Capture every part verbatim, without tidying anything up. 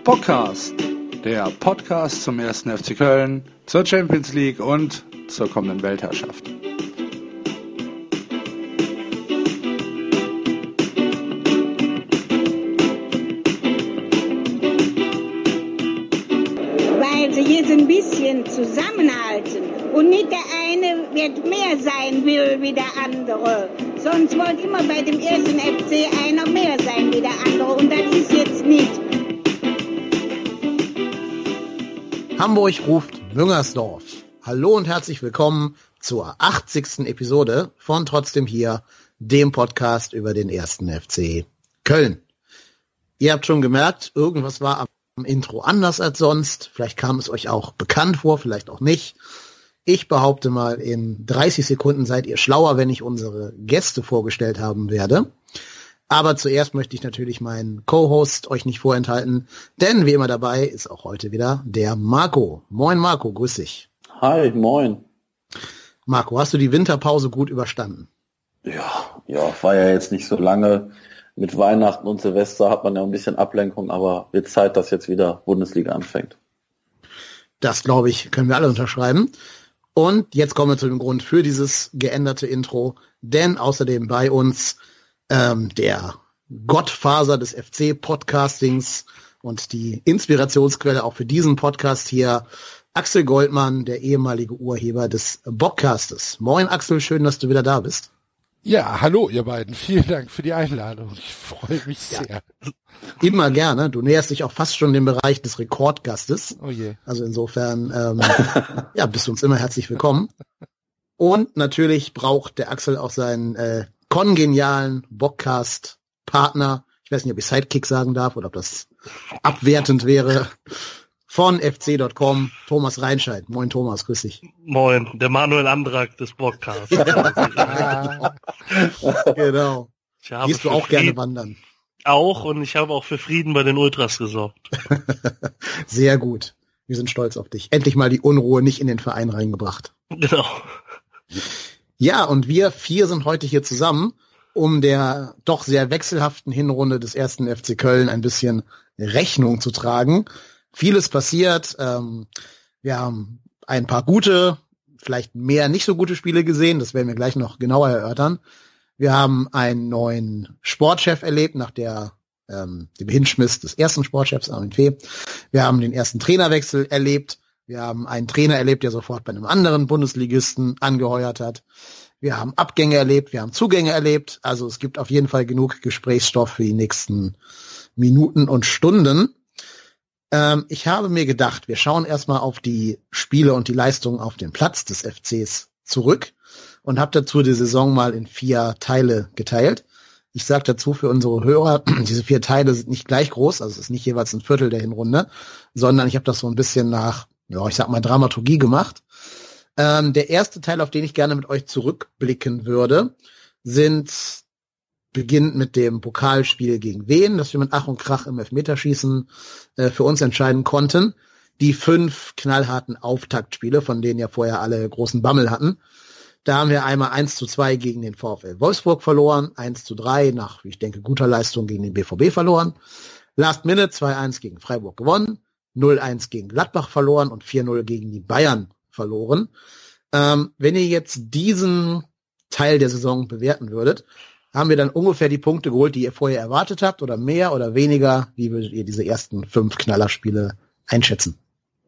Bockcast, der Podcast zum ersten F C Köln, zur Champions League und zur kommenden Weltherrschaft. Weil sie jetzt ein bisschen zusammenhalten und nicht der eine wird mehr sein will wie der andere. Sonst wird immer bei dem ersten F C einer mehr sein wie der andere und das ist jetzt nicht. Hamburg ruft Müngersdorf. Hallo und herzlich willkommen zur achtzigsten Episode von Trotzdem hier, dem Podcast über den ersten F C Köln. Ihr habt schon gemerkt, irgendwas war am Intro anders als sonst. Vielleicht kam es euch auch bekannt vor, vielleicht auch nicht. Ich behaupte mal, in dreißig Sekunden seid ihr schlauer, wenn ich unsere Gäste vorgestellt haben werde. Aber zuerst möchte ich natürlich meinen Co-Host euch nicht vorenthalten, denn wie immer dabei ist auch heute wieder der Marco. Moin Marco, grüß dich. Hi, moin. Marco, hast du die Winterpause gut überstanden? Ja, ja, war ja jetzt nicht so lange. Mit Weihnachten und Silvester hat man ja ein bisschen Ablenkung, aber wird Zeit, dass jetzt wieder Bundesliga anfängt. Das, glaube ich, können wir alle unterschreiben. Und jetzt kommen wir zu dem Grund für dieses geänderte Intro, denn außerdem bei uns ähm, der Gottfaser des F C-Podcastings und die Inspirationsquelle auch für diesen Podcast hier, Axel Goldmann, der ehemalige Urheber des Bockcastes. Moin Axel, schön, dass du wieder da bist. Ja, hallo ihr beiden, vielen Dank für die Einladung, ich freue mich sehr. Ja, immer gerne, du näherst dich auch fast schon dem Bereich des Rekordgastes. Oh je. Also insofern ähm, ja, bist du uns immer herzlich willkommen. Und natürlich braucht der Axel auch seinen äh, kongenialen Bockcast-Partner, ich weiß nicht, ob ich Sidekick sagen darf oder ob das abwertend wäre, von F C Punkt com, Thomas Reinscheid. Moin Thomas, grüß dich. Moin, der Manuel Andrak des Podcasts. Genau. Gehst du auch gerne wandern? Auch, und ich habe auch für Frieden bei den Ultras gesorgt. Sehr gut. Wir sind stolz auf dich. Endlich mal die Unruhe nicht in den Verein reingebracht. Genau. Ja, und wir vier sind heute hier zusammen, um der doch sehr wechselhaften Hinrunde des ersten F C Köln ein bisschen Rechnung zu tragen. Vieles passiert. Ähm, wir haben ein paar gute, vielleicht mehr nicht so gute Spiele gesehen. Das werden wir gleich noch genauer erörtern. Wir haben einen neuen Sportchef erlebt nach der ähm, dem Hinschmiss des ersten Sportchefs Armin Fee. Wir haben den ersten Trainerwechsel erlebt. Wir haben einen Trainer erlebt, der sofort bei einem anderen Bundesligisten angeheuert hat. Wir haben Abgänge erlebt, wir haben Zugänge erlebt. Also es gibt auf jeden Fall genug Gesprächsstoff für die nächsten Minuten und Stunden. Ähm, ich habe mir gedacht, wir schauen erstmal auf die Spiele und die Leistungen auf dem Platz des F Cs zurück und habe dazu die Saison mal in vier Teile geteilt. Ich sage dazu für unsere Hörer, diese vier Teile sind nicht gleich groß, also es ist nicht jeweils ein Viertel der Hinrunde, sondern ich habe das so ein bisschen nach, ja, ich sag mal Dramaturgie gemacht. Ähm, der erste Teil, auf den ich gerne mit euch zurückblicken würde, sind beginnt mit dem Pokalspiel gegen Wien, das wir mit Ach und Krach im Elfmeterschießen äh, für uns entscheiden konnten. Die fünf knallharten Auftaktspiele, von denen ja vorher alle großen Bammel hatten. Da haben wir einmal eins zu zwei gegen den VfL Wolfsburg verloren, eins zu drei nach, wie ich denke, guter Leistung gegen den B V B verloren. Last Minute zwei eins gegen Freiburg gewonnen, null eins gegen Gladbach verloren und vier null gegen die Bayern verloren. Ähm, wenn ihr jetzt diesen Teil der Saison bewerten würdet, haben wir dann ungefähr die Punkte geholt, die ihr vorher erwartet habt, oder mehr oder weniger? Wie würdet ihr diese ersten fünf Knallerspiele einschätzen?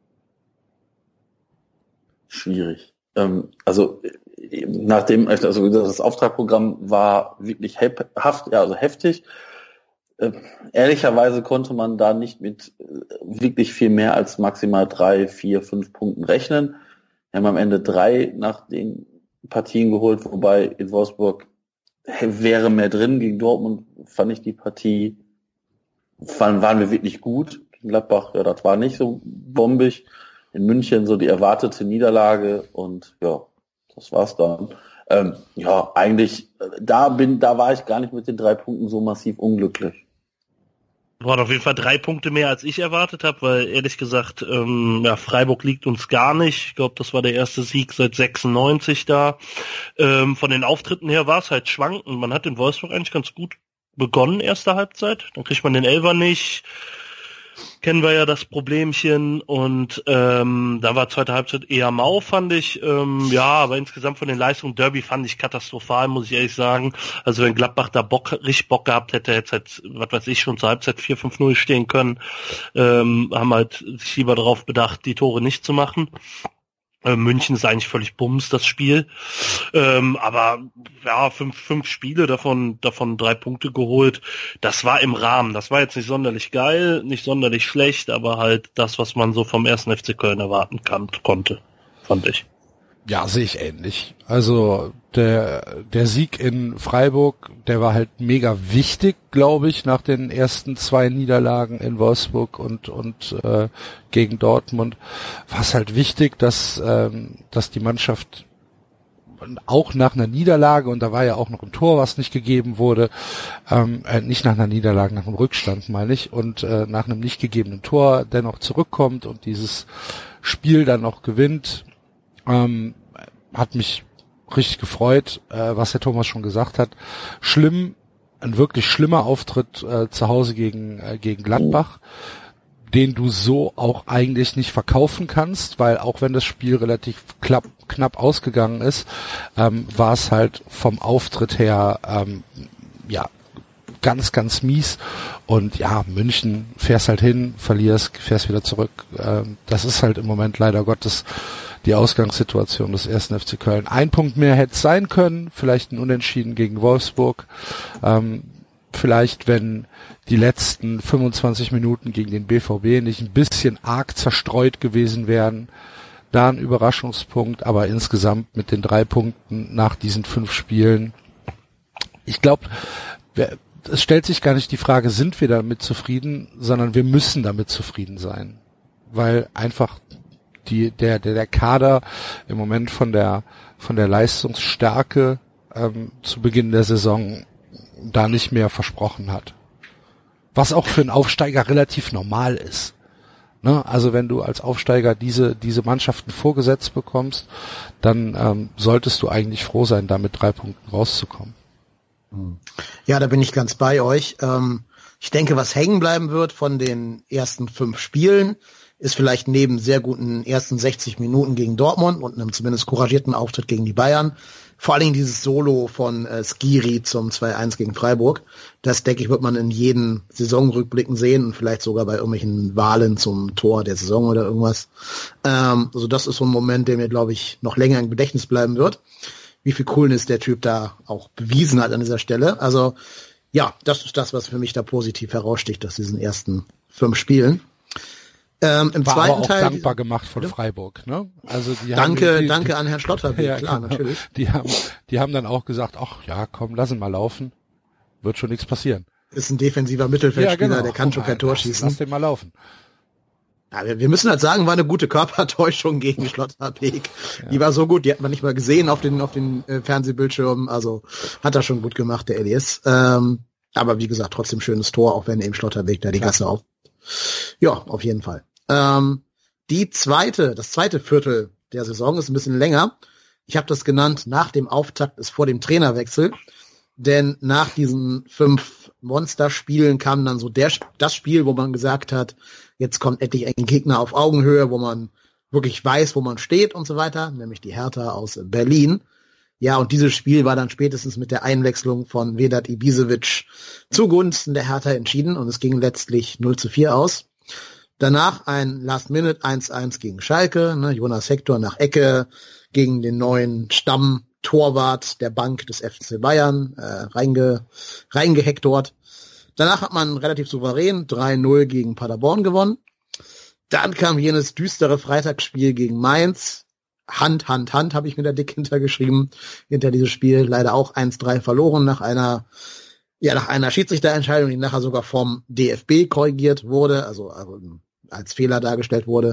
Schwierig. Ähm, also nachdem, also wie gesagt, das Auftragprogramm war wirklich haft, ja, also heftig. Äh, ehrlicherweise konnte man da nicht mit äh, wirklich viel mehr als maximal drei, vier, fünf Punkten rechnen. Wir haben am Ende drei nach den Partien geholt, wobei in Wolfsburg wäre mehr drin. Gegen Dortmund fand ich die Partie, waren, waren wir wirklich gut. Gegen Gladbach, ja, das war nicht so bombig. In München so die erwartete Niederlage und ja, das war's dann. Ähm, ja, eigentlich, da bin, da war ich gar nicht mit den drei Punkten so massiv unglücklich. Waren auf jeden Fall drei Punkte mehr, als ich erwartet habe, weil ehrlich gesagt, ähm, ja, Freiburg liegt uns gar nicht. Ich glaube, das war der erste Sieg seit sechsundneunzig da. Ähm, von den Auftritten her war es halt schwankend. Man hat in Wolfsburg eigentlich ganz gut begonnen, erste Halbzeit. Dann kriegt man den Elfer nicht. kennen wir ja das Problemchen und ähm, da war zweite Halbzeit eher mau, fand ich. Ähm, ja, aber insgesamt von den Leistungen Derby fand ich katastrophal, muss ich ehrlich sagen. Also wenn Gladbach da Bock, richtig Bock gehabt hätte, hätte es halt, was weiß ich, schon zur Halbzeit vier fünf null stehen können. Ähm, haben halt sich lieber darauf bedacht, die Tore nicht zu machen. München ist eigentlich völlig bums, das Spiel. Ähm, aber ja, fünf, fünf Spiele, davon, davon drei Punkte geholt. Das war im Rahmen. Das war jetzt nicht sonderlich geil, nicht sonderlich schlecht, aber halt das, was man so vom ersten F C Köln erwarten kann, konnte, fand ich. Ja, sehe ich ähnlich. Also der der Sieg in Freiburg, der war halt mega wichtig, glaube ich, nach den ersten zwei Niederlagen in Wolfsburg und und äh, gegen Dortmund. War es halt wichtig, dass ähm, dass die Mannschaft auch nach einer Niederlage, und da war ja auch noch ein Tor, was nicht gegeben wurde, ähm, äh, nicht nach einer Niederlage, nach einem Rückstand, meine ich, und äh, nach einem nicht gegebenen Tor dennoch zurückkommt und dieses Spiel dann noch gewinnt. Ähm, hat mich richtig gefreut, äh, was der Thomas schon gesagt hat. Schlimm, ein wirklich schlimmer Auftritt äh, zu Hause gegen äh, gegen Gladbach, den du so auch eigentlich nicht verkaufen kannst, weil auch wenn das Spiel relativ knapp, knapp ausgegangen ist, ähm, war es halt vom Auftritt her ähm, ja ganz, ganz mies. Und ja, München, fährst halt hin, verlierst, fährst wieder zurück. Ähm, das ist halt im Moment leider Gottes die Ausgangssituation des ersten F C Köln. Ein Punkt mehr hätte es sein können, vielleicht ein Unentschieden gegen Wolfsburg. Ähm, vielleicht, wenn die letzten fünfundzwanzig Minuten gegen den B V B nicht ein bisschen arg zerstreut gewesen wären, da ein Überraschungspunkt, aber insgesamt mit den drei Punkten nach diesen fünf Spielen, ich glaube, es stellt sich gar nicht die Frage, sind wir damit zufrieden, sondern wir müssen damit zufrieden sein, weil einfach die der der der Kader im Moment von der von der Leistungsstärke ähm, zu Beginn der Saison da nicht mehr versprochen hat. Was auch für einen Aufsteiger relativ normal ist. Ne? Also wenn du als Aufsteiger diese diese Mannschaften vorgesetzt bekommst, dann ähm, solltest du eigentlich froh sein, da mit drei Punkten rauszukommen. Ja, da bin ich ganz bei euch. Ähm, ich denke, was hängen bleiben wird von den ersten fünf Spielen, ist vielleicht neben sehr guten ersten sechzig Minuten gegen Dortmund und einem zumindest couragierten Auftritt gegen die Bayern, vor allen Dingen dieses Solo von äh, Skiri zum zwei eins gegen Freiburg. Das, denke ich, wird man in jeden Saisonrückblicken sehen und vielleicht sogar bei irgendwelchen Wahlen zum Tor der Saison oder irgendwas. Ähm, also das ist so ein Moment, der mir, glaube ich, noch länger im Gedächtnis bleiben wird. Wie viel Coolness der Typ da auch bewiesen hat an dieser Stelle. Also ja, das ist das, was für mich da positiv heraussticht aus diesen ersten fünf Spielen. Ähm, im War zweiten aber auch Teil dankbar gemacht von Freiburg, ne? Also die danke, haben die, danke die, an Herrn Schlotterbeck, ja, klar, genau. natürlich. Die haben, die haben dann auch gesagt, ach ja, komm, lass ihn mal laufen, wird schon nichts passieren. Ist ein defensiver Mittelfeldspieler, ja, genau. der kann schon kein Tor lass, schießen. Lass den mal laufen. Ja, wir, wir müssen halt sagen, war eine gute Körpertäuschung gegen Schlotterbeck. Ja. Die war so gut, die hat man nicht mal gesehen auf den auf den äh, Fernsehbildschirmen. Also hat er schon gut gemacht, der Elias. Ähm, aber wie gesagt, trotzdem schönes Tor, auch wenn eben Schlotterbeck da die Gasse auf. Ja, auf jeden Fall. Ähm, die zweite, das zweite Viertel der Saison ist ein bisschen länger. Ich habe das genannt, nach dem Auftakt ist vor dem Trainerwechsel. Denn nach diesen fünf Monsterspielen kam dann so der das Spiel, wo man gesagt hat, jetzt kommt endlich ein Gegner auf Augenhöhe, wo man wirklich weiß, wo man steht und so weiter, nämlich die Hertha aus Berlin. Ja, und dieses Spiel war dann spätestens mit der Einwechslung von Vedat Ibisevic zugunsten der Hertha entschieden und es ging letztlich null zu vier aus. Danach ein Last-Minute eins eins gegen Schalke, ne, Jonas Hector nach Ecke gegen den neuen Stammtorwart der Bank des F C Bayern äh, reinge, reingehektort. Danach hat man relativ souverän drei null gegen Paderborn gewonnen. Dann kam jenes düstere Freitagsspiel gegen Mainz. Hand, Hand, Hand habe ich mir da dick hintergeschrieben. Hinter dieses Spiel leider auch eins drei verloren nach einer ja nach einer Schiedsrichterentscheidung, die nachher sogar vom D F B korrigiert wurde, also, also als Fehler dargestellt wurde.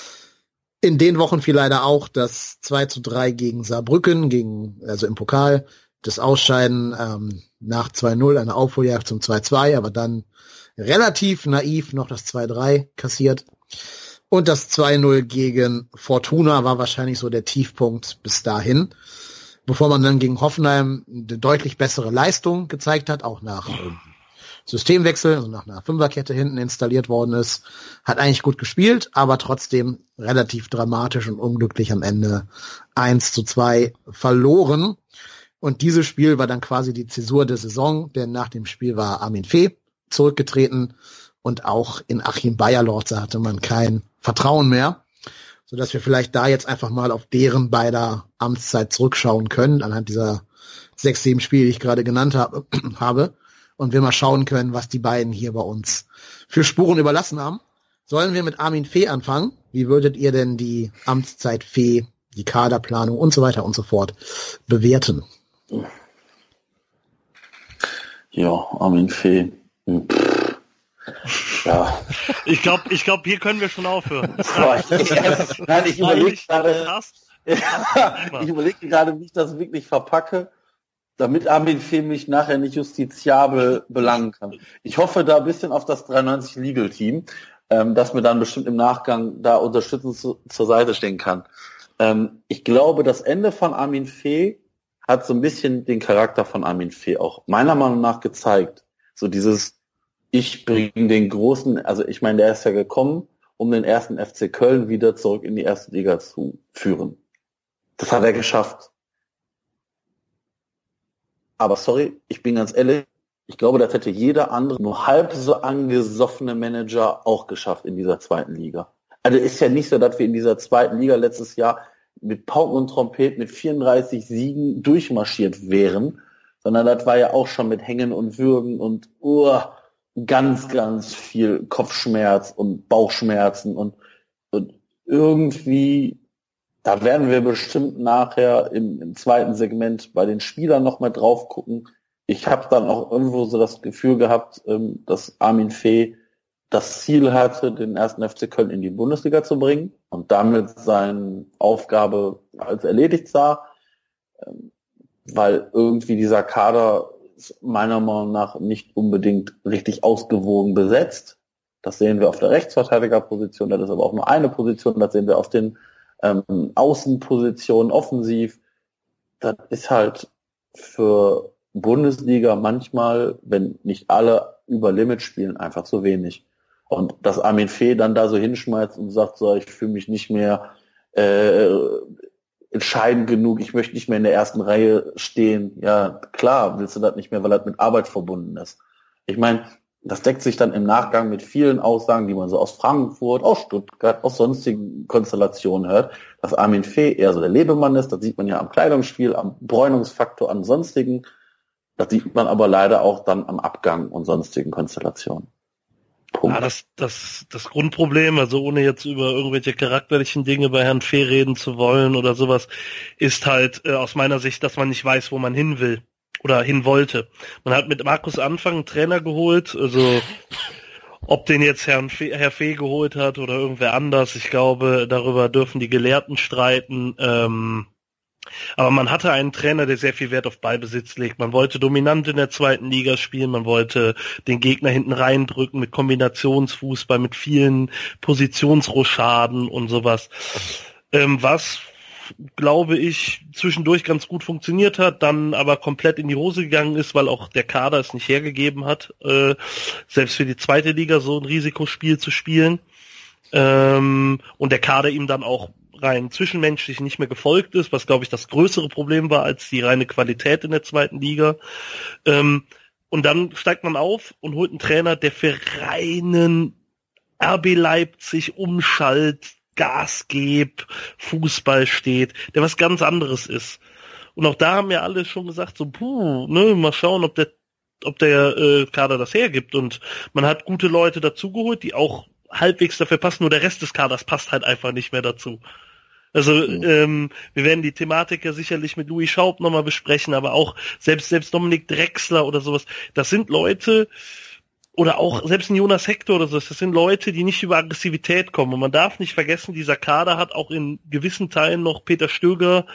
In den Wochen fiel leider auch das zwei zu drei gegen Saarbrücken, gegen also im Pokal, das Ausscheiden ähm, nach zwei null, eine Aufholjagd zum zwei zwei, aber dann relativ naiv noch das zwei drei kassiert. Und das zwei null gegen Fortuna war wahrscheinlich so der Tiefpunkt bis dahin, bevor man dann gegen Hoffenheim eine deutlich bessere Leistung gezeigt hat, auch nach ähm, Systemwechsel, also nach einer Fünferkette hinten installiert worden ist, hat eigentlich gut gespielt, aber trotzdem relativ dramatisch und unglücklich am Ende eins zu zwei verloren. Und dieses Spiel war dann quasi die Zäsur der Saison, denn nach dem Spiel war Armin Fee zurückgetreten und auch in Achim Beierlorzer hatte man kein Vertrauen mehr, sodass wir vielleicht da jetzt einfach mal auf deren beider Amtszeit zurückschauen können, anhand dieser sechs, sieben Spiele, die ich gerade genannt habe, habe und wir mal schauen können, was die beiden hier bei uns für Spuren überlassen haben. Sollen wir mit Armin Fee anfangen? Wie würdet ihr denn die Amtszeit Fee, die Kaderplanung und so weiter und so fort bewerten? Ja, Armin Fee. Ja. Ich glaube, ich glaube, hier können wir schon aufhören. Nein, ich überlege gerade, ich überlege gerade, wie ich das wirklich verpacke, damit Armin Fee mich nachher nicht justiziabel belangen kann. Ich hoffe da ein bisschen auf das dreiundneunzig Legal Team, ähm, das mir dann bestimmt im Nachgang da unterstützend zu, zur Seite stehen kann. Ähm, ich glaube, das Ende von Armin Fee hat so ein bisschen den Charakter von Armin Fee auch meiner Meinung nach gezeigt. So dieses, ich bringe den großen, also ich meine, der ist ja gekommen, um den ersten F C Köln wieder zurück in die erste Liga zu führen. Das hat er geschafft. Aber sorry, ich bin ganz ehrlich, ich glaube, das hätte jeder andere, nur halb so angesoffene Manager auch geschafft in dieser zweiten Liga. Also ist ja nicht so, dass wir in dieser zweiten Liga letztes Jahr mit Pauken und Trompeten mit vierunddreißig Siegen durchmarschiert wären, sondern das war ja auch schon mit Hängen und Würgen und uh, ganz, ganz viel Kopfschmerz und Bauchschmerzen und, und irgendwie, da werden wir bestimmt nachher im, im zweiten Segment bei den Spielern noch mal drauf gucken. Ich habe dann auch irgendwo so das Gefühl gehabt, dass Armin Fee das Ziel hatte, den ersten F C Köln in die Bundesliga zu bringen und damit seine Aufgabe als erledigt sah, weil irgendwie dieser Kader ist meiner Meinung nach nicht unbedingt richtig ausgewogen besetzt. Das sehen wir auf der Rechtsverteidigerposition, das ist aber auch nur eine Position, das sehen wir auf den ähm, Außenpositionen offensiv. Das ist halt für Bundesliga manchmal, wenn nicht alle über Limit spielen, einfach zu wenig. Und dass Armin Fee dann da so hinschmeißt und sagt, so, ich fühle mich nicht mehr äh, entscheidend genug, ich möchte nicht mehr in der ersten Reihe stehen. Ja, klar, willst du das nicht mehr, weil das mit Arbeit verbunden ist. Ich meine, das deckt sich dann im Nachgang mit vielen Aussagen, die man so aus Frankfurt, aus Stuttgart, aus sonstigen Konstellationen hört, dass Armin Fee eher so der Lebemann ist. Das sieht man ja am Kleidungsspiel, am Bräunungsfaktor, an sonstigen. Das sieht man aber leider auch dann am Abgang und sonstigen Konstellationen. Punkt. Ja, das, das, das Grundproblem, also ohne jetzt über irgendwelche charakterlichen Dinge bei Herrn Fee reden zu wollen oder sowas, ist halt äh, aus meiner Sicht, dass man nicht weiß, wo man hin will oder hin wollte. Man hat mit Markus Anfang einen Trainer geholt, also ob den jetzt Herrn Fee, Herr Fee geholt hat oder irgendwer anders, ich glaube, darüber dürfen die Gelehrten streiten. Ähm, aber man hatte einen Trainer, der sehr viel Wert auf Ballbesitz legt. Man wollte dominant in der zweiten Liga spielen, man wollte den Gegner hinten reindrücken mit Kombinationsfußball, mit vielen Positionsrochaden und sowas. Ähm, was, glaube ich, zwischendurch ganz gut funktioniert hat, dann aber komplett in die Hose gegangen ist, weil auch der Kader es nicht hergegeben hat, äh, selbst für die zweite Liga so ein Risikospiel zu spielen. Ähm, und der Kader ihm dann auch rein zwischenmenschlich nicht mehr gefolgt ist, was, glaube ich, das größere Problem war als die reine Qualität in der zweiten Liga. Ähm, und dann steigt man auf und holt einen Trainer, der für reinen R B Leipzig Umschalt, Gasgeb, Fußball steht, der was ganz anderes ist. Und auch da haben ja alle schon gesagt, so, puh, ne, mal schauen, ob der, ob der äh, Kader das hergibt. Und man hat gute Leute dazugeholt, die auch halbwegs dafür passen, nur der Rest des Kaders passt halt einfach nicht mehr dazu. Also mhm. ähm, wir werden die Thematik ja sicherlich mit Louis Schaub nochmal besprechen, aber auch selbst selbst Dominik Drexler oder sowas, das sind Leute, oder auch selbst ein Jonas Hector oder so, das sind Leute, die nicht über Aggressivität kommen. Und man darf nicht vergessen, dieser Kader hat auch in gewissen Teilen noch Peter Stöger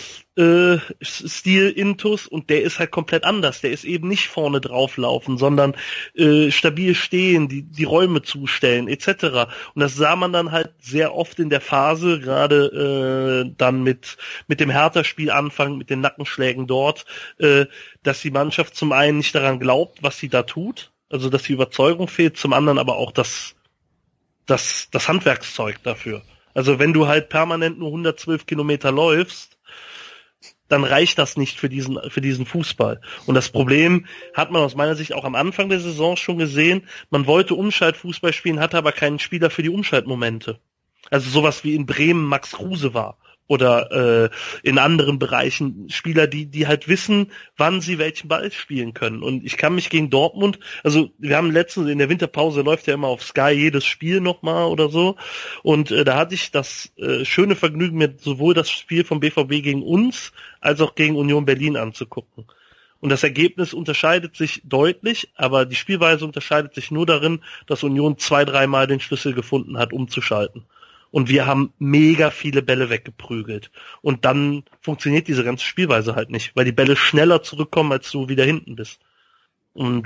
äh, Stil Intus und der ist halt komplett anders. Der ist eben nicht vorne drauflaufen, sondern äh, stabil stehen, die die Räume zustellen et cetera. Und das sah man dann halt sehr oft in der Phase, gerade äh, dann mit mit dem Hertha-Spiel anfangen, mit den Nackenschlägen dort, äh, dass die Mannschaft zum einen nicht daran glaubt, was sie da tut, also dass die Überzeugung fehlt, zum anderen aber auch das, das, das Handwerkszeug dafür. Also wenn du halt permanent nur hundertzwölf Kilometer läufst, dann reicht das nicht für diesen, für diesen Fußball. Und das Problem hat man aus meiner Sicht auch am Anfang der Saison schon gesehen. Man wollte Umschaltfußball spielen, hatte aber keinen Spieler für die Umschaltmomente. Also sowas wie in Bremen Max Kruse war. Oder äh, in anderen Bereichen Spieler, die die halt wissen, wann sie welchen Ball spielen können. Und ich kann mich gegen Dortmund, also wir haben letztens in der Winterpause, läuft ja immer auf Sky jedes Spiel nochmal oder so. Und äh, da hatte ich das äh, schöne Vergnügen, mir sowohl das Spiel vom B V B gegen uns als auch gegen Union Berlin anzugucken. Und das Ergebnis unterscheidet sich deutlich, aber die Spielweise unterscheidet sich nur darin, dass Union zwei, dreimal den Schlüssel gefunden hat, umzuschalten. Und wir haben mega viele Bälle weggeprügelt. Und dann funktioniert diese ganze Spielweise halt nicht, weil die Bälle schneller zurückkommen, als du wieder hinten bist. Und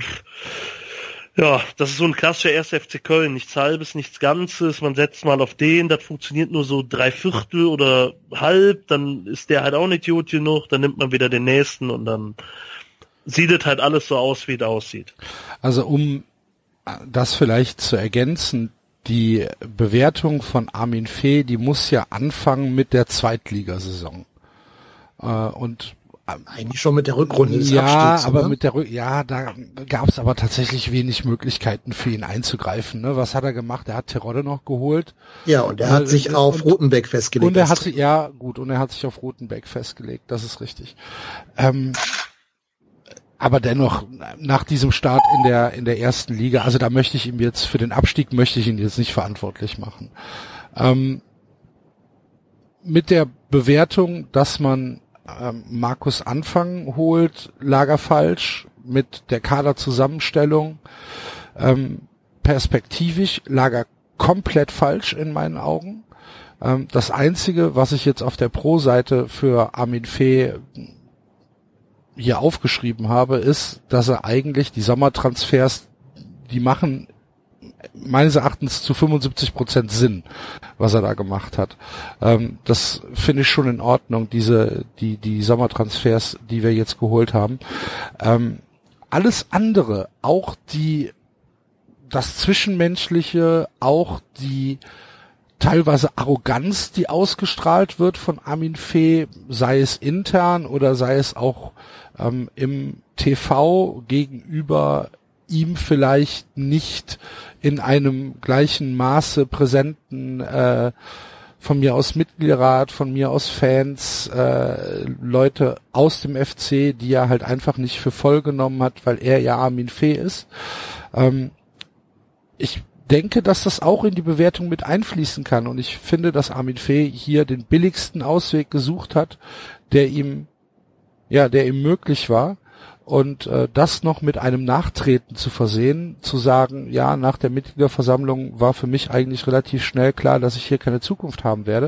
ja, das ist so ein klassischer erster F C Köln. Nichts Halbes, nichts Ganzes. Man setzt mal auf den, das funktioniert nur so drei Viertel oder halb. Dann ist der halt auch nicht gut genug. Dann nimmt man wieder den nächsten und dann sieht es halt alles so aus, wie es aussieht. Also um das vielleicht zu ergänzen, die Bewertung von Armin Fee, die muss ja anfangen mit der Zweitligasaison. Äh, und eigentlich schon mit der Rückrunde des ja, Abstiegs, aber oder? mit der Rück- ja, da gab es aber tatsächlich wenig Möglichkeiten für ihn einzugreifen. Ne? Was hat er gemacht? Er hat Terodde noch geholt. Ja, und er hat äh, sich auf und, Rotenbeck festgelegt. Und er hat sich, ja gut, und er hat sich auf Rotenbeck festgelegt. Das ist richtig. Ähm, Aber dennoch, nach diesem Start in der in der ersten Liga, also da möchte ich ihm jetzt, für den Abstieg möchte ich ihn jetzt nicht verantwortlich machen. Ähm, mit der Bewertung, dass man ähm, Markus Anfang holt, lag er falsch. Mit der Kaderzusammenstellung ähm, perspektivisch lag er komplett falsch in meinen Augen. Ähm, das Einzige, was ich jetzt auf der Pro-Seite für Armin Fee hier aufgeschrieben habe, ist, dass er eigentlich die Sommertransfers, die machen meines Erachtens zu fünfundsiebzig Prozent Sinn, was er da gemacht hat. Ähm, das finde ich schon in Ordnung, diese die die Sommertransfers, die wir jetzt geholt haben. Ähm, alles andere, auch die das Zwischenmenschliche, auch die teilweise Arroganz, die ausgestrahlt wird von Armin Fee, sei es intern oder sei es auch ähm, im T V gegenüber ihm vielleicht nicht in einem gleichen Maße präsenten äh, von mir aus Mitgliederrat, von mir aus Fans, äh, Leute aus dem F C, die er halt einfach nicht für voll genommen hat, weil er ja Armin Fee ist. Ähm, ich denke, dass das auch in die Bewertung mit einfließen kann, und ich finde, dass Armin Fee hier den billigsten Ausweg gesucht hat, der ihm ja, der ihm möglich war, und äh, das noch mit einem Nachtreten zu versehen, zu sagen, ja, nach der Mitgliederversammlung war für mich eigentlich relativ schnell klar, dass ich hier keine Zukunft haben werde.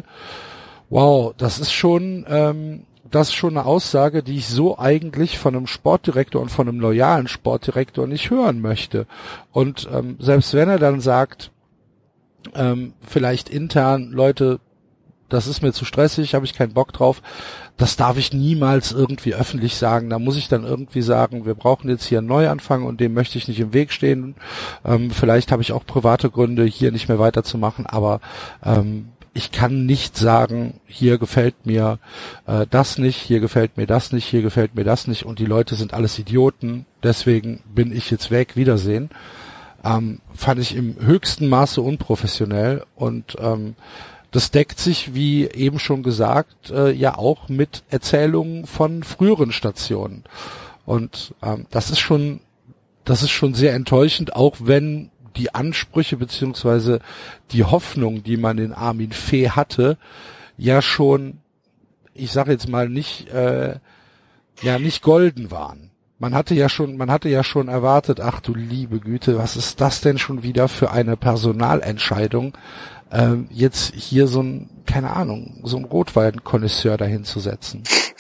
Wow, das ist schon ähm, das ist schon eine Aussage, die ich so eigentlich von einem Sportdirektor und von einem loyalen Sportdirektor nicht hören möchte. Und ähm, selbst wenn er dann sagt, ähm, vielleicht intern, Leute, das ist mir zu stressig, habe ich keinen Bock drauf, das darf ich niemals irgendwie öffentlich sagen. Da muss ich dann irgendwie sagen, wir brauchen jetzt hier einen Neuanfang und dem möchte ich nicht im Weg stehen. Ähm, vielleicht habe ich auch private Gründe, hier nicht mehr weiterzumachen, aber ähm, ich kann nicht sagen, hier gefällt mir äh, das nicht, hier gefällt mir das nicht, hier gefällt mir das nicht und die Leute sind alles Idioten, deswegen bin ich jetzt weg, Wiedersehen. Ähm, fand ich im höchsten Maße unprofessionell, und ähm, das deckt sich, wie eben schon gesagt, äh, ja auch mit Erzählungen von früheren Stationen. Und ähm, das ist schon, das ist schon sehr enttäuschend, auch wenn die Ansprüche beziehungsweise die Hoffnung, die man in Armin Fee hatte, ja schon, ich sage jetzt mal nicht, äh, ja nicht golden waren. Man hatte ja schon, man hatte ja schon erwartet, ach du liebe Güte, was ist das denn schon wieder für eine Personalentscheidung, ähm, jetzt hier so ein, keine Ahnung, so ein Rotwein-Konnoisseur dahin zu setzen.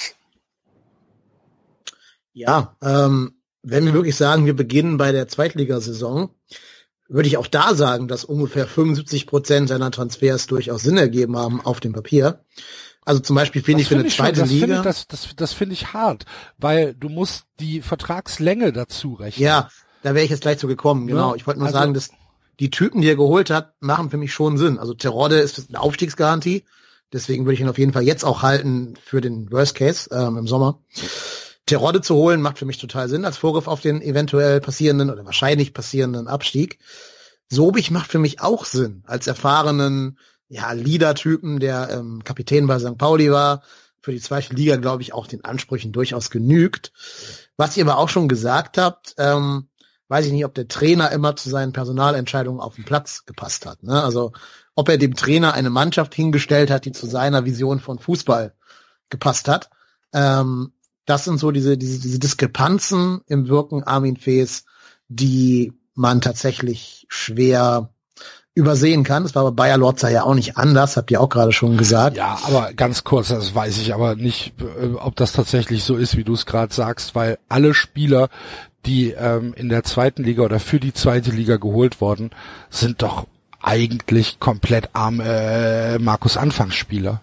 Ja, ähm, wenn wir wirklich sagen, wir beginnen bei der Zweitligasaison, würde ich auch da sagen, dass ungefähr fünfundsiebzig Prozent seiner Transfers durchaus Sinn ergeben haben auf dem Papier. Also zum Beispiel finde ich für eine zweite das Liga. Finde ich, das das, das finde ich hart, weil du musst die Vertragslänge dazu rechnen. Ja, da wäre ich jetzt gleich zu gekommen, genau. Ja, ich wollte nur also, sagen, dass die Typen, die er geholt hat, machen für mich schon Sinn. Also Terodde ist eine Aufstiegsgarantie, deswegen würde ich ihn auf jeden Fall jetzt auch halten für den Worst Case ähm, im Sommer. Terodde zu holen macht für mich total Sinn als Vorgriff auf den eventuell passierenden oder wahrscheinlich passierenden Abstieg. Sobich macht für mich auch Sinn als erfahrenen ja Leader-Typen, der ähm, Kapitän bei Sankt Pauli war, für die zweite Liga, glaube ich, auch den Ansprüchen durchaus genügt. Was ihr aber auch schon gesagt habt, ähm, weiß ich nicht, ob der Trainer immer zu seinen Personalentscheidungen auf den Platz gepasst hat. Ne? Also ob er dem Trainer eine Mannschaft hingestellt hat, die zu seiner Vision von Fußball gepasst hat. Ähm, das sind so diese, diese, diese Diskrepanzen im Wirken Armin Fees, die man tatsächlich schwer übersehen kann. Das war bei Bayer Lorza ja auch nicht anders, habt ihr auch gerade schon gesagt. Ja, aber ganz kurz, das weiß ich aber nicht, ob das tatsächlich so ist, wie du es gerade sagst, weil alle Spieler, die ähm, in der zweiten Liga oder für die zweite Liga geholt worden, sind doch eigentlich komplett arm äh, Markus Anfangsspieler.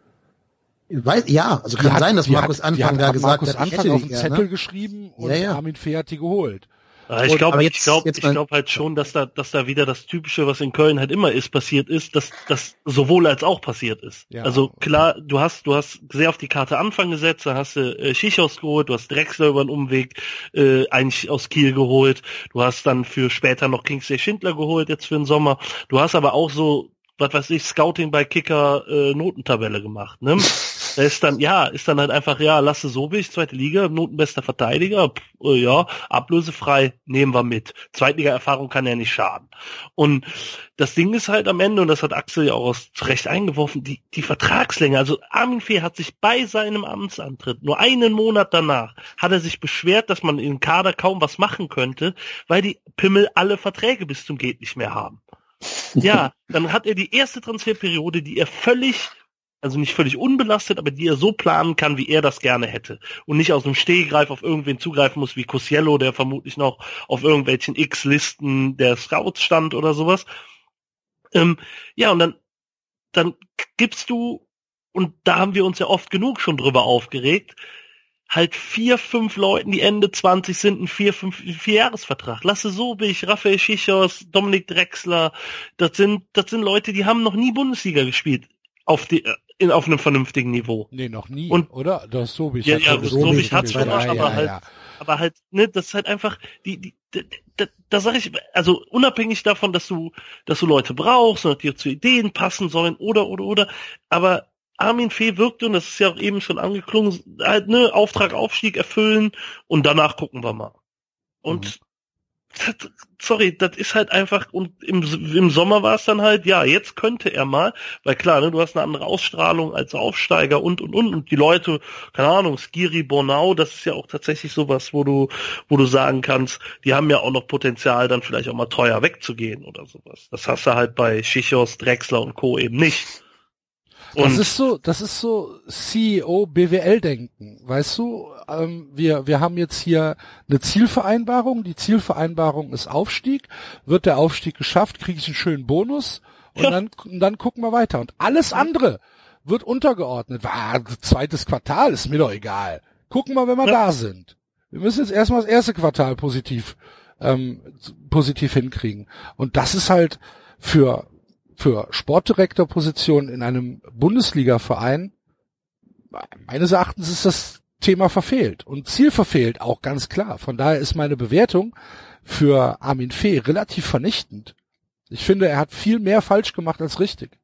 Weiß, ja, also kann die sein, hat, dass Markus hat, Anfang da hat gesagt Markus hat, ich Anfang hätte auf die den gerne. Zettel geschrieben und ja, ja. Armin Fee hat die geholt. Ja, ich glaube, ich glaube, ich glaube halt schon, dass da, dass da wieder das Typische, was in Köln halt immer ist, passiert ist, dass das sowohl als auch passiert ist. Ja. Also klar, du hast, du hast sehr auf die Karte Anfang gesetzt, dann hast du äh, Schichos geholt, du hast Drexler über den Umweg äh, eigentlich aus Kiel geholt, du hast dann für später noch Kingsley Schindler geholt, jetzt für den Sommer. Du hast aber auch so, was weiß ich, Scouting bei Kicker äh, Notentabelle gemacht, ne? Da ist dann, ja, ist dann halt einfach, ja, Lasse Sobich, zweite Liga, notenbester Verteidiger, pff, äh, ja, ablösefrei, nehmen wir mit. Zweitliga-Erfahrung kann ja nicht schaden. Und das Ding ist halt am Ende, und das hat Axel ja auch aus Recht eingeworfen, die, die Vertragslänge. Also Armin Fee hat sich bei seinem Amtsantritt, nur einen Monat danach, hat er sich beschwert, dass man im Kader kaum was machen könnte, weil die Pimmel alle Verträge bis zum geht nicht mehr haben. Ja, dann hat er die erste Transferperiode, die er völlig, also nicht völlig unbelastet, aber die er so planen kann, wie er das gerne hätte. Und nicht aus dem Stehgreif auf irgendwen zugreifen muss, wie Cosiello, der vermutlich noch auf irgendwelchen X-Listen der Scouts stand oder sowas. Ähm, ja, und dann, dann gibst du, und da haben wir uns ja oft genug schon drüber aufgeregt, halt vier, fünf Leuten, die Ende zwanzig sind, ein vier, fünf, Vierjahresvertrag. Lasse Sobich, Raphael Schichos, Dominik Drexler, das sind, das sind Leute, die haben noch nie Bundesliga gespielt. Auf die, in, auf einem vernünftigen Niveau. Nee, noch nie, und, oder? Das Sobich ja, ja, Sobich hat schon ja, mal, aber ja, halt, ja. aber halt, ne, das ist halt einfach, die, die, da, da sag ich, also unabhängig davon, dass du, dass du Leute brauchst und die zu Ideen passen sollen, oder, oder, oder, aber Armin Fee wirkte, und das ist ja auch eben schon angeklungen, halt, ne, Auftrag, Aufstieg erfüllen und danach gucken wir mal. Und, mhm. das, sorry, das ist halt einfach, und im, im Sommer war es dann halt, ja, jetzt könnte er mal, weil klar, ne, du hast eine andere Ausstrahlung als Aufsteiger und, und, und, und die Leute, keine Ahnung, Skiri, Bornau, das ist ja auch tatsächlich sowas, wo du, wo du sagen kannst, die haben ja auch noch Potenzial, dann vielleicht auch mal teuer wegzugehen oder sowas. Das hast du halt bei Schichos, Drexler und Co. eben nicht. Und das ist so, das ist so C E O B W L-Denken, weißt du? Ähm, wir wir haben jetzt hier eine Zielvereinbarung. Die Zielvereinbarung ist Aufstieg. Wird der Aufstieg geschafft, kriege ich einen schönen Bonus und ja. dann und dann gucken wir weiter. Und alles andere wird untergeordnet. Ah, zweites Quartal ist mir doch egal. Gucken wir, wenn wir ja. da sind. Wir müssen jetzt erstmal das erste Quartal positiv ähm, positiv hinkriegen. Und das ist halt für für Sportdirektorposition in einem Bundesliga-Verein, meines Erachtens ist das Thema verfehlt und Ziel verfehlt, auch ganz klar. Von daher ist meine Bewertung für Armin Fee relativ vernichtend. Ich finde, er hat viel mehr falsch gemacht als richtig.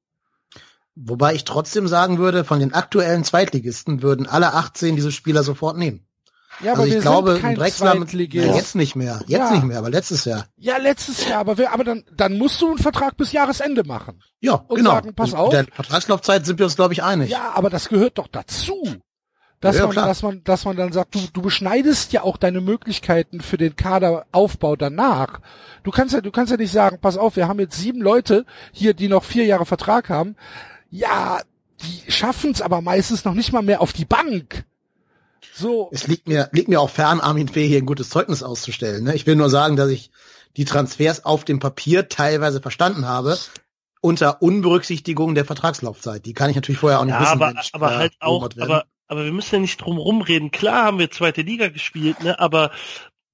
Wobei ich trotzdem sagen würde, von den aktuellen Zweitligisten würden alle achtzehn diese Spieler sofort nehmen. Ja, also aber ich wir glaube, sind kein Drexler Zweitligist. Ja, jetzt nicht mehr. Jetzt ja. nicht mehr, aber letztes Jahr. Ja, letztes Jahr, aber wir, aber dann, dann musst du einen Vertrag bis Jahresende machen. Ja, und genau. sagen, pass auf. Mit der Vertragslaufzeit sind wir uns, glaube ich, einig. Ja, aber das gehört doch dazu. Dass ja, man, klar. dass man, dass man dann sagt, du, du beschneidest ja auch deine Möglichkeiten für den Kaderaufbau danach. Du kannst ja, du kannst ja nicht sagen, pass auf, wir haben jetzt sieben Leute hier, die noch vier Jahre Vertrag haben. Ja, die schaffen es aber meistens noch nicht mal mehr auf die Bank. So. Es liegt mir, liegt mir auch fern, Armin Fee hier ein gutes Zeugnis auszustellen. Ne? Ich will nur sagen, dass ich die Transfers auf dem Papier teilweise verstanden habe, unter Unberücksichtigung der Vertragslaufzeit. Die kann ich natürlich vorher auch nicht ja, wissen. aber, aber halt auch, aber, aber wir müssen ja nicht drum rumreden. Klar haben wir zweite Liga gespielt, ne, aber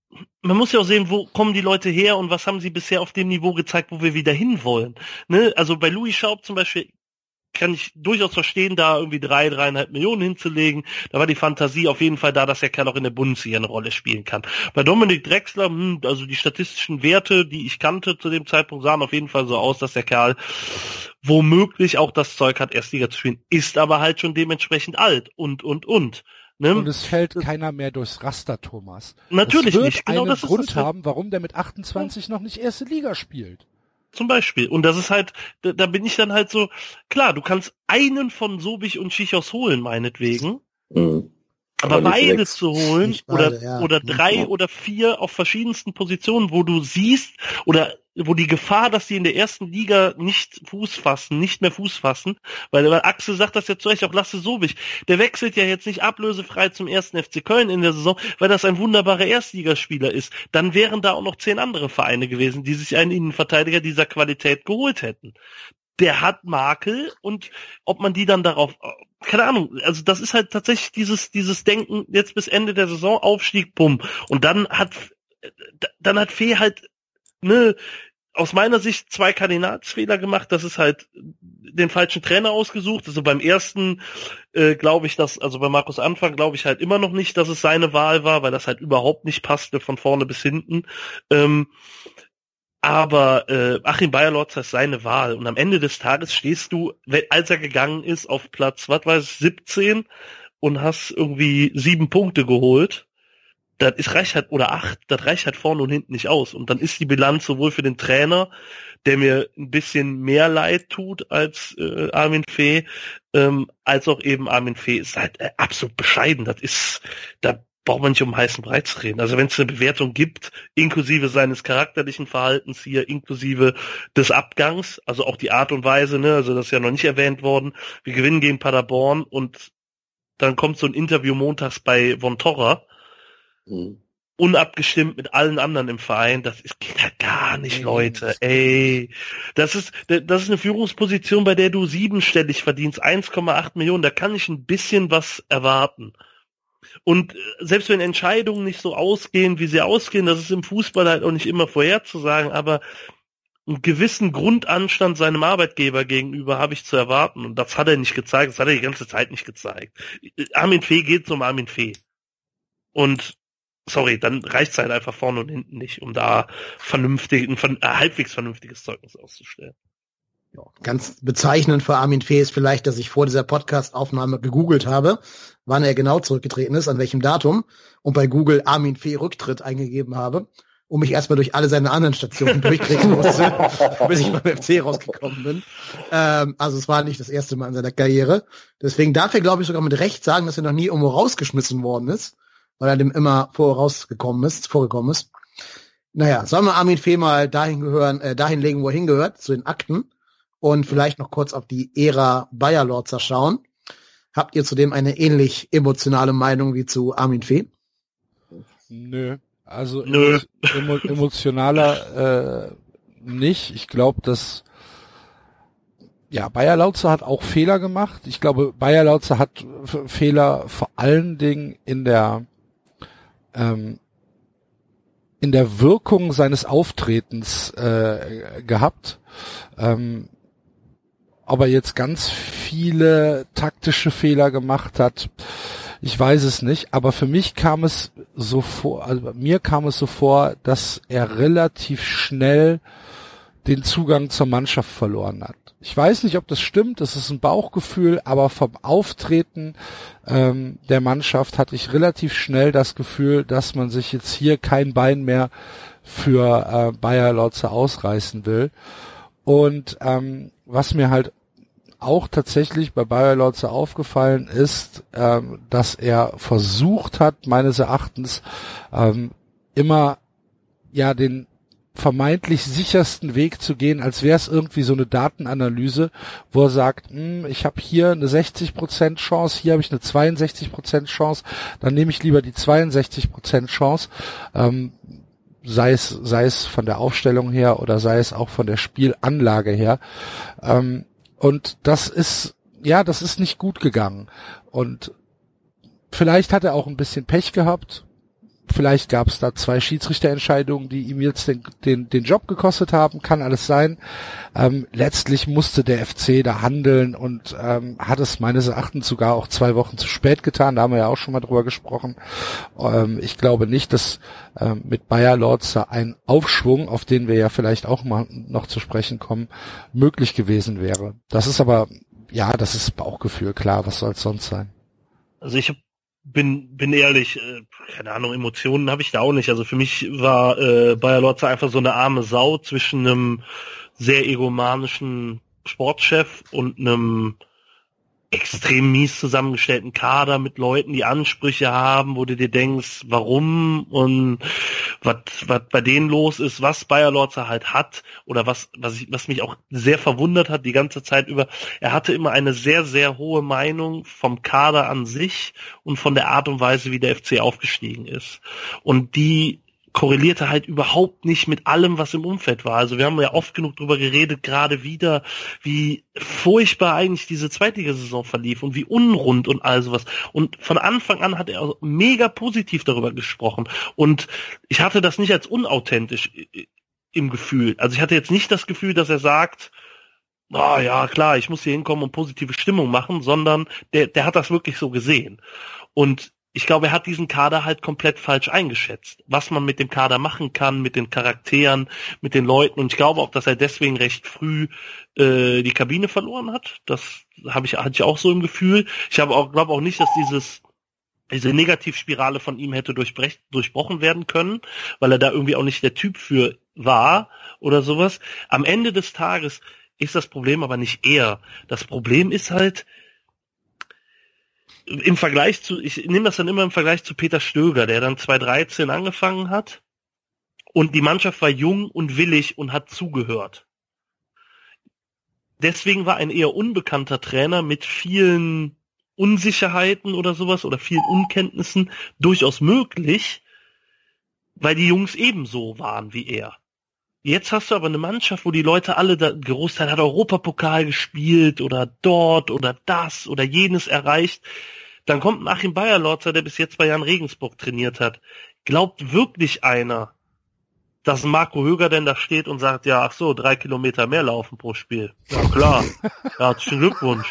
man muss ja auch sehen, wo kommen die Leute her und was haben sie bisher auf dem Niveau gezeigt, wo wir wieder hinwollen. Ne? Also bei Louis Schaub zum Beispiel kann ich durchaus verstehen, da irgendwie drei, dreieinhalb Millionen hinzulegen. Da war die Fantasie auf jeden Fall da, dass der Kerl auch in der Bundesliga eine Rolle spielen kann. Bei Dominik Drexler, hm, also die statistischen Werte, die ich kannte zu dem Zeitpunkt, sahen auf jeden Fall so aus, dass der Kerl womöglich auch das Zeug hat, Erstliga zu spielen, ist aber halt schon dementsprechend alt und, und, und. Ne? Und es fällt keiner mehr durchs Raster, Thomas. Natürlich es wird nicht. Genau einen das Grund ist das haben, warum der mit achtundzwanzig noch nicht erste Liga spielt. Zum Beispiel. Und das ist halt, da, da bin ich dann halt so, klar, du kannst einen von Sobich und Schichos holen, meinetwegen. Mhm. Aber, Aber beide sechs. zu holen Nicht beide, oder ja. oder drei Ja. oder vier auf verschiedensten Positionen, wo du siehst oder wo die Gefahr, dass die in der ersten Liga nicht Fuß fassen, nicht mehr Fuß fassen, weil, weil Axel sagt das ja zu Recht, auch Lasse Sobich, der wechselt ja jetzt nicht ablösefrei zum ersten F C Köln in der Saison, weil das ein wunderbarer Erstligaspieler ist. Dann wären da auch noch zehn andere Vereine gewesen, die sich einen Innenverteidiger dieser Qualität geholt hätten. Der hat Makel und ob man die dann darauf, keine Ahnung, also das ist halt tatsächlich dieses dieses Denken, jetzt bis Ende der Saison, Aufstieg, bumm. Und dann hat dann hat Fee halt, ne, aus meiner Sicht zwei Kardinalsfehler gemacht. Das ist halt den falschen Trainer ausgesucht. Also beim ersten äh, glaube ich, dass, also bei Markus Anfang glaube ich halt immer noch nicht, dass es seine Wahl war, weil das halt überhaupt nicht passte von vorne bis hinten. Ähm, Aber äh, Achim Beierlotzer ist seine Wahl. Und am Ende des Tages stehst du, als er gegangen ist, auf Platz, was weiß ich, siebzehn und hast irgendwie sieben Punkte geholt. Das ist, reicht halt, oder acht, das reicht halt vorne und hinten nicht aus. Und dann ist die Bilanz sowohl für den Trainer, der mir ein bisschen mehr leid tut als äh, Armin Fee, ähm, als auch eben Armin Fee ist halt äh, absolut bescheiden. Das ist, da braucht man nicht um heißen Brei zu reden. Also wenn es eine Bewertung gibt, inklusive seines charakterlichen Verhaltens hier, inklusive des Abgangs, also auch die Art und Weise, ne, also das ist ja noch nicht erwähnt worden, wir gewinnen gegen Paderborn und dann kommt so ein Interview montags bei Von Torra, Mhm. unabgestimmt mit allen anderen im Verein, das ist, geht ja gar nicht, Leute, ey. Das ist, das ist eine Führungsposition, bei der du siebenstellig verdienst, eins Komma acht Millionen, da kann ich ein bisschen was erwarten. Und selbst wenn Entscheidungen nicht so ausgehen, wie sie ausgehen, das ist im Fußball halt auch nicht immer vorherzusagen, aber einen gewissen Grundanstand seinem Arbeitgeber gegenüber habe ich zu erwarten. Und das hat er nicht gezeigt, das hat er die ganze Zeit nicht gezeigt. Armin Fee geht zum Armin Fee. Und sorry, dann reicht's halt einfach vorne und hinten nicht, um da vernünftig, ein äh, halbwegs vernünftiges Zeugnis auszustellen. Ja, ganz bezeichnend für Armin Fee ist vielleicht, dass ich vor dieser Podcast-Aufnahme gegoogelt habe, wann er genau zurückgetreten ist, an welchem Datum, und bei Google Armin Fee Rücktritt eingegeben habe, um mich erstmal durch alle seine anderen Stationen durchkriegen musste, bis ich beim F C rausgekommen bin. Ähm, also es war nicht das erste Mal in seiner Karriere. Deswegen darf er, glaube ich, sogar mit Recht sagen, dass er noch nie irgendwo rausgeschmissen worden ist, weil er dem immer vorausgekommen ist, vorgekommen ist. Naja, sollen wir Armin Fee mal dahin gehören, äh, dahin legen, wo er hingehört, zu den Akten, und vielleicht noch kurz auf die Ära Beierlorzer schauen. Habt ihr zudem eine ähnlich emotionale Meinung wie zu Armin Fee? Nö, also Nö. Emo emotionaler äh, nicht. Ich glaube, dass ja, Beierlorzer hat auch Fehler gemacht. Ich glaube, Beierlorzer hat Fehler vor allen Dingen in der ähm, in der Wirkung seines Auftretens äh, gehabt. Ähm, ob er jetzt ganz viele taktische Fehler gemacht hat, ich weiß es nicht, aber für mich kam es so vor, also mir kam es so vor, dass er relativ schnell den Zugang zur Mannschaft verloren hat. Ich weiß nicht, ob das stimmt, das ist ein Bauchgefühl, aber vom Auftreten ähm, der Mannschaft hatte ich relativ schnell das Gefühl, dass man sich jetzt hier kein Bein mehr für äh, Beierlorzer ausreißen will. Und ähm, was mir halt auch tatsächlich bei Beierlorzer aufgefallen ist, ähm, dass er versucht hat, meines Erachtens ähm, immer ja den vermeintlich sichersten Weg zu gehen, als wäre es irgendwie so eine Datenanalyse, wo er sagt, ich habe hier eine sechzig Prozent Chance, hier habe ich eine zweiundsechzig Prozent Chance, dann nehme ich lieber die zweiundsechzig Prozent Chance, ähm, sei es sei es von der Aufstellung her oder sei es auch von der Spielanlage her. Ähm, und das ist, ja, das ist nicht gut gegangen. Und vielleicht hat er auch ein bisschen Pech gehabt. Vielleicht gab es da zwei Schiedsrichterentscheidungen, die ihm jetzt den, den, den Job gekostet haben, kann alles sein. Ähm, letztlich musste der F C da handeln und ähm, hat es meines Erachtens sogar auch zwei Wochen zu spät getan. Da haben wir ja auch schon mal drüber gesprochen. Ähm, ich glaube nicht, dass ähm, mit Bayer Lorzer ein Aufschwung, auf den wir ja vielleicht auch mal noch zu sprechen kommen, möglich gewesen wäre. Das ist aber, ja, das ist Bauchgefühl, klar, was soll es sonst sein? Also ich hab bin bin ehrlich, äh, keine Ahnung, Emotionen habe ich da auch nicht. Also für mich war äh, Bayer Lorzer einfach so eine arme Sau zwischen einem sehr egomanischen Sportchef und einem extrem mies zusammengestellten Kader mit Leuten, die Ansprüche haben, wo du dir denkst, warum und was was bei denen los ist, was Bayer Lorzer halt hat oder was was ich, was mich auch sehr verwundert hat die ganze Zeit über. Er hatte immer eine sehr sehr hohe Meinung vom Kader an sich und von der Art und Weise, wie der F C aufgestiegen ist, und die korrelierte halt überhaupt nicht mit allem, was im Umfeld war. Also wir haben ja oft genug drüber geredet, gerade wieder, wie furchtbar eigentlich diese Zweitligasaison verlief und wie unrund und all sowas. Und von Anfang an hat er mega positiv darüber gesprochen. Und ich hatte das nicht als unauthentisch im Gefühl. Also ich hatte jetzt nicht das Gefühl, dass er sagt, ah ja, klar, ich muss hier hinkommen und positive Stimmung machen, sondern der, der hat das wirklich so gesehen. Und ich glaube, er hat diesen Kader halt komplett falsch eingeschätzt, was man mit dem Kader machen kann, mit den Charakteren, mit den Leuten. Und ich glaube auch, dass er deswegen recht früh äh, die Kabine verloren hat. Das habe ich, hatte ich auch so im Gefühl. Ich habe auch, glaube auch nicht, dass dieses diese Negativspirale von ihm hätte durchbrech, durchbrochen werden können, weil er da irgendwie auch nicht der Typ für war oder sowas. Am Ende des Tages ist das Problem aber nicht er. Das Problem ist halt, im Vergleich zu, ich nehme das dann immer im Vergleich zu Peter Stöger, der dann zwanzig dreizehn angefangen hat und die Mannschaft war jung und willig und hat zugehört. Deswegen war ein eher unbekannter Trainer mit vielen Unsicherheiten oder sowas oder vielen Unkenntnissen durchaus möglich, weil die Jungs ebenso waren wie er. Jetzt hast du aber eine Mannschaft, wo die Leute alle, der Großteil hat Europapokal gespielt oder dort oder das oder jenes erreicht. Dann kommt ein Achim Bayer Lorzer, der bis jetzt bei Jan Regensburg trainiert hat. Glaubt wirklich einer, dass Marco Höger denn da steht und sagt, ja, ach so, drei Kilometer mehr laufen pro Spiel? Ja, klar. Ja, herzlichen Glückwunsch.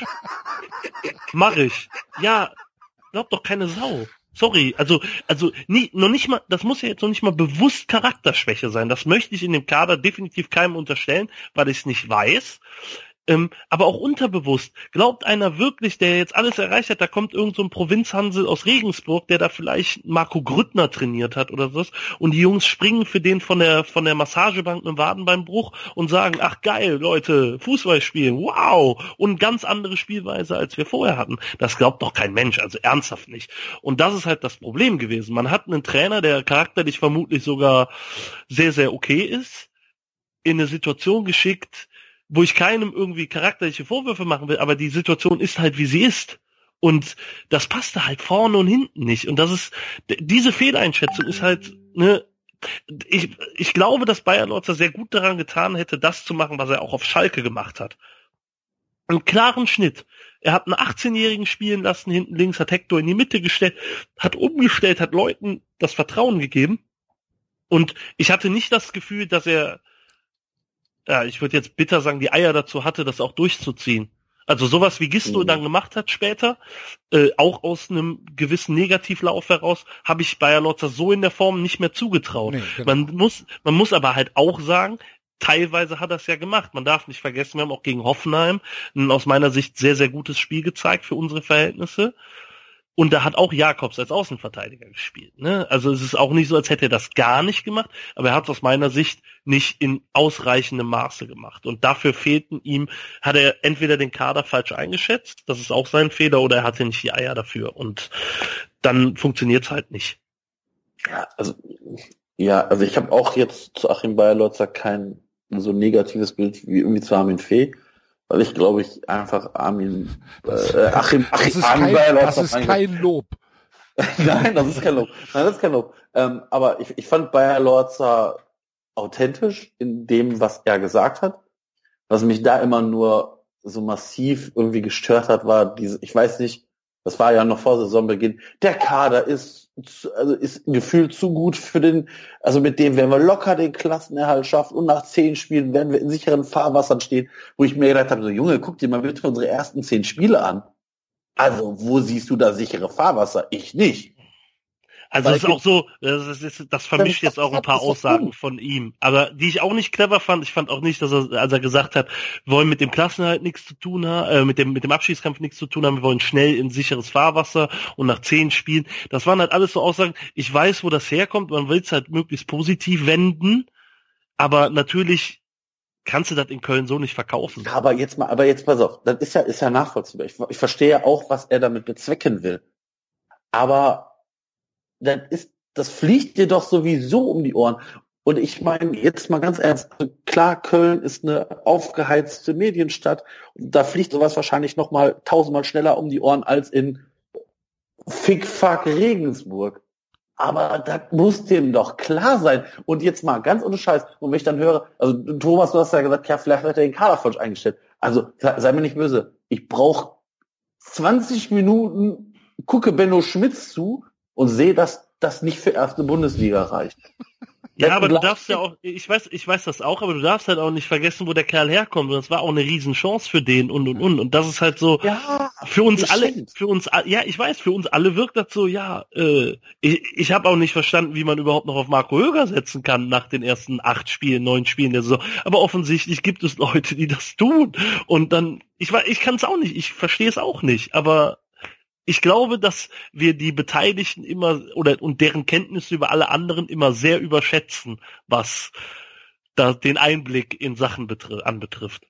Mach ich. Ja, glaubt doch keine Sau. Sorry, also also nie, noch nicht mal, das muss ja jetzt noch nicht mal bewusst Charakterschwäche sein. Das möchte ich in dem Kader definitiv keinem unterstellen, weil ich es nicht weiß. Ähm, aber auch unterbewusst. Glaubt einer wirklich, der jetzt alles erreicht hat, da kommt irgend so ein Provinzhansel aus Regensburg, der da vielleicht Marco Grüttner trainiert hat oder was, und die Jungs springen für den von der von der Massagebank mit dem Wadenbeinbruch und sagen, ach geil, Leute, Fußball spielen, wow, und ganz andere Spielweise, als wir vorher hatten. Das glaubt doch kein Mensch, also ernsthaft nicht. Und das ist halt das Problem gewesen. Man hat einen Trainer, der charakterlich vermutlich sogar sehr, sehr okay ist, in eine Situation geschickt, wo ich keinem irgendwie charakterliche Vorwürfe machen will, aber die Situation ist halt, wie sie ist. Und das passte halt vorne und hinten nicht. Und das ist, diese Fehleinschätzung ist halt, ne, ich, ich glaube, dass Bayer Lorzer sehr gut daran getan hätte, das zu machen, was er auch auf Schalke gemacht hat. Einen klaren Schnitt. Er hat einen achtzehnjährigen spielen lassen, hinten links, hat Hector in die Mitte gestellt, hat umgestellt, hat Leuten das Vertrauen gegeben. Und ich hatte nicht das Gefühl, dass er, ja, ich würde jetzt bitter sagen, die Eier dazu hatte, das auch durchzuziehen. Also sowas wie Gisto mhm. dann gemacht hat später, äh, auch aus einem gewissen Negativlauf heraus, habe ich Bayer Lorzer so in der Form nicht mehr zugetraut. Nee, genau. Man muss, man muss aber halt auch sagen, teilweise hat er es ja gemacht. Man darf nicht vergessen, wir haben auch gegen Hoffenheim ein aus meiner Sicht sehr, sehr gutes Spiel gezeigt für unsere Verhältnisse. Und da hat auch Jakobs als Außenverteidiger gespielt, ne? Also es ist auch nicht so, als hätte er das gar nicht gemacht, aber er hat es aus meiner Sicht nicht in ausreichendem Maße gemacht. Und dafür fehlten ihm, hat er entweder den Kader falsch eingeschätzt, das ist auch sein Fehler, oder er hatte nicht die Eier dafür. Und dann funktioniert es halt nicht. Ja, also, ja, also ich habe auch jetzt zu Achim Bayer Lorzer kein so negatives Bild wie irgendwie zu Armin Fee. Weil ich glaube, ich einfach Armin, äh, Achim, Achim, das ist Armin kein, das ist kein Lob. Nein, das ist kein Lob. Nein, das ist kein Lob. Ähm, aber ich, ich fand Bayer Lorzer authentisch in dem, was er gesagt hat. Was mich da immer nur so massiv irgendwie gestört hat, war diese, ich weiß nicht, das war ja noch vor Saisonbeginn, der Kader ist, also ist gefühlt zu gut für den, also mit dem werden wir locker den Klassenerhalt schaffen und nach zehn Spielen werden wir in sicheren Fahrwassern stehen, wo ich mir gedacht habe, so Junge, guck dir mal bitte unsere ersten zehn Spiele an. Also, wo siehst du da sichere Fahrwasser? Ich nicht. Also es ist auch so, das, ist, das vermischt jetzt auch ein paar Aussagen von ihm, aber die ich auch nicht clever fand. Ich fand auch nicht, dass er, als er gesagt hat, wir wollen mit dem Klassenerhalt nichts zu tun haben, äh, mit dem mit dem Abschiedskampf nichts zu tun haben, wir wollen schnell in sicheres Fahrwasser und nach zehn Spielen. Das waren halt alles so Aussagen. Ich weiß, wo das herkommt. Man will es halt möglichst positiv wenden, aber natürlich kannst du das in Köln so nicht verkaufen. Aber jetzt mal, aber jetzt pass auf, das ist ja ist ja nachvollziehbar. Ich, ich verstehe ja auch, was er damit bezwecken will, aber das ist, das fliegt dir doch sowieso um die Ohren. Und ich meine, jetzt mal ganz ernst, klar, Köln ist eine aufgeheizte Medienstadt. Und da fliegt sowas wahrscheinlich noch mal tausendmal schneller um die Ohren als in Fick-Fuck Regensburg. Aber das muss dem doch klar sein. Und jetzt mal ganz ohne Scheiß. Und wenn ich dann höre, also Thomas, du hast ja gesagt, ja, vielleicht hat er den Kader falsch eingestellt. Also sei mir nicht böse. Ich brauche zwanzig Minuten, gucke Benno Schmitz zu, und sehe, dass das nicht für erste Bundesliga reicht. Ja, aber du darfst ja auch, ich weiß, ich weiß das auch, aber du darfst halt auch nicht vergessen, wo der Kerl herkommt. Und das war auch eine Riesenchance für den und und und. Und das ist halt so, ja, für uns alle, stimmt. für uns, ja, ich weiß, für uns alle wirkt das so, ja, äh, ich, ich habe auch nicht verstanden, wie man überhaupt noch auf Marco Höger setzen kann nach den ersten acht Spielen, neun Spielen der Saison. Aber offensichtlich gibt es Leute, die das tun. Und dann, ich war, ich kann es auch nicht, ich verstehe es auch nicht, aber ich glaube, dass wir die Beteiligten immer oder und deren Kenntnisse über alle anderen immer sehr überschätzen, was da den Einblick in Sachen betri- anbetrifft.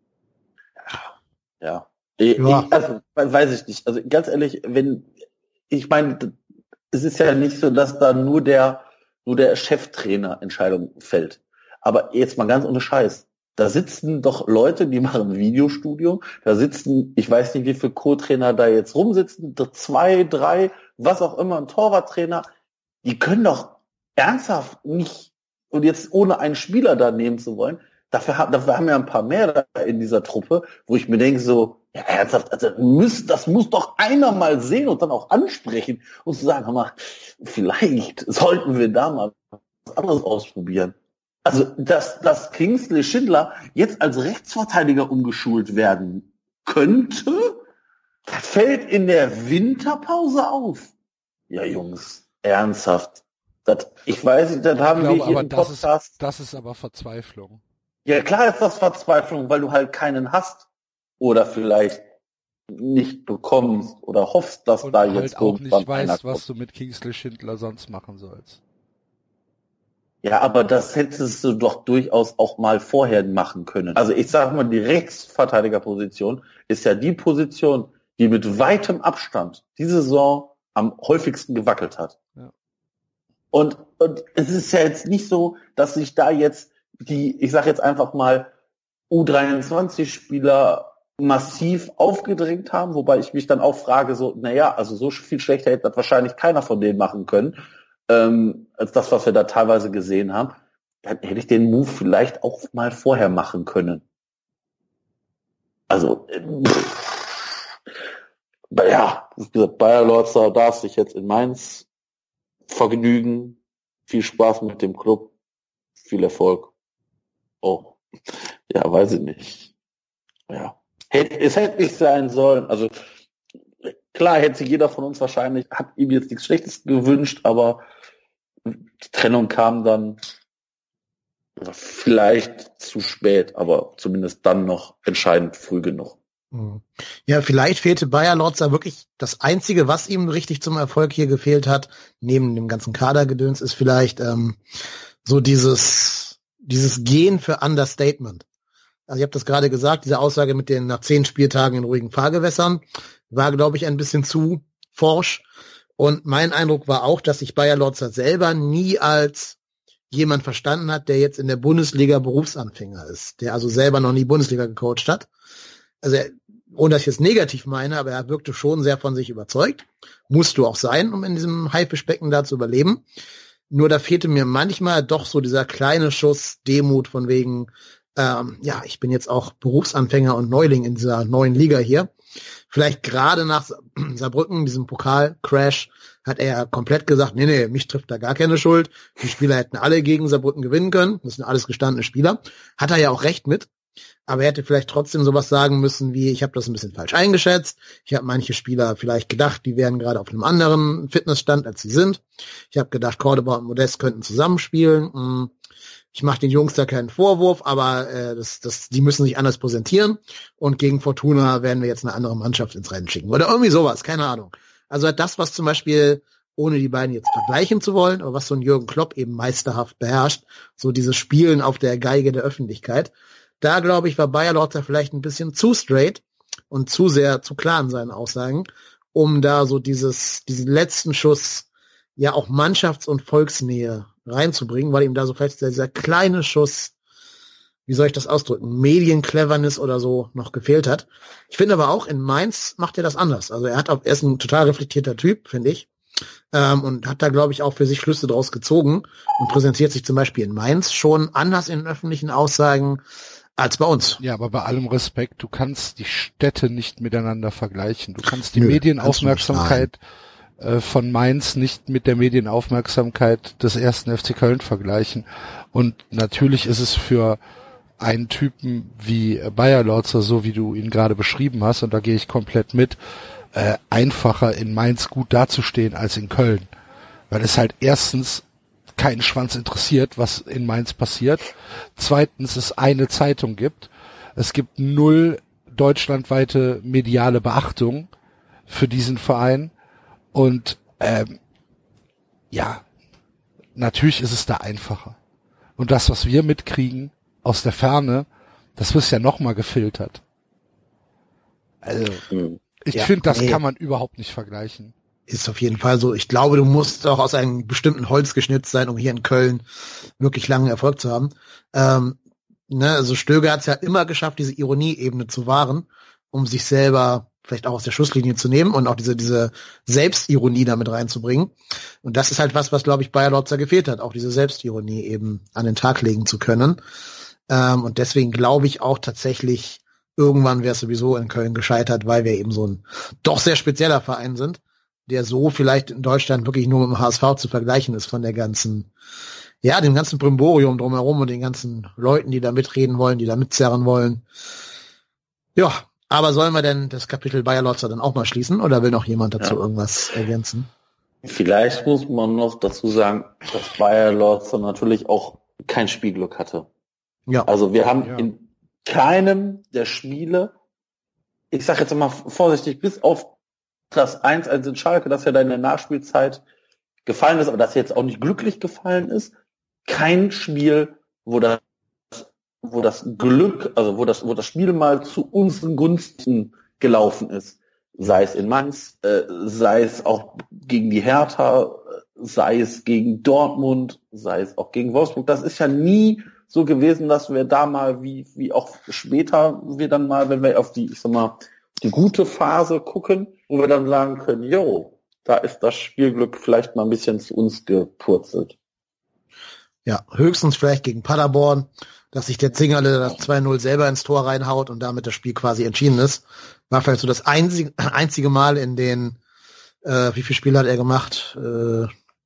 Ja. Ich, Ja. ich, also weiß ich nicht. Also ganz ehrlich, wenn ich meine, es ist ja nicht so, dass da nur der nur der Cheftrainer Entscheidung fällt. Aber jetzt mal ganz ohne Scheiß. Da sitzen doch Leute, die machen Videostudio. Da sitzen, ich weiß nicht, wie viele Co-Trainer da jetzt rumsitzen, zwei, drei, was auch immer, ein Torwarttrainer. Die können doch ernsthaft nicht, und jetzt ohne einen Spieler da nehmen zu wollen, dafür, haben, dafür haben wir ein paar mehr da in dieser Truppe, wo ich mir denke so, ja ernsthaft, also müsst, das muss doch einer mal sehen und dann auch ansprechen und zu sagen, hör mal, vielleicht sollten wir da mal was anderes ausprobieren. Also, dass, dass Kingsley Schindler jetzt als Rechtsverteidiger umgeschult werden könnte, das fällt in der Winterpause auf. Ja, Jungs, ernsthaft. Das, ich weiß nicht, das haben glaube, wir hier aber im das Podcast. ist, das ist aber Verzweiflung. Ja, klar ist das Verzweiflung, weil du halt keinen hast. Oder vielleicht nicht bekommst oder hoffst, dass Und da halt jetzt auch irgendwann nicht einer weißt, kommt. was du mit Kingsley Schindler sonst machen sollst. Ja, aber das hättest du doch durchaus auch mal vorher machen können. Also ich sage mal, die Rechtsverteidigerposition ist ja die Position, die mit weitem Abstand diese Saison am häufigsten gewackelt hat. Ja. Und, und es ist ja jetzt nicht so, dass sich da jetzt die, ich sage jetzt einfach mal, U dreiundzwanzig-Spieler massiv aufgedrängt haben, wobei ich mich dann auch frage, so, naja, also so viel schlechter hätte das wahrscheinlich keiner von denen machen können, ähm, als das, was wir da teilweise gesehen haben. Dann hätte ich den Move vielleicht auch mal vorher machen können. Also, pff, ja, wie gesagt, Bayer Lorzer darf sich jetzt in Mainz vergnügen. Viel Spaß mit dem Club. Viel Erfolg. Oh, ja, weiß ich nicht. Ja, es hätte nicht sein sollen. Also klar hätte sich jeder von uns wahrscheinlich, hat ihm jetzt nichts Schlechtes gewünscht, aber die Trennung kam dann vielleicht zu spät, aber zumindest dann noch entscheidend früh genug. Ja, vielleicht fehlte Bayer Lorzer wirklich das Einzige, was ihm richtig zum Erfolg hier gefehlt hat, neben dem ganzen Kadergedöns, ist vielleicht ähm, so dieses dieses Gehen für Understatement. Also ich habe das gerade gesagt, diese Aussage mit den nach zehn Spieltagen in ruhigen Fahrgewässern war, glaube ich, ein bisschen zu forsch. Und mein Eindruck war auch, dass sich Bayer Lorzer selber nie als jemand verstanden hat, der jetzt in der Bundesliga Berufsanfänger ist, der also selber noch nie Bundesliga gecoacht hat. Also er, ohne dass ich es negativ meine, aber er wirkte schon sehr von sich überzeugt. Musst du auch sein, um in diesem Haifischbecken da zu überleben. Nur da fehlte mir manchmal doch so dieser kleine Schuss Demut von wegen, ähm, ja, ich bin jetzt auch Berufsanfänger und Neuling in dieser neuen Liga hier. Vielleicht gerade nach Saarbrücken, diesem Pokal-Crash, hat er komplett gesagt, nee, nee, mich trifft da gar keine Schuld. Die Spieler hätten alle gegen Saarbrücken gewinnen können. Das sind alles gestandene Spieler. Hat er ja auch recht mit. Aber er hätte vielleicht trotzdem sowas sagen müssen wie, ich habe das ein bisschen falsch eingeschätzt. Ich habe manche Spieler vielleicht gedacht, die wären gerade auf einem anderen Fitnessstand, als sie sind. Ich habe gedacht, Cordoba und Modest könnten zusammenspielen. Ich mache den Jungs da keinen Vorwurf, aber äh, das, das, die müssen sich anders präsentieren. Und gegen Fortuna werden wir jetzt eine andere Mannschaft ins Rennen schicken. Oder irgendwie sowas, keine Ahnung. Also das, was zum Beispiel, ohne die beiden jetzt vergleichen zu wollen, aber was so ein Jürgen Klopp eben meisterhaft beherrscht, so dieses Spielen auf der Geige der Öffentlichkeit, da, glaube ich, war Bayer Lorzer vielleicht ein bisschen zu straight und zu sehr, zu klar in seinen Aussagen, um da so dieses, diesen letzten Schuss, ja auch Mannschafts- und Volksnähe reinzubringen, weil ihm da so vielleicht dieser kleine Schuss, wie soll ich das ausdrücken, Mediencleverness oder so noch gefehlt hat. Ich finde aber auch, in Mainz macht er das anders. Also er hat auch, er ist ein total reflektierter Typ, finde ich, ähm, und hat da, glaube ich, auch für sich Schlüsse draus gezogen und präsentiert sich zum Beispiel in Mainz schon anders in öffentlichen Aussagen als bei uns. Ja, aber bei allem Respekt, du kannst die Städte nicht miteinander vergleichen. Du kannst die Nö, Medienaufmerksamkeit äh, von Mainz nicht mit der Medienaufmerksamkeit des ersten F C Köln vergleichen. Und natürlich ist es für einen Typen wie Bayer Lorzer, so wie du ihn gerade beschrieben hast, und da gehe ich komplett mit, äh, einfacher in Mainz gut dazustehen als in Köln. Weil es halt erstens keinen Schwanz interessiert, was in Mainz passiert. Zweitens, es eine Zeitung gibt. Es gibt null deutschlandweite mediale Beachtung für diesen Verein. Und ähm, ja, natürlich ist es da einfacher. Und das, was wir mitkriegen aus der Ferne, das wird ja nochmal gefiltert. Also, ich ja, finde, das nee. kann man überhaupt nicht vergleichen. Ist auf jeden Fall so. Ich glaube, du musst auch aus einem bestimmten Holz geschnitzt sein, um hier in Köln wirklich langen Erfolg zu haben. Ähm, ne, also Stöger hat es ja immer geschafft, diese Ironieebene zu wahren, um sich selber vielleicht auch aus der Schusslinie zu nehmen und auch diese diese Selbstironie damit reinzubringen. Und das ist halt was, was, glaube ich, Bayer Lorzer gefehlt hat, auch diese Selbstironie eben an den Tag legen zu können. Ähm, und deswegen glaube ich auch tatsächlich, irgendwann wäre es sowieso in Köln gescheitert, weil wir eben so ein doch sehr spezieller Verein sind, der so vielleicht in Deutschland wirklich nur mit dem H S V zu vergleichen ist von der ganzen, ja, dem ganzen Brimborium drumherum und den ganzen Leuten, die da mitreden wollen, die da mitzerren wollen. Ja, aber sollen wir denn das Kapitel Bayer Lorzer dann auch mal schließen oder will noch jemand dazu ja. irgendwas ergänzen? Vielleicht muss man noch dazu sagen, dass Bayer Lorzer natürlich auch kein Spielglück hatte. Ja. Also wir haben ja. in keinem der Spiele, ich sag jetzt mal vorsichtig, bis auf das eins eins in Schalke, das ja dann in der Nachspielzeit gefallen ist, aber das jetzt auch nicht glücklich gefallen ist, kein Spiel, wo das, wo das Glück, also wo das, wo das Spiel mal zu unseren Gunsten gelaufen ist. Sei es in Mainz, äh, sei es auch gegen die Hertha, sei es gegen Dortmund, sei es auch gegen Wolfsburg. Das ist ja nie so gewesen, dass wir da mal, wie, wie auch später wir dann mal, wenn wir auf die, ich sag mal, die gute Phase gucken, wo wir dann sagen können, jo, da ist das Spielglück vielleicht mal ein bisschen zu uns gepurzelt. Ja, höchstens vielleicht gegen Paderborn, dass sich der Zingerle das zwei null selber ins Tor reinhaut und damit das Spiel quasi entschieden ist. War vielleicht so das einzige, einzige Mal in den, äh, wie viele Spiele hat er gemacht? Äh,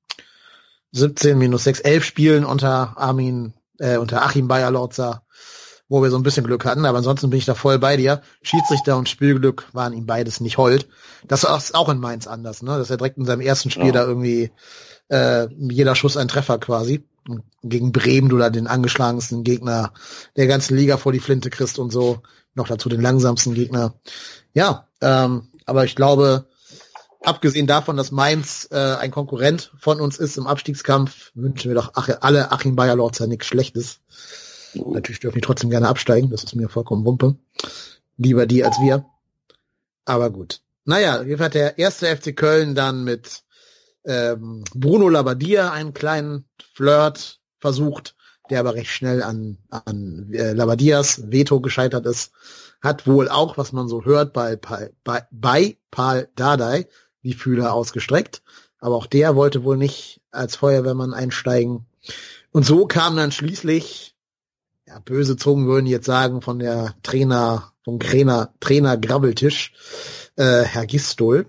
siebzehn minus sechs, elf Spielen unter Armin, äh, unter Achim Bayer Lorzer, wo wir so ein bisschen Glück hatten, aber ansonsten bin ich da voll bei dir. Schiedsrichter und Spielglück waren ihm beides nicht hold. Das ist auch in Mainz anders, ne? Dass er direkt in seinem ersten Spiel ja. da irgendwie äh, jeder Schuss ein Treffer quasi. Und gegen Bremen du da den angeschlagensten Gegner der ganzen Liga vor die Flinte kriegst und so. Noch dazu den langsamsten Gegner. Ja, ähm, aber ich glaube, abgesehen davon, dass Mainz äh, ein Konkurrent von uns ist im Abstiegskampf, wünschen wir doch Ach- alle Achim Bayer Lorzer nichts Schlechtes. Natürlich dürfen die trotzdem gerne absteigen, das ist mir vollkommen Wumpe. Lieber die als wir. Aber gut. Naja, hier hat der erste F C Köln dann mit ähm, Bruno Labbadia einen kleinen Flirt versucht, der aber recht schnell an, an äh, Labbadias Veto gescheitert ist. Hat wohl auch, was man so hört, bei, bei, bei Paul Dardai die Fühler ausgestreckt. Aber auch der wollte wohl nicht als Feuerwehrmann einsteigen. Und so kam dann schließlich ja, böse Zungen würden jetzt sagen, von der Trainer, vom Trainer, Trainer Grabbeltisch, äh, Herr Gistol.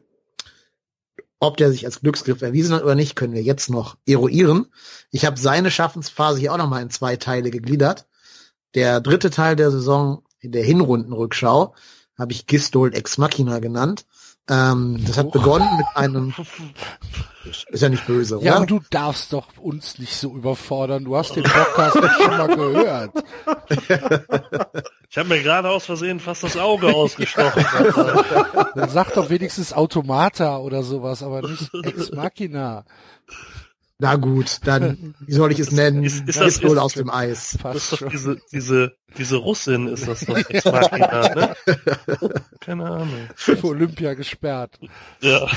Ob der sich als Glücksgriff erwiesen hat oder nicht, können wir jetzt noch eruieren. Ich habe seine Schaffensphase hier auch nochmal in zwei Teile gegliedert. Der dritte Teil der Saison, in der Hinrundenrückschau, habe ich Gistol Ex Machina genannt. Ähm, das hat begonnen mit einem... Ist ja nicht böse, oder? Ja, aber du darfst doch uns nicht so überfordern. Du hast den Podcast doch schon mal gehört. Ich habe mir gerade aus Versehen fast das Auge ausgestochen. Dann sag doch wenigstens Automata oder sowas, aber nicht Ex Machina. Na gut, dann, wie soll ich es nennen? Ist, ist das wohl aus dem Eis. Das ist doch diese, diese, diese Russin ist das doch, Ex Machina, ne? Keine Ahnung. Für Olympia gesperrt. Ja.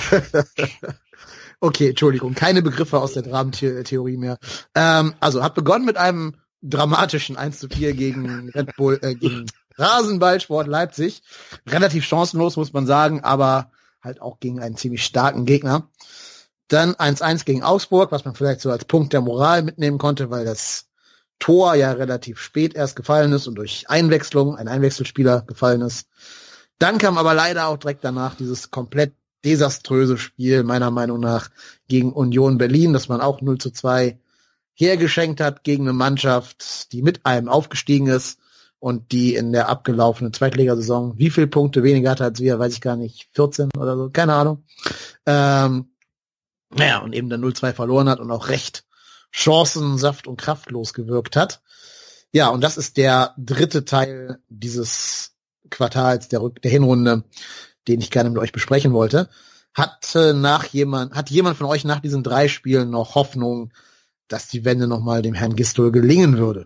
Okay, Entschuldigung, keine Begriffe aus der Dramentheorie mehr. Ähm, also, hat begonnen mit einem dramatischen eins zu vier gegen Red Bull, äh, gegen Rasenballsport Leipzig. Relativ chancenlos, muss man sagen, aber halt auch gegen einen ziemlich starken Gegner. Dann eins eins gegen Augsburg, was man vielleicht so als Punkt der Moral mitnehmen konnte, weil das Tor ja relativ spät erst gefallen ist und durch Einwechslung, ein Einwechselspieler gefallen ist. Dann kam aber leider auch direkt danach dieses komplett desaströse Spiel, meiner Meinung nach, gegen Union Berlin, das man auch null zu zwei hergeschenkt hat gegen eine Mannschaft, die mit einem aufgestiegen ist und die in der abgelaufenen Zweitligasaison wie viele Punkte weniger hatte als wir, weiß ich gar nicht, vierzehn oder so, keine Ahnung. Ähm, naja, und eben dann null zwei verloren hat und auch recht chancensaft und kraftlos gewirkt hat. Ja, und das ist der dritte Teil dieses Quartals, der, Rück- der Hinrunde, den ich gerne mit euch besprechen wollte. Hat äh, nach jemand, hat jemand von euch nach diesen drei Spielen noch Hoffnung, dass die Wende nochmal dem Herrn Gistol gelingen würde?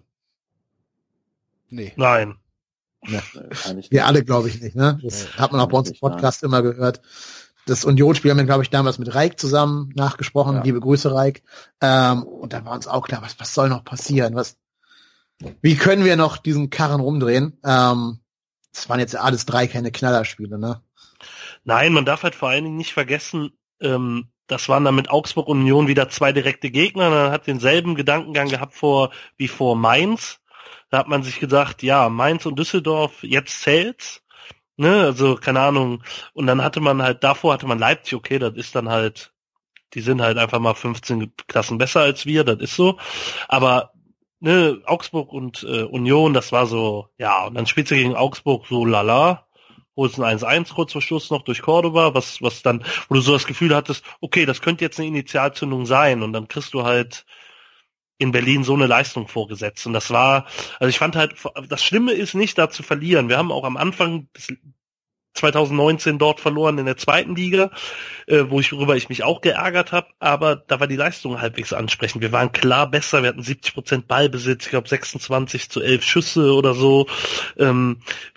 Nee. Nein. Ja. Kann ich Wir nicht. alle, glaube ich, nicht, ne? Das Nee, hat man auch bei uns im nicht, nein. Podcast immer gehört. Das Unionsspiel haben wir, glaube ich, damals mit Reik zusammen nachgesprochen. Ja. Liebe Grüße, Reik. Ähm, und da war uns auch klar, was, was soll noch passieren? Was, wie können wir noch diesen Karren rumdrehen? Ähm, das waren jetzt alles drei keine Knallerspiele, ne? Nein, man darf halt vor allen Dingen nicht vergessen, ähm, das waren dann mit Augsburg und Union wieder zwei direkte Gegner. Man hat denselben Gedankengang gehabt vor wie vor Mainz. Da hat man sich gedacht, ja, Mainz und Düsseldorf, jetzt zählt's. Ne, also keine Ahnung. Und dann hatte man halt, davor hatte man Leipzig, okay, das ist dann halt, die sind halt einfach mal fünfzehn Klassen besser als wir, das ist so. Aber ne, Augsburg und äh, Union, das war so, ja, und dann spielst du gegen Augsburg so lala, holst ein eins eins kurz vor Schluss noch durch Cordoba, was was dann, wo du so das Gefühl hattest, okay, das könnte jetzt eine Initialzündung sein, und dann kriegst du halt in Berlin so eine Leistung vorgesetzt. Und das war, also ich fand halt, das Schlimme ist nicht, da zu verlieren. Wir haben auch am Anfang des zwanzig neunzehn dort verloren in der zweiten Liga, äh, wo ich, worüber ich mich auch geärgert habe, aber da war die Leistung halbwegs ansprechend. Wir waren klar besser, wir hatten siebzig Prozent Ballbesitz, ich glaube sechsundzwanzig zu elf Schüsse oder so. Ähm,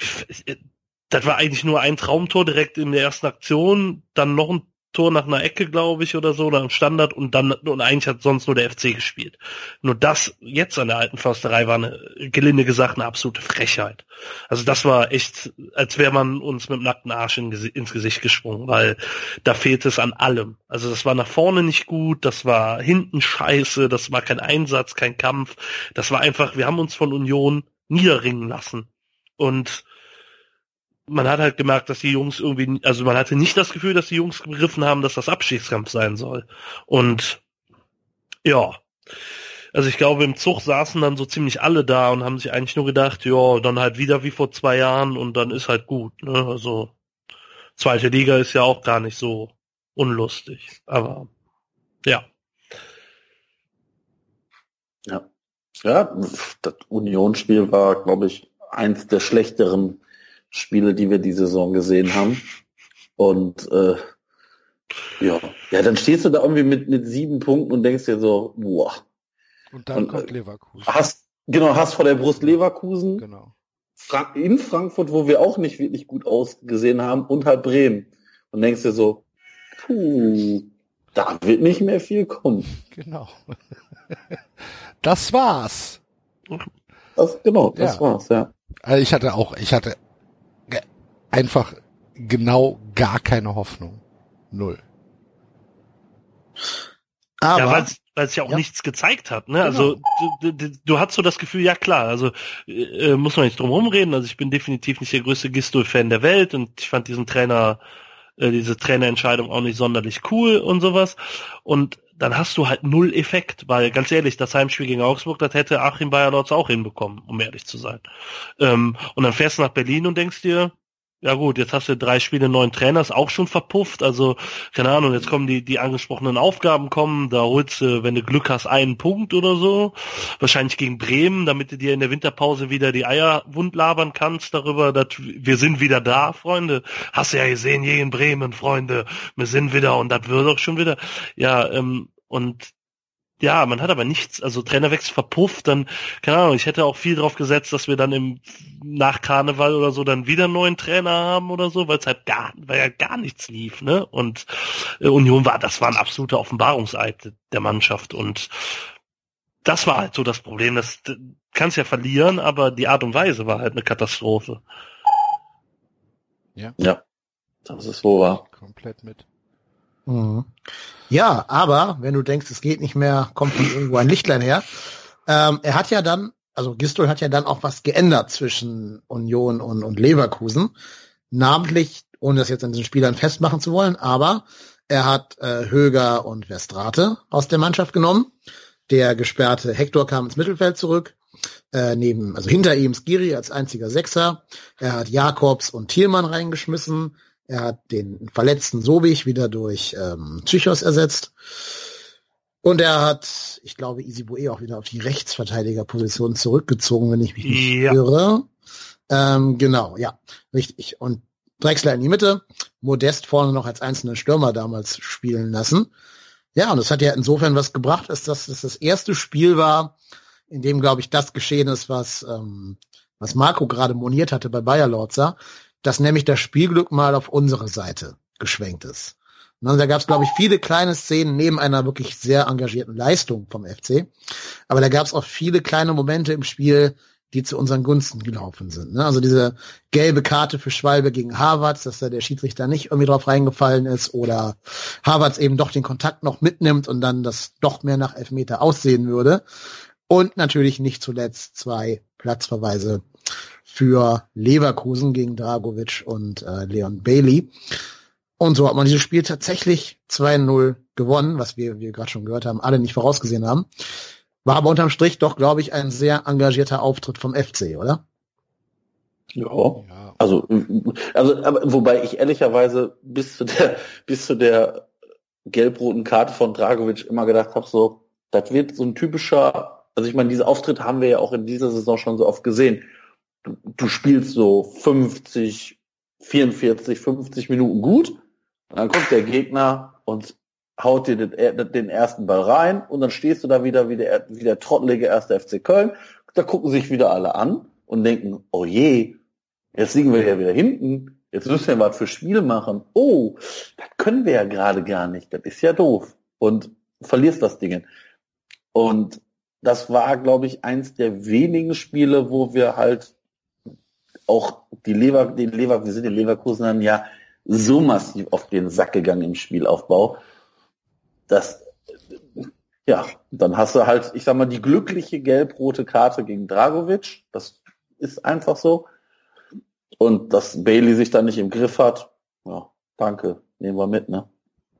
das war eigentlich nur ein Traumtor direkt in der ersten Aktion, dann noch ein Tor nach einer Ecke, glaube ich, oder so, oder im Standard, und dann, und eigentlich hat sonst nur der F C gespielt. Nur das jetzt an der alten Försterei war eine, gelinde gesagt, eine absolute Frechheit. Also das war echt, als wäre man uns mit dem nackten Arsch in, ins Gesicht gesprungen, weil da fehlte es an allem. Also das war nach vorne nicht gut, das war hinten scheiße, das war kein Einsatz, kein Kampf, das war einfach, wir haben uns von Union niederringen lassen. Und man hat halt gemerkt, dass die Jungs irgendwie, also man hatte nicht das Gefühl, dass die Jungs begriffen haben, dass das Abstiegskampf sein soll. Und ja, also ich glaube, im Zug saßen dann so ziemlich alle da und haben sich eigentlich nur gedacht, ja, dann halt wieder wie vor zwei Jahren und dann ist halt gut. Ne? Also zweite Liga ist ja auch gar nicht so unlustig. Aber ja. Ja, ja, das Unionsspiel war, glaube ich, eins der schlechteren Spiele, die wir die Saison gesehen haben. Und äh, ja, ja, dann stehst du da irgendwie mit mit sieben Punkten und denkst dir so, boah. Und dann und, kommt Leverkusen. Hast genau, hast vor der Brust Leverkusen. Genau. Fra- in Frankfurt, wo wir auch nicht wirklich gut ausgesehen haben, und halt Bremen. Und denkst dir so, puh, da wird nicht mehr viel kommen. Genau. Das war's. Das, genau, das ja. war's, ja. Also ich hatte auch, ich hatte einfach genau gar keine Hoffnung. Null. Aber ja, weil es ja auch Ja. nichts gezeigt hat, ne? Also du, du, du hast so das Gefühl, ja klar, also äh, muss man nicht drum rumreden, also ich bin definitiv nicht der größte Gistol-Fan der Welt und ich fand diesen Trainer, äh, diese Trainerentscheidung auch nicht sonderlich cool und sowas. Und dann hast du halt null Effekt, weil ganz ehrlich, das Heimspiel gegen Augsburg, das hätte Achim Beyer-Lorz auch hinbekommen, um ehrlich zu sein. Ähm, und dann fährst du nach Berlin und denkst dir, ja gut, jetzt hast du drei Spiele neuen Trainer, ist auch schon verpufft, also keine Ahnung, jetzt kommen die die angesprochenen Aufgaben kommen, da holst du, wenn du Glück hast, einen Punkt oder so, wahrscheinlich gegen Bremen, damit du dir in der Winterpause wieder die Eier wund labern kannst darüber, dass wir sind wieder da, Freunde, hast du ja gesehen, hier in Bremen, Freunde, wir sind wieder und das wird auch schon wieder, ja, ähm, und ja, man hat aber nichts, also Trainerwechsel verpufft, dann, keine Ahnung, ich hätte auch viel drauf gesetzt, dass wir dann im nach Karneval oder so dann wieder einen neuen Trainer haben oder so, weil es halt gar, weil ja gar nichts lief, ne? Und äh, Union war, das war ein absoluter Offenbarungseid der Mannschaft und das war halt so das Problem, das kannst ja verlieren, aber die Art und Weise war halt eine Katastrophe. Ja. Ja, das ist wohl wahr. Komplett mit. Mhm. Ja, aber wenn du denkst, es geht nicht mehr, kommt von irgendwo ein Lichtlein her. Ähm, er hat ja dann, also Gistol hat ja dann auch was geändert zwischen Union und, und Leverkusen. Namentlich, ohne das jetzt an diesen Spielern festmachen zu wollen, aber er hat äh, Höger und Westrate aus der Mannschaft genommen. Der gesperrte Hector kam ins Mittelfeld zurück. Äh, neben, also hinter ihm Skiri als einziger Sechser. Er hat Jakobs und Thielmann reingeschmissen. Er hat den verletzten Sobich wieder durch ähm, Psychos ersetzt. Und er hat, ich glaube, Isibue auch wieder auf die Rechtsverteidigerposition zurückgezogen, wenn ich mich nicht Ja. irre. Ähm, genau, ja, richtig. Und Drexler in die Mitte, Modest vorne noch als einzelnen Stürmer damals spielen lassen. Ja, und es hat ja insofern was gebracht, dass das, dass das erste Spiel war, in dem, glaube ich, das geschehen ist, was, ähm, was Marco gerade moniert hatte bei Beyer-Lorzer, dass nämlich das Spielglück mal auf unsere Seite geschwenkt ist. Und da gab es, glaube ich, viele kleine Szenen neben einer wirklich sehr engagierten Leistung vom F C. Aber da gab es auch viele kleine Momente im Spiel, die zu unseren Gunsten gelaufen sind. Ne? Also diese gelbe Karte für Schwalbe gegen Havertz, dass da der Schiedsrichter nicht irgendwie drauf reingefallen ist oder Havertz eben doch den Kontakt noch mitnimmt und dann das doch mehr nach Elfmeter aussehen würde. Und natürlich nicht zuletzt zwei Platzverweise für Leverkusen gegen Dragovic und äh, Leon Bailey. Und so hat man dieses Spiel tatsächlich zwei null gewonnen, was wir, wie wir gerade schon gehört haben, alle nicht vorausgesehen haben. War aber unterm Strich doch, glaube ich, ein sehr engagierter Auftritt vom F C, oder? Ja. Ja. Also, also, aber, wobei ich ehrlicherweise bis zu der, bis zu der gelb-roten Karte von Dragovic immer gedacht habe, so, das wird so ein typischer, also ich meine, diese Auftritte haben wir ja auch in dieser Saison schon so oft gesehen. Du, du spielst so fünfzig, vierundvierzig, fünfzig Minuten gut, und dann kommt der Gegner und haut dir den, den ersten Ball rein und dann stehst du da wieder wie der, wie der trottelige erste F C Köln. Da gucken sich wieder alle an und denken, oh je, jetzt liegen wir ja wieder hinten, jetzt müssen wir was für Spiel machen. Oh, das können wir ja gerade gar nicht, das ist ja doof. Und verlierst das Ding. Und das war, glaube ich, eins der wenigen Spiele, wo wir halt auch die Lever, den Lever, wir sind den Leverkusenern ja so massiv auf den Sack gegangen im Spielaufbau, dass, ja, dann hast du halt, ich sag mal, die glückliche gelb-rote Karte gegen Dragovic, das ist einfach so. Und dass Bailey sich da nicht im Griff hat, ja, danke, nehmen wir mit, ne?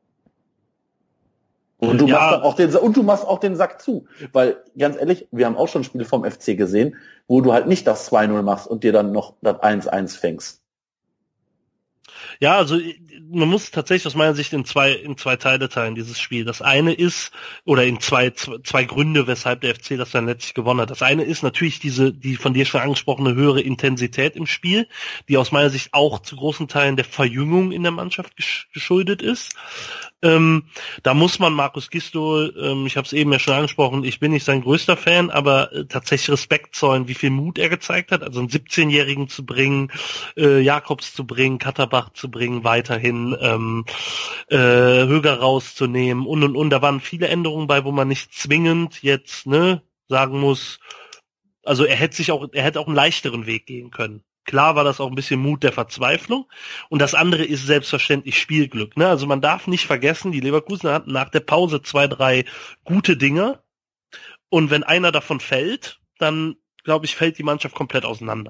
Und du, Ja. machst dann auch den, und du machst auch den Sack zu. Weil, ganz ehrlich, wir haben auch schon Spiele vom F C gesehen, wo du halt nicht das zwei null machst und dir dann noch das eins eins fängst. Ja, also man muss tatsächlich aus meiner Sicht in zwei in zwei Teile teilen, dieses Spiel. Das eine ist, oder in zwei zwei, zwei Gründe, weshalb der F C das dann letztlich gewonnen hat. Das eine ist natürlich diese, die von dir schon angesprochene höhere Intensität im Spiel, die aus meiner Sicht auch zu großen Teilen der Verjüngung in der Mannschaft gesch- geschuldet ist. Ähm, da muss man Markus Gistol, ähm, ich habe es eben ja schon angesprochen, ich bin nicht sein größter Fan, aber äh, tatsächlich Respekt zollen, wie viel Mut er gezeigt hat, also einen siebzehnjährigen zu bringen, äh, Jakobs zu bringen, Katterbach zu bringen, weiterhin ähm, äh, Höger rauszunehmen und und und. Da waren viele Änderungen bei, wo man nicht zwingend jetzt ne sagen muss, also er hätte sich auch, er hätte auch einen leichteren Weg gehen können. Klar war das auch ein bisschen Mut der Verzweiflung. Und das andere ist selbstverständlich Spielglück. Ne? Also man darf nicht vergessen, die Leverkusener hatten nach der Pause zwei, drei gute Dinge. Und wenn einer davon fällt, dann, glaube ich, fällt die Mannschaft komplett auseinander.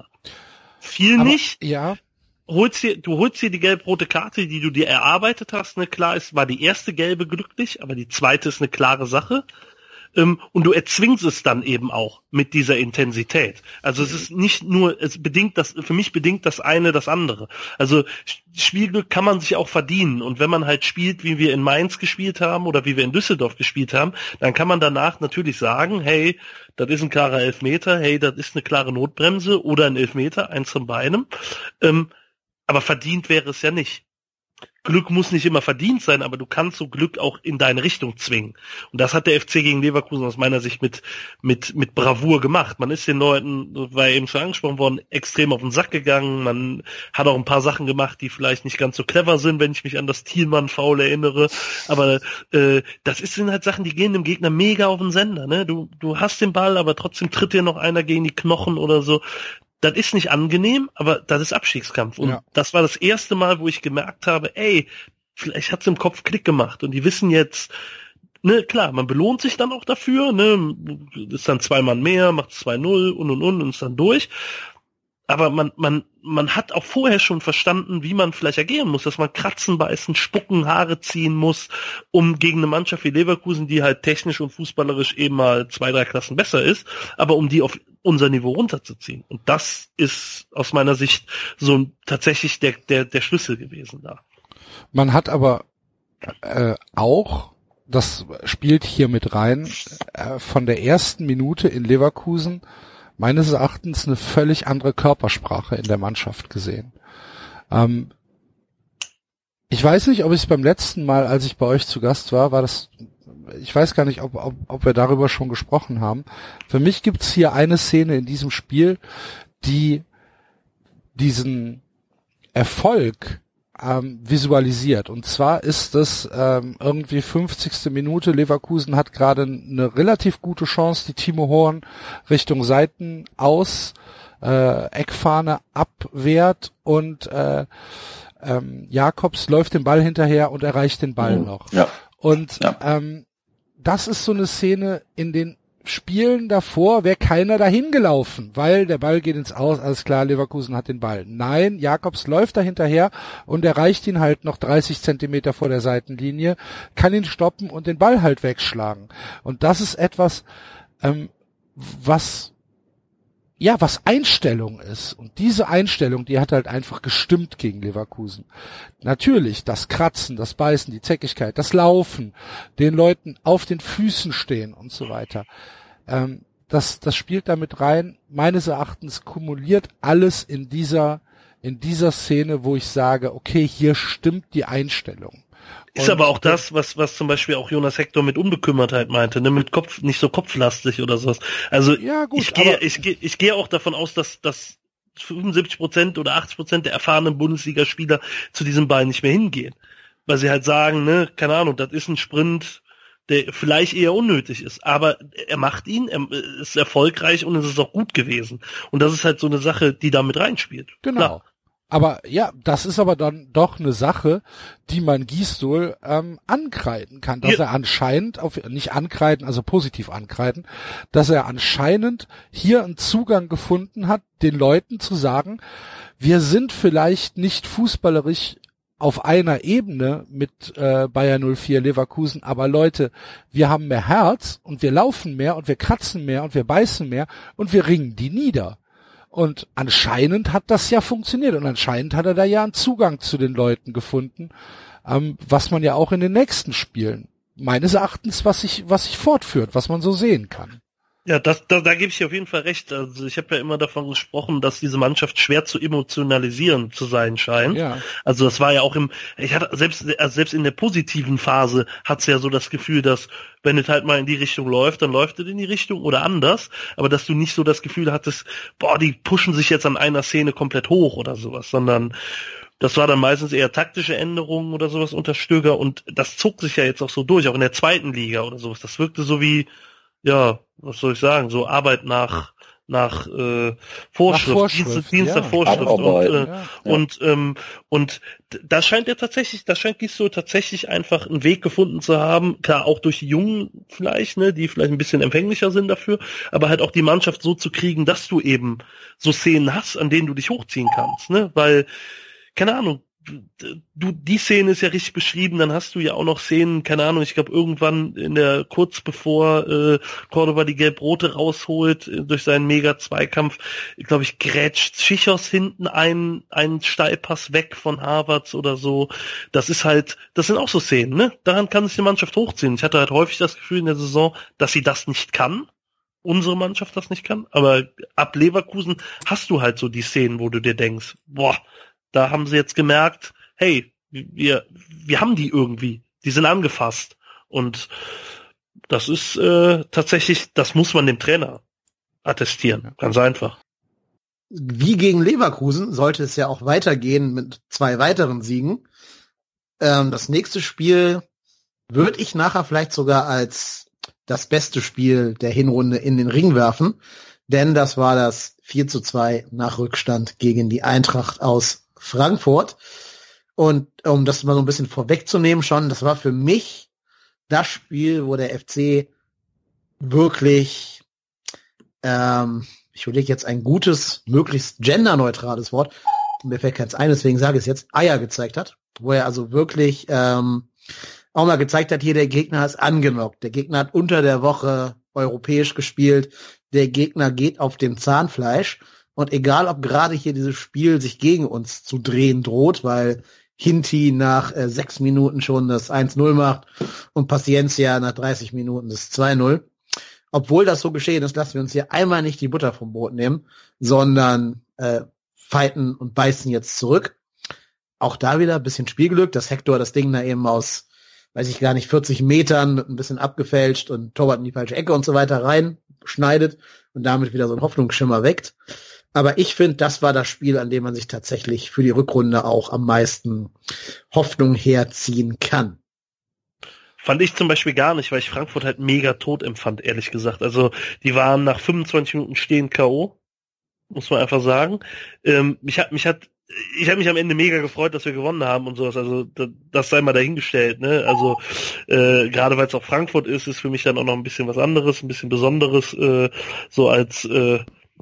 Viel Aber, nicht. Ja. Holst dir, du holst dir die gelb-rote Karte, die du dir erarbeitet hast. Ne? Klar, es war die erste gelbe glücklich, aber die zweite ist eine klare Sache. Ähm, und du erzwingst es dann eben auch mit dieser Intensität. Also es ist nicht nur, es bedingt das, für mich bedingt das eine das andere. Also Spielglück kann man sich auch verdienen. Und wenn man halt spielt, wie wir in Mainz gespielt haben oder wie wir in Düsseldorf gespielt haben, dann kann man danach natürlich sagen, hey, das ist ein klarer Elfmeter, hey, das ist eine klare Notbremse oder ein Elfmeter, eins von beidem. Ähm, aber verdient wäre es ja nicht. Glück muss nicht immer verdient sein, aber du kannst so Glück auch in deine Richtung zwingen. Und das hat der F C gegen Leverkusen aus meiner Sicht mit mit mit Bravour gemacht. Man ist den Leuten, war eben schon angesprochen worden, extrem auf den Sack gegangen. Man hat auch ein paar Sachen gemacht, die vielleicht nicht ganz so clever sind, wenn ich mich an das Thielmann-Foul erinnere. Aber äh, das ist, sind halt Sachen, die gehen dem Gegner mega auf den Sender. Ne? Du du hast den Ball, aber trotzdem tritt dir noch einer gegen die Knochen oder so. Das ist nicht angenehm, aber das ist Abstiegskampf. Und ja. Das war das erste Mal, wo ich gemerkt habe, ey, vielleicht hat's im Kopf Klick gemacht. Und die wissen jetzt, ne, klar, man belohnt sich dann auch dafür, ne, ist dann zwei Mann mehr, macht zwei null und und und und ist dann durch. Aber man, man, man hat auch vorher schon verstanden, wie man vielleicht agieren muss, dass man kratzen, beißen, spucken, Haare ziehen muss, um gegen eine Mannschaft wie Leverkusen, die halt technisch und fußballerisch eben mal zwei, drei Klassen besser ist, aber um die auf unser Niveau runterzuziehen. Und das ist aus meiner Sicht so tatsächlich der, der, der Schlüssel gewesen da. Man hat aber äh, auch, das spielt hier mit rein, äh, von der ersten Minute in Leverkusen meines Erachtens eine völlig andere Körpersprache in der Mannschaft gesehen. Ähm, ich weiß nicht, ob ich es beim letzten Mal, als ich bei euch zu Gast war, war das, ich weiß gar nicht, ob, ob, ob wir darüber schon gesprochen haben. Für mich gibt's hier eine Szene in diesem Spiel, die diesen Erfolg ähm, visualisiert. Und zwar ist es ähm, irgendwie fünfzigste Minute. Leverkusen hat gerade eine relativ gute Chance, die Timo Horn Richtung Seiten aus, äh, Eckfahne abwehrt und äh, ähm, Jakobs läuft den Ball hinterher und erreicht den Ball mhm. noch. Ja. Und ja. ähm, das ist so eine Szene, in den Spielen davor wäre keiner dahin gelaufen, weil der Ball geht ins Aus, alles klar, Leverkusen hat den Ball. Nein, Jakobs läuft da hinterher und erreicht ihn halt noch dreißig Zentimeter vor der Seitenlinie, kann ihn stoppen und den Ball halt wegschlagen. Und das ist etwas, ähm, was ja, was Einstellung ist. Und diese Einstellung, die hat halt einfach gestimmt gegen Leverkusen. Natürlich, das Kratzen, das Beißen, die Zäckigkeit, das Laufen, den Leuten auf den Füßen stehen und so weiter. Ähm, das, das spielt damit rein. Meines Erachtens kumuliert alles in dieser, in dieser Szene, wo ich sage, okay, hier stimmt die Einstellung. Ist aber auch das, was was zum Beispiel auch Jonas Hector mit Unbekümmertheit meinte, ne, mit Kopf, nicht so kopflastig oder sowas. Also ja, gut, ich gehe ich gehe ich gehe auch davon aus, dass dass fünfundsiebzig Prozent oder achtzig Prozent der erfahrenen Bundesligaspieler zu diesem Ball nicht mehr hingehen, weil sie halt sagen, ne, keine Ahnung, das ist ein Sprint, der vielleicht eher unnötig ist, aber er macht ihn, er ist erfolgreich und es ist auch gut gewesen. Und das ist halt so eine Sache, die da mit reinspielt. Genau. Klar. Aber ja, das ist aber dann doch eine Sache, die man Gisdol ähm, ankreiden kann, dass ja. er anscheinend, auf nicht ankreiden, also positiv ankreiden, dass er anscheinend hier einen Zugang gefunden hat, den Leuten zu sagen, wir sind vielleicht nicht fußballerisch auf einer Ebene mit äh, Bayer null vier Leverkusen, aber Leute, wir haben mehr Herz und wir laufen mehr und wir kratzen mehr und wir beißen mehr und wir ringen die nieder. Und anscheinend hat das ja funktioniert und anscheinend hat er da ja einen Zugang zu den Leuten gefunden, ähm, was man ja auch in den nächsten Spielen meines Erachtens, was sich was sich fortführt, was man so sehen kann. Ja, das, da, da gebe ich dir auf jeden Fall recht. Also ich habe ja immer davon gesprochen, dass diese Mannschaft schwer zu emotionalisieren zu sein scheint. Ja. Also das war ja auch im, ich hatte selbst also selbst in der positiven Phase hat's ja so das Gefühl, dass wenn es halt mal in die Richtung läuft, dann läuft es in die Richtung oder anders. Aber dass du nicht so das Gefühl hattest, boah, die pushen sich jetzt an einer Szene komplett hoch oder sowas, sondern das war dann meistens eher taktische Änderungen oder sowas unter Stöger und das zog sich ja jetzt auch so durch, auch in der zweiten Liga oder sowas. Das wirkte so wie, ja, was soll ich sagen, so Arbeit nach nach äh, Vorschrift, nach Vorschrift, Dienst, Dienst ja. nach Vorschrift und, Abarbeiten. äh, Ja. und ähm, und da scheint er tatsächlich, da scheint Gisdol tatsächlich einfach einen Weg gefunden zu haben, klar auch durch die Jungen vielleicht, ne, die vielleicht ein bisschen empfänglicher sind dafür, aber halt auch die Mannschaft so zu kriegen, dass du eben so Szenen hast, an denen du dich hochziehen kannst, ne, weil keine Ahnung, du, die Szene ist ja richtig beschrieben, dann hast du ja auch noch Szenen, keine Ahnung, ich glaube irgendwann in der, kurz bevor äh, Cordoba die Gelb-Rote rausholt, äh, durch seinen Mega-Zweikampf, glaube ich, grätscht Schichos hinten einen, einen Steilpass weg von Havertz oder so. Das ist halt, das sind auch so Szenen, ne? Daran kann sich die Mannschaft hochziehen. Ich hatte halt häufig das Gefühl in der Saison, dass sie das nicht kann, unsere Mannschaft das nicht kann, aber ab Leverkusen hast du halt so die Szenen, wo du dir denkst, boah, da haben sie jetzt gemerkt, hey, wir wir haben die irgendwie, die sind angefasst. Und das ist äh, tatsächlich, das muss man dem Trainer attestieren, ganz einfach. Wie gegen Leverkusen sollte es ja auch weitergehen mit zwei weiteren Siegen. Ähm, das nächste Spiel würde ich nachher vielleicht sogar als das beste Spiel der Hinrunde in den Ring werfen, denn das war das vier zu zwei nach Rückstand gegen die Eintracht aus Frankfurt. Und um das mal so ein bisschen vorwegzunehmen schon, das war für mich das Spiel, wo der F C wirklich, ähm, ich überlege jetzt ein gutes, möglichst genderneutrales Wort, mir fällt keins ein, deswegen sage ich es jetzt, Eier gezeigt hat, wo er also wirklich ähm, auch mal gezeigt hat, hier der Gegner ist angenockt, der Gegner hat unter der Woche europäisch gespielt, der Gegner geht auf dem Zahnfleisch. Und egal, ob gerade hier dieses Spiel sich gegen uns zu drehen droht, weil Hinti nach äh, sechs Minuten schon das eins null macht und Paciencia nach dreißig Minuten das zwei null. Obwohl das so geschehen ist, lassen wir uns hier einmal nicht die Butter vom Brot nehmen, sondern äh, fighten und beißen jetzt zurück. Auch da wieder ein bisschen Spielglück, dass Hector das Ding da eben aus, weiß ich gar nicht, vierzig Metern mit ein bisschen abgefälscht und Torwart in die falsche Ecke und so weiter reinschneidet und damit wieder so einen Hoffnungsschimmer weckt. Aber ich finde, das war das Spiel, an dem man sich tatsächlich für die Rückrunde auch am meisten Hoffnung herziehen kann. Fand ich zum Beispiel gar nicht, weil ich Frankfurt halt mega tot empfand, ehrlich gesagt. Also die waren nach fünfundzwanzig Minuten stehend K O, muss man einfach sagen. Ähm, mich hat, mich hat, ich habe mich am Ende mega gefreut, dass wir gewonnen haben und sowas. Also das, das sei mal dahingestellt, ne? Also äh, gerade weil es auch Frankfurt ist, ist für mich dann auch noch ein bisschen was anderes, ein bisschen Besonderes, äh, so als äh,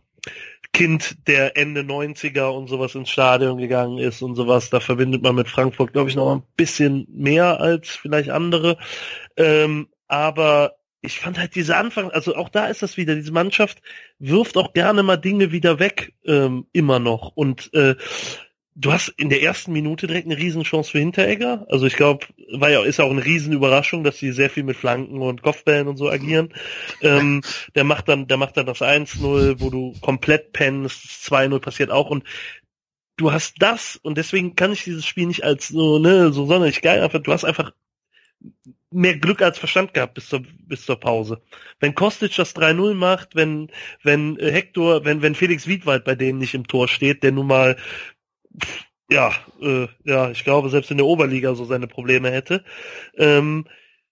Kind, der Ende neunziger und sowas ins Stadion gegangen ist und sowas, da verbindet man mit Frankfurt, glaube ich, noch ein bisschen mehr als vielleicht andere. Ähm, aber ich fand halt diese Anfang, also auch da ist das wieder, diese Mannschaft wirft auch gerne mal Dinge wieder weg, ähm, immer noch. Und äh, du hast in der ersten Minute direkt eine Riesenchance für Hinteregger. Also ich glaube, war ja, ist auch eine Riesenüberraschung, dass sie sehr viel mit Flanken und Kopfbällen und so agieren. Ähm, der macht dann, der macht dann das eins null, wo du komplett pennst, das zwei null passiert auch und du hast das und deswegen kann ich dieses Spiel nicht als so, ne, so sonderlich geil, einfach, du hast einfach mehr Glück als Verstand gehabt bis zur, bis zur Pause. Wenn Kostic das drei null macht, wenn, wenn äh, Hector, wenn, wenn Felix Wiedwald bei denen nicht im Tor steht, der nun mal ja, äh, ja, ich glaube, selbst in der Oberliga so seine Probleme hätte, ähm,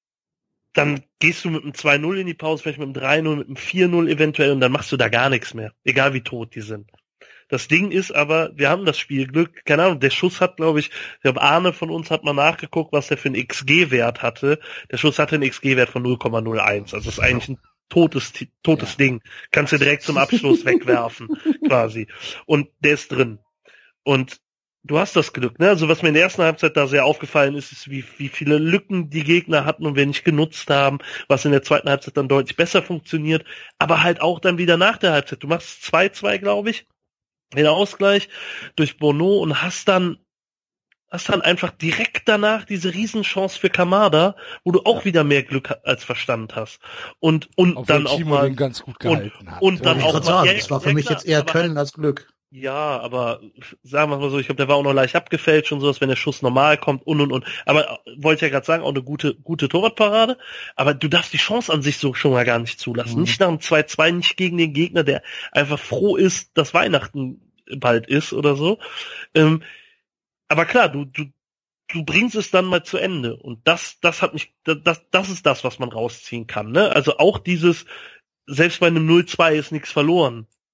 dann gehst du mit einem zwei null in die Pause, vielleicht mit einem drei null, mit einem vier null eventuell und dann machst du da gar nichts mehr, egal wie tot die sind. Das Ding ist aber, wir haben das Spielglück, keine Ahnung, der Schuss hat, glaube ich, ich glaube, Arne von uns hat mal nachgeguckt, was der für einen X G-Wert hatte. Der Schuss hatte einen X G-Wert von null Komma null eins, also das ist eigentlich ein totes, totes ja. Ding. Kannst du direkt zum Abschluss wegwerfen, quasi. Und der ist drin. Und du hast das Glück, ne? Also was mir in der ersten Halbzeit da sehr aufgefallen ist, ist, wie, wie viele Lücken die Gegner hatten und wir nicht genutzt haben, was in der zweiten Halbzeit dann deutlich besser funktioniert, aber halt auch dann wieder nach der Halbzeit. Du machst zwei zwei, glaube ich, den Ausgleich durch Bono und hast dann hast dann einfach direkt danach diese Riesenchance für Kamada, wo du auch wieder mehr Glück als Verstand hast. Und, und Obwohl dann auch Timo mal, den ganz gut gehalten und, hat. und dann ich auch mal, sagen, ja, das war für ja, mich klar, jetzt eher aber Können halt, als Glück. Ja, aber sagen wir mal so, ich glaube, der war auch noch leicht abgefälscht und sowas, wenn der Schuss normal kommt und und und. Aber wollte ich ja gerade sagen, auch eine gute gute Torwartparade. Aber du darfst die Chance an sich so schon mal gar nicht zulassen. Mhm. Nicht nach einem zwei zwei, nicht gegen den Gegner, der einfach froh ist, dass Weihnachten bald ist oder so. Ähm, aber klar, du du du bringst es dann mal zu Ende und das das hat mich das das ist das, was man rausziehen kann. Ne? Also auch dieses, selbst bei einem null zwei ist nichts verloren.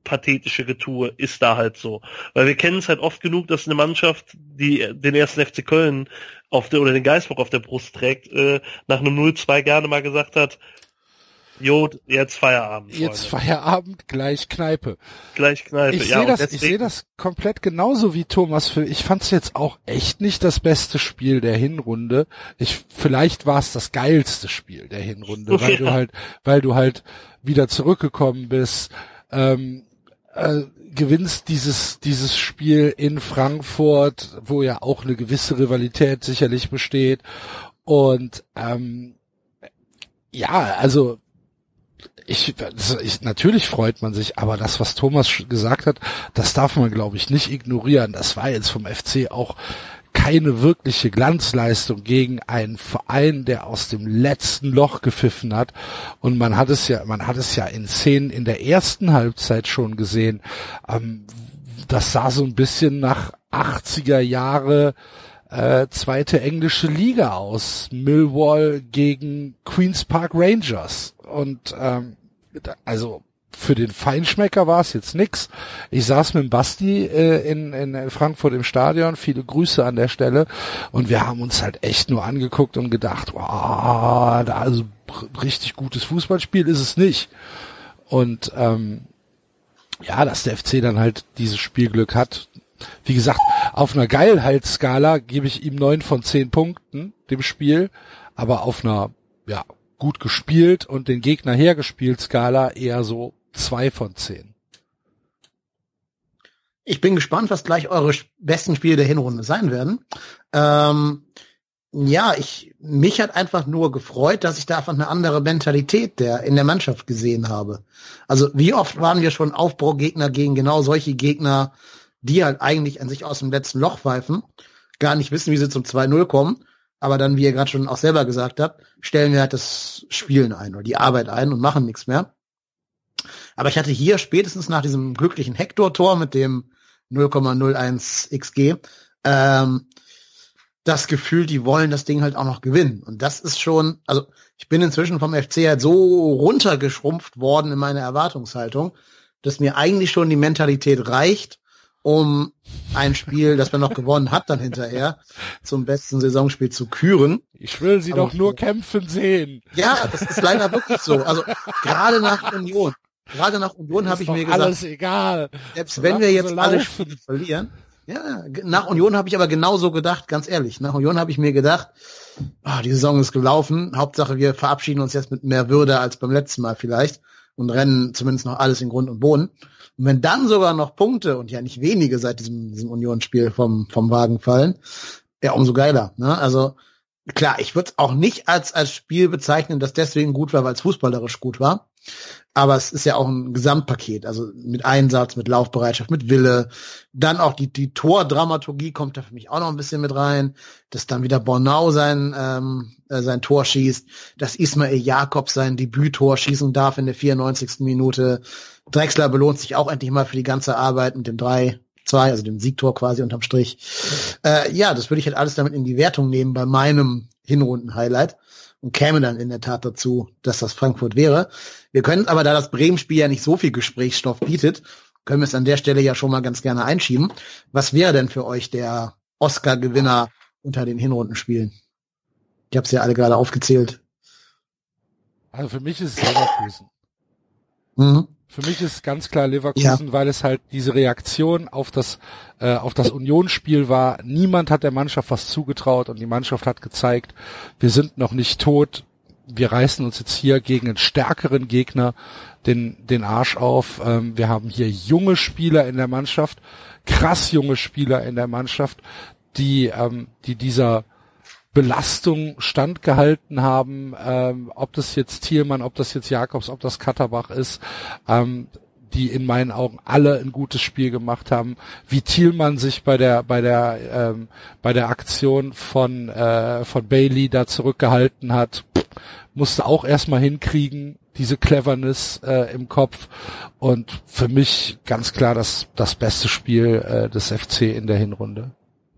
pathetische Getue ist da halt so. Weil wir kennen es halt oft genug, dass eine Mannschaft, die den ersten F C Köln auf der oder den Geistbock auf der Brust trägt, äh, nach einem null zwei gerne mal gesagt hat, Jo, jetzt Feierabend. Jetzt Freunde. Feierabend, gleich Kneipe. Gleich Kneipe. Ich ja, sehe das, deswegen... ich sehe das komplett genauso wie Thomas. Ich fand es jetzt auch echt nicht das beste Spiel der Hinrunde. Ich, vielleicht war es das geilste Spiel der Hinrunde, weil ja. du halt, weil du halt wieder zurückgekommen bist, ähm, äh, gewinnst dieses, dieses Spiel in Frankfurt, wo ja auch eine gewisse Rivalität sicherlich besteht. Und, ähm, ja, also, Ich, ich, natürlich freut man sich, aber das, was Thomas gesagt hat, das darf man, glaube ich, nicht ignorieren. Das war jetzt vom F C auch keine wirkliche Glanzleistung gegen einen Verein, der aus dem letzten Loch gepfiffen hat. Und man hat es ja, man hat es ja in Szenen in der ersten Halbzeit schon gesehen. Ähm, das sah so ein bisschen nach achtziger Jahre äh, zweite englische Liga aus. Millwall gegen Queen's Park Rangers. Und ähm, also für den Feinschmecker war es jetzt nix. Ich saß mit dem Basti äh, in, in Frankfurt im Stadion, viele Grüße an der Stelle, und wir haben uns halt echt nur angeguckt und gedacht, wow, da also richtig gutes Fußballspiel ist es nicht. Und ähm, ja, dass der F C dann halt dieses Spielglück hat. Wie gesagt, auf einer Geilheitsskala gebe ich ihm neun von zehn Punkten, dem Spiel, aber auf einer, ja, gut gespielt und den Gegner hergespielt Skala eher so zwei von zehn. Ich bin gespannt, was gleich eure besten Spiele der Hinrunde sein werden. Ähm, ja, ich, mich hat einfach nur gefreut, dass ich da einfach eine andere Mentalität der, in der Mannschaft gesehen habe. Also wie oft waren wir schon Aufbaugegner gegen genau solche Gegner, die halt eigentlich an sich aus dem letzten Loch pfeifen, gar nicht wissen, wie sie zum zwei null kommen, aber dann, wie ihr gerade schon auch selber gesagt habt, stellen wir halt das Spielen ein oder die Arbeit ein und machen nichts mehr. Aber ich hatte hier spätestens nach diesem glücklichen Hector-Tor mit dem null Komma null eins X G ähm, das Gefühl, die wollen das Ding halt auch noch gewinnen. Und das ist schon, also ich bin inzwischen vom F C halt so runtergeschrumpft worden in meiner Erwartungshaltung, dass mir eigentlich schon die Mentalität reicht, um ein Spiel, das man noch gewonnen hat, dann hinterher zum besten Saisonspiel zu küren. Ich will sie Aber doch nur kämpfen sehen. Ja, das ist leider wirklich so. Also gerade nach Union, gerade nach Union habe ich mir gesagt, alles egal. Selbst wenn wir jetzt alle Spiele verlieren, ja, nach Union habe ich aber genauso gedacht, ganz ehrlich. Nach Union habe ich mir gedacht, oh, die Saison ist gelaufen. Hauptsache, wir verabschieden uns jetzt mit mehr Würde als beim letzten Mal vielleicht und rennen zumindest noch alles in Grund und Boden. Und wenn dann sogar noch Punkte, und ja nicht wenige seit diesem, diesem Union-Spiel vom, vom Wagen fallen, ja, umso geiler. Ne? Also klar, ich würde es auch nicht als, als Spiel bezeichnen, das deswegen gut war, weil es fußballerisch gut war. Aber es ist ja auch ein Gesamtpaket, also mit Einsatz, mit Laufbereitschaft, mit Wille. Dann auch die, die Tordramaturgie kommt da für mich auch noch ein bisschen mit rein, dass dann wieder Bornau sein, ähm, äh, sein Tor schießt, dass Ismail Jakobs sein Debüttor schießen darf in der vierundneunzigsten Minute. Drexler belohnt sich auch endlich mal für die ganze Arbeit mit dem drei zwei, also dem Siegtor quasi unterm Strich. Äh, ja, das würde ich halt alles damit in die Wertung nehmen bei meinem Hinrunden-Highlight und käme dann in der Tat dazu, dass das Frankfurt wäre. Wir können aber, da das Bremen-Spiel ja nicht so viel Gesprächsstoff bietet, können wir es an der Stelle ja schon mal ganz gerne einschieben. Was wäre denn für euch der Oscar-Gewinner unter den Hinrundenspielen? Ich habe es ja alle gerade aufgezählt. Also für mich ist es Leverkusen. Mhm. Für mich ist ganz klar Leverkusen, ja, weil es halt diese Reaktion auf das äh, auf das Unionsspiel war. Niemand hat der Mannschaft was zugetraut und die Mannschaft hat gezeigt, wir sind noch nicht tot. Wir reißen uns jetzt hier gegen einen stärkeren Gegner den den Arsch auf. Ähm, wir haben hier junge Spieler in der Mannschaft, krass junge Spieler in der Mannschaft, die ähm, die dieser Belastung standgehalten haben, ähm, ob das jetzt Thielmann, ob das jetzt Jakobs, ob das Katterbach ist, ähm, die in meinen Augen alle ein gutes Spiel gemacht haben. Wie Thielmann sich bei der bei der ähm, bei der Aktion von äh, von Bailey da zurückgehalten hat, musste auch erstmal hinkriegen, diese Cleverness äh, im Kopf. Und für mich ganz klar das das beste Spiel äh, des F C in der Hinrunde.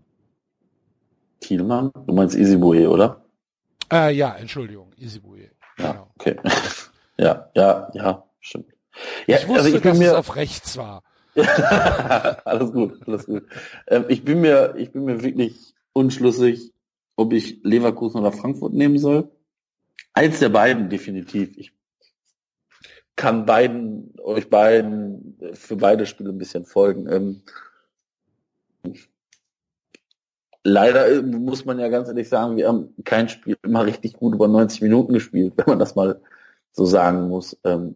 Thielmann? Du meinst Isibue, oder? Äh, ja, Entschuldigung, Isibue. Ja, Genau. okay. ja, ja, ja, stimmt. Ja, ich wusste, also ich bin dass mir es auf rechts war. alles gut, alles gut. Ähm, ich bin mir, ich bin mir wirklich unschlüssig, ob ich Leverkusen oder Frankfurt nehmen soll. Eins der beiden definitiv. Ich kann beiden, euch beiden für beide Spiele ein bisschen folgen. Ähm, leider muss man ja ganz ehrlich sagen, wir haben kein Spiel immer richtig gut über neunzig Minuten gespielt, wenn man das mal so sagen muss. Ähm,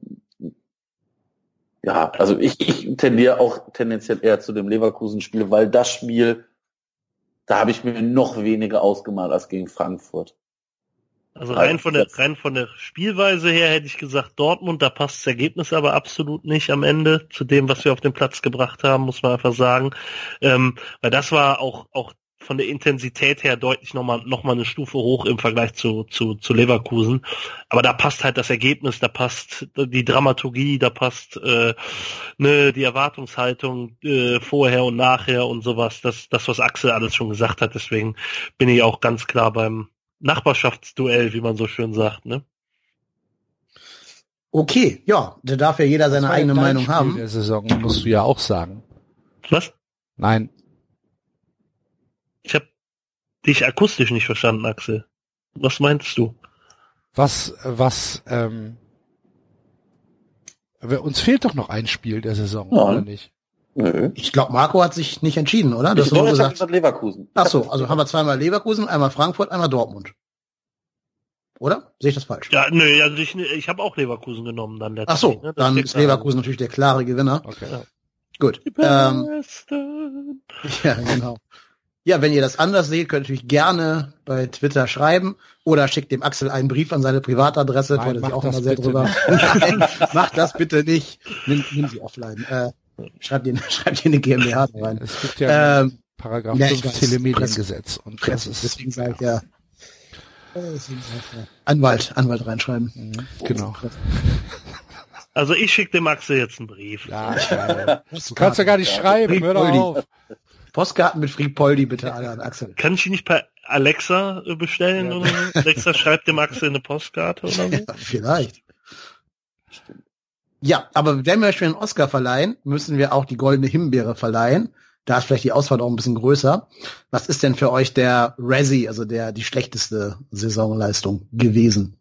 ja, also ich, ich tendiere auch tendenziell eher zu dem Leverkusen-Spiel, weil das Spiel, da habe ich mir noch weniger ausgemalt als gegen Frankfurt. Also rein von der rein von der Spielweise her hätte ich gesagt Dortmund, da passt das Ergebnis aber absolut nicht am Ende zu dem, was wir auf den Platz gebracht haben, muss man einfach sagen. Ähm, weil das war auch auch von der Intensität her deutlich nochmal noch mal eine Stufe hoch im Vergleich zu zu zu Leverkusen. Aber da passt halt das Ergebnis, da passt die Dramaturgie, da passt äh, ne die Erwartungshaltung äh, vorher und nachher und sowas. Das das was Axel alles schon gesagt hat. Deswegen bin ich auch ganz klar beim Nachbarschaftsduell, wie man so schön sagt, ne? Okay, ja, da darf ja jeder seine eigene Meinung Spiel haben. Der Saison musst du ja auch sagen. Was? Nein. Ich habe dich akustisch nicht verstanden, Axel. Was meinst du? Was, was, ähm, uns fehlt doch noch ein Spiel der Saison, Ja. oder nicht? Nö. Ich glaube, Marco hat sich nicht entschieden, oder? Das Ich hast du nur habe gesagt. gesagt Leverkusen. Ach so, also haben wir zweimal Leverkusen, einmal Frankfurt, einmal Dortmund. Oder? Sehe ich das falsch? Ja, nö, also ich, ich habe auch Leverkusen genommen dann letztlich. Ach so, ne? Das dann steht ist da. Leverkusen natürlich der klare Gewinner. Okay. Ja. Gut. Die Ähm, Besten. ja, genau. Ja, wenn ihr das anders seht, könnt ihr natürlich gerne bei Twitter schreiben oder schickt dem Axel einen Brief an seine Privatadresse, Nein, freut er sich mach auch das immer sehr bitte drüber. nicht. Nein, macht das bitte nicht. Nimm, nimm sie offline. Äh, schreibt ihr, schreibt ihr eine GmbH da rein. Es gibt ja Ähm, Paragraph ja, ich fünf weiß. Telemediengesetz und das Presse, ist deswegen sage ich ja. Deswegen sag ich ja. Anwalt, Anwalt reinschreiben. Mhm, genau. Also ich schicke dem Axel jetzt einen Brief. Ja, geil. Du kannst ja gar nicht schreiben, hör doch auf. Postkarten mit Friedpoldi bitte alle an Axel. Kann ich die nicht per Alexa äh, bestellen Ja. oder so? Alexa schreibt dem Axel eine Postkarte oder so? Ja, vielleicht. Ja, aber wenn wir schon einen Oscar verleihen, müssen wir auch die Goldene Himbeere verleihen. Da ist vielleicht die Auswahl auch ein bisschen größer. Was ist denn für euch der Razzie, also der die schlechteste Saisonleistung gewesen?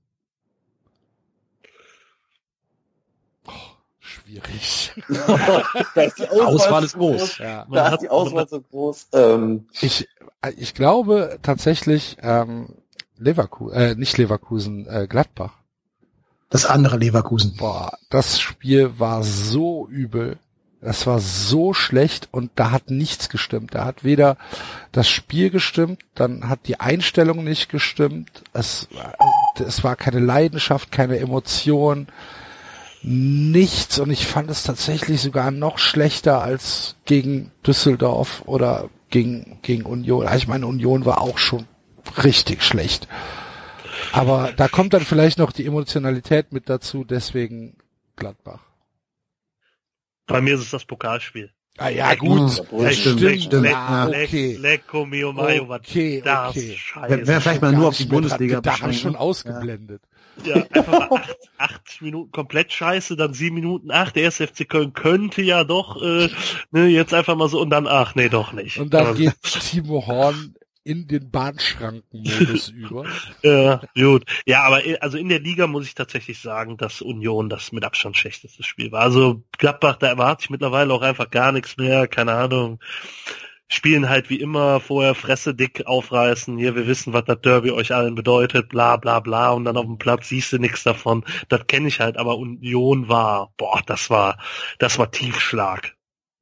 Schwierig. Da ist die Auswahl ist so groß. Ja. Man Da hat- ist die Auswahl so groß. Ähm, Ich, ich glaube tatsächlich ähm, Leverkusen, äh, nicht Leverkusen, äh, Gladbach. Das andere Leverkusen. Boah, das Spiel war so übel. Das war so schlecht und da hat nichts gestimmt. Da hat weder das Spiel gestimmt, dann hat die Einstellung nicht gestimmt. Es, es war keine Leidenschaft, keine Emotion, nichts. Und ich fand es tatsächlich sogar noch schlechter als gegen Düsseldorf oder gegen, gegen Union. Also ich meine, Union war auch schon richtig schlecht. Aber da kommt dann vielleicht noch die Emotionalität mit dazu, deswegen Gladbach. Bei mir ist es das Pokalspiel. Ah ja, gut. Ja, Leck, stimmt, leck, stimmt. leck, Ja, leck, okay. Lecco mio maio, was Okay, das okay. Scheiße. Wenn wir vielleicht mal nur auf die Gar nicht mehr Bundesliga dran gedacht, beschränken. schon ausgeblendet. Ja, einfach mal acht, achtzig Minuten komplett scheiße, dann sieben Minuten, ach, der erste F C Köln könnte ja doch, äh, ne, jetzt einfach mal so und dann, ach, nee, doch nicht. Und dann Aber- geht Timo Horn in den Bahnschrankenmodus über. Ja, gut. Ja, aber i- also in der Liga muss ich tatsächlich sagen, dass Union das mit Abstand schlechteste Spiel war. Also Gladbach, da erwarte ich mittlerweile auch einfach gar nichts mehr, keine Ahnung. Spielen halt wie immer vorher Fresse dick aufreißen, hier, wir wissen, was das Derby euch allen bedeutet, bla bla bla, und dann auf dem Platz siehst du nichts davon. Das kenne ich halt, aber Union war, boah, das war, das war Tiefschlag.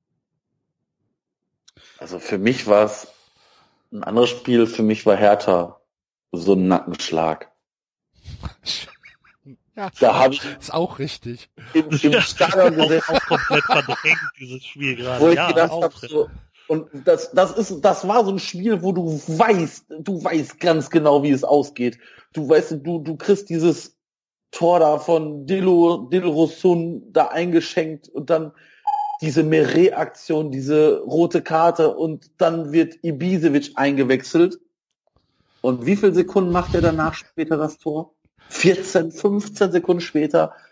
also für mich war es ein anderes Spiel. Für mich war Hertha so ein Nackenschlag. Ja, Da habe ich ist auch richtig. im, im Stadion auch, gesessen, auch komplett verdrängt, dieses Spiel wo gerade. ich Ja, gedacht auch. habe, so, und das, das ist, das war so ein Spiel, wo du weißt, du weißt ganz genau, wie es ausgeht. Du weißt, du, du kriegst dieses Tor da von Dilo, Dilrosun da eingeschenkt und dann diese Meret-Aktion, diese rote Karte und dann wird Ibisevic eingewechselt. Und wie viele Sekunden macht er danach später das Tor? vierzehn, fünfzehn Sekunden später.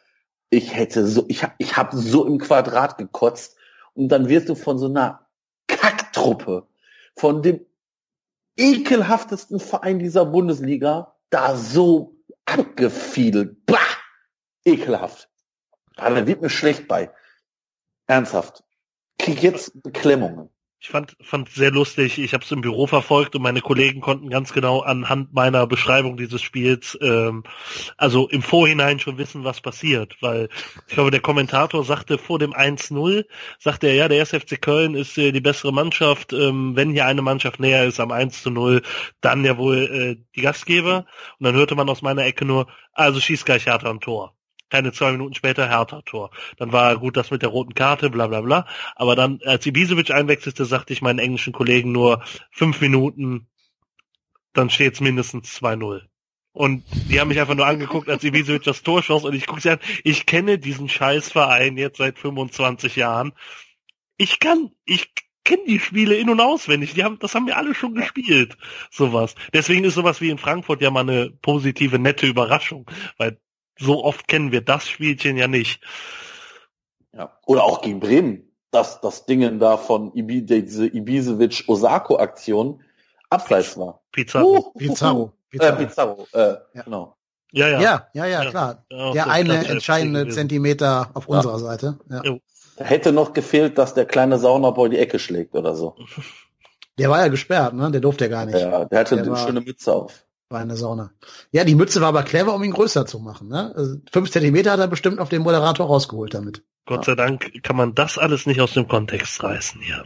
ich hätte so, ich hab, ich hab so im Quadrat gekotzt und dann wirst du von so einer Kacktruppe, von dem ekelhaftesten Verein dieser Bundesliga, da so abgefiedelt. Bah! Ekelhaft. Aber da wird mir schlecht bei. Ernsthaft. Krieg jetzt Beklemmungen. Ich fand fand sehr lustig. Ich habe es im Büro verfolgt und meine Kollegen konnten ganz genau anhand meiner Beschreibung dieses Spiels ähm, also im Vorhinein schon wissen, was passiert. Weil ich glaube, der Kommentator sagte vor dem eins null, sagte er, ja, der erste F C Köln ist äh, die bessere Mannschaft. Ähm, wenn hier eine Mannschaft näher ist am eins zu null, dann ja wohl äh, die Gastgeber. Und dann hörte man aus meiner Ecke nur, also schießt gleich Hertha ein Tor. Keine zwei Minuten später Hertha-Tor. Dann war gut das mit der roten Karte, bla bla bla. Aber dann, als Ibisevic einwechselte, sagte ich meinen englischen Kollegen nur, fünf Minuten, dann steht's mindestens zwei null. Und die haben mich einfach nur angeguckt, als Ibisevic das Tor schoss. Und ich gucke sie an, ich kenne diesen Scheißverein jetzt seit fünfundzwanzig Jahren. Ich kann, ich kenne die Spiele in- und auswendig. Die haben, das haben wir alle schon gespielt. Sowas. Deswegen ist sowas wie in Frankfurt ja mal eine positive, nette Überraschung. Weil so oft kennen wir das Spielchen ja nicht. Ja. Oder auch gegen Bremen, dass das Dingen da von Ibi, diese Ibisevic-Osako-Aktion abseits war. Pizarro. Uh, Pizarro. Pizarro. Äh, Pizarro, äh, ja. Genau. Ja, ja. Ja, ja, ja, Ja. klar. Ja, Der so eine klasse entscheidende gewesen. Zentimeter auf Ja. unserer Seite. Ja. Jo. Da hätte noch gefehlt, dass der kleine Saunaboy die Ecke schlägt oder so. Der war ja gesperrt, ne? Der durfte ja gar nicht. Ja, der hatte Der eine war- schöne Mütze auf. War in der Sauna. Ja, die Mütze war aber clever, um ihn größer zu machen. Ne? Also fünf Zentimeter hat er bestimmt auf den Moderator rausgeholt damit. Gott sei Dank kann man das alles nicht aus dem Kontext reißen hier.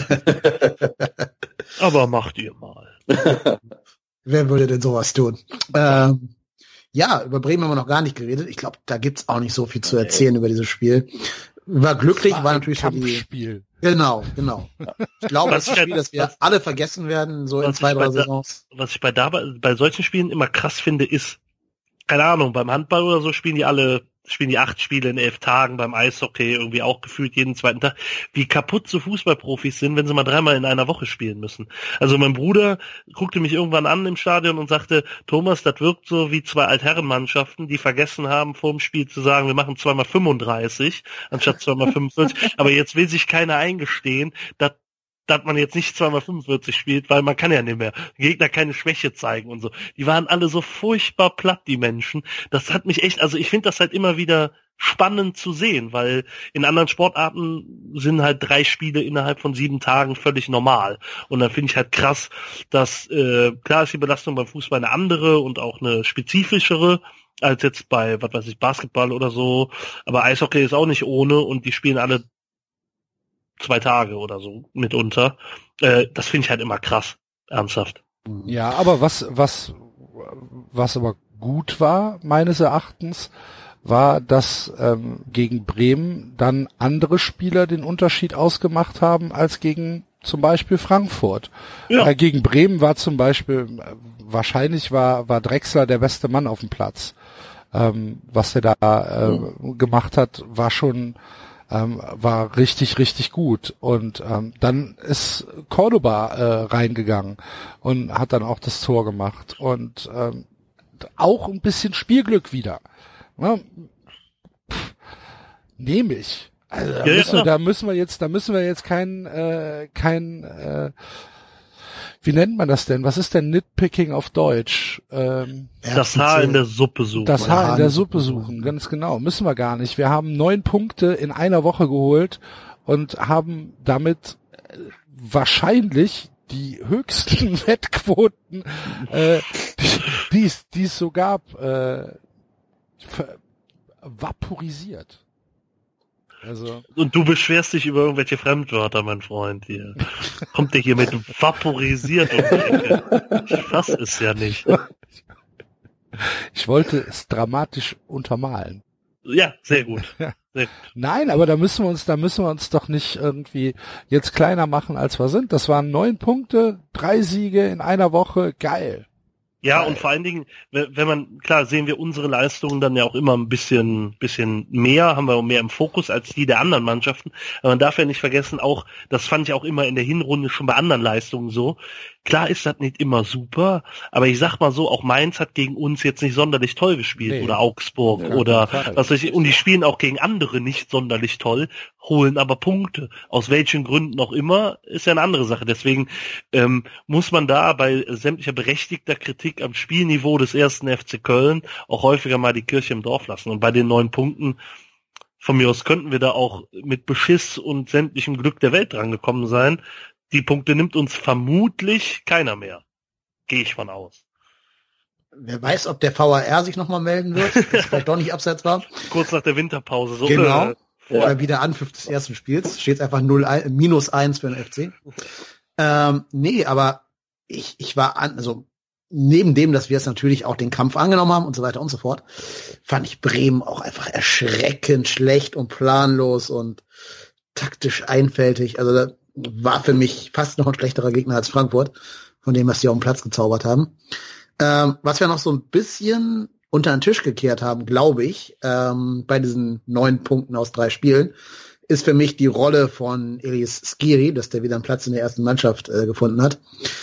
Aber macht ihr mal. Wer würde denn sowas tun? Ähm, ja, über Bremen haben wir noch gar nicht geredet. Ich glaube, da gibt's auch nicht so viel zu erzählen über dieses Spiel. War glücklich, war, war ein natürlich so die... Kampfspiel. Genau, genau. Ich glaube, das ist ein Was- Spiel, das wir was- alle vergessen werden, so in was zwei, ich drei bei der- Saisons. Was ich bei dabei, bei solchen Spielen immer krass finde, ist, keine Ahnung, beim Handball oder so spielen die alle, spielen die acht Spiele in elf Tagen, beim Eishockey irgendwie auch gefühlt jeden zweiten Tag, wie kaputt so Fußballprofis sind, wenn sie mal dreimal in einer Woche spielen müssen. Also mein Bruder guckte mich irgendwann an im Stadion und sagte, Thomas, das wirkt so wie zwei Altherrenmannschaften, die vergessen haben, vor dem Spiel zu sagen, wir machen zweimal fünfunddreißig, anstatt zweimal fünfundvierzig, aber jetzt will sich keiner eingestehen, dass dass man jetzt nicht zweimal fünfundvierzig spielt, weil man kann ja nicht mehr. Gegner keine Schwäche zeigen und so. Die waren alle so furchtbar platt, die Menschen. Das hat mich echt, also ich finde das halt immer wieder spannend zu sehen, weil in anderen Sportarten sind halt drei Spiele innerhalb von sieben Tagen völlig normal. Und dann finde ich halt krass, dass, äh, klar ist die Belastung beim Fußball eine andere und auch eine spezifischere als jetzt bei, was weiß ich, Basketball oder so. Aber Eishockey ist auch nicht ohne und die spielen alle zwei Tage oder so mitunter. Äh, das finde ich halt immer krass, ernsthaft. Ja, aber was, was, was aber gut war, meines Erachtens, war, dass ähm, gegen Bremen dann andere Spieler den Unterschied ausgemacht haben als gegen zum Beispiel Frankfurt. Ja. Äh, gegen Bremen war zum Beispiel, äh, wahrscheinlich war, war Drexler der beste Mann auf dem Platz. Ähm, was er da äh, mhm. gemacht hat, war schon Ähm, war richtig, richtig gut. Und ähm, dann ist Cordoba äh, reingegangen und hat dann auch das Tor gemacht. Und ähm, auch ein bisschen Spielglück wieder. Ja, nehme ich. Also, da, Ja, müssen ja. wir, da müssen wir jetzt, da müssen wir jetzt kein, äh, kein, äh, wie nennt man das denn? Was ist denn Nitpicking auf Deutsch? Ähm, Das Haar in der Suppe suchen. Das Haar in der Suppe suchen, ganz genau. Müssen wir gar nicht. Wir haben neun Punkte in einer Woche geholt und haben damit äh, wahrscheinlich die höchsten Wettquoten, äh, die, die es so gab, äh, ver- vaporisiert. Also Und du beschwerst dich über irgendwelche Fremdwörter, mein Freund. Hier. Kommt der hier mit vaporisiert um die Ecke. Ich fass es ja nicht. ich wollte es dramatisch untermalen. Ja, sehr gut. Ja. Sehr gut. Nein, aber da müssen wir uns, da müssen wir uns doch nicht irgendwie jetzt kleiner machen, als wir sind. Das waren neun Punkte, drei Siege in einer Woche, geil. Ja, und vor allen Dingen, wenn man, klar, sehen wir unsere Leistungen dann ja auch immer ein bisschen, bisschen mehr, haben wir mehr im Fokus als die der anderen Mannschaften. Aber man darf ja nicht vergessen, auch, das fand ich auch immer in der Hinrunde schon bei anderen Leistungen so. Klar ist das nicht immer super, aber ich sag mal so, auch Mainz hat gegen uns jetzt nicht sonderlich toll gespielt, nee. Oder Augsburg, ja, oder was weiß ich, und die spielen auch gegen andere nicht sonderlich toll, holen aber Punkte. Aus welchen Gründen auch immer, ist ja eine andere Sache. Deswegen ähm, muss man da bei sämtlicher berechtigter Kritik am Spielniveau des ersten F C Köln auch häufiger mal die Kirche im Dorf lassen. Und bei den neun Punkten, von mir aus könnten wir da auch mit Beschiss und sämtlichem Glück der Welt drangekommen sein. Die Punkte nimmt uns vermutlich keiner mehr. Gehe ich von aus. Wer weiß, ob der V A R sich nochmal melden wird, dass vielleicht doch nicht abseits war. Kurz nach der Winterpause. So genau. Äh, Oder ja. Wieder Anpfiff des ersten Spiels. Steht einfach null, minus eins für den F C. ähm, nee, aber ich, ich war an, also neben dem, dass wir es natürlich auch den Kampf angenommen haben und so weiter und so fort, fand ich Bremen auch einfach erschreckend schlecht und planlos und taktisch einfältig. Also da war für mich fast noch ein schlechterer Gegner als Frankfurt, von dem, was die auf den Platz gezaubert haben. Ähm, was wir noch so ein bisschen unter den Tisch gekehrt haben, glaube ich, ähm, bei diesen neun Punkten aus drei Spielen, ist für mich die Rolle von Elias Skiri, dass der wieder einen Platz in der ersten Mannschaft äh, gefunden hat.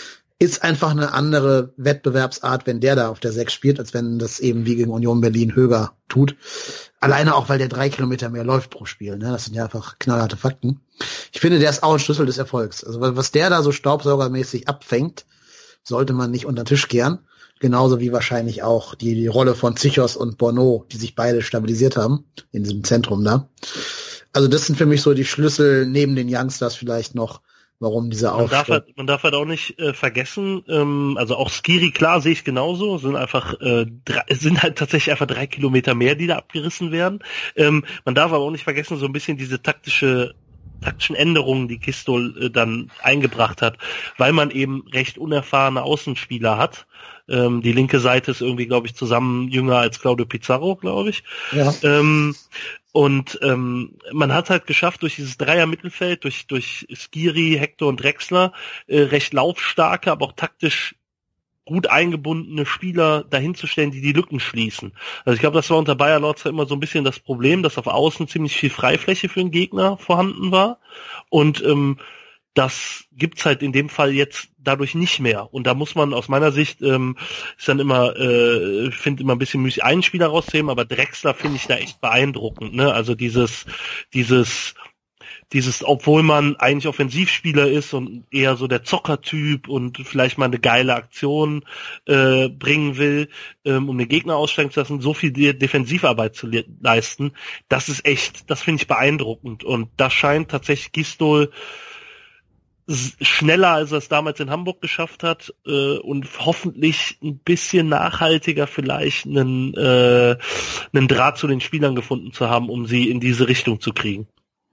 Ist einfach eine andere Wettbewerbsart, wenn der da auf der sechs spielt, als wenn das eben wie gegen Union Berlin Höger tut. Alleine auch, weil der drei Kilometer mehr läuft pro Spiel. Ne? Das sind ja einfach knallharte Fakten. Ich finde, der ist auch ein Schlüssel des Erfolgs. Also was der da so staubsaugermäßig abfängt, sollte man nicht unter den Tisch kehren. Genauso wie wahrscheinlich auch die, die Rolle von Zichos und Bono, die sich beide stabilisiert haben in diesem Zentrum da. Also das sind für mich so die Schlüssel neben den Youngsters vielleicht noch, warum dieser man darf, Aufstieg. halt, man darf halt auch nicht äh, vergessen, ähm, also auch Skiri, klar, sehe ich genauso, sind einfach äh, drei, sind halt tatsächlich einfach drei Kilometer mehr, die da abgerissen werden. Ähm, man darf aber auch nicht vergessen, so ein bisschen diese taktische taktischen Änderungen, die Gistol äh, dann eingebracht hat, weil man eben recht unerfahrene Außenspieler hat. Ähm, die linke Seite ist irgendwie, glaube ich, zusammen jünger als Claudio Pizarro, glaube ich. Ja. Ähm, und ähm, man hat halt geschafft, durch dieses Dreier-Mittelfeld, durch durch Skiri, Hector und Drexler, äh, recht laufstarke, aber auch taktisch gut eingebundene Spieler dahinzustellen, die die Lücken schließen. Also ich glaube, das war unter Bayer Lorzer immer so ein bisschen das Problem, dass auf Außen ziemlich viel Freifläche für den Gegner vorhanden war. Und ähm, das gibt's halt in dem Fall jetzt dadurch nicht mehr. Und da muss man aus meiner Sicht, ähm, ist dann immer, äh, finde immer ein bisschen müßig, einen Spieler rauszuheben, aber Drexler finde ich da echt beeindruckend. Ne? Also dieses, dieses, dieses, obwohl man eigentlich Offensivspieler ist und eher so der Zockertyp und vielleicht mal eine geile Aktion äh, bringen will, ähm, um den Gegner aussteigen zu lassen, so viel De- Defensivarbeit zu le- leisten, das ist echt, das finde ich beeindruckend. Und das scheint tatsächlich Gistol schneller, als er es damals in Hamburg geschafft hat, äh, und hoffentlich ein bisschen nachhaltiger vielleicht einen, äh, einen Draht zu den Spielern gefunden zu haben, um sie in diese Richtung zu kriegen.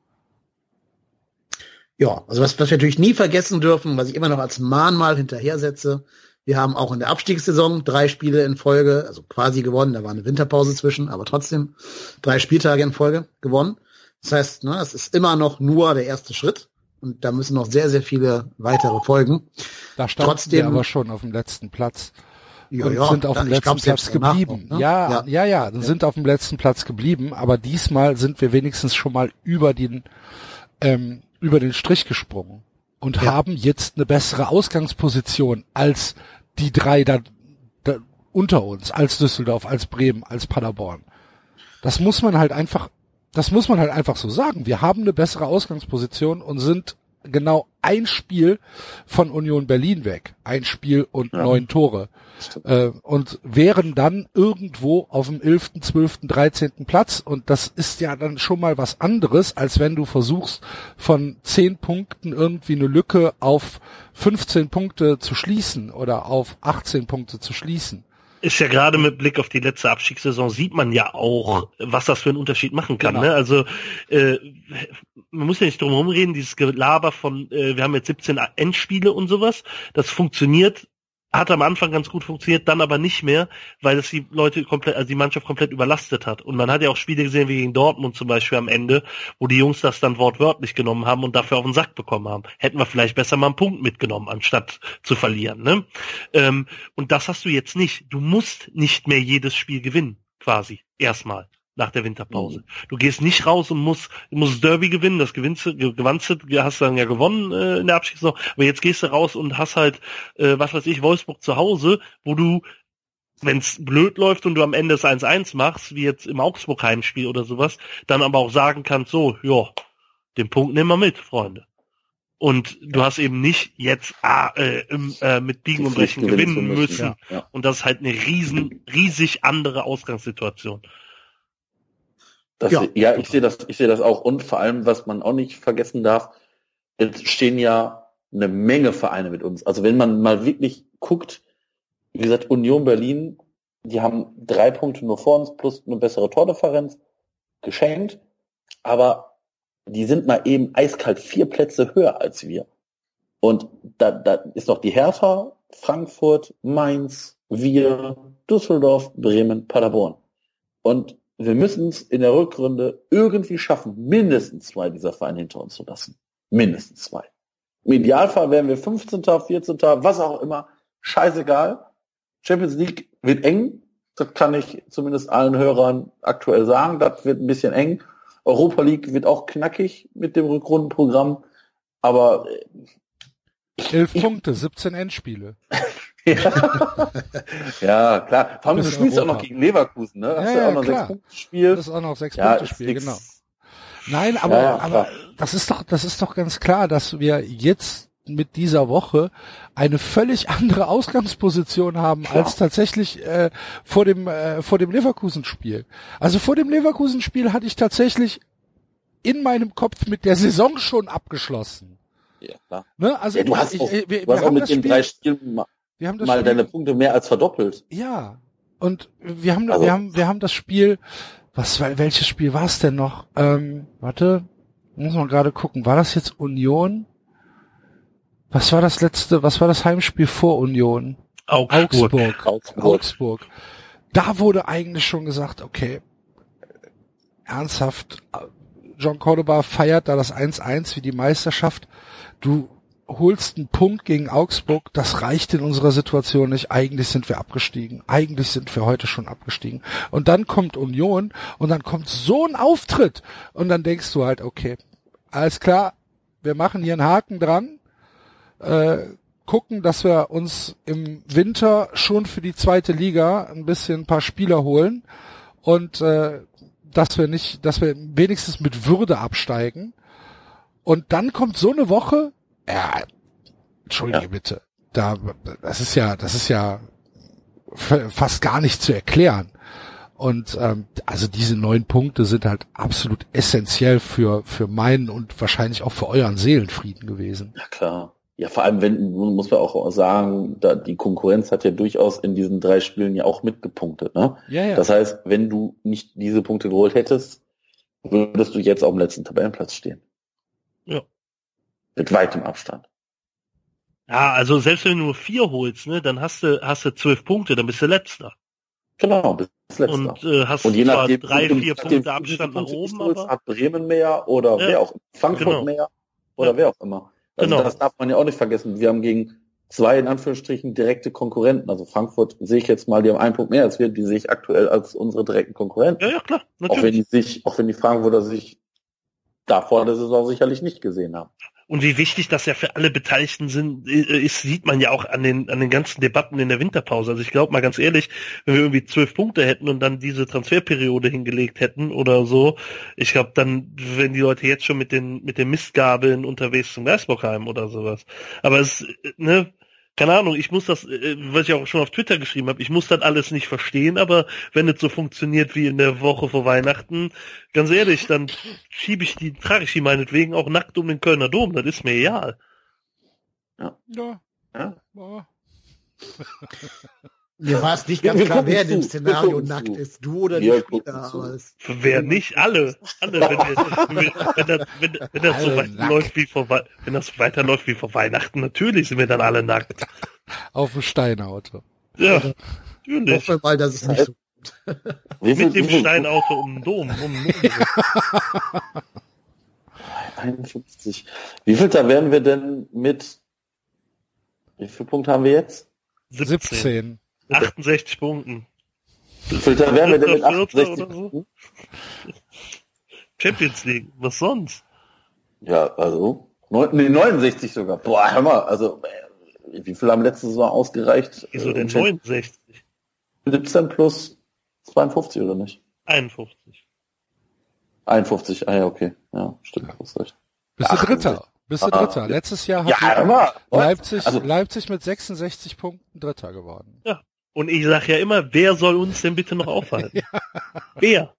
Ja, also was, was wir natürlich nie vergessen dürfen, was ich immer noch als Mahnmal hinterher setze, wir haben auch in der Abstiegssaison drei Spiele in Folge, also quasi gewonnen, da war eine Winterpause zwischen, aber trotzdem drei Spieltage in Folge gewonnen. Das heißt, ne, es ist immer noch nur der erste Schritt. Und da müssen noch sehr, sehr viele weitere folgen. Da standen Trotzdem, wir aber schon auf dem letzten Platz. Ja, und ja, sind auf ja, dem letzten glaub, Platz geblieben. Noch, ne? ja, ja, ja, ja, ja, sind auf dem letzten Platz geblieben. Aber diesmal sind wir wenigstens schon mal über den, ähm, über den Strich gesprungen und ja. haben jetzt eine bessere Ausgangsposition als die drei da, da unter uns, als Düsseldorf, als Bremen, als Paderborn. Das muss man halt einfach Das muss man halt einfach so sagen. Wir haben eine bessere Ausgangsposition und sind genau ein Spiel von Union Berlin weg. Ein Spiel und ja. neun Tore. Äh, und wären dann irgendwo auf dem elften, zwölften, dreizehnten Platz. Und das ist ja dann schon mal was anderes, als wenn du versuchst, von zehn Punkten irgendwie eine Lücke auf fünfzehn Punkte zu schließen oder auf achtzehn Punkte zu schließen. Ist ja gerade mit Blick auf die letzte Abstiegssaison sieht man ja auch, was das für einen Unterschied machen kann. Genau. Ne? Also äh, man muss ja nicht drum herum reden, dieses Gelaber von, äh, wir haben jetzt siebzehn Endspiele und sowas, das funktioniert hat am Anfang ganz gut funktioniert, dann aber nicht mehr, weil es die Leute komplett, also die Mannschaft komplett überlastet hat. Und man hat ja auch Spiele gesehen wie gegen Dortmund zum Beispiel am Ende, wo die Jungs das dann wortwörtlich genommen haben und dafür auf den Sack bekommen haben. Hätten wir vielleicht besser mal einen Punkt mitgenommen, anstatt zu verlieren, ne? Ähm, und das hast du jetzt nicht. Du musst nicht mehr jedes Spiel gewinnen, quasi, erstmal. Nach der Winterpause. Mhm. Du gehst nicht raus und musst, du musst Derby gewinnen, das gewinnst du, gewannst du, hast du dann ja gewonnen äh, in der Abschiedssaison, aber jetzt gehst du raus und hast halt, äh, was weiß ich, Wolfsburg zu Hause, wo du, wenn es blöd läuft und du am Ende das eins eins machst, wie jetzt im Augsburg-Heimspiel oder sowas, dann aber auch sagen kannst, so, ja, den Punkt nehmen wir mit, Freunde. Und du hast eben nicht jetzt ah, äh, im, äh, mit Biegen und Brechen gewinnen müssen. müssen. Ja, ja. Und das ist halt eine riesen, riesig andere Ausgangssituation. Das, ja, ja, ich sehe das, ich sehe das auch. Und vor allem, was man auch nicht vergessen darf, es stehen ja eine Menge Vereine mit uns. Also wenn man mal wirklich guckt, wie gesagt, Union Berlin, die haben drei Punkte nur vor uns plus eine bessere Tordifferenz geschenkt, aber die sind mal eben eiskalt vier Plätze höher als wir. Und da, da ist noch die Hertha, Frankfurt, Mainz, wir, Düsseldorf, Bremen, Paderborn. Und wir müssen es in der Rückrunde irgendwie schaffen, mindestens zwei dieser Vereine hinter uns zu lassen. Mindestens zwei. Im Idealfall wären wir fünfzehnter, vierzehnter, was auch immer. Scheißegal. Champions League wird eng. Das kann ich zumindest allen Hörern aktuell sagen. Das wird ein bisschen eng. Europa League wird auch knackig mit dem Rückrundenprogramm. Aber elf Punkte, siebzehn Endspiele. Ja. Ja, klar. Vor allem, du spielst auch noch gegen Leverkusen, ne? Hast ja, du ja, auch noch klar. sechs Punkte Spiel. Das ist auch noch sechs ja, Punkte Spiel, genau. Nein, aber, ja, ja, aber das ist doch, das ist doch ganz klar, dass wir jetzt mit dieser Woche eine völlig andere Ausgangsposition haben klar. als tatsächlich äh, vor dem äh, vor dem Leverkusen-Spiel. Also vor dem Leverkusen-Spiel hatte ich tatsächlich in meinem Kopf mit der Saison schon abgeschlossen. Ja, klar. Ne? Also ja, du hast ich, auch, ich, wir, du hast wir auch mit den Spiel, drei Spielen mal, wir haben das mal Spiel, deine Punkte mehr als verdoppelt. Ja. Und wir haben, also, wir haben, wir haben das Spiel, was, welches Spiel war es denn noch? Ähm, warte, muss man gerade gucken. War das jetzt Union? Was war das letzte, was war das Heimspiel vor Union? Augsburg. Augsburg. Augsburg. Augsburg. Da wurde eigentlich schon gesagt, okay, ernsthaft, John Cordoba feiert da das eins eins wie die Meisterschaft. Du holst einen Punkt gegen Augsburg, das reicht in unserer Situation nicht. Eigentlich sind wir abgestiegen. Eigentlich sind wir heute schon abgestiegen. Und dann kommt Union und dann kommt so ein Auftritt. Und dann denkst du halt, okay, alles klar, wir machen hier einen Haken dran, äh, gucken, dass wir uns im Winter schon für die zweite Liga ein bisschen ein paar Spieler holen und äh, dass wir nicht, dass wir wenigstens mit Würde absteigen. Und dann kommt so eine Woche, ja, entschuldige ja. bitte, da, das ist ja, das ist ja fast gar nicht zu erklären. Und ähm, also diese neun Punkte sind halt absolut essentiell für für meinen und wahrscheinlich auch für euren Seelenfrieden gewesen. Ja klar. Ja, vor allem, wenn, muss man auch sagen, da die Konkurrenz hat ja durchaus in diesen drei Spielen ja auch mitgepunktet, ne? Ja, ja. Das heißt, wenn du nicht diese Punkte geholt hättest, würdest du jetzt auf dem letzten Tabellenplatz stehen. Ja. Mit weitem Abstand. Ja, also selbst wenn du nur vier holst, ne, dann hast du, hast du zwölf Punkte, dann bist du Letzter. Genau, bist Letzter. Und äh, hast und je zwar nachdem, drei, du, vier Punkte Abstand nach oben, holst, aber hat Bremen mehr oder ja, wer auch, Frankfurt genau. mehr oder ja. wer auch immer. Also genau. das darf man ja auch nicht vergessen. Wir haben gegen zwei, in Anführungsstrichen, direkte Konkurrenten. Also Frankfurt sehe ich jetzt mal, die haben einen Punkt mehr als wir, die sehe ich aktuell als unsere direkten Konkurrenten. Ja, ja, klar, natürlich. Auch wenn die sich, auch wenn die Frankfurter sich da vor der Saison sicherlich nicht gesehen haben. Und wie wichtig das ja für alle Beteiligten sind, ist, sieht man ja auch an den an den ganzen Debatten in der Winterpause. Also ich glaube mal ganz ehrlich, wenn wir irgendwie zwölf Punkte hätten und dann diese Transferperiode hingelegt hätten oder so, ich glaube, dann wären die Leute jetzt schon mit den mit den Mistgabeln unterwegs zum Geisbockheim oder sowas. Aber es, ne, keine Ahnung, ich muss das, was ich auch schon auf Twitter geschrieben habe, ich muss das alles nicht verstehen, aber wenn es so funktioniert wie in der Woche vor Weihnachten, ganz ehrlich, dann schiebe ich die, trage ich die meinetwegen auch nackt um den Kölner Dom, das ist mir egal. Ja. Ja. Ja. ja. Mir war es nicht ganz wir klar, wer zu. in dem Szenario wir nackt zu. ist. Du oder wir die Spieler. Aber es Wer nicht? Alle. Alle. Wenn, wir, wenn, das, wenn, wenn das so Alle weiterläuft wie vor, wenn das weiterläuft wie vor Weihnachten, natürlich sind wir dann alle nackt. Auf dem Steinauto. Ja, Ich natürlich. hoffe mal, dass es nicht so Wie viel, Mit dem wie viel, Steinauto um den Dom. Um den Dom. einundfünfzig. Wie viel da wären wir denn mit, wie viele Punkte haben wir jetzt? siebzehn. siebzehn. achtundsechzig Punkten. Wie viel da wären wir denn mit Vierter, Vierter achtundsechzig oder so? Punkten? Champions League. Was sonst? Ja, also, neun, nee, neunundsechzig sogar. Boah, hör mal, also, äh, wie viel haben letzte Saison ausgereicht? Wieso Äh, denn Champions- neunundsechzig? siebzehn plus zweiundfünfzig oder nicht? einundfünfzig. einundfünfzig, ah ja, okay. Ja, stimmt, hast recht. Bist du Ach, Dritter? Bist du ah, Dritter? ja. Letztes Jahr Ja, hat hör mal. Leipzig, Also, Leipzig mit sechsundsechzig Punkten Dritter geworden. Und ich sag ja immer, wer soll uns denn bitte noch aufhalten? Wer?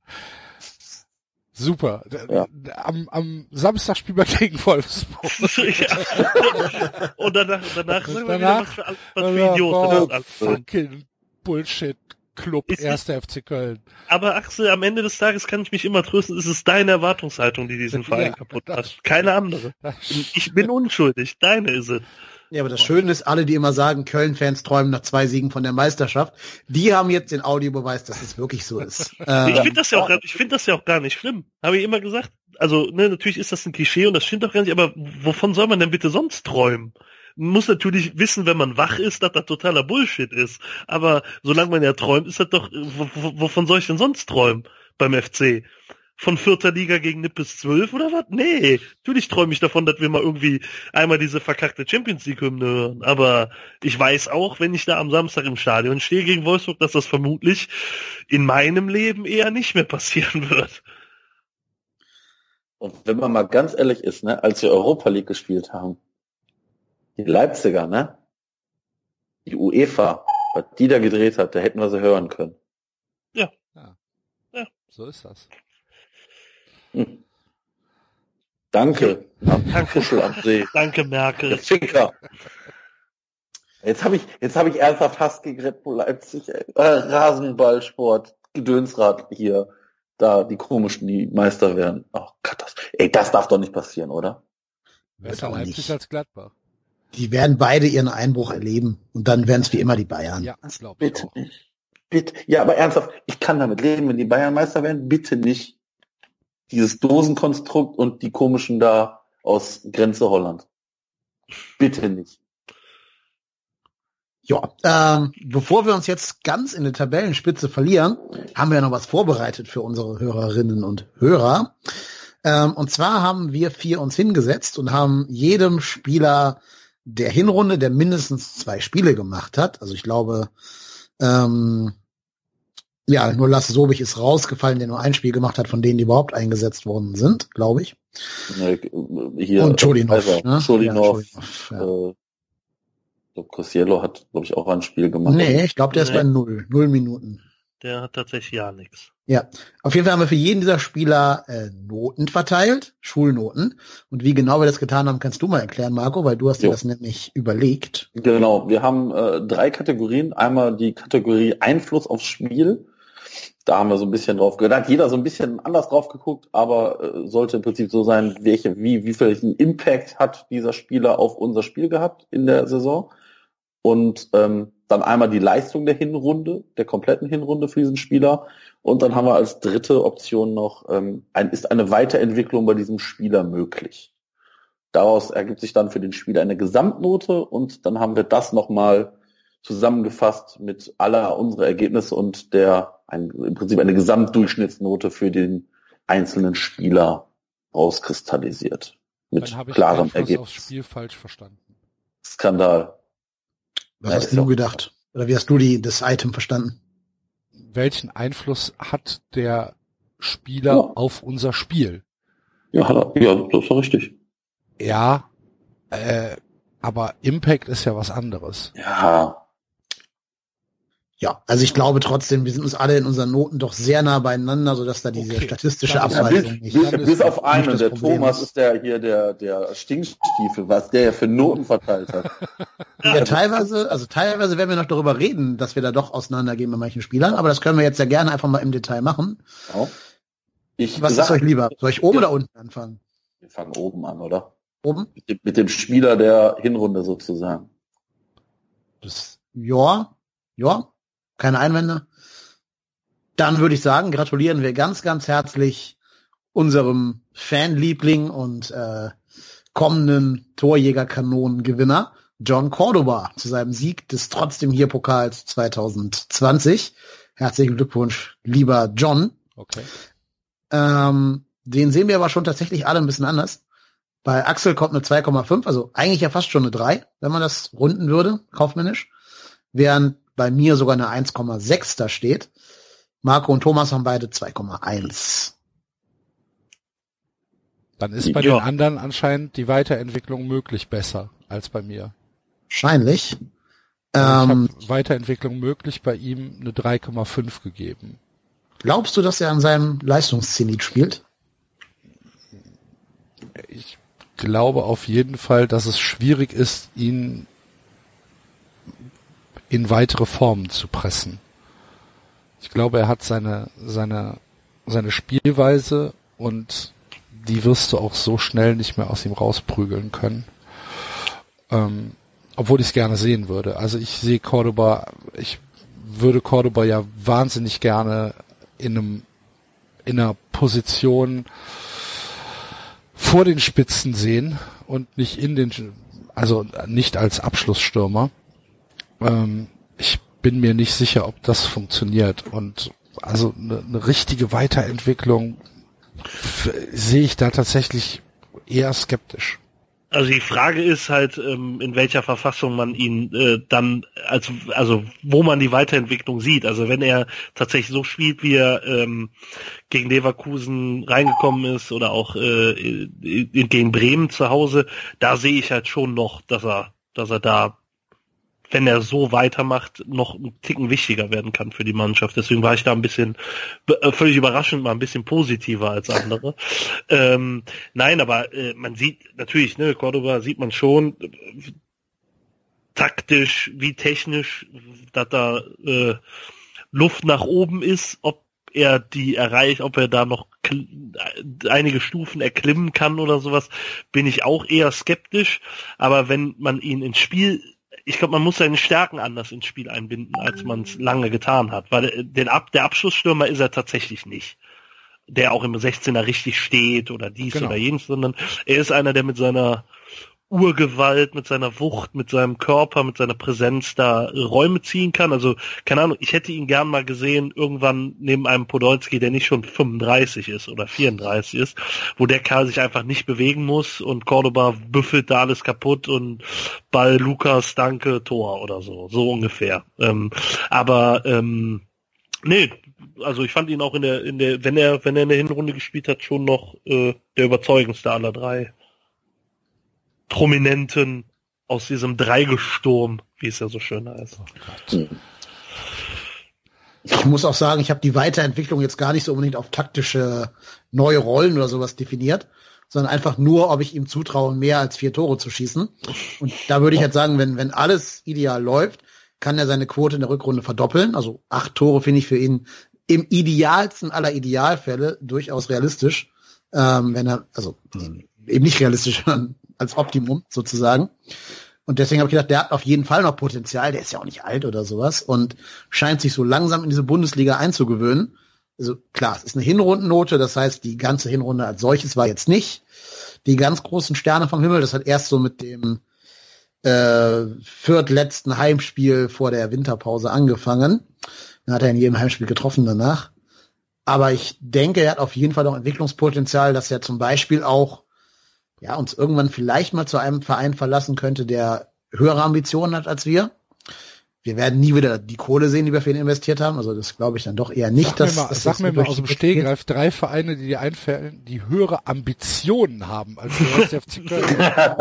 Super. Ja. Am, am Samstag spielen wir gegen Wolfsburg. Ja. Und danach, danach sagen wir wieder, Danach- was für, was für Idioten Oh, das alles. fucking Bullshit Club, Ist- erster F C Köln. Aber Axel, am Ende des Tages kann ich mich immer trösten, es ist deine Erwartungshaltung, die diesen Verein Ja, kaputt das macht. Keine andere. Das Ich bin unschuldig, deine ist es. Ja, aber das Schöne ist, alle, die immer sagen, Köln-Fans träumen nach zwei Siegen von der Meisterschaft, die haben jetzt den Audiobeweis, dass es wirklich so ist. Ich Ähm, finde das ja auch, ich finde das ja auch gar nicht schlimm. Habe ich immer gesagt. Also, ne, natürlich ist das ein Klischee und das stimmt doch gar nicht, aber wovon soll man denn bitte sonst träumen? Man muss natürlich wissen, wenn man wach ist, dass das totaler Bullshit ist. Aber solange man ja träumt, ist das doch, w- w- wovon soll ich denn sonst träumen beim F C? Von vierter Liga gegen Nippes zwölf oder was? Nee, natürlich träume ich davon, dass wir mal irgendwie einmal diese verkackte Champions League Hymne hören. Aber ich weiß auch, wenn ich da am Samstag im Stadion stehe gegen Wolfsburg, dass das vermutlich in meinem Leben eher nicht mehr passieren wird. und wenn man mal ganz ehrlich ist, ne, als wir Europa League gespielt haben, die Leipziger, ne, die UEFA, was die da gedreht hat, da hätten wir sie hören können. so ist das. Hm. Danke, am Kuschel am See. Danke, Der Merkel. Ficker. Jetzt habe ich, jetzt habe ich ernsthaft Hass gegen Red Bull Leipzig, ey. Äh, Rasenballsport, Gedönsrad hier, da die komischen, die Meister werden. Oh Gott, das, ey, das darf doch nicht passieren, oder? Besser auch Leipzig nicht. als Gladbach. die werden beide ihren Einbruch erleben und dann werden es wie immer die Bayern. Ja, glaube ich Bitte auch. nicht. Bitte, ja, aber ernsthaft, ich kann damit leben, wenn die Bayern Meister werden, bitte nicht dieses Dosenkonstrukt und die komischen da aus Grenze Holland. Bitte nicht. Ja, ähm, bevor wir uns jetzt ganz in der Tabellenspitze verlieren, haben wir noch was vorbereitet für unsere Hörerinnen und Hörer. Ähm, und zwar haben wir vier uns hingesetzt und haben jedem Spieler der Hinrunde, der mindestens zwei Spiele gemacht hat, also ich glaube, ähm, ja, nur Lasse Sobich ist rausgefallen, der nur ein Spiel gemacht hat, von denen, die überhaupt eingesetzt worden sind, glaube ich. Ne, hier, Und Chodinov, also, ne? Chodinov, Ja, Chodinov, ja. äh, ich glaube, Cossiello hat, glaube ich, auch ein Spiel gemacht. Nee, ich glaube, der ist Nee. bei null, null Minuten. Der hat tatsächlich ja nichts. Ja, auf jeden Fall haben wir für jeden dieser Spieler äh, Noten verteilt, Schulnoten. Und wie genau wir das getan haben, kannst du mal erklären, Marco, weil du hast dir Jo. das nämlich überlegt. Genau, wir haben äh, drei Kategorien. Einmal die Kategorie Einfluss aufs Spiel. Da haben wir so ein bisschen drauf gehört. Da hat jeder so ein bisschen anders drauf geguckt, aber äh, sollte im Prinzip so sein, welche, wie, wie viel Impact hat dieser Spieler auf unser Spiel gehabt in der Saison. Und ähm, dann einmal die Leistung der Hinrunde, der kompletten Hinrunde für diesen Spieler. Und dann haben wir als dritte Option noch, ähm, ein, ist eine Weiterentwicklung bei diesem Spieler möglich. Daraus ergibt sich dann für den Spieler eine Gesamtnote und dann haben wir das nochmal zusammengefasst mit aller unserer Ergebnisse und der ein, im Prinzip eine Gesamtdurchschnittsnote für den einzelnen Spieler rauskristallisiert. Mit Dann habe ich klarem Einfluss aufs Ergebnis. Spiel falsch verstanden. Skandal. Was Ja, hast ist du auch- gedacht? Oder wie hast du die, das Item verstanden? Welchen Einfluss hat der Spieler Ja. auf unser Spiel? Ja, hat er, ja, das ist doch richtig. Ja, äh, aber Impact ist ja was anderes. Ja, Ja, also ich glaube trotzdem, wir sind uns alle in unseren Noten doch sehr nah beieinander, sodass da diese Okay. statistische Dann ist- ja Abweichung bis, nicht. bis, Dann ist bis das auf einen, das der Problem. Thomas ist der hier der, der Stinkstiefel, was der ja für Noten verteilt hat. Ja, teilweise, also teilweise werden wir noch darüber reden, dass wir da doch auseinandergehen bei manchen Spielern, aber das können wir jetzt ja gerne einfach mal im Detail machen. Ja. Ich Was sag, ist euch lieber? Soll ich oben Ja. oder unten anfangen? wir fangen oben an, oder? Oben? Mit dem, mit dem Spieler der Hinrunde sozusagen. Das, ja, ja, keine Einwände. Dann würde ich sagen, gratulieren wir ganz, ganz herzlich unserem Fanliebling und äh, kommenden Torjägerkanonengewinner John Cordoba zu seinem Sieg des Trotzdem hier Pokals zwanzig zwanzig. Herzlichen Glückwunsch, lieber John. Okay. Ähm, den sehen wir aber schon tatsächlich alle ein bisschen anders. Bei Axel kommt eine zwei Komma fünf, also eigentlich ja fast schon eine drei, wenn man das runden würde, kaufmännisch. Während bei mir sogar eine eins Komma sechs da steht. Marco und Thomas haben beide zwei Komma eins. Dann ist bei ja. den anderen anscheinend die Weiterentwicklung möglich besser als bei mir. Wahrscheinlich. Also Ähm, ich habe Weiterentwicklung möglich bei ihm eine drei Komma fünf gegeben. glaubst du, dass er an seinem Leistungszenit spielt? Ich glaube auf jeden Fall, dass es schwierig ist, ihn in weitere Formen zu pressen. Ich glaube, er hat seine, seine, seine Spielweise und die wirst du auch so schnell nicht mehr aus ihm rausprügeln können. Ähm, obwohl ich es gerne sehen würde. Also ich sehe Cordoba, ich würde Cordoba ja wahnsinnig gerne in einem, in einer Position vor den Spitzen sehen und nicht in den, also nicht als Abschlussstürmer. Ähm, ich bin mir nicht sicher, ob das funktioniert und also eine, eine richtige Weiterentwicklung f- sehe ich da tatsächlich eher skeptisch. Also die Frage ist halt, ähm, in welcher Verfassung man ihn äh, dann, als, also wo man die Weiterentwicklung sieht. Also wenn er tatsächlich so spielt, wie er ähm, gegen Leverkusen reingekommen ist oder auch äh, gegen Bremen zu Hause, da sehe ich halt schon noch, dass er, dass er da, wenn er so weitermacht, noch einen Ticken wichtiger werden kann für die Mannschaft. Deswegen war ich da ein bisschen, äh, völlig überraschend, mal ein bisschen positiver als andere. ähm, nein, aber äh, man sieht natürlich, ne, Cordoba sieht man schon, äh, taktisch wie technisch, dass da äh, Luft nach oben ist, ob er die erreicht, ob er da noch einige Stufen erklimmen kann oder sowas, bin ich auch eher skeptisch. Aber wenn man ihn ins Spiel, ich glaube, man muss seine Stärken anders ins Spiel einbinden, als man es lange getan hat. Weil den Ab- der Abschlussstürmer ist er tatsächlich nicht, der auch im sechzehner richtig steht oder dies Genau. oder jenes, sondern er ist einer, der mit seiner Urgewalt, mit seiner Wucht, mit seinem Körper, mit seiner Präsenz da Räume ziehen kann. Also, keine Ahnung, ich hätte ihn gern mal gesehen, irgendwann neben einem Podolski, der nicht schon fünfunddreißig ist oder vierunddreißig ist, wo der Kerl sich einfach nicht bewegen muss und Cordoba büffelt da alles kaputt und Ball, Lukas, danke, Tor oder so, so ungefähr. Ähm, aber, ähm, nee, also ich fand ihn auch in der, in der, wenn er, wenn er in der Hinrunde gespielt hat, schon noch äh, der überzeugendste aller drei Prominenten aus diesem Dreigesturm, wie es ja so schön heißt. Ich muss auch sagen, ich habe die Weiterentwicklung jetzt gar nicht so unbedingt auf taktische neue Rollen oder sowas definiert, sondern einfach nur, ob ich ihm zutraue, mehr als vier Tore zu schießen. Und da würde ich jetzt sagen, wenn wenn alles ideal läuft, kann er seine Quote in der Rückrunde verdoppeln. Also acht Tore finde ich für ihn im idealsten aller Idealfälle durchaus realistisch. Ähm, wenn er, also eben nicht realistisch, sondern als Optimum sozusagen. Und deswegen habe ich gedacht, der hat auf jeden Fall noch Potenzial, der ist ja auch nicht alt oder sowas und scheint sich so langsam in diese Bundesliga einzugewöhnen. Also klar, es ist eine Hinrundennote, das heißt, die ganze Hinrunde als solches war jetzt nicht die ganz großen Sterne vom Himmel. Das hat erst so mit dem äh, viertletzten Heimspiel vor der Winterpause angefangen. Dann hat er in jedem Heimspiel getroffen danach. Aber ich denke, er hat auf jeden Fall noch Entwicklungspotenzial, dass er zum Beispiel auch ja, uns irgendwann vielleicht mal zu einem Verein verlassen könnte, der höhere Ambitionen hat als wir. Wir werden nie wieder die Kohle sehen, die wir für ihn investiert haben. Also das glaube ich dann doch eher nicht. Sag dass, mir mal, dass sag das mir mal durch aus dem die Stehgreif drei Vereine, die dir einfallen, die höhere Ambitionen haben als der erste F C Köln.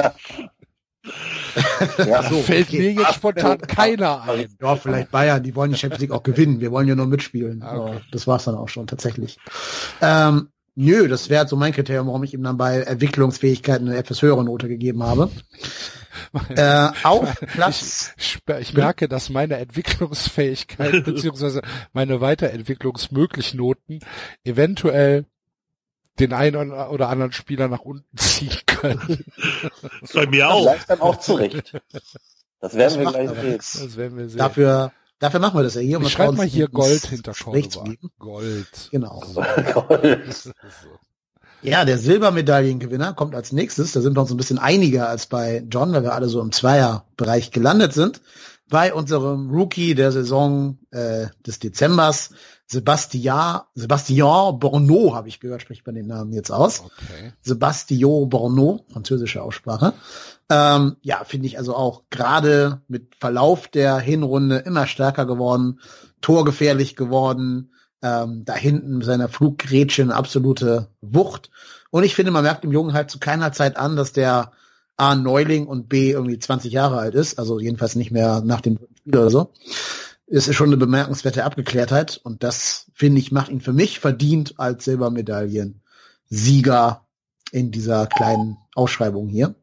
Ja, Da so, fällt okay. mir jetzt spontan keiner ein. Ja, vielleicht Bayern, die wollen die Champions League auch gewinnen. Wir wollen ja nur mitspielen. Ah, okay. Aber das war's dann auch schon tatsächlich. Ähm, nö, das wäre so mein Kriterium, warum ich ihm dann bei Entwicklungsfähigkeit eine etwas höhere Note gegeben habe. äh, auf Platz... Ich, ich merke, dass meine Entwicklungsfähigkeit beziehungsweise meine Weiterentwicklungsmöglichen Noten eventuell den einen oder anderen Spieler nach unten ziehen können. Bei mir auch. Vielleicht dann auch zurecht. Das werden Das wir macht gleich aber sehen. nix. Das werden wir sehen. Dafür, dafür machen wir das ja hier. um Ich das schreib Frauen mal hier ins Gold hinter Gespräch zu Cordoba. bieten. Gold. Genau. Gold. Ja, der Silbermedaillengewinner kommt als nächstes. Da sind wir uns ein bisschen einiger als bei John, weil wir alle so im Zweierbereich gelandet sind. Bei unserem Rookie der Saison äh, des Dezembers, Sebastian, Sebastian Borneau, habe ich gehört, spricht man den Namen jetzt aus. Okay. Sebastian Borneau, französische Aussprache. Ähm, ja, finde ich also auch gerade mit Verlauf der Hinrunde immer stärker geworden, torgefährlich geworden, ähm, da hinten mit seiner Fluggrätsche eine absolute Wucht. Und ich finde, man merkt dem Jungen halt zu keiner Zeit an, dass der A, Neuling und B, irgendwie zwanzig Jahre alt ist, also jedenfalls nicht mehr nach dem Spiel oder so. Es ist schon eine bemerkenswerte Abgeklärtheit und das, finde ich, macht ihn für mich verdient als Silbermedaillensieger in dieser kleinen Ausschreibung hier.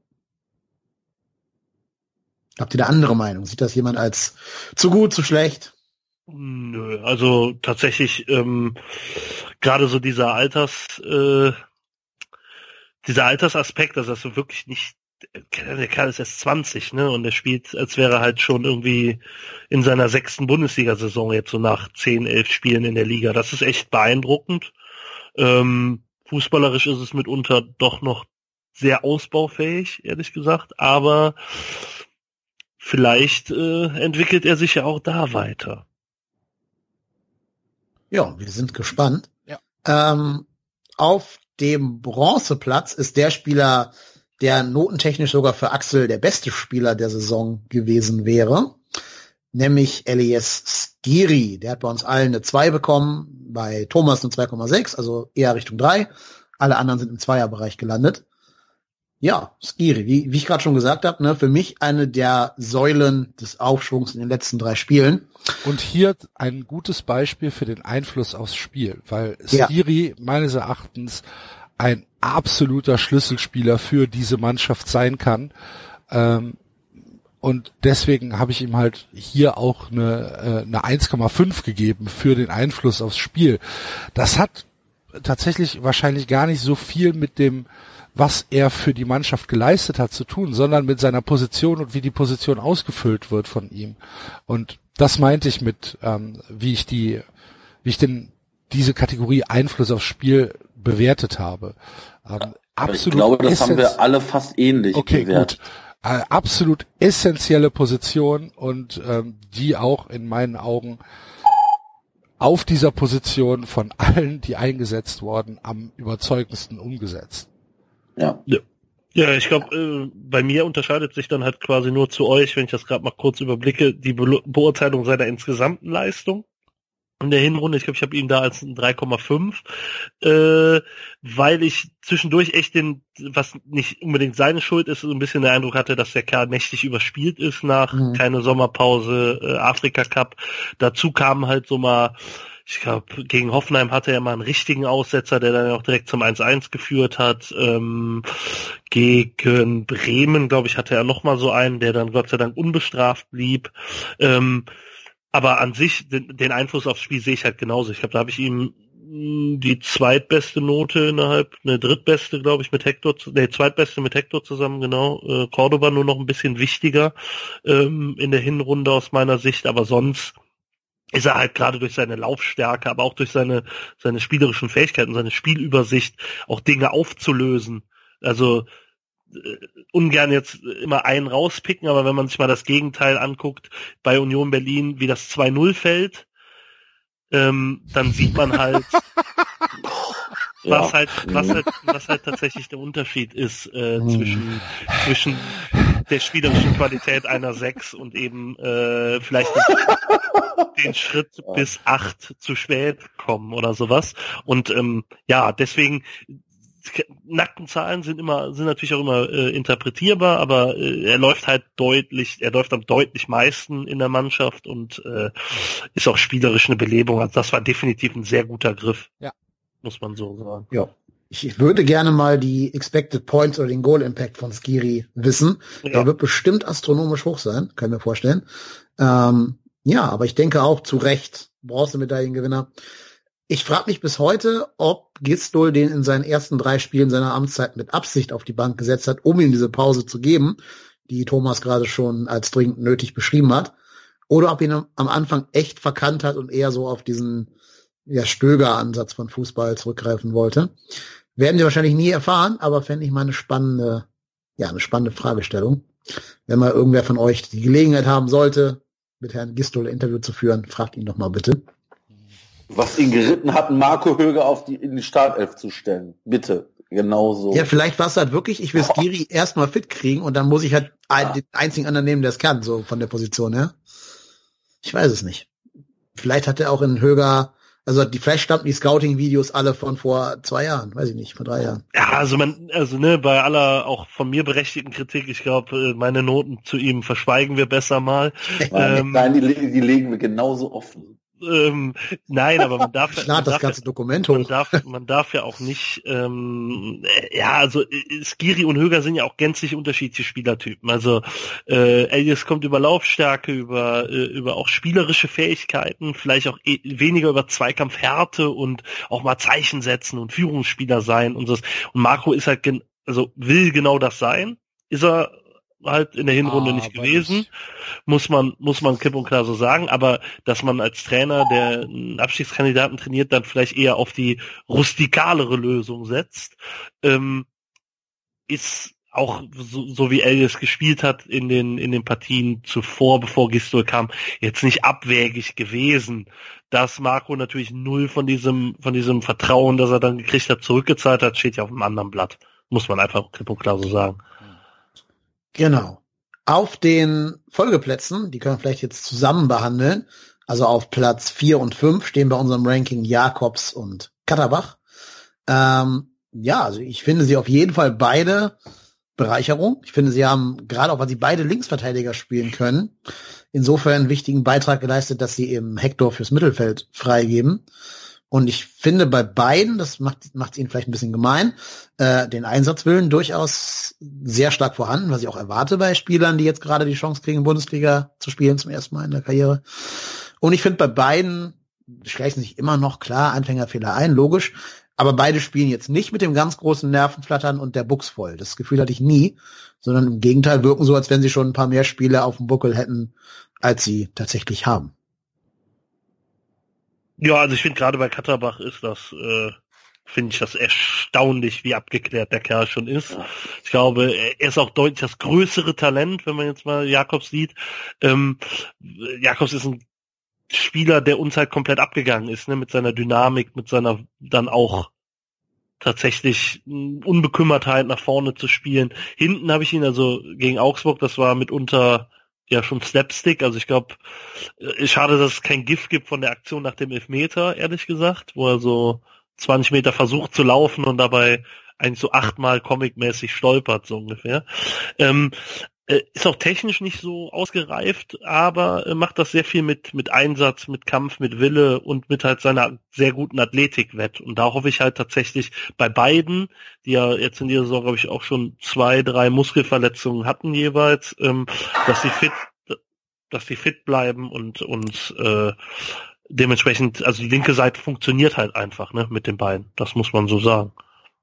Habt ihr da andere Meinung? Sieht das jemand als zu gut, zu schlecht? Nö, also tatsächlich ähm, gerade so dieser Alters, äh, dieser Altersaspekt, also dass du wirklich nicht, der Kerl ist erst zwanzig, ne, und der spielt, als wäre er halt schon irgendwie in seiner sechsten Bundesliga-Saison jetzt so nach zehn, elf Spielen in der Liga. Das ist echt beeindruckend. Ähm, fußballerisch ist es mitunter doch noch sehr ausbaufähig, ehrlich gesagt, aber vielleicht äh, entwickelt er sich ja auch da weiter. Ja, wir sind gespannt. Ja. Ähm, auf dem Bronzeplatz ist der Spieler, der notentechnisch sogar für Axel der beste Spieler der Saison gewesen wäre, nämlich Elias Skiri. Der hat bei uns allen eine zwei bekommen, bei Thomas eine zwei Komma sechs, also eher Richtung drei. Alle anderen sind im Zweierbereich gelandet. Ja, Skiri, wie, wie ich gerade schon gesagt habe, ne, für mich eine der Säulen des Aufschwungs in den letzten drei Spielen. Und hier ein gutes Beispiel für den Einfluss aufs Spiel, weil Ja. Skiri meines Erachtens ein absoluter Schlüsselspieler für diese Mannschaft sein kann. Ähm, und deswegen habe ich ihm halt hier auch eine, äh, eine eins Komma fünf gegeben für den Einfluss aufs Spiel. Das hat tatsächlich wahrscheinlich gar nicht so viel mit dem, was er für die Mannschaft geleistet hat, zu tun, sondern mit seiner Position und wie die Position ausgefüllt wird von ihm. Und das meinte ich mit, ähm, wie ich die, wie ich denn diese Kategorie Einfluss aufs Spiel bewertet habe. Ähm, absolut. Ich glaube, das haben essenz- wir alle fast ähnlich Okay, bewertet. gut. Äh, absolut essentielle Position und ähm, die auch in meinen Augen auf dieser Position von allen, die eingesetzt wurden, am überzeugendsten umgesetzt. Ja. Ja, ich glaube, äh, bei mir unterscheidet sich dann halt quasi nur zu euch, wenn ich das gerade mal kurz überblicke, die Be- Beurteilung seiner insgesamten Leistung in der Hinrunde. Ich glaube, ich habe ihn da als ein drei Komma fünf, äh, weil ich zwischendurch echt den, was nicht unbedingt seine Schuld ist, so ein bisschen den Eindruck hatte, dass der Kerl mächtig überspielt ist nach Mhm. keine Sommerpause, äh, Afrika Cup. Dazu kamen halt so mal, ich glaube, gegen Hoffenheim hatte er mal einen richtigen Aussetzer, der dann auch direkt zum eins eins geführt hat. Ähm, gegen Bremen, glaube ich, hatte er noch mal so einen, der dann Gott sei Dank unbestraft blieb. Ähm, aber an sich, den, den Einfluss aufs Spiel sehe ich halt genauso. Ich glaube, da habe ich ihm mh, die zweitbeste Note innerhalb, eine drittbeste, glaube ich, mit Hector, ne, zweitbeste mit Hector zusammen, genau. Äh, Cordoba nur noch ein bisschen wichtiger ähm, in der Hinrunde aus meiner Sicht, aber sonst ist er halt gerade durch seine Laufstärke, aber auch durch seine seine spielerischen Fähigkeiten, seine Spielübersicht, auch Dinge aufzulösen. Also äh, ungern jetzt immer einen rauspicken, aber wenn man sich mal das Gegenteil anguckt, bei Union Berlin, wie das zwei null fällt, ähm, dann sieht man halt, Ja. was halt, was halt, was halt tatsächlich der Unterschied ist äh, Mhm. zwischen zwischen der spielerischen Qualität einer sechs und eben äh, vielleicht den, den Schritt bis acht zu spät kommen oder sowas. Und ähm, ja, deswegen nackten Zahlen sind immer sind natürlich auch immer äh, interpretierbar, aber äh, er läuft halt deutlich, er läuft am deutlich meisten in der Mannschaft und äh, ist auch spielerisch eine Belebung. Also das war definitiv ein sehr guter Griff. Ja. Muss man so sagen. Ja. Ich würde gerne mal die Expected Points oder den Goal Impact von Skiri wissen. Ja. Der wird bestimmt astronomisch hoch sein, kann ich mir vorstellen. Ähm, ja, aber ich denke auch zu Recht Bronzemedaillengewinner. Ich frage mich bis heute, ob Gistol den in seinen ersten drei Spielen seiner Amtszeit mit Absicht auf die Bank gesetzt hat, um ihm diese Pause zu geben. die Thomas gerade schon als dringend nötig beschrieben hat, oder ob ihn am Anfang echt verkannt hat und eher so auf diesen ja, Stöger-Ansatz von Fußball zurückgreifen wollte. Werden Sie wahrscheinlich nie erfahren, aber fände ich mal eine spannende, ja, eine spannende Fragestellung. Wenn mal irgendwer von euch die Gelegenheit haben sollte, mit Herrn Gistol ein Interview zu führen, fragt ihn doch mal bitte. Was ihn geritten hat, Marco Höger auf die, in die Startelf zu stellen. Bitte. Genauso. Ja, vielleicht war es halt wirklich, ich will Skiri erstmal fit kriegen und dann muss ich halt ein, den einzigen anderen nehmen, der es kann, so von der Position her. Ich weiß es nicht. Vielleicht hat er auch in Höger, also die vielleicht stammten die Scouting-Videos alle von vor zwei Jahren, weiß ich nicht, vor drei Jahren. Ja, also man, also ne, bei aller auch von mir berechtigten Kritik, ich glaube, meine Noten zu ihm verschweigen wir besser mal. Nein, ähm, nein die, die legen wir genauso offen. Ähm, nein, aber man darf, ich man, das darf ganze Dokument man hoch. darf, man darf ja auch nicht, ähm, ja, also Skiri und Höger sind ja auch gänzlich unterschiedliche Spielertypen. Also äh, Elias kommt über Laufstärke, über äh, über auch spielerische Fähigkeiten, vielleicht auch e- weniger über Zweikampfhärte und auch mal Zeichen setzen und Führungsspieler sein und so. Und Marco ist halt, gen- also will genau das sein, ist er halt in der Hinrunde Ah, nicht gewesen, nicht. muss man muss man klipp und klar so sagen, aber dass man als Trainer, der einen Abstiegskandidaten trainiert, dann vielleicht eher auf die rustikalere Lösung setzt, ähm, ist auch so, so wie Elias gespielt hat in den in den Partien zuvor, bevor Gistol kam, jetzt nicht abwägig gewesen, dass Marco natürlich null von diesem von diesem Vertrauen, das er dann gekriegt hat, zurückgezahlt hat, steht ja auf einem anderen Blatt, muss man einfach klipp und klar so sagen. Genau. Auf den Folgeplätzen, die können wir vielleicht jetzt zusammen behandeln, also auf Platz vier und fünf stehen bei unserem Ranking Jakobs und Katterbach. Ähm, ja, also ich finde sie auf jeden Fall beide Bereicherung. Ich finde, sie haben, gerade auch, weil sie beide Linksverteidiger spielen können, insofern einen wichtigen Beitrag geleistet, dass sie eben Hector fürs Mittelfeld freigeben. Und ich finde bei beiden, das macht macht ihnen vielleicht ein bisschen gemein, äh, den Einsatzwillen durchaus sehr stark vorhanden, was ich auch erwarte bei Spielern, die jetzt gerade die Chance kriegen, Bundesliga zu spielen zum ersten Mal in der Karriere. Und ich finde bei beiden schleichen sich immer noch klar Anfängerfehler ein, logisch, aber beide spielen jetzt nicht mit dem ganz großen Nervenflattern und der Buchs voll. Das Gefühl hatte ich nie, sondern im Gegenteil wirken so, als wenn sie schon ein paar mehr Spiele auf dem Buckel hätten, als sie tatsächlich haben. Ja, also ich finde gerade bei Katterbach ist das, äh, finde ich das erstaunlich, wie abgeklärt der Kerl schon ist. Ja. Ich glaube, er ist auch deutlich das größere Talent, wenn man jetzt mal Jakobs sieht. Ähm, Jakobs ist ein Spieler, der uns halt komplett abgegangen ist, ne, mit seiner Dynamik, mit seiner dann auch tatsächlich Unbekümmertheit nach vorne zu spielen. Hinten habe ich ihn also gegen Augsburg, das war mitunter ja schon Slapstick, also ich glaube, schade, dass es kein GIF gibt von der Aktion nach dem Elfmeter, ehrlich gesagt, wo er so zwanzig Meter versucht zu laufen und dabei eigentlich so achtmal comicmäßig stolpert, so ungefähr. Ähm, ist auch technisch nicht so ausgereift, aber macht das sehr viel mit mit Einsatz, mit Kampf, mit Wille und mit halt seiner sehr guten Athletik wett. Und da hoffe ich halt tatsächlich bei beiden, die ja jetzt in dieser Saison, glaube ich, auch schon zwei, drei Muskelverletzungen hatten jeweils, ähm, dass sie fit, dass sie fit bleiben und und äh, dementsprechend, also die linke Seite funktioniert halt einfach, ne, mit den beiden. Das muss man so sagen.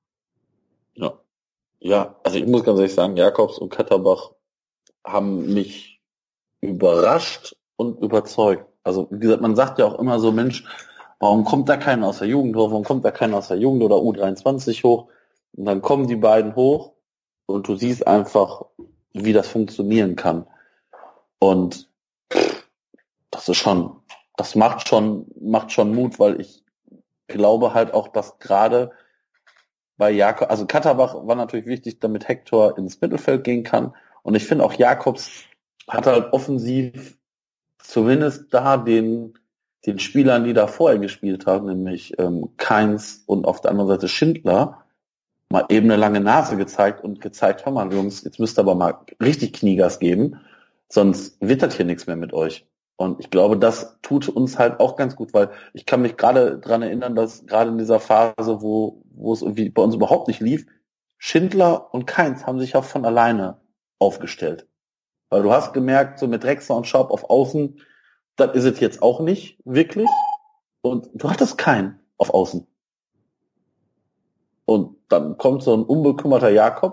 Ja, ja, also ich muss ganz ehrlich sagen, Jakobs und Katterbach haben mich überrascht und überzeugt. Also wie gesagt, man sagt ja auch immer so, Mensch, warum kommt da keiner aus der Jugend hoch, warum kommt da keiner aus der Jugend oder U dreiundzwanzig hoch? Und dann kommen die beiden hoch und du siehst einfach, wie das funktionieren kann. Und das ist schon, das macht schon, macht schon Mut, weil ich glaube halt auch, dass gerade bei Jakob, also Katterbach war natürlich wichtig, damit Hector ins Mittelfeld gehen kann. Und ich finde auch Jakobs hat halt offensiv zumindest da den den Spielern, die da vorher gespielt haben, nämlich ähm, Kainz und auf der anderen Seite Schindler, mal eben eine lange Nase gezeigt und gezeigt, hör mal Jungs, jetzt müsst ihr aber mal richtig Kniegas geben, sonst wird das hier nichts mehr mit euch. Und ich glaube, das tut uns halt auch ganz gut, weil ich kann mich gerade dran erinnern, dass gerade in dieser Phase, wo wo es irgendwie bei uns überhaupt nicht lief, Schindler und Kainz haben sich auch von alleine aufgestellt. Weil du hast gemerkt, so mit Drexler und Schaub auf Außen, das ist es jetzt auch nicht wirklich. Und du hattest keinen auf Außen. Und dann kommt so ein unbekümmerter Jakobs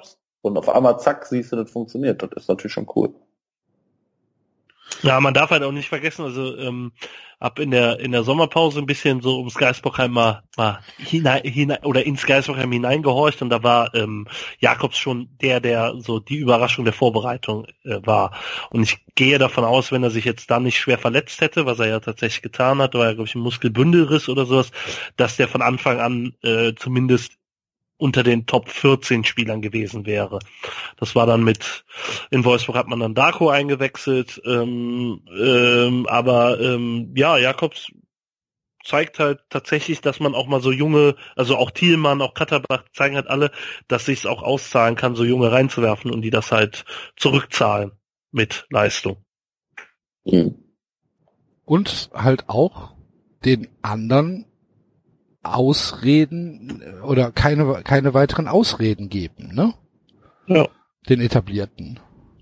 Und auf einmal, zack, siehst du, das funktioniert. Das ist natürlich schon cool. Ja, man darf halt auch nicht vergessen, also ähm, ab in der in der Sommerpause ein bisschen so ums Geisbockheim mal, mal hinein, hinein oder ins Geisbockheim hineingehorcht und da war ähm, Jakobs schon der, der so die Überraschung der Vorbereitung äh, war. Und ich gehe davon aus, wenn er sich jetzt da nicht schwer verletzt hätte, was er ja tatsächlich getan hat, war ja, glaube ich, ein Muskelbündelriss oder sowas, dass der von Anfang an äh, zumindest unter den Top vierzehn Spielern gewesen wäre. Das war dann mit, in Wolfsburg hat man dann Darko eingewechselt, ähm, ähm, aber ähm, ja, Jakobs zeigt halt tatsächlich, dass man auch mal so junge, also auch Thielmann, auch Katterbach zeigen halt alle, dass sich's auch auszahlen kann, so junge reinzuwerfen und die das halt zurückzahlen mit Leistung. Mhm. Und halt auch den anderen Ausreden oder keine keine weiteren Ausreden geben, ne? Ja. Den etablierten.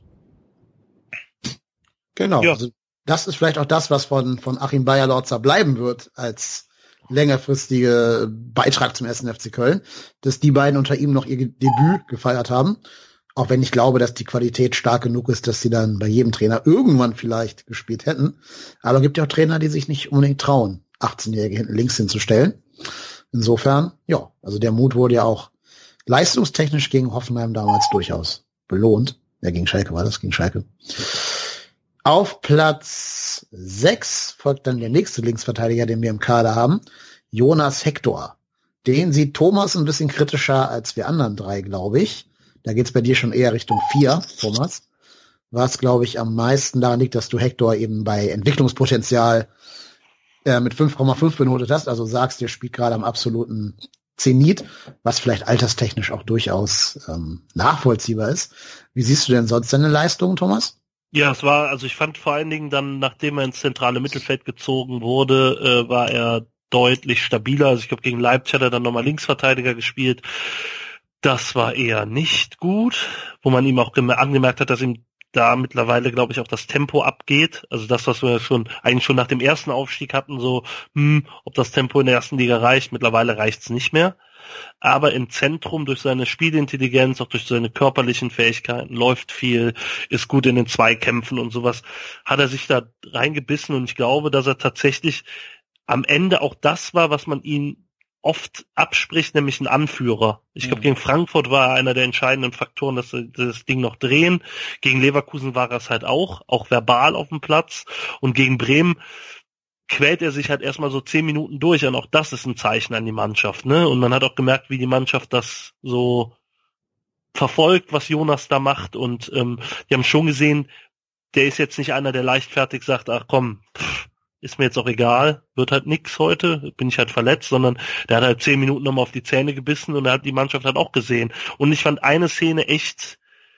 Genau. Ja. Also das ist vielleicht auch das, was von von Achim Beyer-Lorzer bleiben wird als längerfristige Beitrag zum ersten F C Köln, dass die beiden unter ihm noch ihr Debüt gefeiert haben. Auch wenn ich glaube, dass die Qualität stark genug ist, dass sie dann bei jedem Trainer irgendwann vielleicht gespielt hätten. Aber es gibt ja auch Trainer, die sich nicht unbedingt trauen, achtzehnjährige hinten links hinzustellen. Insofern, ja, also der Mut wurde ja auch leistungstechnisch gegen Hoffenheim damals durchaus belohnt. Ja, gegen Schalke war das, gegen Schalke. Auf Platz sechs folgt dann der nächste Linksverteidiger, den wir im Kader haben, Jonas Hector. Den sieht Thomas ein bisschen kritischer als wir anderen drei, glaube ich. Da geht's bei dir schon eher Richtung vier, Thomas. Was, glaube ich, am meisten daran liegt, dass du Hector eben bei Entwicklungspotenzial äh, mit fünf Komma fünf benotet hast. Also sagst, der spielt gerade am absoluten Zenit, was vielleicht alterstechnisch auch durchaus ähm, nachvollziehbar ist. Wie siehst du denn sonst seine Leistungen, Thomas? Ja, es war, also ich fand vor allen Dingen dann, nachdem er ins zentrale Mittelfeld gezogen wurde, äh, war er deutlich stabiler. Also ich glaube, gegen Leipzig hat er dann nochmal Linksverteidiger gespielt. Das war eher nicht gut, wo man ihm auch gem- angemerkt hat, dass ihm da mittlerweile, glaube ich, auch das Tempo abgeht. Also das, was wir schon eigentlich schon nach dem ersten Aufstieg hatten, so, hm, ob das Tempo in der ersten Liga reicht. Mittlerweile reicht's nicht mehr. Aber im Zentrum durch seine Spielintelligenz, auch durch seine körperlichen Fähigkeiten, läuft viel, ist gut in den Zweikämpfen und sowas, hat er sich da reingebissen und ich glaube, dass er tatsächlich am Ende auch das war, was man ihn oft abspricht, nämlich ein Anführer. Ich glaube, mhm. gegen Frankfurt war er einer der entscheidenden Faktoren, dass sie das Ding noch drehen. Gegen Leverkusen war er es halt auch, auch verbal auf dem Platz. Und gegen Bremen quält er sich halt erstmal so zehn Minuten durch. Und auch das ist ein Zeichen an die Mannschaft, ne? Und man hat auch gemerkt, wie die Mannschaft das so verfolgt, was Jonas da macht. Und ähm, die haben schon gesehen, der ist jetzt nicht einer, der leichtfertig sagt, ach komm, pff, ist mir jetzt auch egal, wird halt nix heute, bin ich halt verletzt, sondern der hat halt zehn Minuten nochmal auf die Zähne gebissen und er hat die Mannschaft halt auch gesehen. Und ich fand eine Szene echt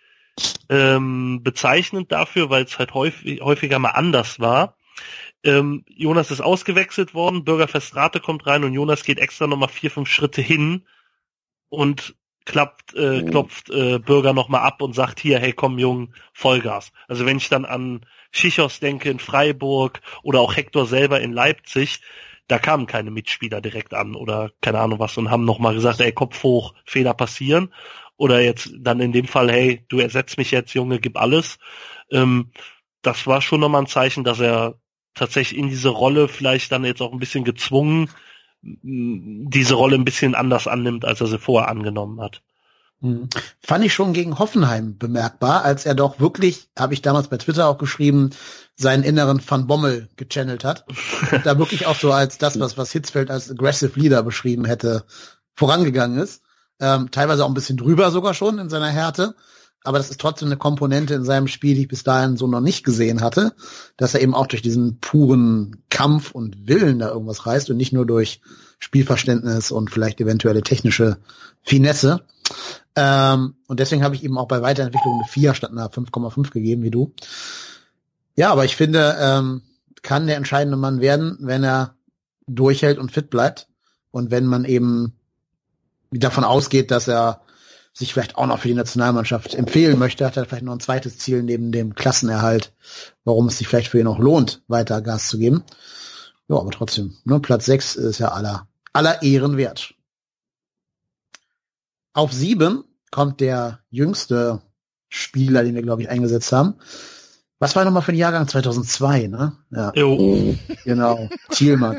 ähm, bezeichnend dafür, weil es halt häufig, häufiger mal anders war. Ähm, Jonas ist ausgewechselt worden, Bürger Verstrate kommt rein und Jonas geht extra nochmal vier, fünf Schritte hin und klappt, äh, klopft äh, Bürger nochmal ab und sagt hier, hey komm Jung, Vollgas. Also wenn ich dann an Schichos denke in Freiburg oder auch Hector selber in Leipzig, da kamen keine Mitspieler direkt an oder keine Ahnung was und haben nochmal gesagt, ey, Kopf hoch, Fehler passieren. Oder jetzt dann in dem Fall, hey, du ersetzt mich jetzt, Junge, gib alles. Ähm, das war schon nochmal ein Zeichen, dass er tatsächlich in diese Rolle vielleicht dann jetzt auch ein bisschen gezwungen, diese Rolle ein bisschen anders annimmt, als er sie vorher angenommen hat. Hm. Fand ich schon gegen Hoffenheim bemerkbar, als er doch wirklich, habe ich damals bei Twitter auch geschrieben, seinen inneren Van Bommel gechannelt hat. Und da wirklich auch so als das, was, was Hitzfeld als Aggressive Leader beschrieben hätte, vorangegangen ist. Ähm, teilweise auch ein bisschen drüber sogar schon in seiner Härte. Aber das ist trotzdem eine Komponente in seinem Spiel, die ich bis dahin so noch nicht gesehen hatte, dass er eben auch durch diesen puren Kampf und Willen da irgendwas reißt und nicht nur durch Spielverständnis und vielleicht eventuelle technische Finesse. Ähm, und deswegen habe ich ihm auch bei Weiterentwicklung eine vier statt einer fünf Komma fünf gegeben, wie du. Ja, aber ich finde, ähm, kann der entscheidende Mann werden, wenn er durchhält und fit bleibt. Und wenn man eben davon ausgeht, dass er sich vielleicht auch noch für die Nationalmannschaft empfehlen möchte, hat er vielleicht noch ein zweites Ziel neben dem Klassenerhalt, warum es sich vielleicht für ihn auch lohnt, weiter Gas zu geben. Ja, aber trotzdem, ne, Platz sechs ist ja aller, aller Ehren wert. Auf sieben kommt der jüngste Spieler, den wir, glaube ich, eingesetzt haben. Was war nochmal für ein Jahrgang? zweitausendzwei, ne? Ja. Jo. Genau. Thielmann.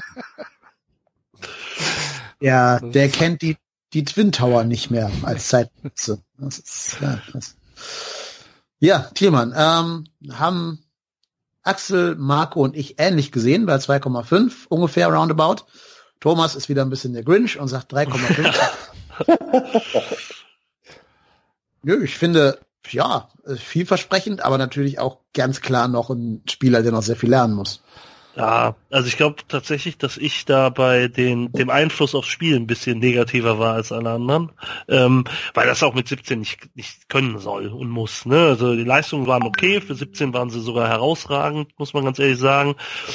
Ja, der kennt die, die Twin Tower nicht mehr als Zeitplätze. Das ist, ja, das. Ja, Thielmann, ähm, haben Axel, Marco und ich ähnlich gesehen bei zwei Komma fünf, ungefähr roundabout. Thomas ist wieder ein bisschen der Grinch und sagt drei Komma fünf. Nö, ich finde, ja, vielversprechend, aber natürlich auch ganz klar noch ein Spieler, der noch sehr viel lernen muss. Ja, also ich glaube tatsächlich, dass ich da bei den, dem Einfluss aufs Spiel ein bisschen negativer war als alle anderen, ähm, weil das auch mit siebzehn nicht, nicht können soll und muss. Ne? Also die Leistungen waren okay, für siebzehn waren sie sogar herausragend, muss man ganz ehrlich sagen.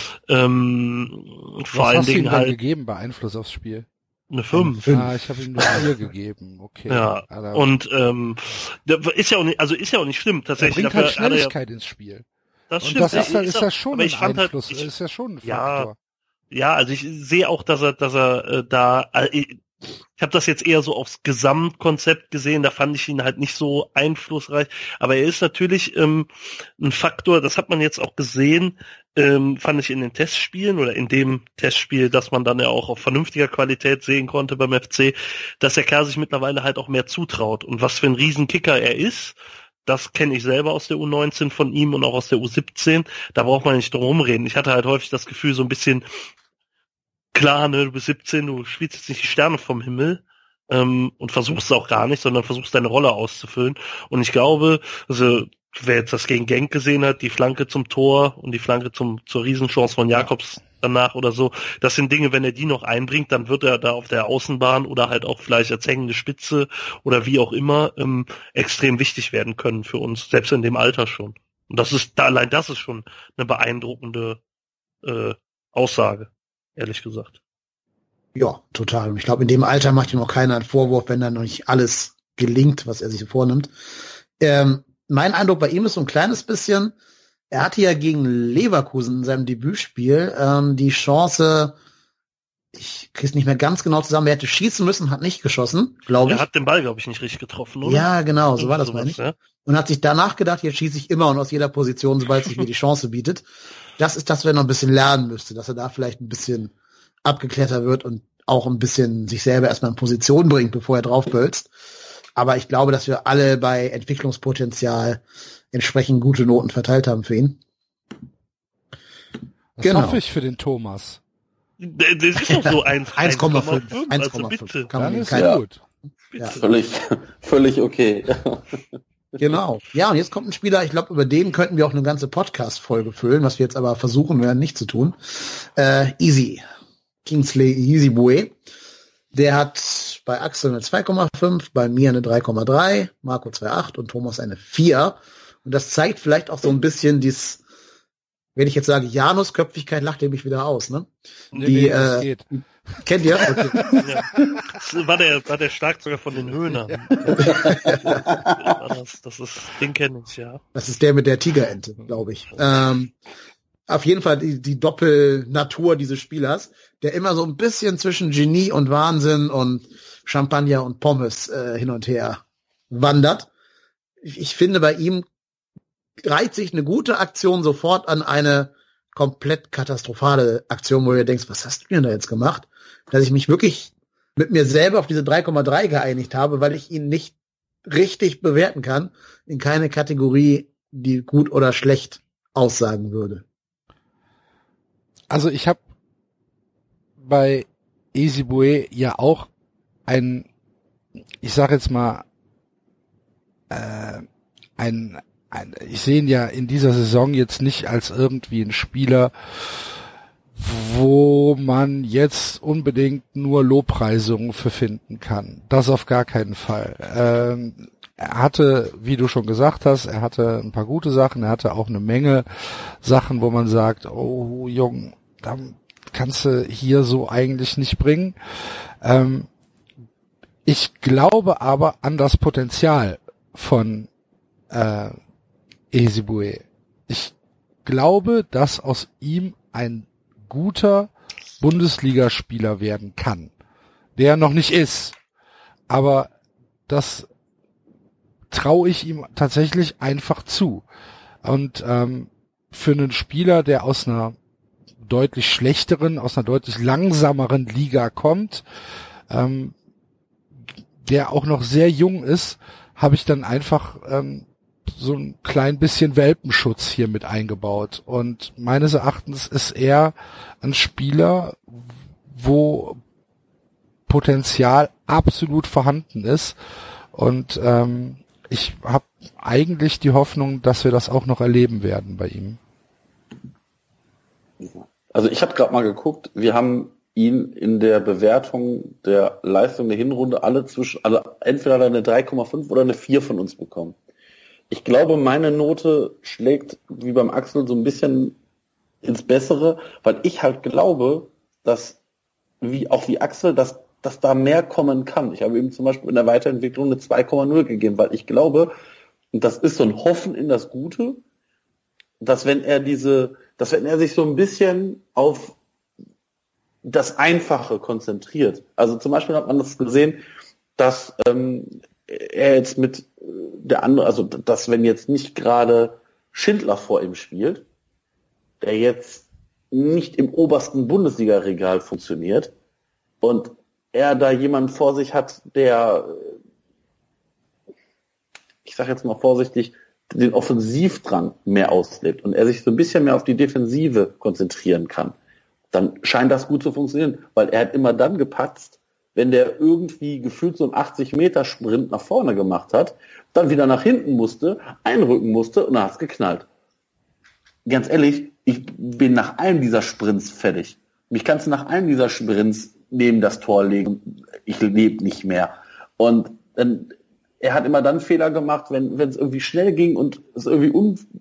Ähm, vor allen Dingen ihm halt gegeben bei Einfluss aufs Spiel. Eine fünf. Ah, ich habe ihm nur vier gegeben. Okay. Ja. Aber und ähm, ist ja auch nicht, also ist ja auch nicht schlimm tatsächlich. er bringt Dafür halt hat er Schnelligkeit ins Spiel. Das und stimmt. das ist, ja, ist, ist auch, ja schon aber ich ein fand Einfluss. Halt, ich, ist ja schon ein ja, Faktor. Ja, also ich sehe auch, dass er, dass er äh, da, äh, ich, ich habe das jetzt eher so aufs Gesamtkonzept gesehen, da fand ich ihn halt nicht so einflussreich, aber er ist natürlich ähm, ein Faktor, das hat man jetzt auch gesehen, ähm, fand ich in den Testspielen oder in dem Testspiel, das man dann ja auch auf vernünftiger Qualität sehen konnte beim F C, dass der Kerl sich mittlerweile halt auch mehr zutraut und was für ein Riesenkicker er ist. Das kenne ich selber aus der U neunzehn von ihm und auch aus der U siebzehn. Da braucht man nicht drum rumreden. Ich hatte halt häufig das Gefühl, so ein bisschen, klar, ne, du bist siebzehn, du spielst jetzt nicht die Sterne vom Himmel ähm, und versuchst es auch gar nicht, sondern versuchst deine Rolle auszufüllen. Und ich glaube, also wer jetzt das gegen Genk gesehen hat, die Flanke zum Tor und die Flanke zum zur Riesenchance von Jakobs danach oder so, das sind Dinge, wenn er die noch einbringt, dann wird er da auf der Außenbahn oder halt auch vielleicht als hängende Spitze oder wie auch immer ähm, extrem wichtig werden können für uns, selbst in dem Alter schon. Und das ist, da allein das ist schon eine beeindruckende äh, Aussage, ehrlich gesagt. Ja, total. Und ich glaube, in dem Alter macht ihm auch keiner einen Vorwurf, wenn dann noch nicht alles gelingt, was er sich vornimmt. Ähm, mein Eindruck bei ihm ist so ein kleines bisschen, er hatte ja gegen Leverkusen in seinem Debütspiel ähm, die Chance, ich krieg's nicht mehr ganz genau zusammen, er hätte schießen müssen, hat nicht geschossen, glaube ich. Er hat den Ball, glaube ich, nicht richtig getroffen, oder? Ja, genau, so war das, meine ich. Ja. Und hat sich danach gedacht, jetzt schieße ich immer und aus jeder Position, sobald sich mir die Chance bietet. Das ist das, was er noch ein bisschen lernen müsste, dass er da vielleicht ein bisschen abgeklärter wird und auch ein bisschen sich selber erstmal in Position bringt, bevor er draufbölzt. Aber ich glaube, dass wir alle bei Entwicklungspotenzial entsprechend gute Noten verteilt haben für ihn. Das Genau. hoffe ich für den Thomas. Das ist doch so eins Komma fünf. Also bitte. Kann man Dann ist kein, ja gut. ja. Völlig, völlig okay. Genau. Ja, und jetzt kommt ein Spieler, ich glaube, über den könnten wir auch eine ganze Podcast-Folge füllen, was wir jetzt aber versuchen werden, nicht zu tun. Äh, Easy. Kingsley Easybue. Der hat bei Axel eine zwei Komma fünf, bei mir eine drei Komma drei, Marco zwei Komma acht und Thomas eine vier. Und das zeigt vielleicht auch so ein bisschen dies, wenn ich jetzt sage, Janusköpfigkeit, lacht ihr mich wieder aus, ne? Nee, Die, nee, das äh, geht. Kennt ihr? Okay. Ja. Das war der, war der Schlagzeuger von den Höhnern. Ja. das, das ist, den kenne ich, ja. Das ist der mit der Tigerente, glaube ich. Ähm, auf jeden Fall die, die Doppelnatur dieses Spielers, der immer so ein bisschen zwischen Genie und Wahnsinn und Champagner und Pommes äh, hin und her wandert. Ich, ich finde, bei ihm reiht sich eine gute Aktion sofort an eine komplett katastrophale Aktion, wo du denkst, was hast du denn da jetzt gemacht? Dass ich mich wirklich mit mir selber auf diese drei Komma drei geeinigt habe, weil ich ihn nicht richtig bewerten kann, in keine Kategorie, die gut oder schlecht aussagen würde. Also ich habe bei Easybue ja auch ein, ich sage jetzt mal, äh, ein, ein, ich sehe ihn ja in dieser Saison jetzt nicht als irgendwie ein Spieler, wo man jetzt unbedingt nur Lobpreisungen für finden kann. Das auf gar keinen Fall. Ähm, er hatte, wie du schon gesagt hast, er hatte ein paar gute Sachen, er hatte auch eine Menge Sachen, wo man sagt, oh Jung, da kannst du hier so eigentlich nicht bringen. Ähm, ich glaube aber an das Potenzial von äh, Easybue. Ich glaube, dass aus ihm ein guter Bundesligaspieler werden kann, der noch nicht ist, aber das traue ich ihm tatsächlich einfach zu. Und ähm, für einen Spieler, der aus einer deutlich schlechteren, aus einer deutlich langsameren Liga kommt, ähm, der auch noch sehr jung ist, habe ich dann einfach ähm, so ein klein bisschen Welpenschutz hier mit eingebaut. Und meines Erachtens ist er ein Spieler, wo Potenzial absolut vorhanden ist. Und ähm, ich habe eigentlich die Hoffnung, dass wir das auch noch erleben werden bei ihm. Also ich habe gerade mal geguckt, wir haben ihn in der Bewertung der Leistung der Hinrunde alle zwischen, alle entweder eine drei Komma fünf oder eine vier von uns bekommen. Ich glaube, meine Note schlägt wie beim Axel so ein bisschen ins Bessere, weil ich halt glaube, dass wie auch wie Axel, dass, dass da mehr kommen kann. Ich habe ihm zum Beispiel in der Weiterentwicklung eine zwei Komma null gegeben, weil ich glaube, und das ist so ein Hoffen in das Gute, dass wenn er diese, dass wenn er sich so ein bisschen auf das Einfache konzentriert. Also zum Beispiel hat man das gesehen, dass ähm, er jetzt mit der andere, also dass wenn jetzt nicht gerade Schindler vor ihm spielt, der jetzt nicht im obersten Bundesliga-Regal funktioniert und er da jemanden vor sich hat, der, ich sage jetzt mal vorsichtig, den Offensivdrang mehr auslebt und er sich so ein bisschen mehr auf die Defensive konzentrieren kann, dann scheint das gut zu funktionieren, weil er hat immer dann gepatzt, wenn der irgendwie gefühlt so einen achtzig Meter Sprint nach vorne gemacht hat, dann wieder nach hinten musste, einrücken musste und dann hat's geknallt. Ganz ehrlich, ich bin nach einem dieser Sprints fertig. Mich kannst du nach einem dieser Sprints neben das Tor legen. Ich lebe nicht mehr. Und dann, er hat immer dann Fehler gemacht, wenn wenn es irgendwie schnell ging und es irgendwie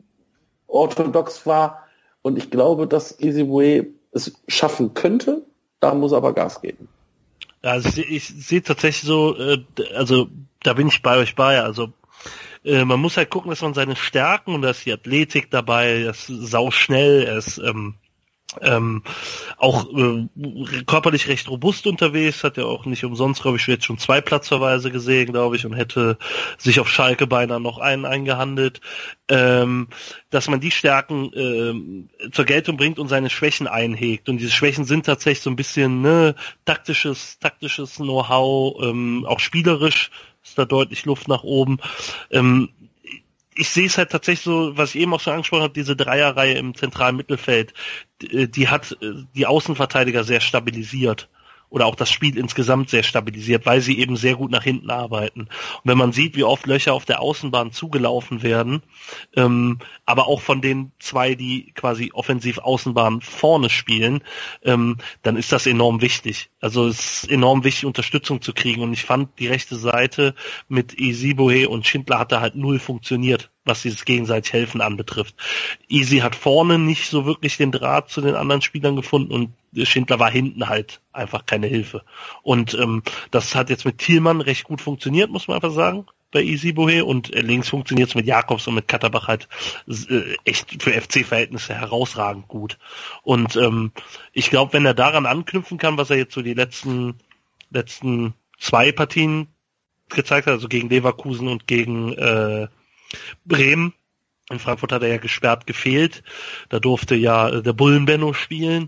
unorthodox war. Und ich glaube, dass Ezebue es schaffen könnte, da muss er aber Gas geben. Ja, also ich, ich sehe tatsächlich so, äh, also da bin ich bei euch bei, also äh, man muss halt gucken, dass man seine Stärken, und da ist die Athletik dabei, er ist sauschnell, er ist ähm, ähm, auch äh, körperlich recht robust unterwegs, hat ja auch nicht umsonst, glaube ich, jetzt schon zwei Platzverweise gesehen, glaube ich, und hätte sich auf Schalke beinahe noch einen eingehandelt, ähm, dass man die Stärken ähm, zur Geltung bringt und seine Schwächen einhegt. Und diese Schwächen sind tatsächlich so ein bisschen ne, taktisches, taktisches Know-how, ähm, auch spielerisch ist da deutlich Luft nach oben. Ähm, ich sehe es halt tatsächlich so, was ich eben auch schon angesprochen habe, diese Dreierreihe im zentralen Mittelfeld, die, die hat die Außenverteidiger sehr stabilisiert. Oder auch das Spiel insgesamt sehr stabilisiert, weil sie eben sehr gut nach hinten arbeiten. Und wenn man sieht, wie oft Löcher auf der Außenbahn zugelaufen werden, ähm, aber auch von den zwei, die quasi offensiv Außenbahn vorne spielen, ähm, dann ist das enorm wichtig. Also es ist enorm wichtig, Unterstützung zu kriegen. Und ich fand, die rechte Seite mit Ezebue und Schindler hat da halt null funktioniert, was dieses gegenseitig Helfen anbetrifft. Easy hat vorne nicht so wirklich den Draht zu den anderen Spielern gefunden und Schindler war hinten halt einfach keine Hilfe. Und ähm, das hat jetzt mit Thielmann recht gut funktioniert, muss man einfach sagen, bei Ezebue, und äh, links funktioniert es mit Jakobs und mit Katterbach halt äh, echt für F C-Verhältnisse herausragend gut. Und ähm, ich glaube, wenn er daran anknüpfen kann, was er jetzt so die letzten letzten zwei Partien gezeigt hat, also gegen Leverkusen und gegen äh, Bremen. In Frankfurt hat er ja gesperrt gefehlt. Da durfte ja der Bullen-Benno spielen.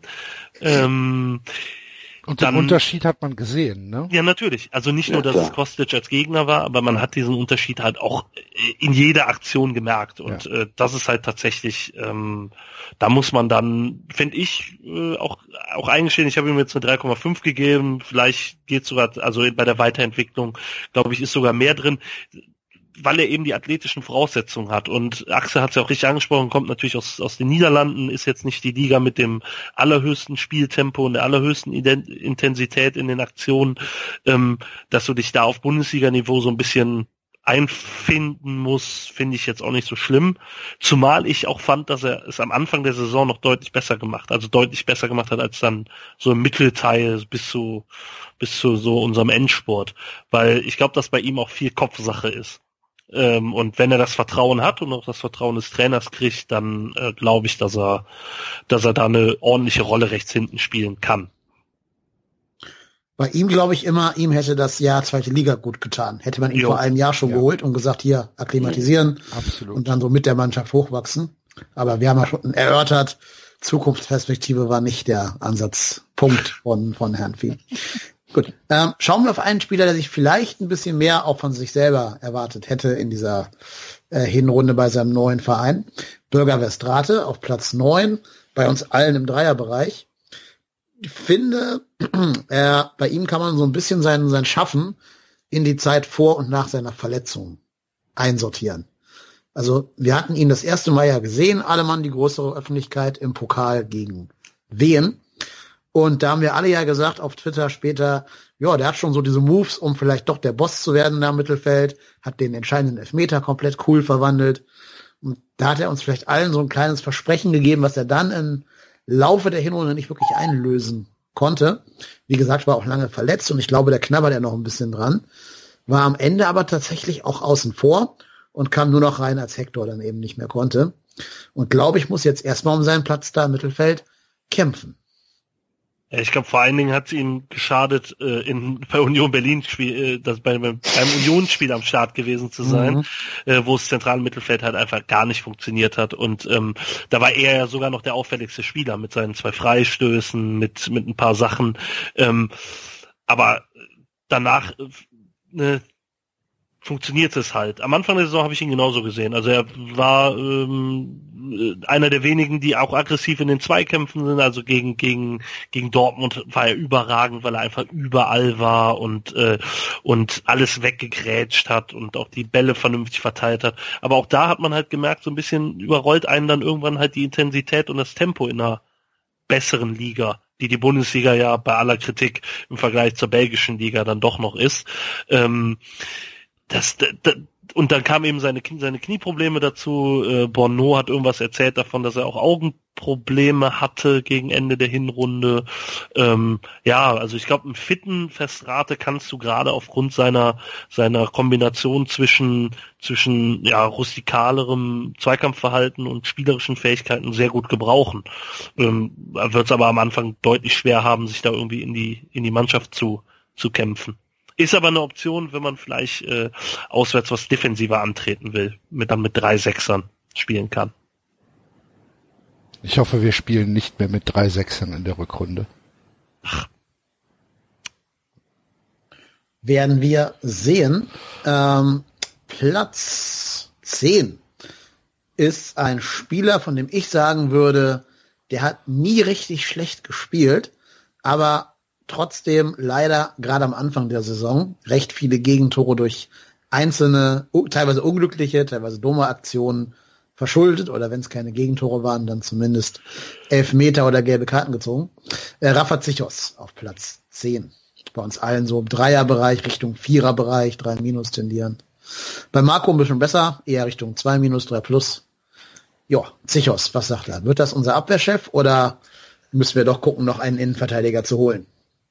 Ähm, Und den dann, Unterschied hat man gesehen, ne? Ja, natürlich. Also nicht ja, nur, dass klar. es Kostic als Gegner war, aber man hat diesen Unterschied halt auch in jeder Aktion gemerkt. Und Ja. äh, das ist halt tatsächlich, ähm, da muss man dann, finde ich, äh, auch auch eingestehen, ich habe ihm jetzt eine drei Komma fünf gegeben. Vielleicht geht sogar, also bei der Weiterentwicklung, glaube ich, ist sogar mehr drin, weil er eben die athletischen Voraussetzungen hat. Und Axel hat es ja auch richtig angesprochen, kommt natürlich aus aus den Niederlanden, ist jetzt nicht die Liga mit dem allerhöchsten Spieltempo und der allerhöchsten Ident- Intensität in den Aktionen, ähm, dass du dich da auf Bundesliga-Niveau so ein bisschen einfinden muss, finde ich jetzt auch nicht so schlimm. Zumal ich auch fand, dass er es am Anfang der Saison noch deutlich besser gemacht, also deutlich besser gemacht hat als dann so im Mittelteil bis zu bis zu so unserem Endspurt. Weil ich glaube, dass bei ihm auch viel Kopfsache ist. Ähm, und wenn er das Vertrauen hat und auch das Vertrauen des Trainers kriegt, dann äh, glaube ich, dass er, dass er da eine ordentliche Rolle rechts hinten spielen kann. Bei ihm glaube ich immer, ihm hätte das Jahr zweite Liga gut getan. Hätte man ihn Jo. vor einem Jahr schon Ja. geholt und gesagt, hier, akklimatisieren Absolut. und dann so mit der Mannschaft hochwachsen. Aber wir haben ja schon erörtert, Zukunftsperspektive war nicht der Ansatzpunkt von, von Herrn Vieh. Gut, ähm, schauen wir auf einen Spieler, der sich vielleicht ein bisschen mehr auch von sich selber erwartet hätte in dieser äh, Hinrunde bei seinem neuen Verein. Bürger Westrate auf Platz neun, bei uns allen im Dreierbereich. Ich finde, er, bei ihm kann man so ein bisschen sein, sein Schaffen in die Zeit vor und nach seiner Verletzung einsortieren. Also wir hatten ihn das erste Mal ja gesehen, alle Mann, die größere Öffentlichkeit im Pokal gegen Wien. Und da haben wir alle ja gesagt auf Twitter später, ja, der hat schon so diese Moves, um vielleicht doch der Boss zu werden da im Mittelfeld, hat den entscheidenden Elfmeter komplett cool verwandelt. Und da hat er uns vielleicht allen so ein kleines Versprechen gegeben, was er dann im Laufe der Hinrunde nicht wirklich einlösen konnte. Wie gesagt, war auch lange verletzt und ich glaube, der knabbert ja noch ein bisschen dran. War am Ende aber tatsächlich auch außen vor und kam nur noch rein, als Hector dann eben nicht mehr konnte. Und glaube ich, muss jetzt erstmal um seinen Platz da im Mittelfeld kämpfen. Ja, ich glaube, vor allen Dingen hat es ihm geschadet, äh, in, bei Union Berlin Spiel, äh, das bei, beim Unionsspiel am Start gewesen zu sein, mhm. äh, wo das zentrale Mittelfeld halt einfach gar nicht funktioniert hat. Und ähm, da war er ja sogar noch der auffälligste Spieler mit seinen zwei Freistößen, mit mit ein paar Sachen. Ähm, aber danach äh, ne, funktioniert es halt. Am Anfang der Saison habe ich ihn genauso gesehen. Also er war ähm, einer der wenigen, die auch aggressiv in den Zweikämpfen sind. Also gegen gegen gegen Dortmund war er überragend, weil er einfach überall war und äh, und alles weggegrätscht hat und auch die Bälle vernünftig verteilt hat. Aber auch da hat man halt gemerkt, so ein bisschen überrollt einen dann irgendwann halt die Intensität und das Tempo in einer besseren Liga, die die Bundesliga ja bei aller Kritik im Vergleich zur belgischen Liga dann doch noch ist. Ähm, Das, das, und dann kamen eben seine, seine Knieprobleme dazu. Äh, Borneau hat irgendwas erzählt davon, dass er auch Augenprobleme hatte gegen Ende der Hinrunde. Ähm, ja, also ich glaube, einen fitten Westrate kannst du gerade aufgrund seiner seiner Kombination zwischen zwischen ja rustikalerem Zweikampfverhalten und spielerischen Fähigkeiten sehr gut gebrauchen. Ähm, er wird es aber am Anfang deutlich schwer haben, sich da irgendwie in die in die Mannschaft zu zu kämpfen. Ist aber eine Option, wenn man vielleicht äh, auswärts was defensiver antreten will, mit dann mit drei Sechsern spielen kann. Ich hoffe, wir spielen nicht mehr mit drei Sechsern in der Rückrunde. Ach. Werden wir sehen. Ähm, Platz zehn ist ein Spieler, von dem ich sagen würde, der hat nie richtig schlecht gespielt, aber trotzdem leider gerade am Anfang der Saison recht viele Gegentore durch einzelne, teilweise unglückliche, teilweise dumme Aktionen verschuldet oder wenn es keine Gegentore waren, dann zumindest Elfmeter oder gelbe Karten gezogen. Äh, Rafa Zichos auf Platz zehn. Bei uns allen so im Dreierbereich, Richtung Viererbereich, drei Minus tendieren. Bei Marco ein bisschen besser, eher Richtung zwei Minus, drei Plus. Ja, Zichos, was sagt er? Wird das unser Abwehrchef oder müssen wir doch gucken, noch einen Innenverteidiger zu holen?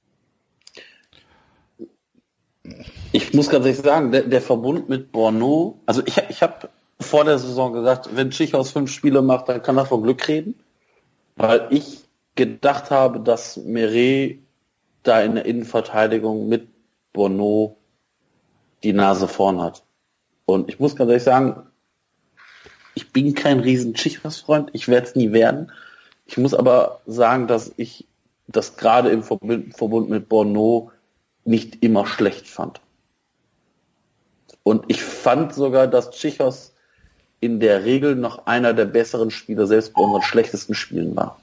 Ich muss ganz ehrlich sagen, der, der Verbund mit Borneau, also ich, ich habe vor der Saison gesagt, wenn Zichos fünf Spiele macht, dann kann er von Glück reden, weil ich gedacht habe, dass Meret da in der Innenverteidigung mit Borneau die Nase vorn hat. Und ich muss ganz ehrlich sagen, ich bin kein riesen Zichos-Freund, ich werde es nie werden. Ich muss aber sagen, dass ich das gerade im Verbund mit Borneau nicht immer schlecht fand. Und ich fand sogar, dass Zichos in der Regel noch einer der besseren Spieler selbst bei unseren schlechtesten Spielen war.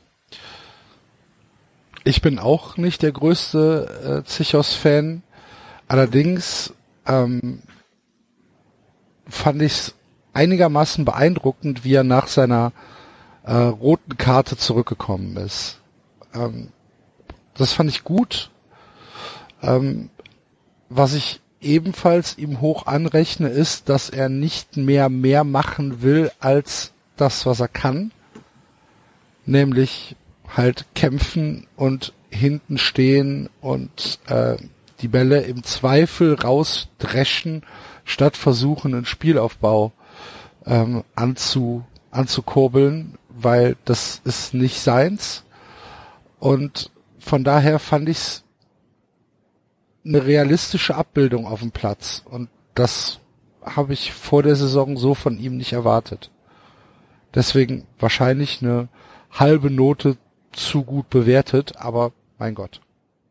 Ich bin auch nicht der größte äh, Zichos-Fan. Allerdings ähm, fand ich es einigermaßen beeindruckend, wie er nach seiner äh, roten Karte zurückgekommen ist. Ähm, das fand ich gut. Ähm, was ich ebenfalls ihm hoch anrechne, ist, dass er nicht mehr mehr machen will als das, was er kann. Nämlich halt kämpfen und hinten stehen und äh, die Bälle im Zweifel rausdreschen, statt versuchen, einen Spielaufbau ähm, anzu, anzukurbeln, weil das ist nicht seins. Und von daher fand ich's eine realistische Abbildung auf dem Platz. Und das habe ich vor der Saison so von ihm nicht erwartet. Deswegen wahrscheinlich eine halbe Note zu gut bewertet, aber mein Gott.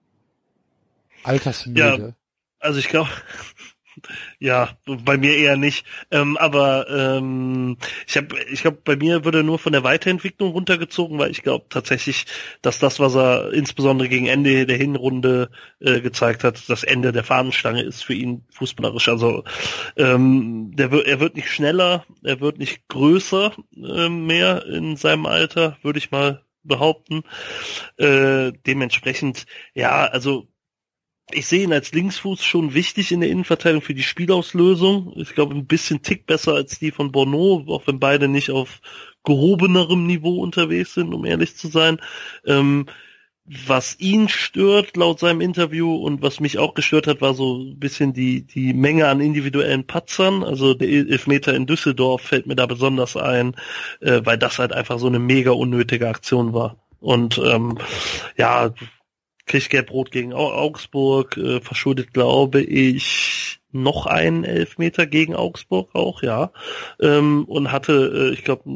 Altersmilde. Ja, also ich glaube, ja, bei mir eher nicht. Ähm, aber ähm, ich habe, ich glaube, bei mir würde er nur von der Weiterentwicklung runtergezogen, weil ich glaube tatsächlich, dass das, was er insbesondere gegen Ende der Hinrunde äh, gezeigt hat, das Ende der Fahnenstange ist für ihn fußballerisch. Also ähm, der wird, er wird nicht schneller, er wird nicht größer äh, mehr in seinem Alter, würde ich mal behaupten. Äh, dementsprechend, ja, also ich sehe ihn als Linksfuß schon wichtig in der Innenverteidigung für die Spielauslösung. Ich glaube, ein bisschen Tick besser als die von Bono, auch wenn beide nicht auf gehobenerem Niveau unterwegs sind, um ehrlich zu sein. Ähm, was ihn stört, laut seinem Interview, und was mich auch gestört hat, war so ein bisschen die, die Menge an individuellen Patzern. Also der Elfmeter in Düsseldorf fällt mir da besonders ein, äh, weil das halt einfach so eine mega unnötige Aktion war. Und ähm, ja, kriegt Gelb-Rot gegen Augsburg, äh, verschuldet, glaube ich, noch einen Elfmeter gegen Augsburg auch, ja. Ähm, und hatte, äh, ich glaube,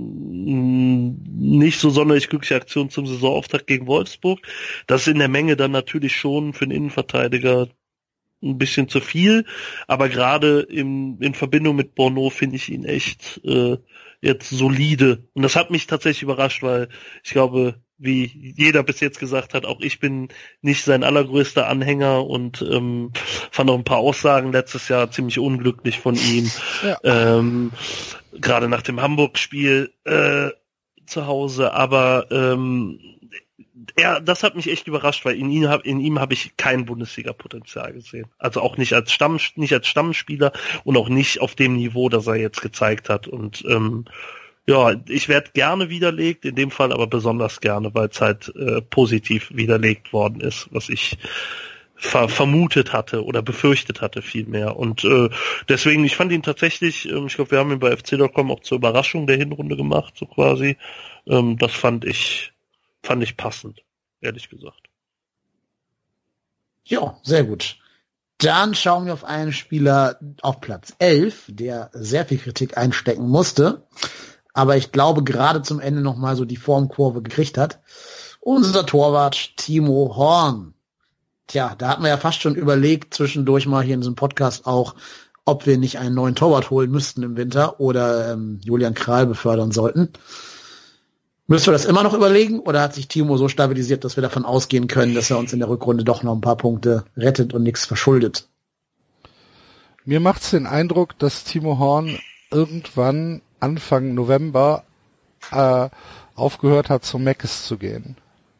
nicht so sonderlich glückliche Aktion zum Saisonauftakt gegen Wolfsburg. Das ist in der Menge dann natürlich schon für einen Innenverteidiger ein bisschen zu viel, aber gerade im, in Verbindung mit Bono finde ich ihn echt äh, jetzt solide. Und das hat mich tatsächlich überrascht, weil ich glaube, wie jeder bis jetzt gesagt hat, auch ich bin nicht sein allergrößter Anhänger und ähm, fand auch ein paar Aussagen letztes Jahr ziemlich unglücklich von ihm. Ja. Ähm, gerade nach dem Hamburg-Spiel äh, zu Hause, aber ähm, er, das hat mich echt überrascht, weil in ihm, in ihm habe ich kein Bundesliga-Potenzial gesehen. Also auch nicht als Stamm, nicht als Stammspieler und auch nicht auf dem Niveau, das er jetzt gezeigt hat. Und ähm, ja, ich werde gerne widerlegt, in dem Fall aber besonders gerne, weil es halt äh, positiv widerlegt worden ist, was ich ver- vermutet hatte oder befürchtet hatte vielmehr. Und äh, deswegen, ich fand ihn tatsächlich, äh, ich glaube, wir haben ihn bei F C Punkt com auch zur Überraschung der Hinrunde gemacht, so quasi. Ähm, das fand ich, fand ich passend, ehrlich gesagt. Ja, sehr gut. Dann schauen wir auf einen Spieler auf Platz elf, der sehr viel Kritik einstecken musste, aber ich glaube gerade zum Ende nochmal so die Formkurve gekriegt hat. Unser Torwart Timo Horn. Tja, da hatten wir ja fast schon überlegt, zwischendurch mal hier in diesem Podcast auch, ob wir nicht einen neuen Torwart holen müssten im Winter oder ähm, Julian Kral befördern sollten. Müssen wir das immer noch überlegen oder hat sich Timo so stabilisiert, dass wir davon ausgehen können, dass er uns in der Rückrunde doch noch ein paar Punkte rettet und nichts verschuldet? Mir macht's den Eindruck, dass Timo Horn irgendwann Anfang November äh, aufgehört hat, zum Meckes zu gehen.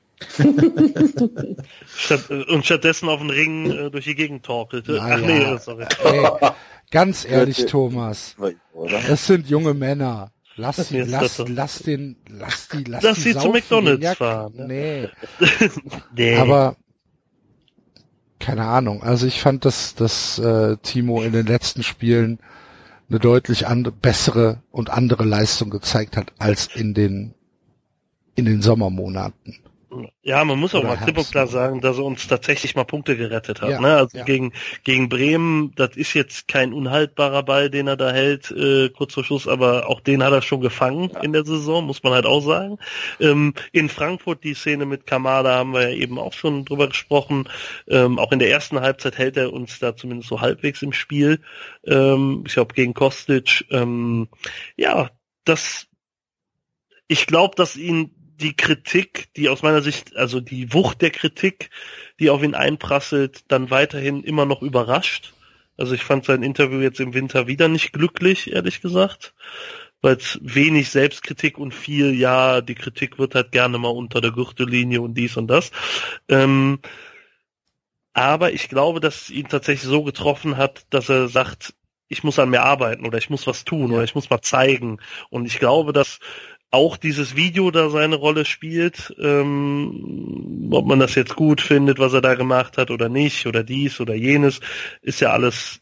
Statt, und stattdessen auf den Ring äh, durch die Gegend torkelte. Naja, Ach nee, sorry. Ey, ganz ehrlich, Thomas, es sind junge Männer. Lass die, lass, lass den, lass die, lass, lass die sie zu McDonald's ja, fahren. Nee. nee. Aber keine Ahnung. Also ich fand, dass, dass äh, Timo in den letzten Spielen eine deutlich andere, bessere und andere Leistung gezeigt hat als in den in den Sommermonaten. Ja, man muss auch Oder mal klipp und klar sagen, dass er uns tatsächlich mal Punkte gerettet hat. Ja, ne? Also ja. gegen gegen Bremen, das ist jetzt kein unhaltbarer Ball, den er da hält, äh, kurz vor Schluss, aber auch den hat er schon gefangen ja. in der Saison, muss man halt auch sagen. Ähm, in Frankfurt die Szene mit Kamada haben wir ja eben auch schon drüber gesprochen. Ähm, auch in der ersten Halbzeit hält er uns da zumindest so halbwegs im Spiel. Ähm, ich glaube gegen Kostic. Ähm, ja, das. Ich glaube, dass ihn die Kritik, die aus meiner Sicht, also die Wucht der Kritik, die auf ihn einprasselt, dann weiterhin immer noch überrascht. Also ich fand sein Interview jetzt im Winter wieder nicht glücklich, ehrlich gesagt, weil es wenig Selbstkritik und viel, ja, die Kritik wird halt gerne mal unter der Gürtellinie und dies und das. Ähm, aber ich glaube, dass es ihn tatsächlich so getroffen hat, dass er sagt, ich muss an mir arbeiten oder ich muss was tun oder ich muss mal zeigen. Und ich glaube, dass auch dieses Video da seine Rolle spielt, ähm, ob man das jetzt gut findet, was er da gemacht hat oder nicht, oder dies oder jenes, ist ja alles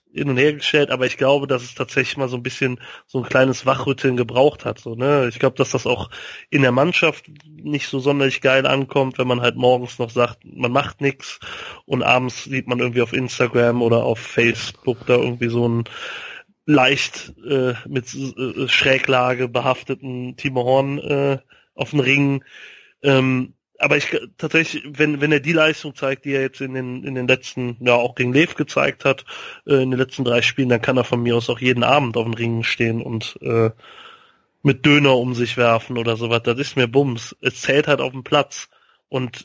hin und her gestellt, aber ich glaube, dass es tatsächlich mal so ein bisschen so ein kleines Wachrütteln gebraucht hat. So, ne? Ich glaube, dass das auch in der Mannschaft nicht so sonderlich geil ankommt, wenn man halt morgens noch sagt, man macht nichts und abends sieht man irgendwie auf Instagram oder auf Facebook da irgendwie so einen leicht äh, mit äh, Schräglage behafteten Timo Horn äh, auf den Ring. Ähm, Aber ich tatsächlich, wenn wenn er die Leistung zeigt, die er jetzt in den in den letzten, ja auch gegen Lev gezeigt hat, äh, in den letzten drei Spielen, dann kann er von mir aus auch jeden Abend auf dem Ring stehen und äh, mit Döner um sich werfen oder sowas. Das ist mir Bums. Es zählt halt auf dem Platz. Und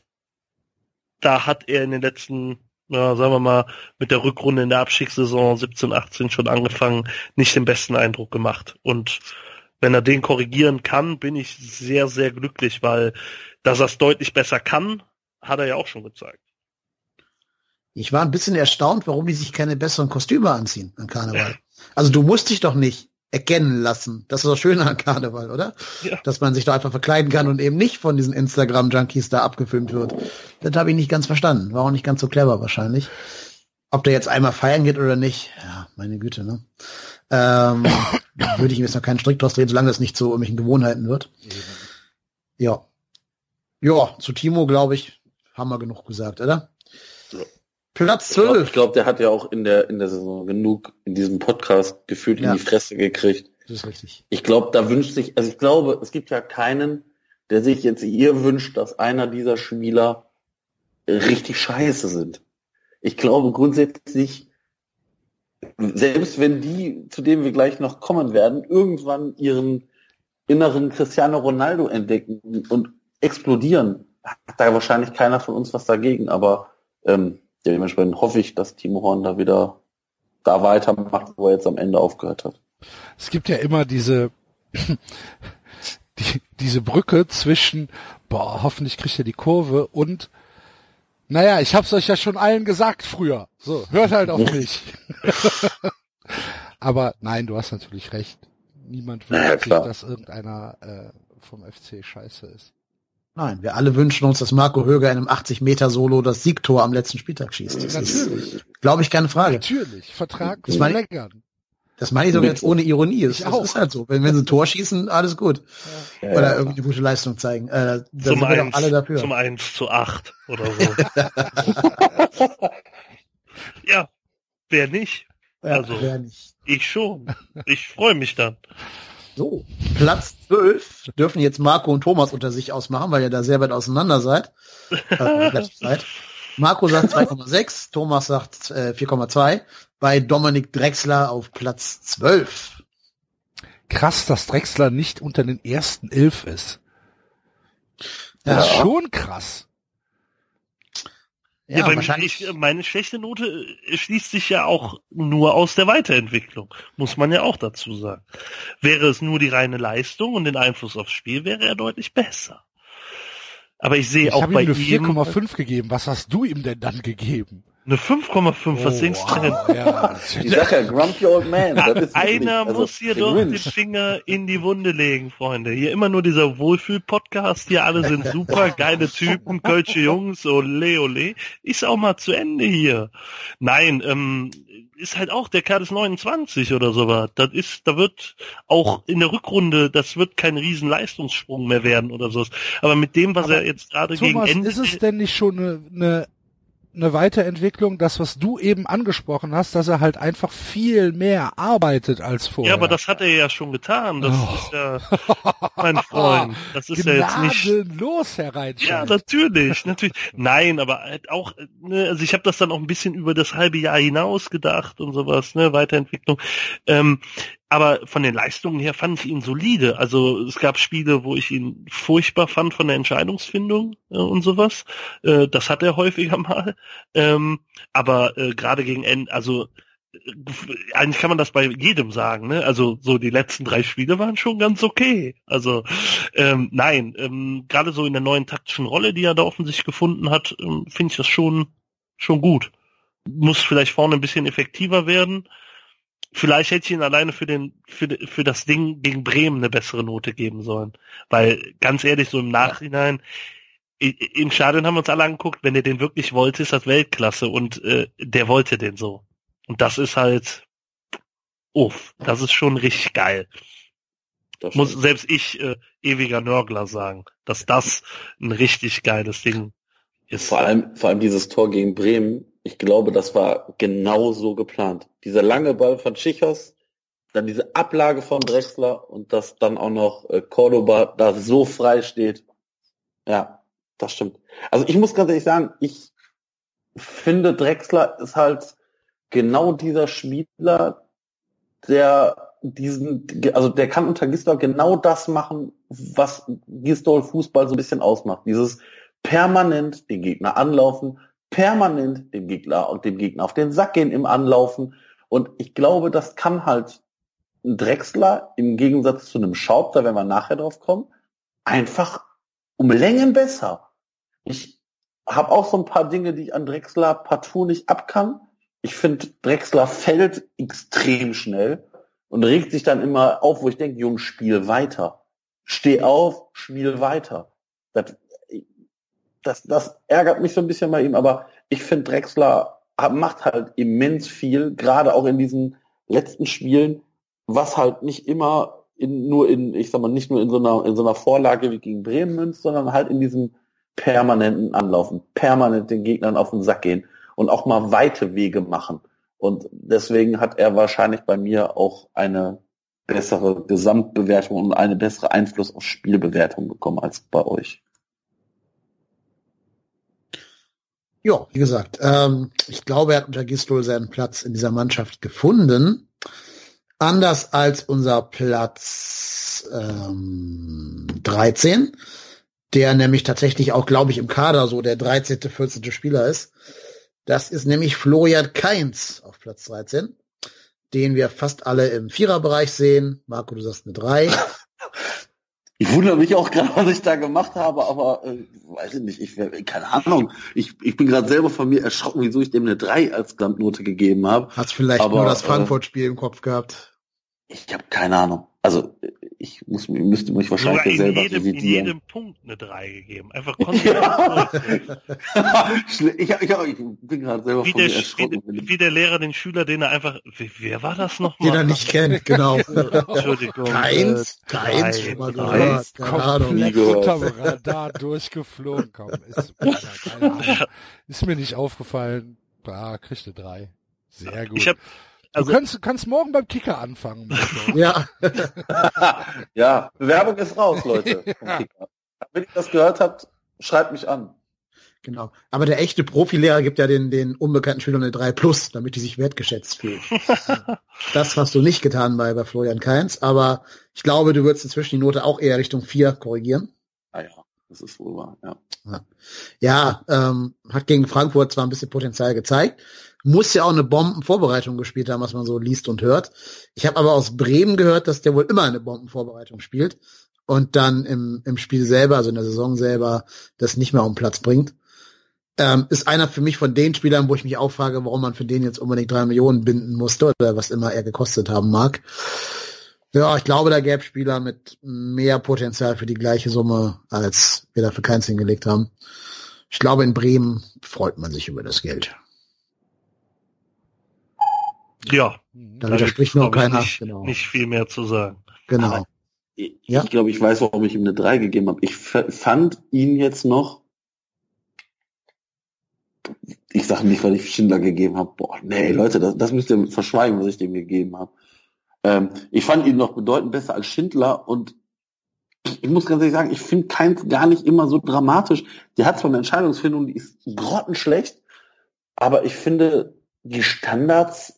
da hat er in den letzten, ja, sagen wir mal, mit der Rückrunde in der Abstiegssaison siebzehn, achtzehn schon angefangen, nicht den besten Eindruck gemacht. Und wenn er den korrigieren kann, bin ich sehr, sehr glücklich, weil dass er es deutlich besser kann, hat er ja auch schon gezeigt. Ich war ein bisschen erstaunt, warum die sich keine besseren Kostüme anziehen an Karneval. Also du musst dich doch nicht erkennen lassen. Das ist doch schön an Karneval, oder? Ja. Dass man sich da einfach verkleiden kann und eben nicht von diesen Instagram-Junkies da abgefilmt wird. Das habe ich nicht ganz verstanden. War auch nicht ganz so clever wahrscheinlich. Ob der jetzt einmal feiern geht oder nicht, ja, meine Güte, ne? Ähm, würde ich mir jetzt noch keinen Strick draus drehen, solange das nicht zu irgendwelchen Gewohnheiten wird. Ja. Ja, zu Timo, glaube ich, haben wir genug gesagt, oder? Ja. Platz zwölf. Ich glaube, glaub, der hat ja auch in der in der Saison genug in diesem Podcast gefühlt ja. in die Fresse gekriegt. Das ist richtig. Ich glaube, da wünscht sich, also ich glaube, es gibt ja keinen, der sich jetzt hier wünscht, dass einer dieser Spieler richtig scheiße sind. Ich glaube grundsätzlich, selbst wenn die, zu denen wir gleich noch kommen werden, irgendwann ihren inneren Cristiano Ronaldo entdecken und explodieren, hat da wahrscheinlich keiner von uns was dagegen, aber ähm, dementsprechend hoffe ich, dass Timo Horn da wieder da weitermacht, wo er jetzt am Ende aufgehört hat. Es gibt ja immer diese die, diese Brücke zwischen, boah, hoffentlich kriegt er die Kurve und naja, ich hab's euch ja schon allen gesagt früher. So, hört halt auf mich. Aber nein, du hast natürlich recht. Niemand wünscht ja, sich, dass irgendeiner äh, vom F C scheiße ist. Nein, wir alle wünschen uns, dass Marco Höger in einem achtzig Meter Solo das Siegtor am letzten Spieltag schießt. Das natürlich. ist, glaube ich, keine Frage. Natürlich, Vertrag das verlängern. Das meine ich sogar jetzt ohne Ironie. Das, das ist halt so. Wenn, wenn sie ein Tor schießen, alles gut. Ja. Oder ja, irgendwie eine gute Leistung zeigen. Äh, da zum sind wir doch alle dafür. Zum eins zu acht oder so. Ja, wer nicht? Ja, also, wer nicht? Ich schon. Ich freue mich dann. So, Platz zwölf dürfen jetzt Marco und Thomas unter sich ausmachen, weil ihr da sehr weit auseinander seid. Also, seid. Marco sagt zwei Komma sechs, Thomas sagt äh, vier Komma zwei. Bei Dominik Drexler auf Platz zwölf. Krass, dass Drexler nicht unter den ersten elf ist. Das ja. ist schon krass. Ja, ja aber wahrscheinlich. Ich, meine schlechte Note schließt sich ja auch nur aus der Weiterentwicklung, muss man ja auch dazu sagen. Wäre es nur die reine Leistung und den Einfluss aufs Spiel, wäre er deutlich besser. Aber ich sehe ich auch bei ihm ihm... Ich habe ihm eine vier Komma fünf gegeben. Was hast du ihm denn dann gegeben? Eine fünf Komma fünf, was oh, denkst du denn? Ja. Ich sag ja, grumpy old man. Ja, das ist einer also, muss hier doch den Finger in die Wunde legen, Freunde. Hier immer nur dieser Wohlfühl-Podcast, hier alle sind super, geile Typen, kölsche Jungs, ole, ole. Ist auch mal zu Ende hier. Nein, ähm, ist halt auch, der Kerl ist neunundzwanzig oder sowas. Das ist, da wird auch in der Rückrunde, das wird kein riesen Leistungssprung mehr werden oder sowas. Aber mit dem, was Aber er jetzt gerade gegen Ende... ist es denn nicht schon eine... eine eine Weiterentwicklung, das, was du eben angesprochen hast, dass er halt einfach viel mehr arbeitet als vorher. Ja, aber das hat er ja schon getan. Das oh. ist ja, mein Freund, das ist ja jetzt nicht... Gnadenlos hereinscheint. Ja, natürlich, natürlich. Nein, aber halt auch, ne, also ich habe das dann auch ein bisschen über das halbe Jahr hinaus gedacht und sowas, ne, Weiterentwicklung. Ähm, aber von den Leistungen her fand ich ihn solide. Also es gab Spiele, wo ich ihn furchtbar fand von der Entscheidungsfindung äh, und sowas. Äh, das hat er häufiger mal. Ähm, aber äh, gerade gegen Ende, also äh, eigentlich kann man das bei jedem sagen. Ne? Also so die letzten drei Spiele waren schon ganz okay. Also ähm, nein, ähm, gerade so in der neuen taktischen Rolle, die er da offensichtlich gefunden hat, ähm, finde ich das schon schon gut. Muss vielleicht vorne ein bisschen effektiver werden. Vielleicht hätte ich ihn alleine für den für für das Ding gegen Bremen eine bessere Note geben sollen. Weil, ganz ehrlich, so im Nachhinein, ja. im Stadion haben wir uns alle angeguckt, wenn er den wirklich wollte, ist das Weltklasse und äh, der wollte den so. Und das ist halt, uff, das ist schon richtig geil. Muss selbst ich, äh, ewiger Nörgler, sagen, dass das ein richtig geiles Ding ist. Vor allem, vor allem dieses Tor gegen Bremen, ich glaube, das war genau so geplant. Dieser lange Ball von Tschichos, dann diese Ablage von Drexler und dass dann auch noch äh, Cordoba da so frei steht. Ja, das stimmt. Also ich muss ganz ehrlich sagen, ich finde, Drexler ist halt genau dieser Spieler, der diesen, also der kann unter Gisdol genau das machen, was Gisdol Fußball so ein bisschen ausmacht. Dieses permanent den Gegner anlaufen, permanent dem Gegner und dem Gegner auf den Sack gehen im Anlaufen. Und ich glaube, das kann halt ein Drexler im Gegensatz zu einem Schaub, da werden wir nachher drauf kommen, einfach um Längen besser. Ich habe auch so ein paar Dinge, die ich an Drexler partout nicht ab kann. Ich finde, Drexler fällt extrem schnell und regt sich dann immer auf, wo ich denke, Junge, spiel weiter. Steh auf, spiel weiter. Das, das, das ärgert mich so ein bisschen bei ihm, aber ich finde, Drexler macht halt immens viel, gerade auch in diesen letzten Spielen, was halt nicht immer in, nur in, ich sag mal, nicht nur in so einer, in so einer Vorlage wie gegen Bremen münzt, sondern halt in diesem permanenten Anlaufen, permanent den Gegnern auf den Sack gehen und auch mal weite Wege machen. Und deswegen hat er wahrscheinlich bei mir auch eine bessere Gesamtbewertung und eine bessere Einfluss auf Spielbewertung bekommen als bei euch. Ja, wie gesagt, ähm, ich glaube, er hat unter Gisdol seinen Platz in dieser Mannschaft gefunden. Anders als unser Platz ähm, dreizehn, der nämlich tatsächlich auch, glaube ich, im Kader so der dreizehnte, vierzehnte Spieler ist. Das ist nämlich Florian Kainz auf Platz dreizehn, den wir fast alle im Viererbereich sehen. Marco, du sagst eine drei. Ich wundere mich auch gerade, was ich da gemacht habe, aber äh, weiß ich nicht, ich keine Ahnung. Ich, ich bin gerade selber von mir erschrocken, wieso ich dem eine drei als Gesamtnote gegeben habe. Hast vielleicht aber nur das Frankfurt-Spiel äh, im Kopf gehabt? Ich habe keine Ahnung. Also ich muss, müsste mich wahrscheinlich in selber jedem, revidieren. in jedem Punkt eine drei gegeben. Einfach konsequent. ich, ich, ich, ich bin gerade selber wie von der, mir erschrocken. Wie, wie der Lehrer den Schüler, den er einfach, wie, wer war das nochmal? Den er nicht kennt, genau. Entschuldigung. Keins, äh, keins, schon mal gehört. Keine Ahnung. Komplett unterm Radar durchgeflogen. Komm, ist, keine Ahnung. Ist mir nicht aufgefallen. Ah, kriegst du drei. Sehr gut. Ich hab, Also, du kannst, kannst morgen beim Kicker anfangen. Ja. Ja, Bewerbung ist raus, Leute. Ja. Wenn ihr das gehört habt, schreibt mich an. Genau. Aber der echte Profilehrer gibt ja den, den unbekannten Schülern eine drei plus, damit die sich wertgeschätzt fühlen. Das hast du nicht getan bei, bei Florian Kainz, aber ich glaube, du würdest inzwischen die Note auch eher Richtung vier korrigieren. Ah ja, das ist wohl wahr, ja. Ja, ja ähm, hat gegen Frankfurt zwar ein bisschen Potenzial gezeigt, muss ja auch eine Bombenvorbereitung gespielt haben, was man so liest und hört. Ich habe aber aus Bremen gehört, dass der wohl immer eine Bombenvorbereitung spielt und dann im, im Spiel selber, also in der Saison selber, das nicht mehr auf den Platz bringt. Ähm, ist einer für mich von den Spielern, wo ich mich auch frage, warum man für den jetzt unbedingt drei Millionen binden musste oder was immer er gekostet haben mag. Ja, ich glaube, da gäbe es Spieler mit mehr Potenzial für die gleiche Summe, als wir dafür keins hingelegt haben. Ich glaube, in Bremen freut man sich über das Geld. Ja. Da widerspricht noch keiner. Nicht, genau. nicht viel mehr zu sagen. Genau. Aber ich Ja? ich glaube, ich weiß, warum ich ihm eine drei gegeben habe. Ich f- fand ihn jetzt noch, ich sage nicht, weil ich Schindler gegeben habe. Boah, nee, Leute, das, das müsst ihr verschweigen, was ich dem gegeben habe. Ähm, ich fand ihn noch bedeutend besser als Schindler und ich muss ganz ehrlich sagen, ich finde Kainz gar nicht immer so dramatisch. Der hat zwar eine Entscheidungsfindung, die ist grottenschlecht, aber ich finde die Standards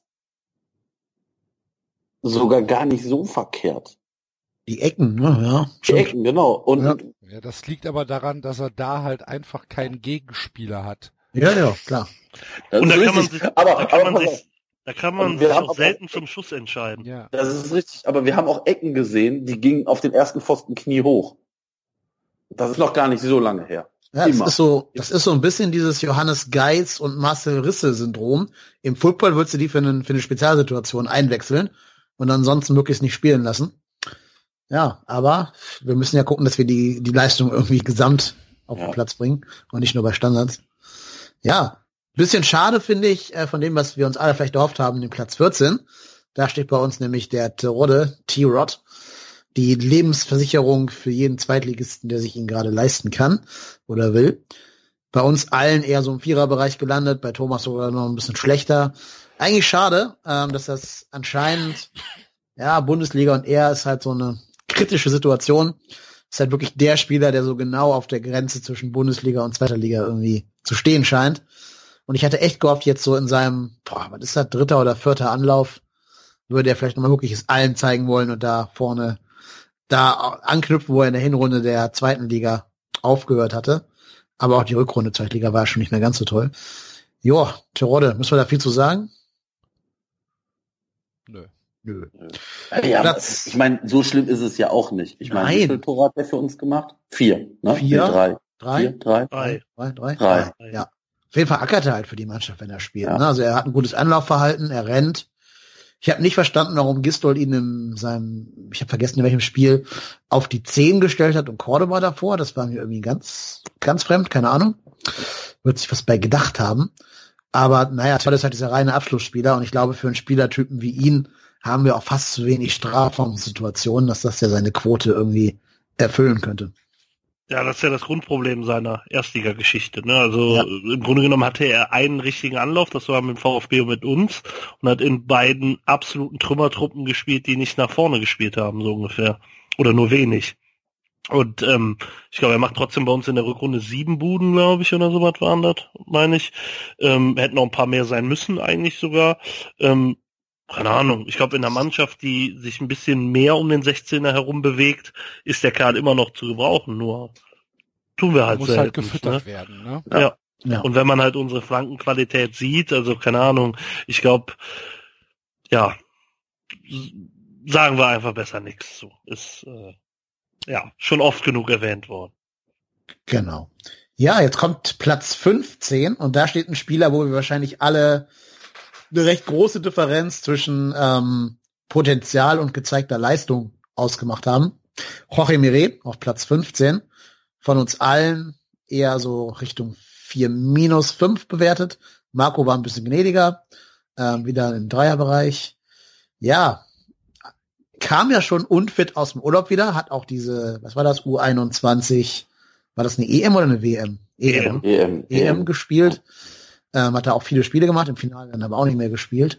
sogar gar nicht so verkehrt. Die Ecken, ne? Ja. Die stimmt. Ecken, genau. Und Ja. Ja, das liegt aber daran, dass er da halt einfach keinen Gegenspieler hat. Ja, ja, klar. das Und da ist kann man richtig. sich, aber, da kann aber man pass auf, sich, da kann man Und wir sich haben auch aber- selten zum Schuss entscheiden. Ja. das ist richtig, aber wir haben auch Ecken gesehen, die gingen auf den ersten Pfosten Knie hoch. Das ist noch gar nicht so lange her. Ja, das Immer. ist so, das ist so ein bisschen dieses Johannes Geiz und Marcel Risse-Syndrom. Im Football würdest du die für, einen, für eine Spezialsituation einwechseln und ansonsten möglichst nicht spielen lassen. Ja, aber wir müssen ja gucken, dass wir die, die Leistung irgendwie gesamt auf Ja. den Platz bringen und nicht nur bei Standards. Ja, Bisschen schade finde ich, äh, von dem, was wir uns alle vielleicht erhofft haben, den Platz vierzehn. Da steht bei uns nämlich der Terodde, T-Rod, die Lebensversicherung für jeden Zweitligisten, der sich ihn gerade leisten kann oder will. Bei uns allen eher so im Viererbereich gelandet, bei Thomas sogar noch ein bisschen schlechter. Eigentlich schade, ähm, dass das anscheinend, ja, Bundesliga und er ist halt so eine kritische Situation. Ist halt wirklich der Spieler, der so genau auf der Grenze zwischen Bundesliga und Zweiter Liga irgendwie zu stehen scheint. Und ich hatte echt gehofft, jetzt so in seinem, boah, was ist das, dritter oder vierter Anlauf, würde er vielleicht nochmal wirklich es allen zeigen wollen und da vorne da anknüpfen, wo er in der Hinrunde der zweiten Liga aufgehört hatte. Aber auch die Rückrunde zweite Liga war schon nicht mehr ganz so toll. Joa, Terodde, müssen wir da viel zu sagen? Nö. Nö. Ja, Platz- ich meine, so schlimm ist es ja auch nicht. Ich meine, Nein. wie viele Tore hat der für uns gemacht? Vier, ne? Vier? Nee, drei. Drei? Vier, drei. Drei. Drei, drei? Drei. Ja. Auf jeden Fall ackert er halt für die Mannschaft, wenn er spielt. Ja. Ne? Also er hat ein gutes Anlaufverhalten, er rennt. Ich habe nicht verstanden, warum Gistol ihn in seinem, ich habe vergessen, in welchem Spiel, auf die zehn gestellt hat und Cordoba davor. Das war mir irgendwie ganz, ganz fremd, keine Ahnung. Wird sich was bei gedacht haben. Aber naja, Toll ist halt dieser reine Abschlussspieler und ich glaube, für einen Spielertypen wie ihn haben wir auch fast zu wenig Strafraumsituationen, dass das ja seine Quote irgendwie erfüllen könnte. Ja, das ist ja das Grundproblem seiner Erstligageschichte. Ne? Also Ja. im Grunde genommen hatte er einen richtigen Anlauf, das war mit dem VfB und mit uns, und hat in beiden absoluten Trümmertruppen gespielt, die nicht nach vorne gespielt haben, so ungefähr. Oder nur wenig. Und ähm, ich glaube, er macht trotzdem bei uns in der Rückrunde sieben Buden, glaube ich, oder sowas waren das, meine ich. Ähm, hätten noch ein paar mehr sein müssen eigentlich sogar. Ähm, keine Ahnung, ich glaube, in einer Mannschaft, die sich ein bisschen mehr um den sechzehner herum bewegt, ist der Kerl immer noch zu gebrauchen, nur tun wir halt Muss selten. halt gefüttert ne? werden, ne? Ja. Ja. Und wenn man halt unsere Flankenqualität sieht, also keine Ahnung, ich glaube, ja, s- sagen wir einfach besser nichts zu. Ist äh, ja schon oft genug erwähnt worden. Genau. Ja, jetzt kommt Platz fünfzehn und da steht ein Spieler, wo wir wahrscheinlich alle eine recht große Differenz zwischen ähm, Potenzial und gezeigter Leistung ausgemacht haben. Jorge Mire auf Platz fünfzehn. Von uns allen eher so Richtung vier minus fünf bewertet. Marco war ein bisschen gnädiger, ähm, wieder im Dreierbereich. Ja, kam ja schon unfit aus dem Urlaub wieder, hat auch diese, was war das, U einundzwanzig, war das eine E M oder eine W M? E M. E M. E M gespielt. Ähm, hat da auch viele Spiele gemacht, im Finale dann aber auch nicht mehr gespielt.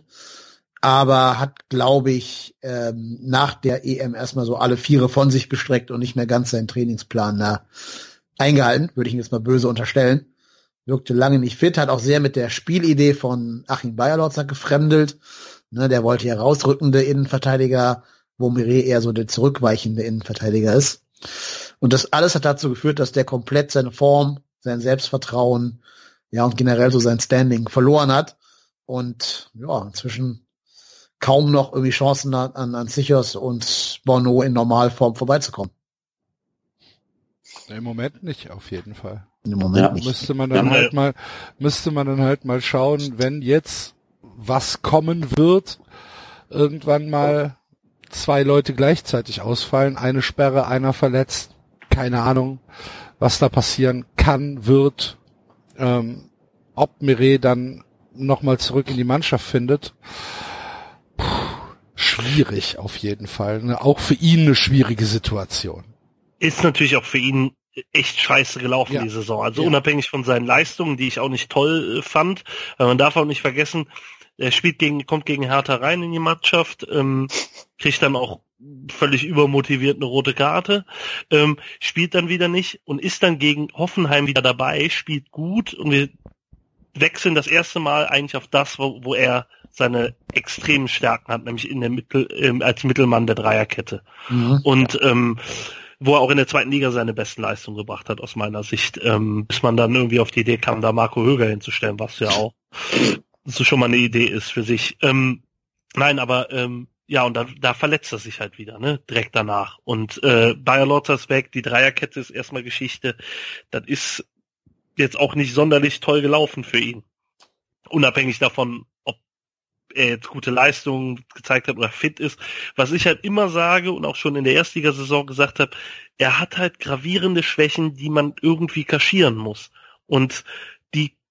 Aber hat, glaube ich, ähm, nach der E M erstmal so alle Viere von sich gestreckt und nicht mehr ganz seinen Trainingsplan da eingehalten, würde ich ihm jetzt mal böse unterstellen. Wirkte lange nicht fit, hat auch sehr mit der Spielidee von Achim Bayerlotzer gefremdelt. Ne, der wollte ja rausrückende Innenverteidiger, wo Mire eher so der zurückweichende Innenverteidiger ist. Und das alles hat dazu geführt, dass der komplett seine Form, sein Selbstvertrauen, ja, und generell so sein Standing verloren hat. Und ja, inzwischen kaum noch irgendwie Chancen an, an, an Sichers und Bono in Normalform vorbeizukommen. Im Moment nicht, auf jeden Fall. Im Moment Ja. nicht. Müsste man dann Ja, halt mal, müsste man dann halt mal schauen, wenn jetzt was kommen wird, irgendwann mal zwei Leute gleichzeitig ausfallen, eine Sperre, einer verletzt, keine Ahnung, was da passieren kann, wird, ähm, ob Mire dann nochmal zurück in die Mannschaft findet. Puh, schwierig auf jeden Fall, ne? Auch für ihn eine schwierige Situation. Ist natürlich auch für ihn echt scheiße gelaufen, Ja. die Saison. Also Ja. unabhängig von seinen Leistungen, die ich auch nicht toll äh, fand. Aber man darf auch nicht vergessen, er spielt gegen, kommt gegen Hertha rein in die Mannschaft, ähm, kriegt dann auch völlig übermotiviert eine rote Karte, ähm, spielt dann wieder nicht und ist dann gegen Hoffenheim wieder dabei, spielt gut und wir wechseln das erste Mal eigentlich auf das, wo, wo er seine extremen Stärken hat, nämlich in der Mittel, ähm, als Mittelmann der Dreierkette. Mhm. Und ähm, wo er auch in der zweiten Liga seine besten Leistungen gebracht hat, aus meiner Sicht, ähm, bis man dann irgendwie auf die Idee kam, da Marco Höger hinzustellen, was ja auch so schon mal eine Idee ist für sich. Ähm, nein, aber ähm, ja, und da, da verletzt er sich halt wieder, ne, direkt danach. Und äh, Bayer Lorz ist weg, die Dreierkette ist erstmal Geschichte. Das ist jetzt auch nicht sonderlich toll gelaufen für ihn. Unabhängig davon, ob er jetzt gute Leistungen gezeigt hat oder fit ist. Was ich halt immer sage und auch schon in der Erstligasaison gesagt habe, er hat halt gravierende Schwächen, die man irgendwie kaschieren muss. Und die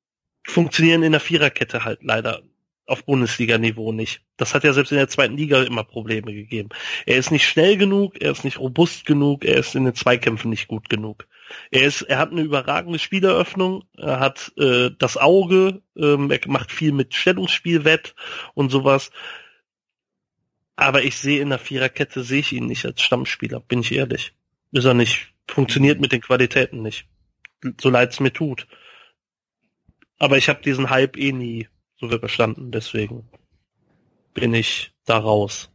funktionieren in der Viererkette halt leider auf Bundesliga-Niveau nicht. Das hat ja selbst in der zweiten Liga immer Probleme gegeben. Er ist nicht schnell genug, er ist nicht robust genug, er ist in den Zweikämpfen nicht gut genug. Er ist, er hat eine überragende Spieleröffnung, er hat äh, das Auge, ähm, er macht viel mit Stellungsspiel wett und sowas. Aber ich sehe in der Viererkette, sehe ich ihn nicht als Stammspieler, bin ich ehrlich. Ist er nicht, funktioniert mit den Qualitäten nicht. So leid es mir tut. Aber ich habe diesen Hype eh nie so verstanden, deswegen bin ich da raus.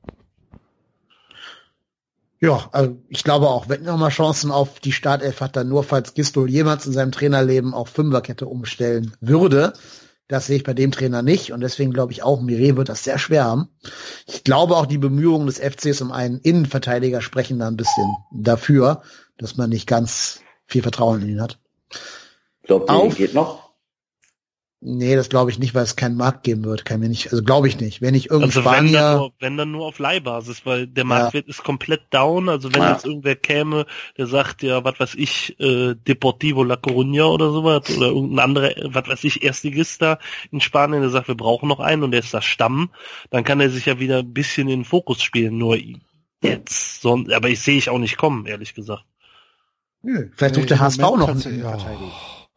Ja, also ich glaube auch, wenn er mal Chancen auf die Startelf hat, dann nur, falls Gistol jemals in seinem Trainerleben auf Fünferkette umstellen würde. Das sehe ich bei dem Trainer nicht und deswegen glaube ich auch, Mire wird das sehr schwer haben. Ich glaube auch, die Bemühungen des F Cs um einen Innenverteidiger sprechen da ein bisschen dafür, dass man nicht ganz viel Vertrauen in ihn hat. Glaubt ihr, geht noch? Nee, das glaube ich nicht, weil es keinen Markt geben wird. Kann mir nicht, also glaube ich nicht. Wenn ich irgendein also Spanier... Wenn dann, nur, wenn dann nur auf Leihbasis, weil der Marktwert ja. ist komplett down. Also wenn ja. jetzt irgendwer käme, der sagt, ja, was weiß ich, äh, Deportivo La Coruña oder sowas, oder irgendein anderer, was weiß ich, Erstligist da in Spanien, der sagt, wir brauchen noch einen und der ist da Stamm, dann kann er sich ja wieder ein bisschen in den Fokus spielen. Nur jetzt, so, aber ich sehe ich auch nicht kommen, ehrlich gesagt. Nö, vielleicht sucht der H S V noch einen Innenverteidiger.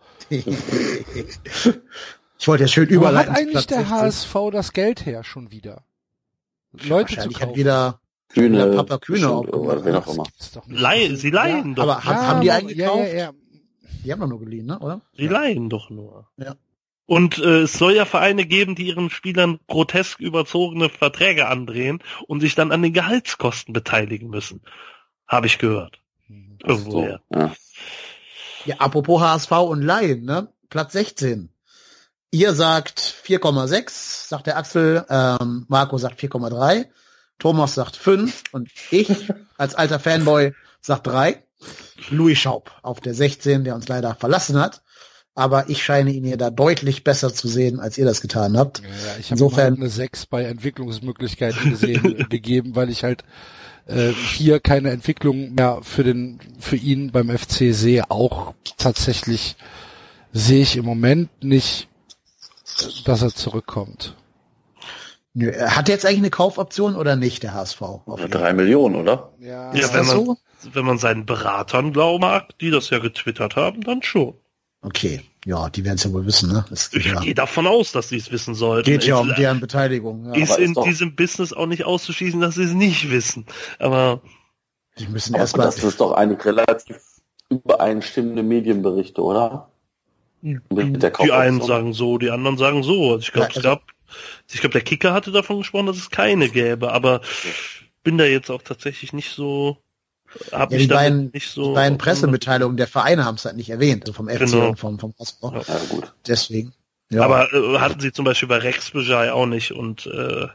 Ich wollte ja schön überleiten. Hat eigentlich der H S V das Geld her schon wieder? Leute zu kaufen. Hat wieder Kühne, wieder Papa Kühne oder wer auch immer. Leihen, sie leihen ja, doch. Aber haben, ja, haben die eigentlich ja, gekauft? ja, ja. Die haben doch nur geliehen, ne? Oder? Sie ja. leihen doch nur. Ja. Und äh, es soll ja Vereine geben, die ihren Spielern grotesk überzogene Verträge andrehen und sich dann an den Gehaltskosten beteiligen müssen. Habe ich gehört. Irgendwo so, her. Ja. Ja, apropos H S V und Laien, ne? Platz sechzehn. Ihr sagt vier Komma sechs, sagt der Axel, ähm, Marco sagt vier Komma drei, Thomas sagt fünf und ich als alter Fanboy sagt drei. Louis Schaub auf der sechzehn, der uns leider verlassen hat. Aber ich scheine ihn hier da deutlich besser zu sehen, als ihr das getan habt. Ja, ja, ich habe Insofern eine sechs bei Entwicklungsmöglichkeiten gesehen, gegeben, weil ich halt äh, hier keine Entwicklung mehr für den für ihn beim F C sehe. Auch tatsächlich sehe ich im Moment nicht, dass er zurückkommt. Nö, hat er jetzt eigentlich eine Kaufoption oder nicht, der H S V? Auf drei Millionen, oder? Ja, Ja, Ist wenn das man, so? wenn man seinen Beratern glauben mag, die das ja getwittert haben, dann schon. Okay, ja, die werden es ja wohl wissen, ne? Das Ich ja, gehe davon aus, dass sie es wissen sollten. geht ja um ist, deren Beteiligung. Ja. ist Aber ist in doch- diesem Business auch nicht auszuschließen, dass sie es nicht wissen. Aber Die müssen Aber erstmal. das ist doch eigentlich relativ übereinstimmende Medienberichte, oder? Mit der die Kaufoption. einen sagen so, die anderen sagen so. Also ich glaube, Ja, es also- gab, ich glaube, der Kicker hatte davon gesprochen, dass es keine gäbe. Aber bin da jetzt auch tatsächlich nicht so, hab Ja, mich die damit beiden, nicht so. die beiden Pressemitteilungen der Vereine haben es halt nicht erwähnt, also vom F C Genau. und vom, vom H S V. Ja. Ja, gut. Deswegen. Ja. Aber äh, hatten sie zum Beispiel bei Rex Bejai auch nicht und äh,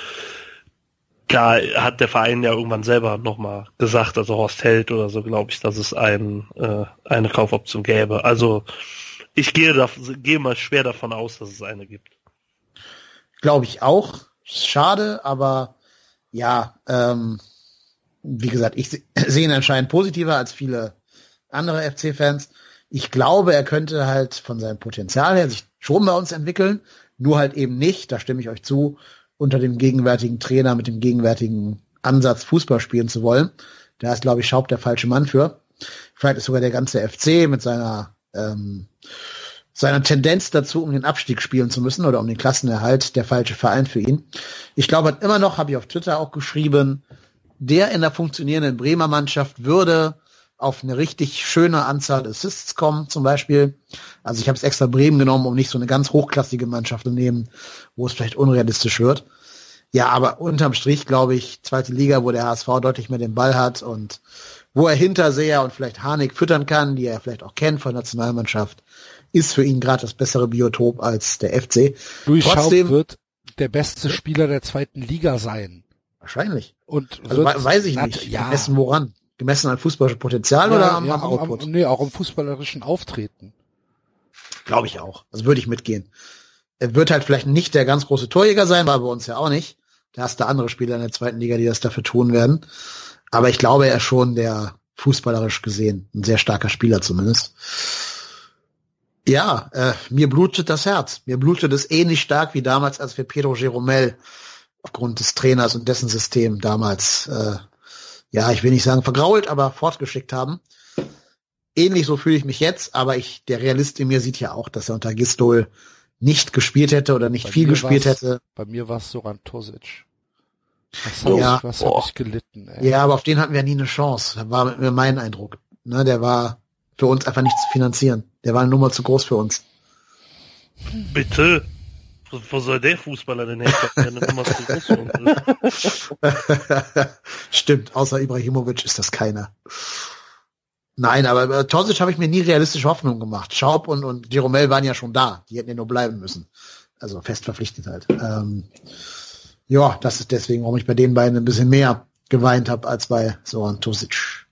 da hat der Verein ja irgendwann selber nochmal gesagt, also Horst Held oder so, glaube ich, dass es ein, äh, eine Kaufoption gäbe. Also ich gehe, da, gehe mal schwer davon aus, dass es eine gibt. Glaube ich auch. Schade, aber ja, ähm, wie gesagt, ich se- sehe ihn anscheinend positiver als viele andere F C-Fans. Ich glaube, er könnte halt von seinem Potenzial her sich schon bei uns entwickeln, nur halt eben nicht, da stimme ich euch zu, unter dem gegenwärtigen Trainer mit dem gegenwärtigen Ansatz, Fußball spielen zu wollen. Da ist, glaube ich, Schaub der falsche Mann für. Vielleicht ist sogar der ganze F C mit seiner ähm, seiner Tendenz dazu, um den Abstieg spielen zu müssen oder um den Klassenerhalt, der falsche Verein für ihn. Ich glaube halt immer noch, habe ich auf Twitter auch geschrieben, der in der funktionierenden Bremer Mannschaft würde auf eine richtig schöne Anzahl Assists kommen, zum Beispiel. Also ich habe es extra Bremen genommen, um nicht so eine ganz hochklassige Mannschaft zu nehmen, wo es vielleicht unrealistisch wird. Ja, aber unterm Strich, glaube ich, zweite Liga, wo der H S V deutlich mehr den Ball hat und wo er Hinterseher und vielleicht Harnik füttern kann, die er vielleicht auch kennt von der Nationalmannschaft, ist für ihn gerade das bessere Biotop als der F C. Louis Schaub Trotzdem, wird der beste Spieler der zweiten Liga sein. wahrscheinlich. Und Also wird, we- weiß ich nat- nicht. Ja, Gemessen woran? Gemessen an fußballischem Potenzial ja, oder am, ja, am am, Output? am, nee, auch im fußballerischen Auftreten. Glaube ich auch. Also würde ich mitgehen. Er wird halt vielleicht nicht der ganz große Torjäger sein, war bei uns ja auch nicht. Da hast du andere Spieler in der zweiten Liga, die das dafür tun werden. Aber ich glaube, er ist schon der fußballerisch gesehen ein sehr starker Spieler zumindest. Ja, äh, mir blutet das Herz. Mir blutet es ähnlich stark wie damals, als wir Pedro Jeromel aufgrund des Trainers und dessen System damals, äh, ja, ich will nicht sagen vergrault, aber fortgeschickt haben. Ähnlich so fühle ich mich jetzt, aber ich, der Realist in mir sieht ja auch, dass er unter Gistol nicht gespielt hätte oder nicht Bei viel mir gespielt war's- hätte. Bei mir war es Soran Tosic. Was Oh, habe ja. ich, was hab Boah. ich gelitten, ey. Ja, aber auf den hatten wir nie eine Chance. Das war mir mein Eindruck. Ne, der war für uns einfach nicht zu finanzieren. Der war eine Nummer zu groß für uns. Bitte. Wo, wo soll der Fußballer denn herkommen, der eine Nummer zu groß für uns ist? Stimmt, außer Ibrahimovic ist das keiner. Nein, aber äh, Tosic habe ich mir nie realistische Hoffnung gemacht. Schaub und, und Jeromel waren ja schon da. Die hätten ja nur bleiben müssen. Also fest verpflichtet halt. Ähm, ja, das ist deswegen, warum ich bei den beiden ein bisschen mehr geweint habe als bei Soran Tosic.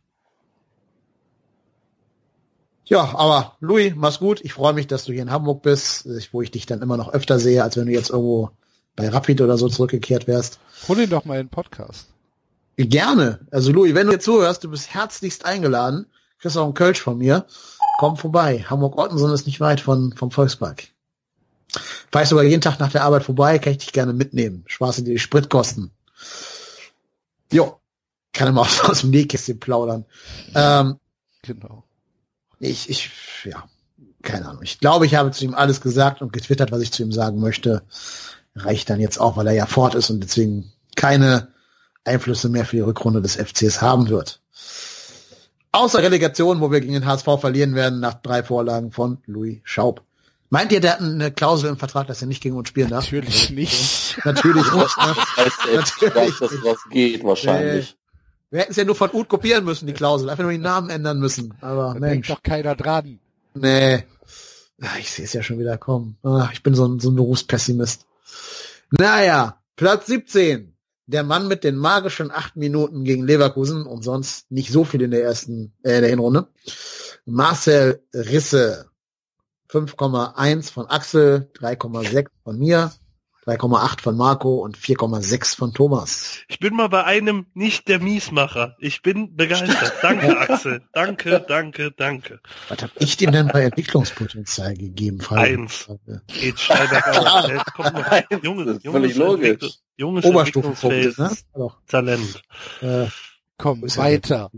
Ja, aber Louis, mach's gut. Ich freue mich, dass du hier in Hamburg bist, ich, wo ich dich dann immer noch öfter sehe, als wenn du jetzt irgendwo bei Rapid oder so zurückgekehrt wärst. Hol ihn doch mal in den Podcast. Gerne. Also Louis, wenn du jetzt zuhörst, du bist herzlichst eingeladen. Du kriegst auch einen Kölsch von mir. Komm vorbei. Hamburg-Ottensen ist nicht weit von vom Volkspark. Fahr ich sogar jeden Tag nach der Arbeit vorbei, kann ich dich gerne mitnehmen. Sparst dir die Spritkosten. Jo. Kann immer aus, aus dem Nähkästchen plaudern. Ähm, Genau. ich, ich, ja, keine Ahnung. Ich glaube, ich habe zu ihm alles gesagt und getwittert, was ich zu ihm sagen möchte. Reicht dann jetzt auch, weil er ja fort ist und deswegen keine Einflüsse mehr für die Rückrunde des F Cs haben wird. Außer Relegation, wo wir gegen den H S V verlieren werden, nach drei Vorlagen von Louis Schaub. Meint ihr, der hat eine Klausel im Vertrag, dass er nicht gegen uns spielen darf? Natürlich nicht. Natürlich nicht. Ne? Weiß der, weiß, dass was geht wahrscheinlich. Wir hätten es ja nur von Ut kopieren müssen, die Klausel. Einfach nur den Namen ändern müssen. Aber Da denkt Mensch, doch keiner dran. nee. Ach, ich sehe es ja schon wieder kommen. Ach, ich bin so ein, so ein Berufspessimist. Naja, Platz siebzehn. Der Mann mit den magischen acht Minuten gegen Leverkusen und sonst nicht so viel in der ersten, äh, in der Hinrunde. Marcel Risse. fünf Komma eins von Axel, drei Komma sechs von mir, drei Komma acht von Marco und vier Komma sechs von Thomas. Ich bin mal bei einem nicht der Miesmacher. Ich bin begeistert. Danke, Axel. Danke, danke, danke. Was habe ich dem denn bei Entwicklungspotenzial gegeben? Eins. Geht Steinberg aus. Hey, kommt noch. Das Junges, ist junges, völlig logisch. Entwickl- junges Oberstufenpunkte, ne? entwicklungsfähiges Doch. Talent. Äh, Komm, Ist ja weiter.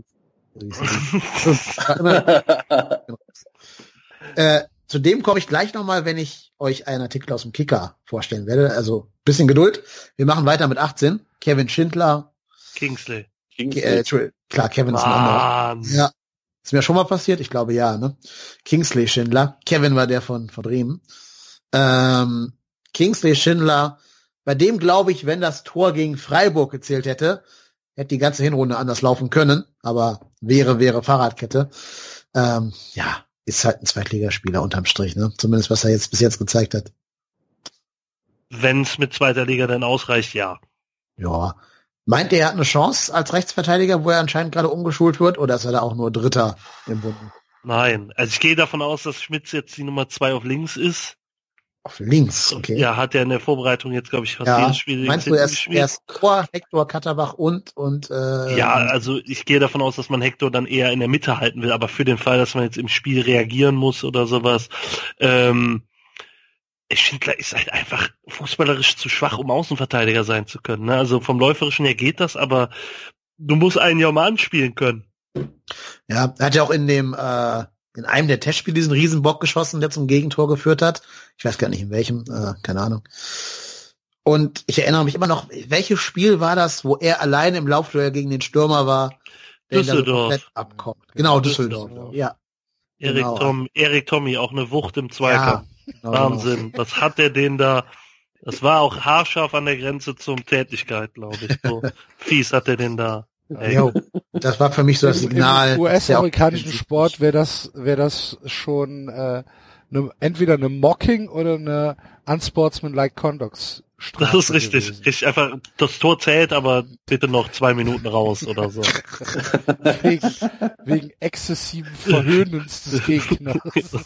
äh, Zudem komme ich gleich nochmal, wenn ich euch einen Artikel aus dem Kicker vorstellen werde. Also bisschen Geduld. Wir machen weiter mit achtzehn. Kevin Schindler. Kingsley. Ke- äh, Entschuldigung, klar, Kevin ist ein anderer. Mann. Ja. Ist mir schon mal passiert? Ich glaube ja, ne? Kingsley Schindler. Kevin war der von, von Bremen. Ähm, Kingsley Schindler. Bei dem glaube ich, wenn das Tor gegen Freiburg gezählt hätte, hätte die ganze Hinrunde anders laufen können. Aber wäre, wäre Fahrradkette. Ähm, ja, ist halt ein Zweitligaspieler unterm Strich, ne? Zumindest was er jetzt bis jetzt gezeigt hat. Wenn es mit zweiter Liga dann ausreicht, ja. Ja. Meint ihr, er hat eine Chance als Rechtsverteidiger, wo er anscheinend gerade umgeschult wird, oder ist er da auch nur Dritter im Bund? Nein. Also ich gehe davon aus, dass Schmitz jetzt die Nummer zwei auf links ist. Auf links, okay. Ja, hat er in der Vorbereitung jetzt, glaube ich, fast Ja. jedes Spiel Meinst du hinten erst, gespielt. erst Tor, Hector, Katterbach und, und, äh, Ja, also ich gehe davon aus, dass man Hector dann eher in der Mitte halten will, aber für den Fall, dass man jetzt im Spiel reagieren muss oder sowas, ähm, Schindler ist halt einfach fußballerisch zu schwach, um Außenverteidiger sein zu können. Ne? Also vom Läuferischen her geht das, aber du musst einen ja mal anspielen können. ja, er hat ja auch in dem, äh, in einem der Testspiele diesen Riesenbock geschossen, der zum Gegentor geführt hat. Ich weiß gar nicht in welchem, äh, keine Ahnung. Und ich erinnere mich immer noch, welches Spiel war das, wo er alleine im Laufduell gegen den Stürmer war, der ihn da so Düsseldorf. komplett abkommt. Genau, Düsseldorf. Düsseldorf. Ja. Erik Genau. Tom, Erik Tommy, auch eine Wucht im Zweikampf. Ja, genau, Wahnsinn. Was hat der den da? Das war auch haarscharf an der Grenze zum Tätigkeit, glaube ich. So fies hat er den da. Ey. Jo, das war für mich so das Im- Signal. Im U S-amerikanischen dass der auch- Sport wäre das, wäre das schon äh, ne, entweder eine Mocking oder eine Unsportsmanlike Conduct Strafe. Das ist richtig. gewesen. Richtig. Einfach, das Tor zählt, aber bitte noch zwei Minuten raus oder so. Wegen, wegen exzessiven Verhöhnens des Gegners.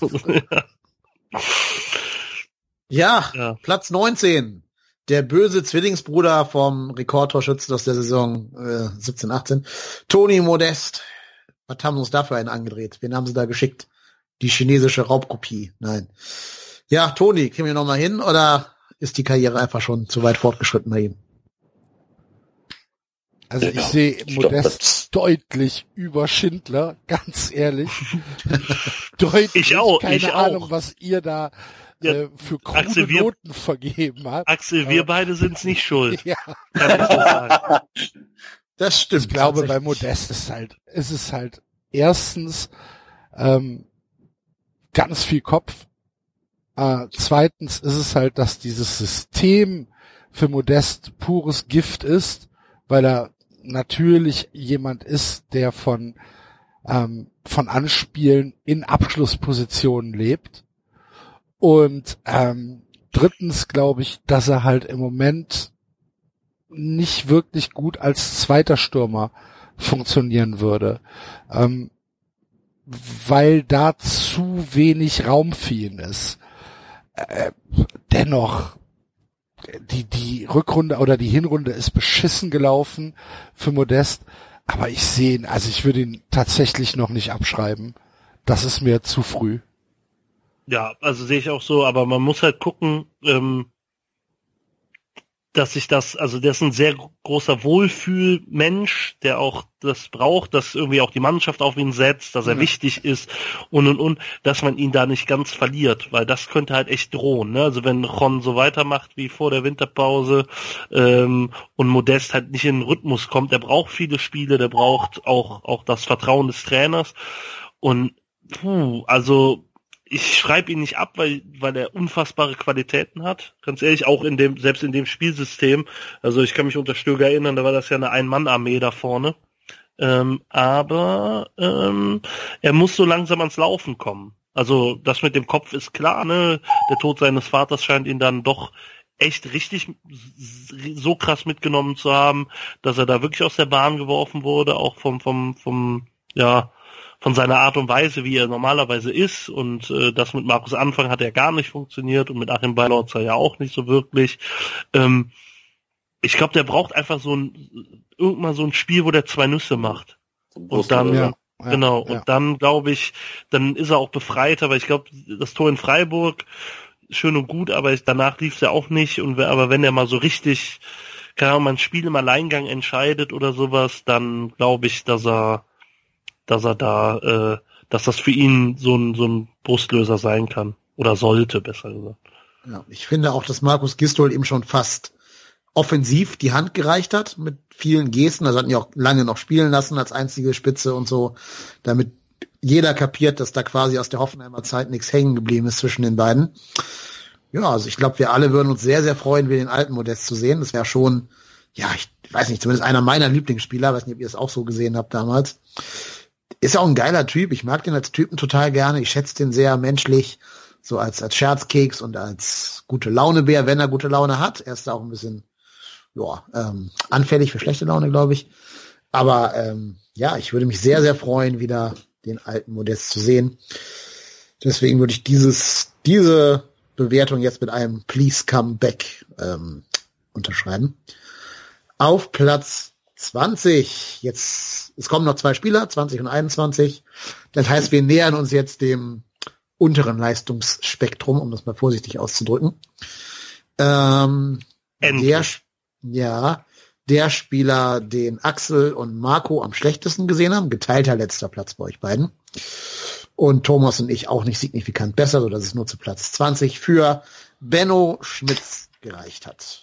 Ja, Ja. Platz neunzehn. Der böse Zwillingsbruder vom Rekordtorschützen aus der Saison äh, siebzehn achtzehn. Toni Modest. Was haben sie uns dafür einen angedreht? Wen haben sie da geschickt? die chinesische Raubkopie. Nein. Ja, Toni, kriegen wir noch mal hin oder ist die Karriere einfach schon zu weit fortgeschritten bei ihm? Also ich Ja, sehe ich Modest glaub, deutlich über Schindler, ganz ehrlich. deutlich. Ich auch, Keine ich Ahnung, auch. was ihr da Ja, äh, für krude Axel, wir- Noten vergeben habt. Axel, wir Aber- beide sind's nicht schuld. Ja, Kann ich so sagen. Das stimmt. ich glaube, bei tatsächlich. Modest ist halt, ist es halt erstens ähm, ganz viel Kopf. Äh, zweitens ist es halt, dass dieses System für Modest pures Gift ist, weil er natürlich jemand ist, der von ähm, von Anspielen in Abschlusspositionen lebt. Und ähm, drittens glaube ich, dass er halt im Moment nicht wirklich gut als zweiter Stürmer funktionieren würde, ähm, weil da zu wenig Raum für ihn ist. Äh, dennoch, die, die Rückrunde oder die Hinrunde ist beschissen gelaufen für Modest, aber ich sehe ihn, also ich würde ihn tatsächlich noch nicht abschreiben. Das ist mir zu früh. Ja, also sehe ich auch so, aber man muss halt gucken, ähm, dass sich das, also der ist ein sehr großer Wohlfühlmensch, der auch das braucht, dass irgendwie auch die Mannschaft auf ihn setzt, dass er Ja. wichtig ist und und und, dass man ihn da nicht ganz verliert, weil das könnte halt echt drohen, ne? Also wenn Ron so weitermacht wie vor der Winterpause ähm, und Modest halt nicht in den Rhythmus kommt, der braucht viele Spiele, der braucht auch auch das Vertrauen des Trainers und puh, also ich schreibe ihn nicht ab, weil weil er unfassbare Qualitäten hat. Ganz ehrlich, auch in dem selbst in dem Spielsystem. Also ich kann mich unter Stöger erinnern, da war das ja eine Ein-Mann-Armee da vorne. Ähm, aber ähm, er muss so langsam ans Laufen kommen. Also das mit dem Kopf ist klar, ne? Der Tod seines Vaters scheint ihn dann doch echt richtig so krass mitgenommen zu haben, dass er da wirklich aus der Bahn geworfen wurde, auch vom vom vom ja von seiner Art und Weise, wie er normalerweise ist. Und äh, das mit Markus Anfang hat ja gar nicht funktioniert und mit Achim Beilorzer ja auch nicht so wirklich. Ähm, ich glaube, der braucht einfach so ein irgendwann so ein Spiel, wo der zwei Nüsse macht. Und dann, Ja, ja, genau, ja. und dann glaube ich, dann ist er auch befreiter, weil ich glaube, das Tor in Freiburg, schön und gut, aber ich, danach lief es ja auch nicht. Und wer- aber wenn er mal so richtig, keine Ahnung, mal ein Spiel im Alleingang entscheidet oder sowas, dann glaube ich, dass er dass er da, äh, dass das für ihn so ein, so ein Brustlöser sein kann. Oder sollte, besser gesagt. Ja, ich finde auch, dass Markus Gistol ihm schon fast offensiv die Hand gereicht hat mit vielen Gesten. Also hatten ja auch lange noch spielen lassen als einzige Spitze und so, damit jeder kapiert, dass da quasi aus der Hoffenheimer Zeit nichts hängen geblieben ist zwischen den beiden. Ja, also ich glaube, wir alle würden uns sehr, sehr freuen, wieder den alten Modest zu sehen. Das wäre schon, ja, ich weiß nicht, zumindest einer meiner Lieblingsspieler. Weiß nicht, ob ihr es auch so gesehen habt damals. Ist auch ein geiler Typ. Ich mag den als Typen total gerne. Ich schätze den sehr menschlich, so als als Scherzkeks und als gute Launebär, wenn er gute Laune hat. Er ist da auch ein bisschen ja, ähm, anfällig für schlechte Laune, glaube ich. Aber ähm, ja, ich würde mich sehr, sehr freuen, wieder den alten Modest zu sehen. Deswegen würde ich dieses diese Bewertung jetzt mit einem Please Come Back ähm, unterschreiben. Auf Platz zwanzig. Jetzt, es kommen noch zwei Spieler, zwanzig und einundzwanzig. Das heißt, wir nähern uns jetzt dem unteren Leistungsspektrum, um das mal vorsichtig auszudrücken. Ähm, der, ja, der Spieler, den Axel und Marco am schlechtesten gesehen haben, geteilter letzter Platz bei euch beiden. Und Thomas und ich auch nicht signifikant besser, sodass es nur zu Platz zwanzig für Benno Schmitz gereicht hat.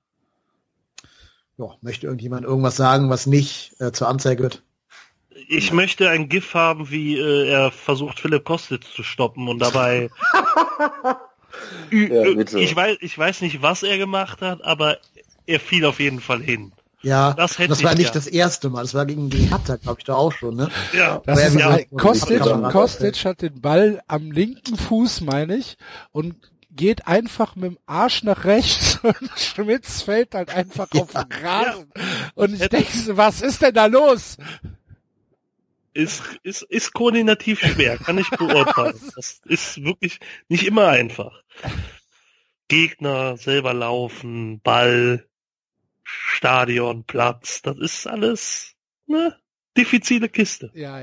Ja, möchte irgendjemand irgendwas sagen, was nicht äh, zur Anzeige wird? Ich möchte ein GIF haben, wie äh, er versucht, Philipp Kostic zu stoppen und dabei Ü- Ja, bitte. ich weiß, ich weiß nicht, was er gemacht hat, aber er fiel auf jeden Fall hin. Ja, Das hätte das war ich nicht ja. das erste Mal. Das war gegen die Hertha, glaube ich, da auch schon, ne? Ja, Das Aber ist er- ja, ja, Kostic, ja. Kostic hat den Ball am linken Fuß, meine ich, und geht einfach mit dem Arsch nach rechts und Schmitz fällt halt einfach Ja. auf den Rasen. Und ich denke, so, was ist denn da los? ist, ist, ist koordinativ schwer, kann ich beurteilen. Das ist wirklich nicht immer einfach. Gegner, selber laufen, Ball, Stadion, Platz, das ist alles, ne, diffizile Kiste. Ja, ja.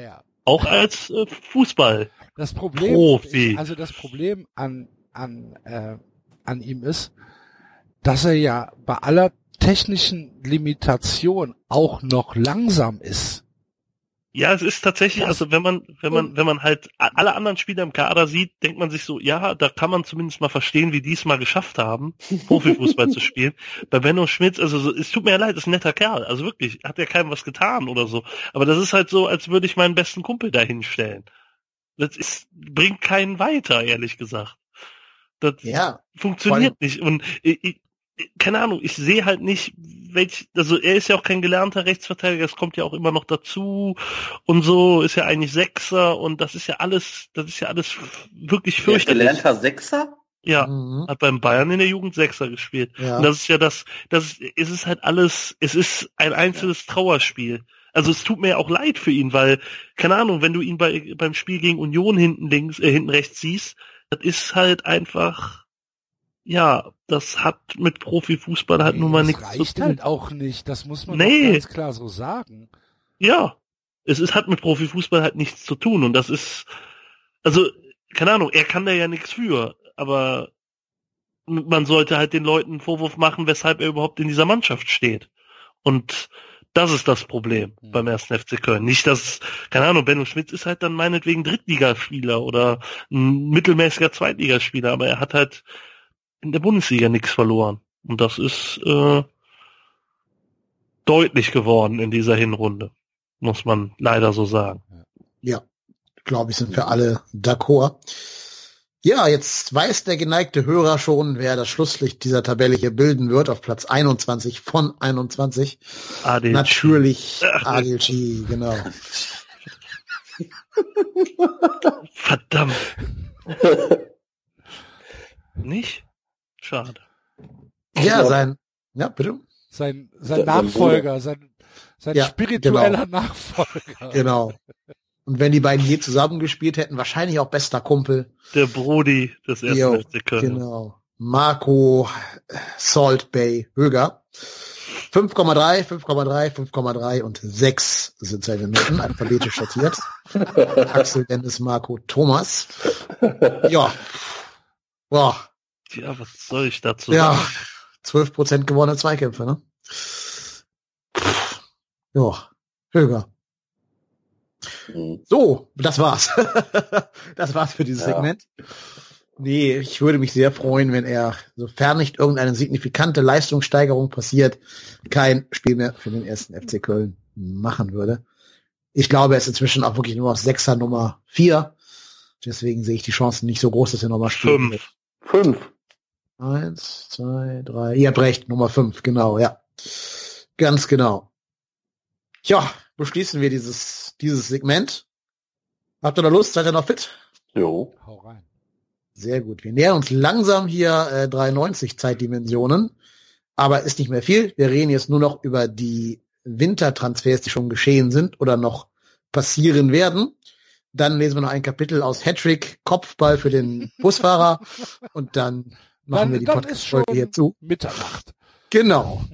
Auch als äh, Fußball. Das Problem, Profi. also das Problem an an äh, an ihm ist, dass er ja bei aller technischen Limitation auch noch langsam ist. Ja, es ist tatsächlich, also wenn man, wenn man, wenn man halt alle anderen Spieler im Kader sieht, denkt man sich so, ja, da kann man zumindest mal verstehen, wie die es mal geschafft haben, Profifußball zu spielen. Bei Benno Schmitz, also so, es tut mir ja leid, ist ein netter Kerl, also wirklich, hat ja keinem was getan oder so. Aber das ist halt so, als würde ich meinen besten Kumpel da hinstellen. Das ist, bringt keinen weiter, ehrlich gesagt. Das Ja, funktioniert nicht. Und ich, ich, keine Ahnung, ich sehe halt nicht, welch, also er ist ja auch kein gelernter Rechtsverteidiger, das kommt ja auch immer noch dazu und so, ist ja eigentlich Sechser und das ist ja alles, das ist ja alles wirklich fürchterlich. Gelernter Sechser? Ja, Mhm. hat beim Bayern in der Jugend Sechser gespielt. Ja. Und das ist ja das, das ist, es ist halt alles, es ist ein einzelnes Trauerspiel. Also es tut mir ja auch leid für ihn, weil, keine Ahnung, wenn du ihn bei, beim Spiel gegen Union hinten links, äh, hinten rechts siehst, das ist halt einfach, ja, das hat mit Profifußball halt nun mal das nichts zu reicht tun. halt auch nicht, das muss man Nee. doch ganz klar so sagen. Ja, es ist, hat mit Profifußball halt nichts zu tun und das ist, also, keine Ahnung, er kann da ja nichts für, aber man sollte halt den Leuten einen Vorwurf machen, weshalb er überhaupt in dieser Mannschaft steht. Und das ist das Problem Mhm. beim ersten F C Köln. Nicht, dass, keine Ahnung, Benno Schmitz ist halt dann meinetwegen Drittligaspieler oder ein mittelmäßiger Zweitligaspieler, aber er hat halt in der Bundesliga nichts verloren. Und das ist äh, deutlich geworden in dieser Hinrunde, muss man leider so sagen. Ja, glaube ich, sind wir alle d'accord. Ja, jetzt weiß der geneigte Hörer schon, wer das Schlusslicht dieser Tabelle hier bilden wird, auf Platz einundzwanzig von einundzwanzig. Adel. Natürlich Adil Chi, genau. Verdammt. Nicht? Schade. Ja, glaub- sein, ja, bitte? Sein, sein Der- der Nachfolger, sein, sein Ja, spiritueller Nachfolger. Genau. Und wenn die beiden je zusammengespielt hätten, wahrscheinlich auch bester Kumpel. Der Brody des Jo, ersten F C Köln. genau. Marco Salt Bay Höger. fünf Komma drei, fünf Komma drei, fünf Komma drei und sechs sind seine Noten, alphabetisch sortiert. Axel Dennis Marco Thomas. Ja. Boah. Ja, was soll ich dazu Ja. sagen? zwölf Prozent gewonnene Zweikämpfe, ne? Ja. Höger. Mhm. So, das war's. Das war's für dieses Ja. Segment. Nee, ich würde mich sehr freuen, wenn er, sofern nicht irgendeine signifikante Leistungssteigerung passiert, kein Spiel mehr für den ersten F C Köln machen würde. Ich glaube, er ist inzwischen auch wirklich nur auf Sechser Nummer vier. Deswegen sehe ich die Chancen nicht so groß, dass er nochmal spielen wird. Fünf. Fünf. Eins, zwei, drei. Ihr habt recht, Nummer fünf, genau, ja. Ganz genau. Tja, beschließen wir dieses, dieses Segment. Habt ihr da Lust? Seid ihr noch fit? Jo. Hau rein. Sehr gut. Wir nähern uns langsam hier äh, dreiundneunzig Zeitdimensionen, aber ist nicht mehr viel. Wir reden jetzt nur noch über die Wintertransfers, die schon geschehen sind oder noch passieren werden. Dann lesen wir noch ein Kapitel aus Hattrick, Kopfball für den Busfahrer und dann machen Dann, wir die dann ist schon Podcast-Folge hier zu. Mitternacht. Genau.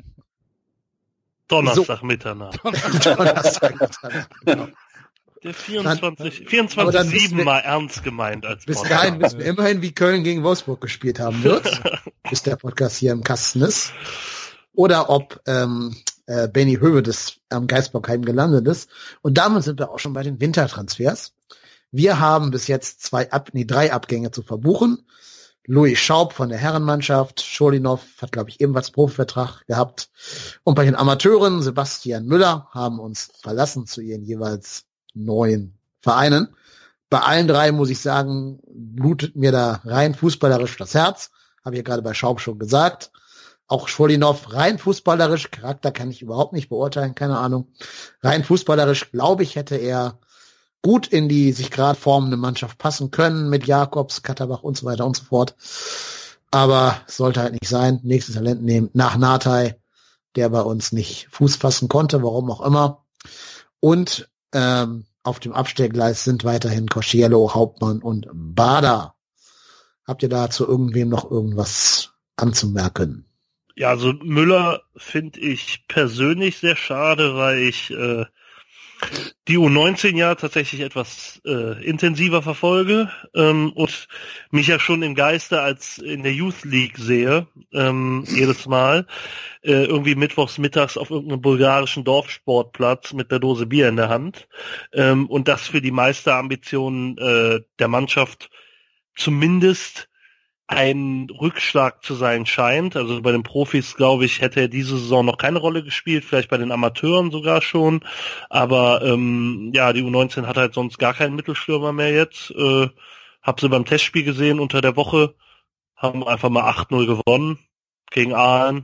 Donnerstag Mitternacht. Donnerstag. Genau. Der vierundzwanzig, Aber vierundzwanzig dann wissen sieben wir- mal ernst gemeint als Bis Podcast. dahin wissen wir immerhin, wie Köln gegen Wolfsburg gespielt haben wird, bis der Podcast hier im Kasten ist. Oder ob ähm, äh, Benny Hövedes am Geisbockheim gelandet ist. Und damit sind wir auch schon bei den Wintertransfers. Wir haben bis jetzt zwei Ab nee, drei Abgänge zu verbuchen. Louis Schaub von der Herrenmannschaft, Scholinov hat, glaube ich, ebenfalls Profivertrag gehabt. Und bei den Amateuren, Sebastian Müller, haben uns verlassen zu ihren jeweils neuen Vereinen. Bei allen drei, muss ich sagen, blutet mir da rein fußballerisch das Herz. Habe ich ja gerade bei Schaub schon gesagt. Auch Scholinov rein fußballerisch, Charakter kann ich überhaupt nicht beurteilen, keine Ahnung. Rein fußballerisch, glaube ich, hätte er gut in die sich gerade formende Mannschaft passen können mit Jakobs, Katterbach und so weiter und so fort. Aber es sollte halt nicht sein. Nächstes Talent nehmen nach Natai, der bei uns nicht Fuß fassen konnte, warum auch immer. Und ähm, auf dem Abstellgleis sind weiterhin Cosciello, Hauptmann und Bader. Habt ihr dazu irgendwem noch irgendwas anzumerken? Ja, also Müller finde ich persönlich sehr schade, weil ich äh, die U neunzehn ja tatsächlich etwas äh, intensiver verfolge ähm, und mich ja schon im Geiste als in der Youth League sehe, ähm, jedes Mal, äh, irgendwie mittwochs mittags auf irgendeinem bulgarischen Dorfsportplatz mit der Dose Bier in der Hand ähm, und das für die Meisterambitionen äh, der Mannschaft zumindest ein Rückschlag zu sein scheint. Also bei den Profis, glaube ich, hätte er diese Saison noch keine Rolle gespielt, vielleicht bei den Amateuren sogar schon. Aber ähm, ja, die U neunzehn hat halt sonst gar keinen Mittelstürmer mehr jetzt. Äh, hab sie beim Testspiel gesehen unter der Woche, haben einfach mal acht null gewonnen gegen Aalen.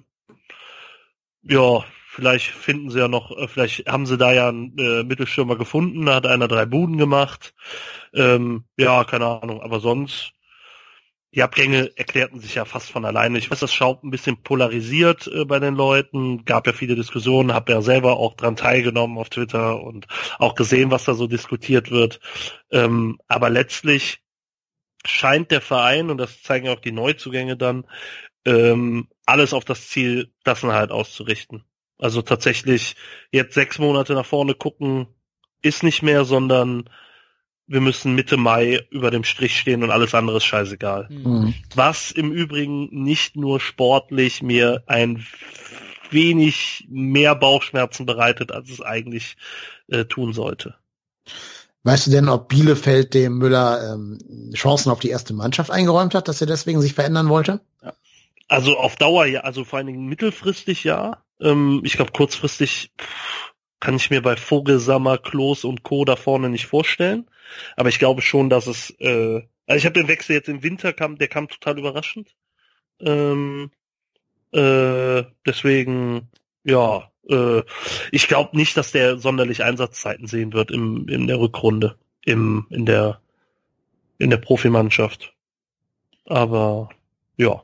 Ja, vielleicht finden sie ja noch, äh, vielleicht haben sie da ja einen äh, Mittelstürmer gefunden, da hat einer drei Buden gemacht. Ähm, ja, keine Ahnung, aber sonst die Abgänge erklärten sich ja fast von alleine. Ich weiß, das Schaub ein bisschen polarisiert äh, bei den Leuten. Gab ja viele Diskussionen, habe ja selber auch dran teilgenommen auf Twitter und auch gesehen, was da so diskutiert wird. Ähm, aber letztlich scheint der Verein, und das zeigen auch die Neuzugänge dann, ähm, alles auf das Ziel Klassenerhalt auszurichten. Also tatsächlich jetzt sechs Monate nach vorne gucken ist nicht mehr, sondern wir müssen Mitte Mai über dem Strich stehen und alles andere ist scheißegal. Mhm. Was im Übrigen nicht nur sportlich mir ein wenig mehr Bauchschmerzen bereitet, als es eigentlich äh, tun sollte. Weißt du denn, ob Bielefeld dem Müller ähm, Chancen auf die erste Mannschaft eingeräumt hat, dass er deswegen sich verändern wollte? Ja. Also auf Dauer ja, also vor allen Dingen mittelfristig ja. Ähm, ich glaube kurzfristig pff, kann ich mir bei Vogelsammer, Klos und Co. da vorne nicht vorstellen. Aber ich glaube schon, dass es, äh, also ich habe den Wechsel jetzt im Winter, kam, der kam total überraschend. Ähm, äh, deswegen, ja, äh, ich glaube nicht, dass der sonderlich Einsatzzeiten sehen wird im, in der Rückrunde, im, in der, in der Profimannschaft. Aber, ja.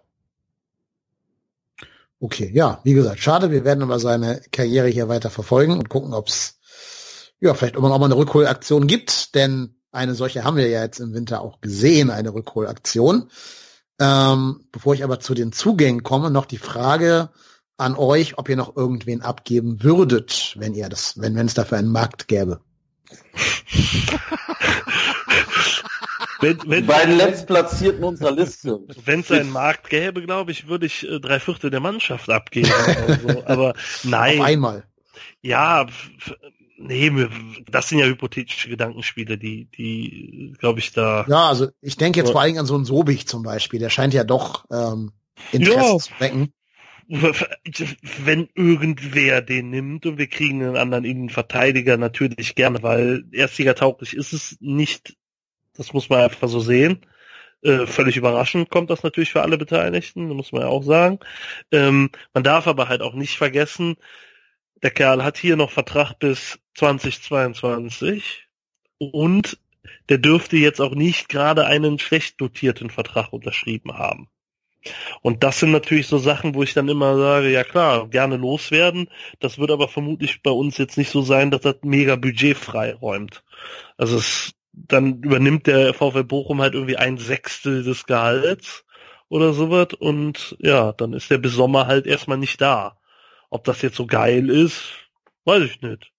Okay, ja, wie gesagt, schade. Wir werden aber seine Karriere hier weiter verfolgen und gucken, ob es ja vielleicht immer noch mal eine Rückholaktion gibt, denn eine solche haben wir ja jetzt im Winter auch gesehen, eine Rückholaktion. Ähm, bevor ich aber zu den Zugängen komme, noch die Frage an euch, ob ihr noch irgendwen abgeben würdet, wenn ihr das, wenn wenn es dafür einen Markt gäbe. Wenn, wenn, die beiden Letztplatzierten unserer Liste. Wenn es einen Markt gäbe, glaube ich, würde ich äh, drei Viertel der Mannschaft abgeben. So. Aber nein. Auf einmal. Ja, f- nee, das sind ja hypothetische Gedankenspiele, die, die, glaube ich, da. Ja, also ich denke jetzt so. Vor allem an so einen Sobich zum Beispiel. Der scheint ja doch ähm, Interesse ja. zu wecken. Wenn irgendwer den nimmt und wir kriegen einen anderen Innenverteidiger, natürlich gerne, weil erstligatauglich ist es nicht. Das muss man einfach so sehen. Äh, völlig überraschend kommt das natürlich für alle Beteiligten, muss man ja auch sagen. Ähm, man darf aber halt auch nicht vergessen, der Kerl hat hier noch Vertrag bis zwanzig zweiundzwanzig und der dürfte jetzt auch nicht gerade einen schlecht dotierten Vertrag unterschrieben haben. Und das sind natürlich so Sachen, wo ich dann immer sage, ja klar, gerne loswerden. Das wird aber vermutlich bei uns jetzt nicht so sein, dass das mega Budget freiräumt. Also es dann übernimmt der VfL Bochum halt irgendwie ein Sechstel des Gehalts oder sowas und ja, dann ist der bis Sommer halt erstmal nicht da. Ob das jetzt so geil ist, weiß ich nicht.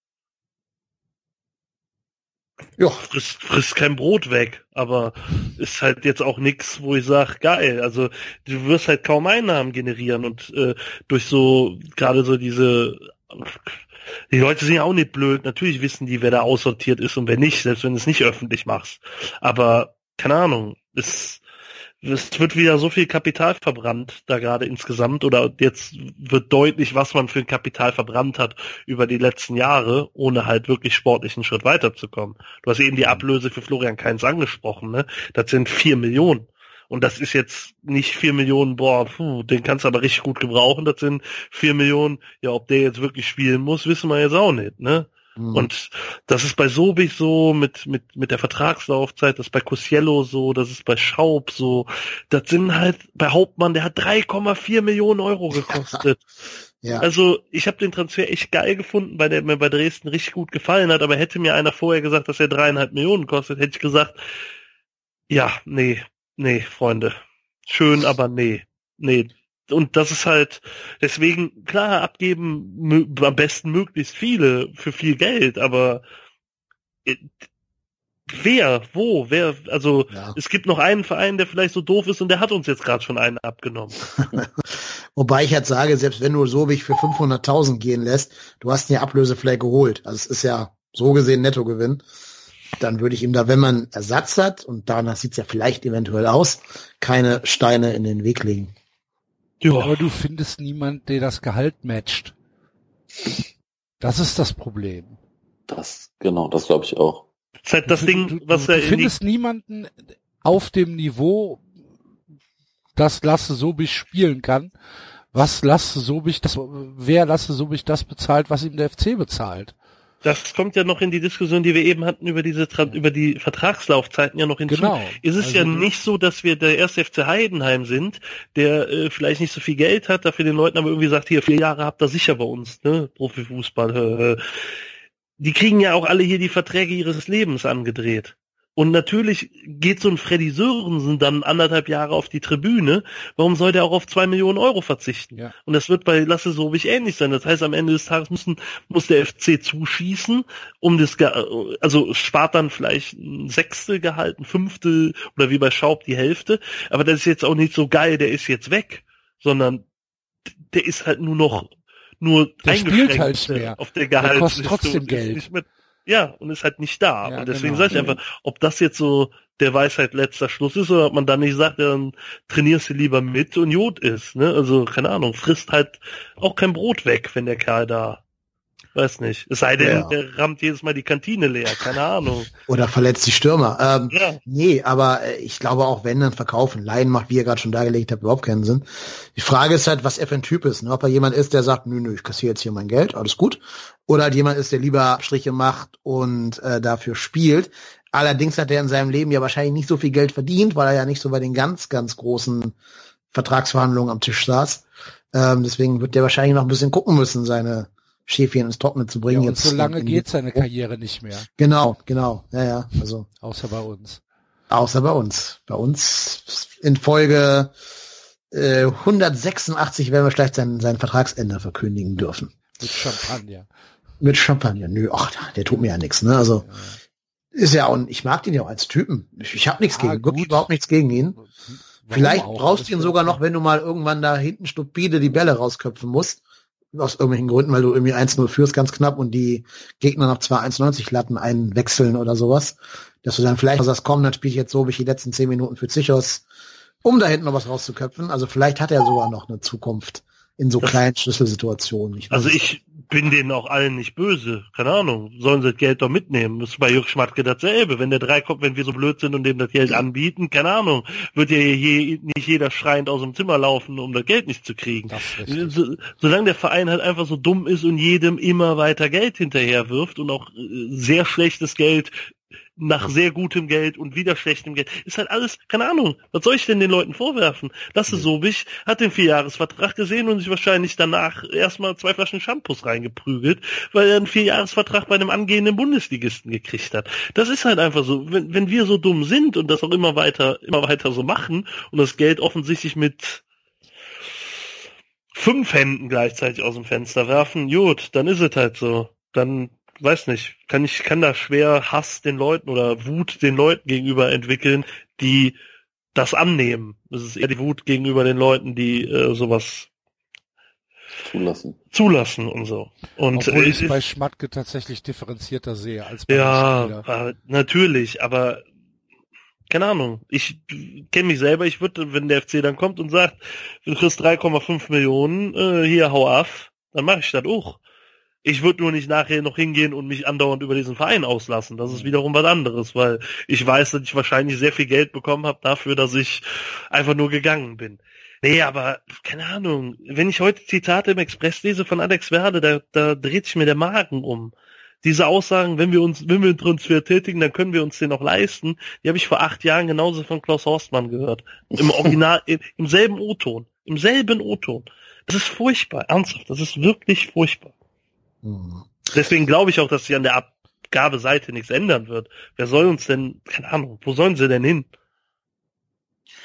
Ja. Frisst, frisst kein Brot weg, aber ist halt jetzt auch nix, wo ich sage, geil. Also du wirst halt kaum Einnahmen generieren und äh, durch so, gerade so diese... Die Leute sind ja auch nicht blöd. Natürlich wissen die, wer da aussortiert ist und wer nicht, selbst wenn du es nicht öffentlich machst. Aber, keine Ahnung, es, es wird wieder so viel Kapital verbrannt, da gerade insgesamt. Oder jetzt wird deutlich, was man für ein Kapital verbrannt hat über die letzten Jahre, ohne halt wirklich sportlich einen Schritt weiterzukommen. Du hast eben die Ablöse für Florian Kainz angesprochen, ne? Das sind vier Millionen. Und das ist jetzt nicht vier Millionen, boah, puh, den kannst du aber richtig gut gebrauchen. Das sind vier Millionen, ja, ob der jetzt wirklich spielen muss, wissen wir jetzt auch nicht, ne? Mhm. Und das ist bei Sobich so, mit, mit, mit der Vertragslaufzeit, das ist bei Kosciello so, das ist bei Schaub so. Das sind halt, bei Hauptmann, der hat drei Komma vier Millionen Euro gekostet. Ja. Also, ich habe den Transfer echt geil gefunden, weil der mir bei Dresden richtig gut gefallen hat, aber hätte mir einer vorher gesagt, dass er dreieinhalb Millionen kostet, hätte ich gesagt, ja, nee, Nee, Freunde. Schön, aber nee. Nee. und das ist halt, deswegen, klar, abgeben mö- am besten möglichst viele für viel Geld, aber äh, wer, wo, wer, also Ja. es gibt noch einen Verein, der vielleicht so doof ist und der hat uns jetzt gerade schon einen abgenommen. Wobei ich jetzt sage, selbst wenn du Sobich für fünfhunderttausend gehen lässt, du hast eine Ablöse vielleicht geholt. Also es ist ja so gesehen Nettogewinn. Dann würde ich ihm da, wenn man Ersatz hat, und danach sieht es ja vielleicht eventuell aus, keine Steine in den Weg legen. Ja, Aber du findest niemand, der das Gehalt matcht. Das ist das Problem. Das, genau, das glaube ich auch. das ist halt das du, Ding, du, was du, er du in die, findest niemanden auf dem Niveau, das Lasse Sobich spielen kann, was Lasse Sobich, das, wer Lasse Sobich das bezahlt, was ihm der F C bezahlt. das kommt ja noch in die Diskussion, die wir eben hatten über diese Tra- über die Vertragslaufzeiten ja noch hinzu. Genau. Ist es Also, ja nicht so, dass wir der erste F C Heidenheim sind, der äh, vielleicht nicht so viel Geld hat, dafür den Leuten aber irgendwie sagt, hier, vier Jahre habt ihr sicher bei uns, ne, Profifußball. Äh, die kriegen ja auch alle hier die Verträge ihres Lebens angedreht. Und natürlich geht so ein Freddy Sörensen dann anderthalb Jahre auf die Tribüne. Warum soll der auch auf zwei Millionen Euro verzichten? Ja. Und das wird bei Lasse Sobich ähnlich sein. Das heißt, am Ende des Tages müssen, muss der F C zuschießen, um das, Ge- also spart dann vielleicht ein Sechstel Gehalt, ein Fünftel oder wie bei Schaub die Hälfte. Aber das ist jetzt auch nicht so geil, der ist jetzt weg, sondern der ist halt nur noch, nur Der eingeschränkt spielt halt mehr. auf der Der Gehaltsliste. kostet trotzdem und ist Geld. nicht mit, ja, und ist halt nicht da. Ja, und deswegen genau. sage ich einfach, ob das jetzt so der Weisheit letzter Schluss ist oder ob man dann nicht sagt, ja, dann trainierst du lieber mit und Jod ist, ne? Also, keine Ahnung, frisst halt auch kein Brot weg, wenn der Kerl da, weiß nicht. Es sei denn, Ja. der rammt jedes Mal die Kantine leer, keine Ahnung. Oder verletzt die Stürmer. Ähm, Ja. Nee, aber äh, ich glaube auch, wenn, dann verkaufen. Leihen macht, wie ihr gerade schon dargelegt habt, überhaupt keinen Sinn. Die Frage ist halt, was er für ein Typ ist. Ne? Ob er jemand ist, der sagt, nö, nö, ich kassiere jetzt hier mein Geld, alles gut. Oder halt jemand ist, der lieber Abstriche macht und äh, dafür spielt. Allerdings hat er in seinem Leben ja wahrscheinlich nicht so viel Geld verdient, weil er ja nicht so bei den ganz, ganz großen Vertragsverhandlungen am Tisch saß. Ähm, deswegen wird der wahrscheinlich noch ein bisschen gucken müssen, seine Schäfchen ins Trockene zu Ja, bringen. und Jetzt so lange in- geht seine Karriere nicht mehr, Genau, genau. Ja, ja. Also außer bei uns. außer bei uns. Bei uns in Folge äh, hundertsechsundachtzig werden wir vielleicht sein, sein Vertragsende verkündigen dürfen. Mit Champagner. Mit Champagner. Nö, ach, der tut mir ja nichts, ne? Also ist ja auch, ich mag den ja auch als Typen. Ich, ich habe nichts Ja, gegen, wirklich gut. überhaupt nichts gegen ihn. Warum Vielleicht auch? brauchst Das du ihn ist sogar ja- noch, wenn du mal irgendwann da hinten stupide die Bälle rausköpfen musst. Aus irgendwelchen Gründen, weil du irgendwie eins null führst, ganz knapp, und die Gegner noch zwei eins neunzig Latten einwechseln oder sowas. Dass du dann vielleicht sagst, komm, dann spiele ich jetzt so wie ich die letzten zehn Minuten für Zichos, um da hinten noch was rauszuköpfen. Also vielleicht hat er sogar noch eine Zukunft in so Das- kleinen Schlüsselsituationen. Ich weiß Also es ich bin denen auch allen nicht böse, keine Ahnung, sollen sie das Geld doch mitnehmen. Das ist bei Jörg Schmatke dasselbe. Wenn der drei kommt, wenn wir so blöd sind und dem das Geld anbieten, keine Ahnung, wird ja je, nicht jeder schreiend aus dem Zimmer laufen, um das Geld nicht zu kriegen. Das ist richtig. So, solange der Verein halt einfach so dumm ist und jedem immer weiter Geld hinterher wirft und auch äh, sehr schlechtes Geld nach sehr gutem Geld und wieder schlechtem Geld, ist halt alles, keine Ahnung, was soll ich denn den Leuten vorwerfen? Lasse Sobich hat den Vierjahresvertrag gesehen und sich wahrscheinlich danach erstmal zwei Flaschen Shampoos reingeprügelt, weil er einen Vierjahresvertrag bei einem angehenden Bundesligisten gekriegt hat. Das ist halt einfach so, wenn, wenn wir so dumm sind und das auch immer weiter, immer weiter so machen und das Geld offensichtlich mit fünf Händen gleichzeitig aus dem Fenster werfen, gut, dann ist es halt so. Dann, weiß nicht, kann ich, kann da schwer Hass den Leuten oder Wut den Leuten gegenüber entwickeln, die das annehmen. Das ist eher die Wut gegenüber den Leuten, die äh, sowas Zulassen. zulassen und so. Und Obwohl äh, ich es bei Schmatke tatsächlich differenzierter sehe als bei ja, dem Spieler. äh, natürlich, aber keine Ahnung. Ich kenne mich selber. Ich würde, wenn der F C dann kommt und sagt, du kriegst drei Komma fünf Millionen, äh, hier hau ab, dann mache ich das auch. Ich würde nur nicht nachher noch hingehen und mich andauernd über diesen Verein auslassen. Das ist wiederum was anderes, weil ich weiß, dass ich wahrscheinlich sehr viel Geld bekommen habe dafür, dass ich einfach nur gegangen bin. Nee, aber keine Ahnung. Wenn ich heute Zitate im Express lese von Alex Werde, da, da dreht sich mir der Magen um. Diese Aussagen, wenn wir uns, wenn wir einen Transfer tätigen, dann können wir uns den auch leisten. Die habe ich vor acht Jahren genauso von Klaus Horstmann gehört. Im Original, im, im selben O-Ton. Im selben O-Ton. Das ist furchtbar. Ernsthaft. Das ist wirklich furchtbar. Hm. Deswegen glaube ich auch, dass sich an der Abgabeseite nichts ändern wird. Wer soll uns denn, keine Ahnung, wo sollen sie denn hin?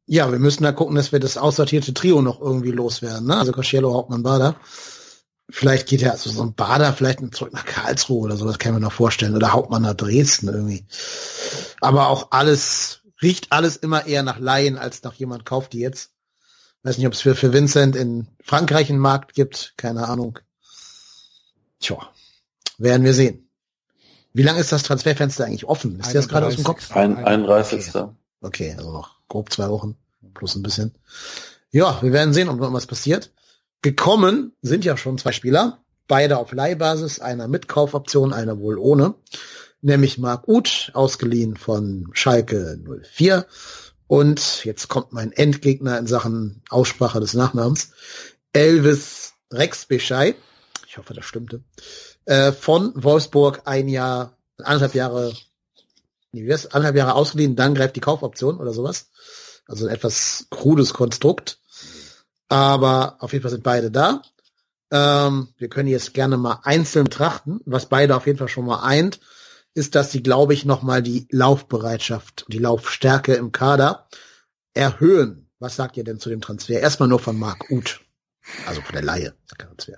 Ja, wir müssen da gucken, dass wir das aussortierte Trio noch irgendwie loswerden, ne? Also Cosciello, Hauptmann, Bader. Vielleicht geht ja also so ein Bader vielleicht zurück nach Karlsruhe oder so, das kann ich mir noch vorstellen. Oder Hauptmann nach Dresden irgendwie. Aber auch alles, riecht alles immer eher nach Laien, als nach jemand kauft die jetzt. Weiß nicht, ob es für, für Vincent in Frankreich einen Markt gibt, keine Ahnung. Tja, werden wir sehen. Wie lange ist das Transferfenster eigentlich offen? Ist dir das gerade aus dem Kopf? Ein, einunddreißigster Okay, also noch grob zwei Wochen, plus ein bisschen. Ja, wir werden sehen, ob noch was passiert. Gekommen sind ja schon zwei Spieler, beide auf Leihbasis, einer mit Kaufoption, einer wohl ohne. Nämlich Marc Uth, ausgeliehen von Schalke null vier. Und jetzt kommt mein Endgegner in Sachen Aussprache des Nachnamens. Elvis Rexbeschei, ich hoffe, das stimmte, äh, von Wolfsburg ein Jahr, anderthalb Jahre Nee, wie wär's? Anderthalb Jahre ausgeliehen, dann greift die Kaufoption oder sowas. Also ein etwas krudes Konstrukt. Aber auf jeden Fall sind beide da. Ähm, wir können jetzt gerne mal einzeln betrachten. Was beide auf jeden Fall schon mal eint, ist, dass sie, glaube ich, nochmal die Laufbereitschaft, die Laufstärke im Kader erhöhen. Was sagt ihr denn zu dem Transfer? Erstmal nur von Marc Uth. Also von der Leihe. Transfer.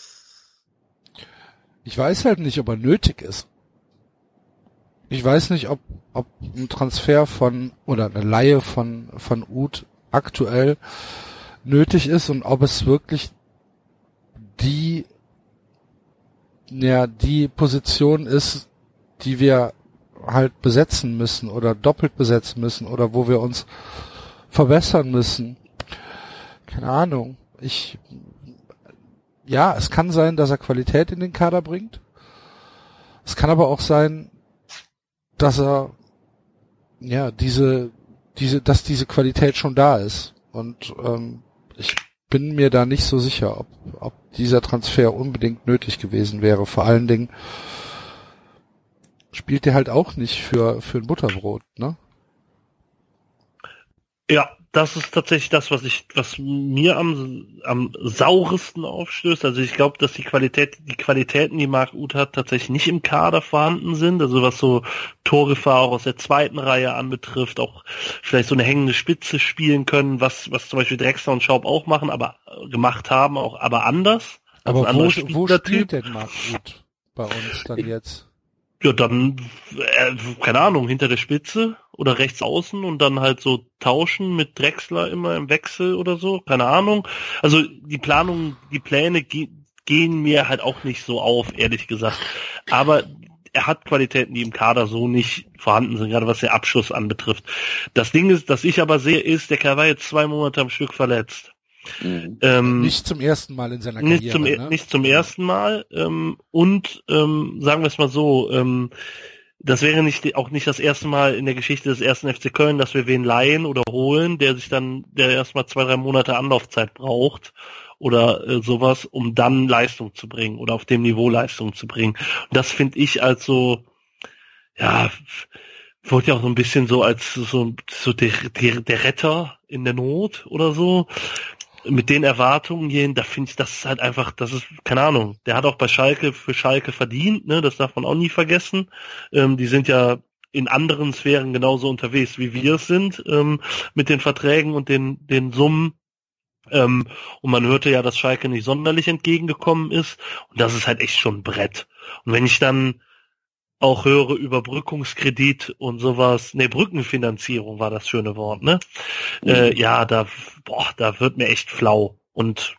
Ich weiß halt nicht, ob er nötig ist. Ich weiß nicht, ob, ob ein Transfer von, oder eine Leihe von, von Uth aktuell nötig ist und ob es wirklich die, ja, die Position ist, die wir halt besetzen müssen oder doppelt besetzen müssen oder wo wir uns verbessern müssen. Keine Ahnung. Ich, ja, es kann sein, dass er Qualität in den Kader bringt. Es kann aber auch sein, dass er, ja, diese, diese, dass diese Qualität schon da ist. Und ähm, ich bin mir da nicht so sicher, ob, ob dieser Transfer unbedingt nötig gewesen wäre. Vor allen Dingen spielt er halt auch nicht für für ein Butterbrot, ne? Ja, das ist tatsächlich das, was ich, was mir am am sauresten aufstößt. Also ich glaube, dass die Qualität, die Qualitäten, die Marc Uth hat, tatsächlich nicht im Kader vorhanden sind. Also was so Torgefahr auch aus der zweiten Reihe anbetrifft, auch vielleicht so eine hängende Spitze spielen können, was was zum Beispiel Drexler und Schaub auch machen, aber gemacht haben, auch aber anders. Aber wo, wo spielt denn Marc Uth bei uns dann jetzt? Ja, dann, äh, keine Ahnung, hinter der Spitze oder rechts außen und dann halt so tauschen mit Drexler immer im Wechsel oder so, keine Ahnung. Also die Planung, die Pläne ge- gehen mir halt auch nicht so auf, ehrlich gesagt. Aber er hat Qualitäten, die im Kader so nicht vorhanden sind, gerade was den Abschluss anbetrifft. Das Ding ist, das ich aber sehe, ist, der Kerl war jetzt zwei Monate am Stück verletzt. Mhm. Ähm, nicht zum ersten Mal in seiner nicht Karriere. Zum, ne? Nicht zum ersten Mal. Ähm, und ähm, sagen wir es mal so, ähm, das wäre nicht auch nicht das erste Mal in der Geschichte des ersten F C Köln, dass wir wen leihen oder holen, der sich dann, der erstmal zwei, drei Monate Anlaufzeit braucht oder äh, sowas, um dann Leistung zu bringen oder auf dem Niveau Leistung zu bringen. Und das finde ich als so, ja, wurde ja auch so ein bisschen so als so, so der, der, der Retter in der Not oder so. Mit den Erwartungen hierhin, da finde ich, das ist halt einfach, das ist, keine Ahnung, der hat auch bei Schalke für Schalke verdient, ne, das darf man auch nie vergessen. Ähm, die sind ja in anderen Sphären genauso unterwegs, wie wir es sind, ähm, mit den Verträgen und den, den Summen. Ähm, und man hörte ja, dass Schalke nicht sonderlich entgegengekommen ist. Und das ist halt echt schon ein Brett. Und wenn ich dann auch höre Überbrückungskredit und sowas, ne, Brückenfinanzierung war das schöne Wort, ne? Mhm. Äh, ja, da, boah, da wird mir echt flau. Und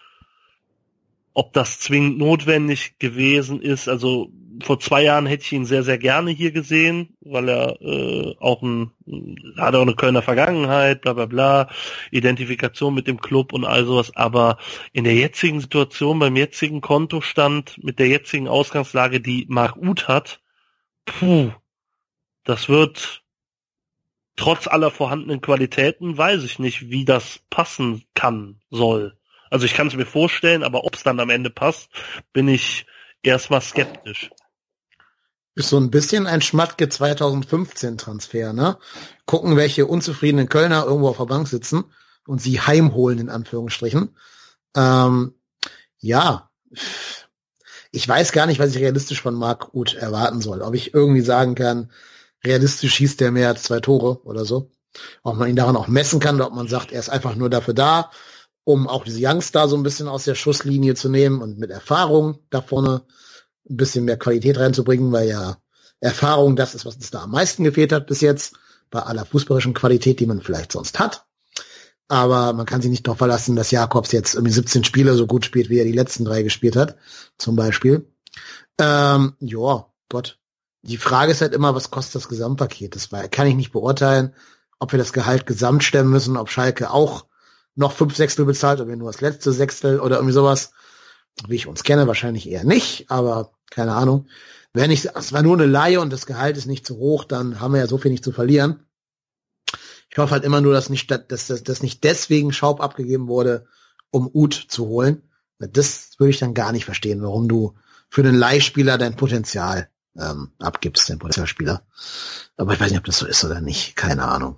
ob das zwingend notwendig gewesen ist, also vor zwei Jahren hätte ich ihn sehr, sehr gerne hier gesehen, weil er äh, auch ein, hat auch eine Kölner Vergangenheit, bla bla bla, Identifikation mit dem Club und all sowas, aber in der jetzigen Situation, beim jetzigen Kontostand, mit der jetzigen Ausgangslage, die Marc Uth hat, puh, das wird trotz aller vorhandenen Qualitäten, weiß ich nicht, wie das passen kann, soll. Also ich kann es mir vorstellen, aber ob es dann am Ende passt, bin ich erstmal skeptisch. Ist so ein bisschen ein Schmatke zweitausendfünfzehn Transfer, ne? Gucken, welche unzufriedenen Kölner irgendwo auf der Bank sitzen und sie heimholen, in Anführungsstrichen. Ähm, ja, ich weiß gar nicht, was ich realistisch von Marc Uth erwarten soll. Ob ich irgendwie sagen kann, realistisch schießt der mehr als zwei Tore oder so. Ob man ihn daran auch messen kann, oder ob man sagt, er ist einfach nur dafür da, um auch diese Youngster so ein bisschen aus der Schusslinie zu nehmen und mit Erfahrung da vorne ein bisschen mehr Qualität reinzubringen, weil ja Erfahrung das ist, was uns da am meisten gefehlt hat bis jetzt, bei aller fußballerischen Qualität, die man vielleicht sonst hat. Aber man kann sich nicht darauf verlassen, dass Jakobs jetzt irgendwie siebzehn Spiele so gut spielt, wie er die letzten drei gespielt hat, zum Beispiel. Ähm, ja, Gott. Die Frage ist halt immer, was kostet das Gesamtpaket? Das war, kann ich nicht beurteilen, ob wir das Gehalt gesamt stemmen müssen, ob Schalke auch noch fünf Sechstel bezahlt, ob wir nur das letzte Sechstel oder irgendwie sowas. Wie ich uns kenne, wahrscheinlich eher nicht, aber keine Ahnung. Wenn ich, es war nur eine Leihe und das Gehalt ist nicht zu hoch, dann haben wir ja so viel nicht zu verlieren. Ich hoffe halt immer nur, dass nicht, dass, dass, dass nicht deswegen Schaub abgegeben wurde, um Uth zu holen. Das würde ich dann gar nicht verstehen, warum du für den Leihspieler dein Potenzial ähm, abgibst, den Potenzialspieler. Aber ich weiß nicht, ob das so ist oder nicht. Keine Ahnung.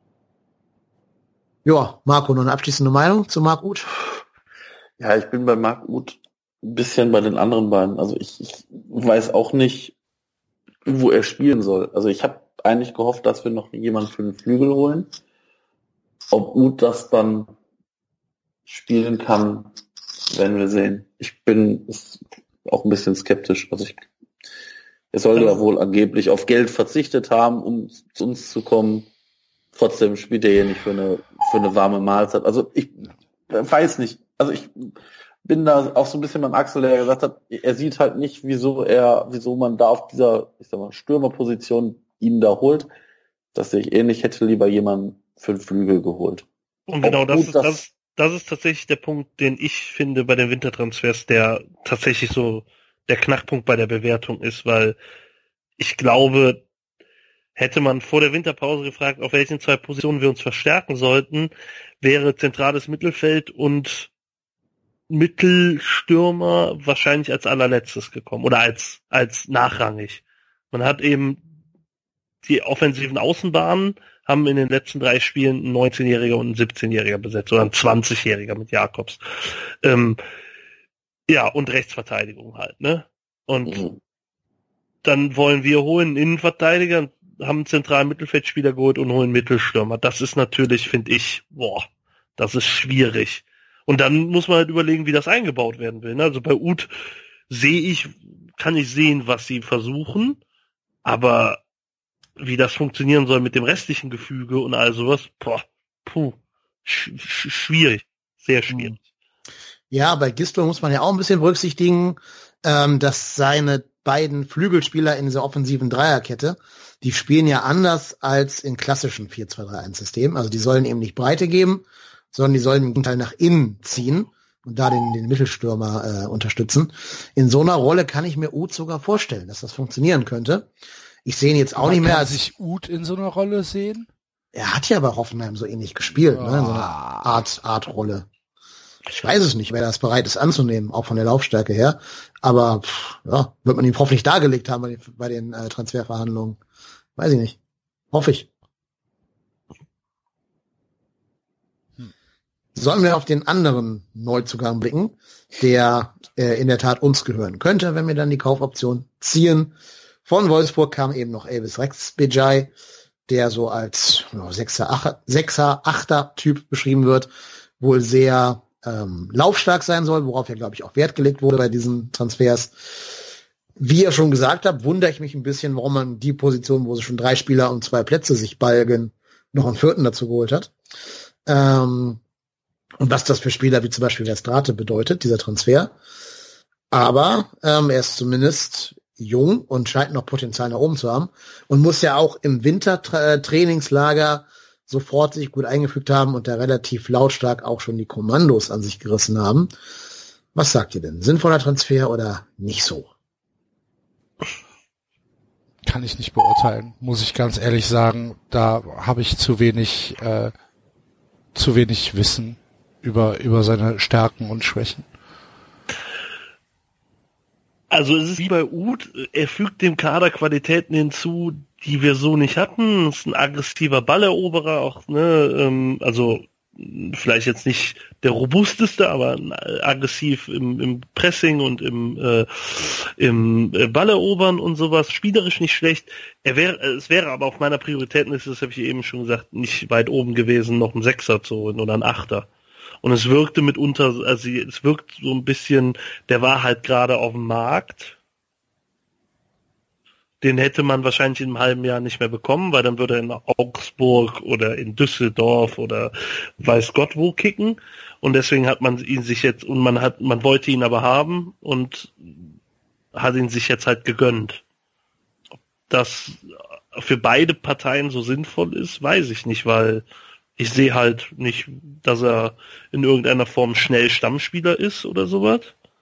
Ja, Marco, noch eine abschließende Meinung zu Marc Uth? Ja, ich bin bei Marc Uth ein bisschen bei den anderen beiden. Also ich, ich weiß auch nicht, wo er spielen soll. Also ich habe eigentlich gehofft, dass wir noch jemanden für den Flügel holen. Ob Uth das dann spielen kann, werden wir sehen. Ich bin auch ein bisschen skeptisch. Also ich, er soll ja wohl angeblich auf Geld verzichtet haben, um zu uns zu kommen. Trotzdem spielt er hier nicht für eine für eine warme Mahlzeit. Also ich weiß nicht. Also ich bin da auch so ein bisschen beim Axel, der gesagt hat, er sieht halt nicht, wieso er, wieso man da auf dieser, ich sag mal, Stürmerposition ihn da holt. Das sehe ich ähnlich, hätte lieber jemanden für den Flügel geholt. Und genau, das ist, das, das ist tatsächlich der Punkt, den ich finde bei den Wintertransfers, der tatsächlich so der Knackpunkt bei der Bewertung ist, weil ich glaube, hätte man vor der Winterpause gefragt, auf welchen zwei Positionen wir uns verstärken sollten, wäre zentrales Mittelfeld und Mittelstürmer wahrscheinlich als allerletztes gekommen oder als als nachrangig. Man hat eben die offensiven Außenbahnen, haben in den letzten drei Spielen ein neunzehnjähriger und ein siebzehnjähriger besetzt oder ein zwanzigjähriger mit Jakobs. Ähm, ja, und Rechtsverteidigung halt, ne? Und mhm. dann wollen wir holen einen Innenverteidiger, haben einen zentralen Mittelfeldspieler geholt und holen Mittelstürmer. Das ist natürlich, finde ich, boah, das ist schwierig. Und dann muss man halt überlegen, wie das eingebaut werden will. Also bei Uth sehe ich, kann ich sehen, was sie versuchen, aber wie das funktionieren soll mit dem restlichen Gefüge und all sowas, boah, puh, sch- sch- schwierig, sehr schwierig. Ja, bei Gisdol muss man ja auch ein bisschen berücksichtigen, ähm, dass seine beiden Flügelspieler in dieser offensiven Dreierkette, die spielen ja anders als in klassischen vier zwei drei eins Systemen. Also die sollen eben nicht Breite geben, sondern die sollen im Gegenteil nach innen ziehen und da den, den Mittelstürmer äh, unterstützen. In so einer Rolle kann ich mir Uth sogar vorstellen, dass das funktionieren könnte. Ich sehe ihn jetzt auch Man nicht mehr kann als... sich Uth in so einer Rolle sehen? Er hat ja bei Hoffenheim so ähnlich gespielt, oh. ne? In so einer Art, Art Rolle. Ich weiß es nicht, wer das bereit ist anzunehmen, auch von der Laufstärke her. Aber pff, ja, wird man ihm hoffentlich dargelegt haben bei den, bei den äh, Transferverhandlungen. Weiß ich nicht. Hoffe ich. Hm. Sollen wir auf den anderen Neuzugang blicken, der äh, in der Tat uns gehören könnte, wenn wir dann die Kaufoption ziehen. Von Wolfsburg kam eben noch Elvis Rexbejai, der so als ja, Sechser, Achter, Sechser, Achter Typ beschrieben wird, wohl sehr ähm, laufstark sein soll, worauf ja, glaube ich, auch Wert gelegt wurde bei diesen Transfers. Wie ihr schon gesagt habt, wundere ich mich ein bisschen, warum man die Position, wo sie schon drei Spieler und zwei Plätze sich balgen, noch einen vierten dazu geholt hat. Ähm, und was das für Spieler wie zum Beispiel Verstrate bedeutet, dieser Transfer. Aber ähm, er ist zumindest jung und scheint noch Potenzial nach oben zu haben und muss ja auch im Wintertrainingslager sofort sich gut eingefügt haben und da relativ lautstark auch schon die Kommandos an sich gerissen haben. Was sagt ihr denn? Sinnvoller Transfer oder nicht so? Kann ich nicht beurteilen, muss ich ganz ehrlich sagen. Da habe ich zu wenig, äh, zu wenig Wissen über über seine Stärken und Schwächen. Also es ist wie bei Uth, er fügt dem Kader Qualitäten hinzu, die wir so nicht hatten. Es ist ein aggressiver Balleroberer, auch, ne, ähm, also vielleicht jetzt nicht der robusteste, aber aggressiv im, im Pressing und im, äh, im Ballerobern und sowas, spielerisch nicht schlecht. Er wäre, es wäre aber auf meiner Prioritätenliste, das habe ich eben schon gesagt, nicht weit oben gewesen, noch einen Sechser zu holen oder einen Achter. Und es wirkte mitunter, also es wirkt so ein bisschen, der war halt gerade auf dem Markt. Den hätte man wahrscheinlich in einem halben Jahr nicht mehr bekommen, weil dann würde er in Augsburg oder in Düsseldorf oder weiß Gott wo kicken. Und deswegen hat man ihn sich jetzt, und man hat, man wollte ihn aber haben und hat ihn sich jetzt halt gegönnt. Ob das für beide Parteien so sinnvoll ist, weiß ich nicht, weil ich sehe halt nicht, dass er in irgendeiner Form schnell Stammspieler ist oder sowas.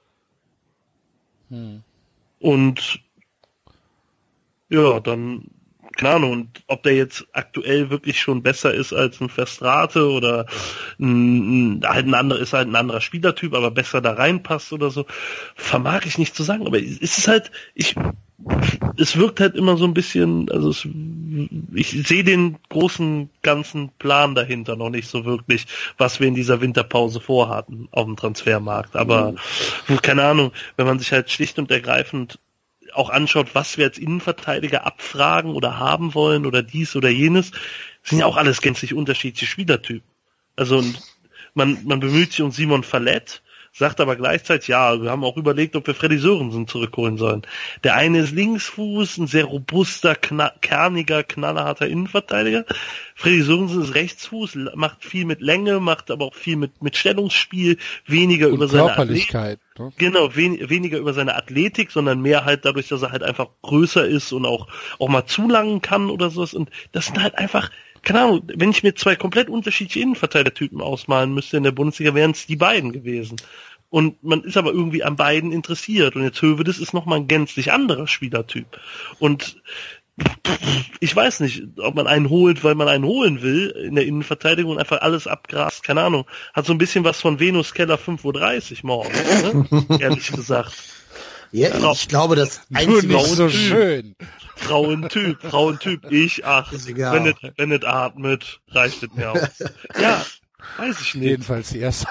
Hm. Und ja, dann, keine Ahnung, und ob der jetzt aktuell wirklich schon besser ist als ein Verstrate oder ein, halt ein anderer, ist halt ein anderer Spielertyp, aber besser da reinpasst oder so, vermag ich nicht zu sagen, aber es ist halt, ich, es wirkt halt immer so ein bisschen, also es, ich sehe den großen, ganzen Plan dahinter noch nicht so wirklich, was wir in dieser Winterpause vorhatten auf dem Transfermarkt, aber, mhm. keine Ahnung, wenn man sich halt schlicht und ergreifend auch anschaut, was wir als Innenverteidiger abfragen oder haben wollen oder dies oder jenes, sind ja auch alles gänzlich unterschiedliche Spielertypen. Also man, man bemüht sich um Simon Verlet, sagt aber gleichzeitig, ja, wir haben auch überlegt, ob wir Freddy Sörensen zurückholen sollen. Der eine ist Linksfuß, ein sehr robuster, kna- kerniger, knallharter Innenverteidiger. Freddy Sörensen ist Rechtsfuß, macht viel mit Länge, macht aber auch viel mit, mit Stellungsspiel, weniger und über seine Körperlichkeit. Ne? Genau, wen, weniger über seine Athletik, sondern mehr halt dadurch, dass er halt einfach größer ist und auch, auch mal zulangen kann oder sowas. Und das sind halt einfach, keine Ahnung, wenn ich mir zwei komplett unterschiedliche Innenverteidigertypen ausmalen müsste in der Bundesliga, wären es die beiden gewesen. Und man ist aber irgendwie an beiden interessiert. Und jetzt Höwedes ist nochmal ein gänzlich anderer Spielertyp. Und ich weiß nicht, ob man einen holt, weil man einen holen will in der Innenverteidigung und einfach alles abgrast. Keine Ahnung. Hat so ein bisschen was von Venus Keller fünf Uhr dreißig morgens, ne? Ehrlich gesagt. Ja, Frau, ich glaube, das einzige nicht so schön. Frauentyp, Frauentyp, ich, ach, wenn es, wenn es atmet, reicht es mir aus. Ja, weiß ich nicht. Jedenfalls die erste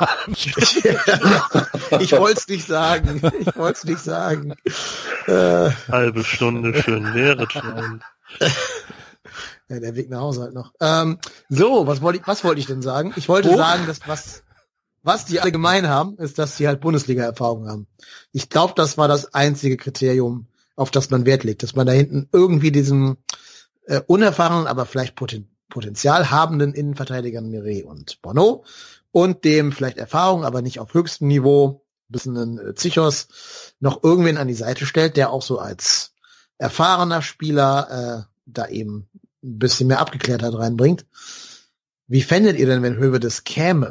Ich wollte es nicht sagen. Ich wollte es nicht sagen. Äh. Halbe Stunde schön leere Traum. Ja, der Weg nach Hause halt noch. Ähm, so, was wollte ich, was wollte ich denn sagen? Ich wollte oh. sagen, dass was, was die alle gemein haben, ist, dass sie halt Bundesliga-Erfahrung haben. Ich glaube, das war das einzige Kriterium, auf das man Wert legt, dass man da hinten irgendwie diesen äh, unerfahrenen, aber vielleicht poten- Potenzial habenden Innenverteidigern Mireille und Bono und dem vielleicht Erfahrung, aber nicht auf höchstem Niveau, bisschen einen äh, Zichos noch irgendwen an die Seite stellt, der auch so als erfahrener Spieler äh, da eben ein bisschen mehr Abgeklärtheit reinbringt. Wie fändet ihr denn, wenn Höwedes käme?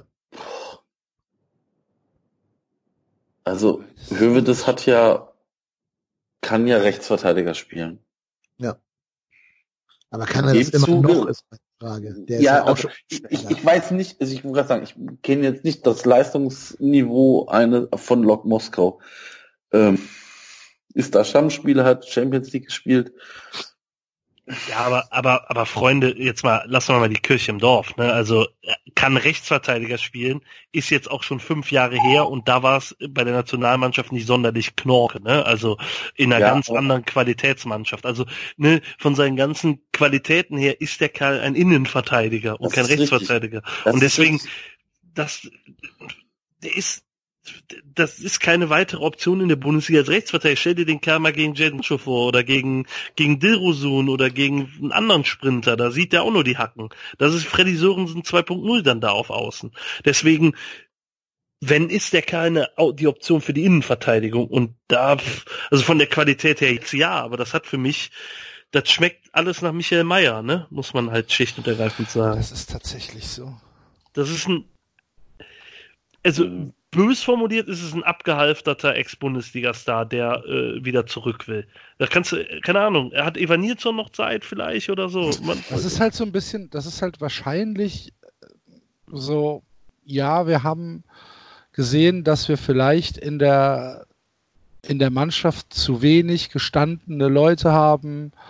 Also Höwedes hat ja, kann ja Rechtsverteidiger spielen. Ja. Aber kann er das immer Zuge, noch, ist meine Frage. Der ja, ist ja auch also schon ich, ich, ich weiß nicht, also ich muss gerade sagen, ich kenne jetzt nicht das Leistungsniveau eine von Lok Moskau. Ähm, ist da Stammspieler, hat Champions League gespielt. Ja, aber, aber, aber Freunde, jetzt mal, lassen wir mal die Kirche im Dorf, ne? Also, kann Rechtsverteidiger spielen, ist jetzt auch schon fünf Jahre her und da war es bei der Nationalmannschaft nicht sonderlich Knorke, ne? Also, in einer ja, ganz auch. anderen Qualitätsmannschaft. Also, ne, von seinen ganzen Qualitäten her ist der Kerl ein Innenverteidiger und kein Rechtsverteidiger. Und deswegen, das, der ist, das ist keine weitere Option in der Bundesliga als Rechtsverteidiger. Stell dir den Kerl mal gegen Jadon vor oder gegen gegen Dilrosun oder gegen einen anderen Sprinter. Da sieht der auch nur die Hacken. Das ist Freddy Sörensen zwei Punkt null dann da auf Außen. Deswegen, wenn ist der Kerl eine, die Option für die Innenverteidigung und da, also von der Qualität her jetzt ja, aber das hat für mich, das schmeckt alles nach Michael Mayer, ne? Muss man halt schlicht und ergreifend sagen. Das ist tatsächlich so. Das ist ein, also bös formuliert ist es ein abgehalfterter Ex-Bundesliga-Star, der äh, wieder zurück will. Da kannst du, keine Ahnung, er hat Evan Nilsson noch Zeit vielleicht oder so. Man, das ist halt so ein bisschen, das ist halt wahrscheinlich so, ja, wir haben gesehen, dass wir vielleicht in der in der Mannschaft zu wenig gestandene Leute haben,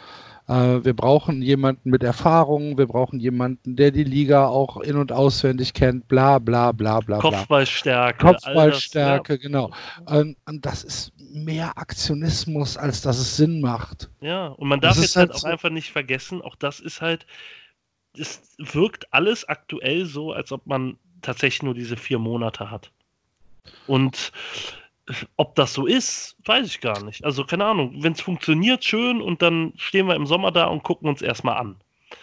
Äh, wir brauchen jemanden mit Erfahrung, wir brauchen jemanden, der die Liga auch in- und auswendig kennt, bla bla bla bla. Kopfballstärke. Kopfballstärke, das, ja. genau. Und, und das ist mehr Aktionismus, als dass es Sinn macht. Ja, und man darf Das jetzt ist halt halt auch so- einfach nicht vergessen, auch das ist halt, es wirkt alles aktuell so, als ob man tatsächlich nur diese vier Monate hat. Und ob das so ist, weiß ich gar nicht. Also keine Ahnung, wenn es funktioniert, schön, und dann stehen wir im Sommer da und gucken uns erstmal an.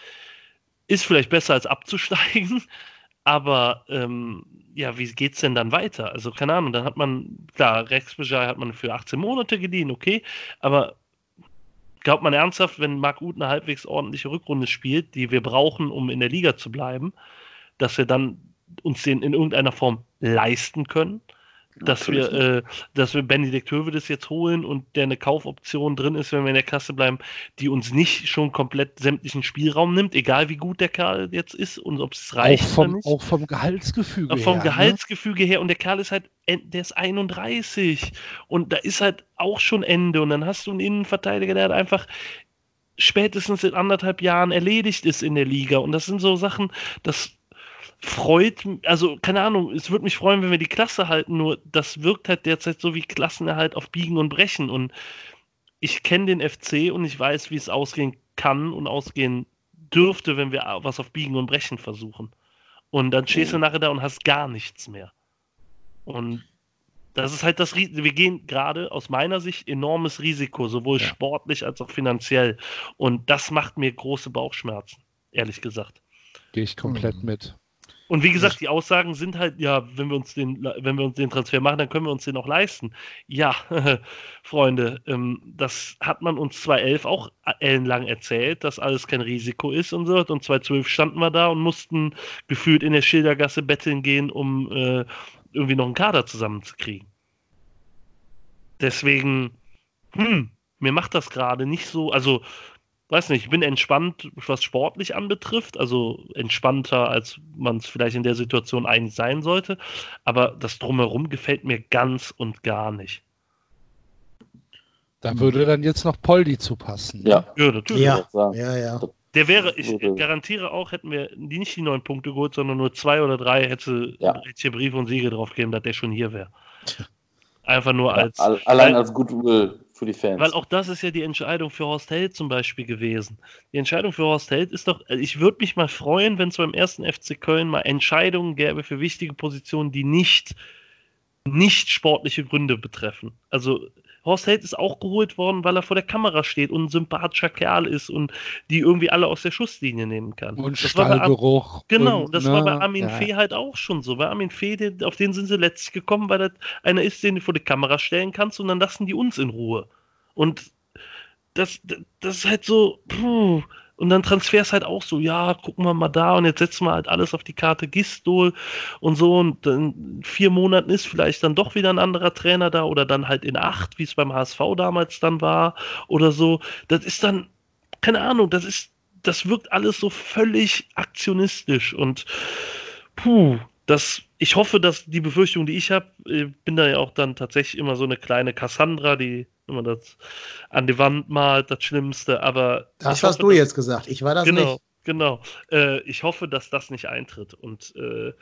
Ist vielleicht besser als abzusteigen, aber ähm, ja, wie geht's denn dann weiter? Also keine Ahnung, dann hat man, klar, Rex Bejai hat man für achtzehn Monate geliehen, okay, aber glaubt man ernsthaft, wenn Marc Uth eine halbwegs ordentliche Rückrunde spielt, die wir brauchen, um in der Liga zu bleiben, dass wir dann uns den in irgendeiner Form leisten können? Dass Natürlich wir, äh, dass wir Benedikt Höwedes jetzt holen und der eine Kaufoption drin ist, wenn wir in der Klasse bleiben, die uns nicht schon komplett sämtlichen Spielraum nimmt, egal wie gut der Kerl jetzt ist und ob es reicht Auch vom, oder nicht. auch vom Gehaltsgefüge Auch vom her. Gehaltsgefüge her, und der Kerl ist halt, der ist einunddreißig und da ist halt auch schon Ende, und dann hast du einen Innenverteidiger, der halt einfach spätestens in anderthalb Jahren erledigt ist in der Liga, und das sind so Sachen, das freut, also keine Ahnung, es würde mich freuen, wenn wir die Klasse halten, nur das wirkt halt derzeit so wie Klassenerhalt auf Biegen und Brechen, und ich kenne den F C und ich weiß, wie es ausgehen kann und ausgehen dürfte, wenn wir was auf Biegen und Brechen versuchen. Und dann stehst du nachher da und hast gar nichts mehr. Und das ist halt das Risiko. Wir gehen gerade aus meiner Sicht enormes Risiko, sowohl Ja. sportlich als auch finanziell. Und das macht mir große Bauchschmerzen, ehrlich gesagt. Gehe ich komplett Hm. mit. Und wie gesagt, die Aussagen sind halt, ja, wenn wir uns den, wenn wir uns den Transfer machen, dann können wir uns den auch leisten. Ja, Freunde, ähm, das hat man uns zweitausendelf auch ellenlang erzählt, dass alles kein Risiko ist und so. Und zweitausendzwölf standen wir da und mussten gefühlt in der Schildergasse betteln gehen, um äh, irgendwie noch einen Kader zusammenzukriegen. Deswegen, hm, mir macht das gerade nicht so, also weiß nicht, ich bin entspannt, was sportlich anbetrifft, also entspannter, als man es vielleicht in der Situation eigentlich sein sollte, aber das Drumherum gefällt mir ganz und gar nicht. Da würde dann jetzt noch Poldi zu passen. Ja, Ja, natürlich. Ja, ich sagen. ja, ja. Der wäre, ich Würde- garantiere auch, hätten wir die nicht die neun Punkte geholt, sondern nur zwei oder drei, hätte Ja. hätte hier Brief und Siegel drauf gegeben, dass der schon hier wäre. Einfach nur Ja, als... all- allein weil- als Goodwill für die Fans. Weil auch das ist ja die Entscheidung für Horst Held zum Beispiel gewesen. Die Entscheidung für Horst Held ist doch, ich würde mich mal freuen, wenn es beim ersten F C Köln mal Entscheidungen gäbe für wichtige Positionen, die nicht, nicht sportliche Gründe betreffen. Also Horst Held ist auch geholt worden, weil er vor der Kamera steht und ein sympathischer Kerl ist und die irgendwie alle aus der Schusslinie nehmen kann. Und Das war bei Ar- Stallgeruch. Genau, und, das ne, war bei Armin ja. Fee halt auch schon so. Bei Armin Fee, der, auf den sind sie letztlich gekommen, weil das einer ist, den du vor die Kamera stellen kannst, und dann lassen die uns in Ruhe. Und das, das ist halt so, puh. Und dann Transfers halt auch so, ja, gucken wir mal da, und jetzt setzen wir halt alles auf die Karte Gistol und so, und dann in vier Monaten ist vielleicht dann doch wieder ein anderer Trainer da, oder dann halt in acht, wie es beim H S V damals dann war oder so. Das ist dann, keine Ahnung, das ist, das wirkt alles so völlig aktionistisch, und puh, das, ich hoffe, dass die Befürchtung, die ich habe, bin da ja auch dann tatsächlich immer so eine kleine Cassandra, die immer das an die Wand malt, das Schlimmste, aber Das ich hast hoffe, du dass- jetzt gesagt. Ich war das genau, nicht. genau. Äh, ich hoffe, dass das nicht eintritt, und äh,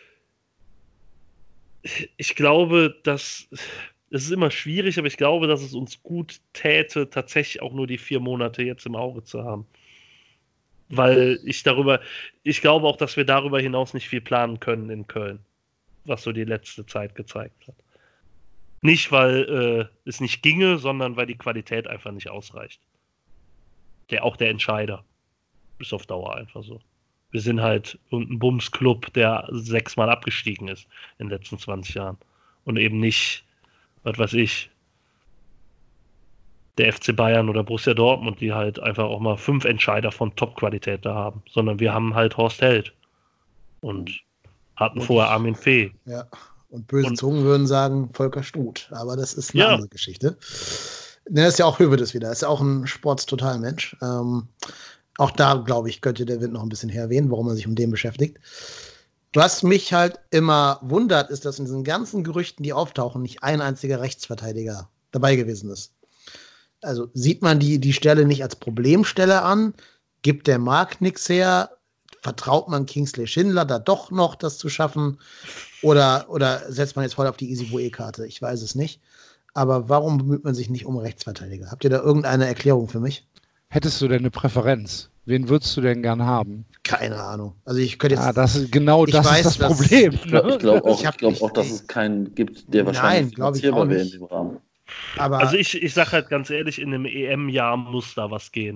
ich glaube, dass es ist immer schwierig, aber ich glaube, dass es uns gut täte, tatsächlich auch nur die vier Monate jetzt im Auge zu haben. Weil ich darüber, ich glaube auch, dass wir darüber hinaus nicht viel planen können in Köln, was so die letzte Zeit gezeigt hat. Nicht, weil äh, es nicht ginge, sondern weil die Qualität einfach nicht ausreicht. Der, auch der Entscheider ist auf Dauer einfach so. Wir sind halt ein Bums-Club, der sechsmal abgestiegen ist in den letzten zwanzig Jahren. Und eben nicht, was weiß ich, der F C Bayern oder Borussia Dortmund, die halt einfach auch mal fünf Entscheider von Top-Qualität da haben. Sondern wir haben halt Horst Held. Und hatten Und- vorher Armin Fee. Ja. Und böse Und- Zungen würden sagen Volker Struth. Aber das ist eine Ja. andere Geschichte. Ne, das ist ja auch Höwedes wieder. Das ist ja auch ein Sportstotalmensch. Ähm, auch da, glaube ich, könnte der Wind noch ein bisschen herwehen, warum er sich um den beschäftigt. Was mich halt immer wundert, ist, dass in diesen ganzen Gerüchten, die auftauchen, nicht ein einziger Rechtsverteidiger dabei gewesen ist. Also sieht man die, die Stelle nicht als Problemstelle an? Gibt der Markt nichts her? Vertraut man Kingsley Schindler da doch noch, das zu schaffen? Oder, oder setzt man jetzt voll auf die Easy-Boe-Karte? Ich weiß es nicht. Aber warum bemüht man sich nicht um Rechtsverteidiger? Habt ihr da irgendeine Erklärung für mich? Hättest du denn eine Präferenz? Wen würdest du denn gern haben? Keine Ahnung. Also ich könnte jetzt. Ah, das ist genau das weiß, ist das dass- Problem. Ich glaube glaub auch, Ich hab ich glaub nicht- auch, dass es keinen gibt, der Nein, wahrscheinlich glaub ich finanzierbar auch wäre in nicht. dem Rahmen. Aber Also ich, ich sage halt ganz ehrlich, in einem E M-Jahr muss da was gehen.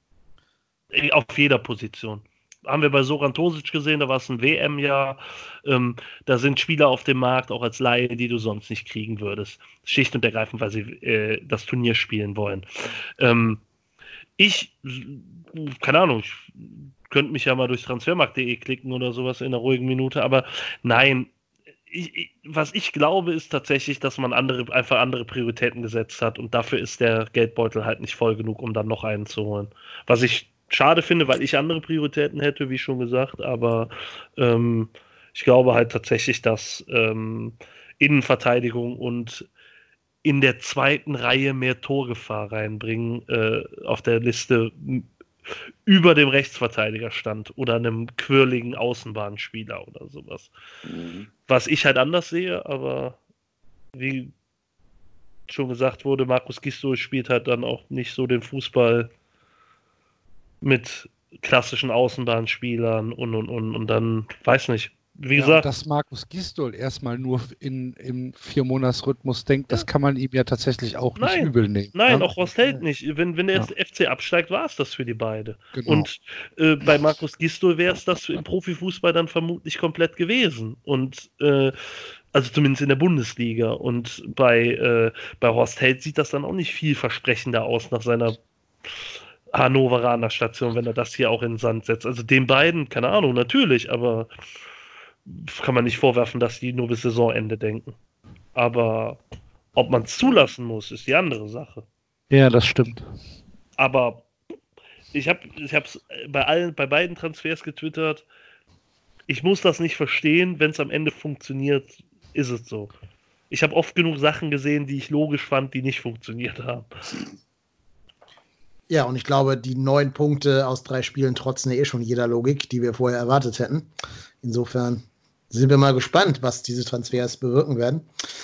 Auf jeder Position. Haben wir bei Soran Tosic gesehen, da war es ein W M-Jahr. Ähm, da sind Spieler auf dem Markt, auch als Laie, die du sonst nicht kriegen würdest. Schlicht und ergreifend, weil sie äh, das Turnier spielen wollen. Ähm, ich, keine Ahnung, ich könnte mich ja mal durch transfermarkt punkt de klicken oder sowas in einer ruhigen Minute, aber nein, ich, ich, was ich glaube, ist tatsächlich, dass man andere, einfach andere Prioritäten gesetzt hat und dafür ist der Geldbeutel halt nicht voll genug, um dann noch einen zu holen. Was ich schade finde, weil ich andere Prioritäten hätte, wie schon gesagt, aber ähm, ich glaube halt tatsächlich, dass ähm, Innenverteidigung und in der zweiten Reihe mehr Torgefahr reinbringen äh, auf der Liste m- über dem Rechtsverteidiger stand oder einem quirligen Außenbahnspieler oder sowas. Mhm. Was ich halt anders sehe, aber wie schon gesagt wurde, Markus Gisdol spielt halt dann auch nicht so den Fußball mit klassischen Außenbahnspielern und und und und dann, weiß nicht, wie Ja, und gesagt, dass Markus Gisdol erstmal nur in, im Vier-Monats-Rhythmus denkt, das kann man ihm ja tatsächlich auch nicht Nein, übel nehmen. nein, ja? auch Horst Held nicht. Wenn, wenn der Ja. erste F C absteigt, war es das für die beide. Genau. Und äh, bei Markus Gisdol wäre es das im Profifußball dann vermutlich komplett gewesen. Und äh, also zumindest in der Bundesliga. Und bei, äh, bei Horst Held sieht das dann auch nicht vielversprechender aus nach seiner Hannoveraner Station, wenn er das hier auch in den Sand setzt. Also den beiden, keine Ahnung, natürlich, aber kann man nicht vorwerfen, dass die nur bis Saisonende denken. Aber ob man es zulassen muss, ist die andere Sache. Ja, das stimmt. Aber ich habe ich es bei allen, bei beiden Transfers getwittert. Ich muss das nicht verstehen, wenn es am Ende funktioniert, ist es so. Ich habe oft genug Sachen gesehen, die ich logisch fand, die nicht funktioniert haben. ja, und ich glaube, die neun Punkte aus drei Spielen trotzen ja eh schon jeder Logik, die wir vorher erwartet hätten. Insofern sind wir mal gespannt, was diese Transfers bewirken werden.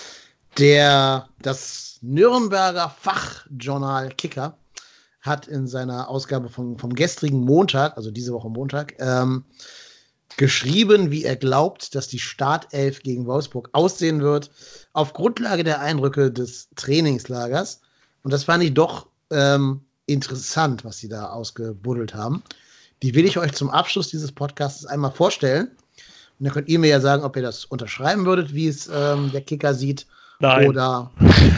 Der, das Nürnberger Fachjournal Kicker hat in seiner Ausgabe vom, vom gestrigen Montag, also diese Woche Montag, ähm, geschrieben, wie er glaubt, dass die Startelf gegen Wolfsburg aussehen wird, auf Grundlage der Eindrücke des Trainingslagers. Und das fand ich doch ähm, interessant, was sie da ausgebuddelt haben. Die will ich euch zum Abschluss dieses Podcasts einmal vorstellen. Und dann könnt ihr mir ja sagen, ob ihr das unterschreiben würdet, wie es ähm, der Kicker sieht. Nein. Oder,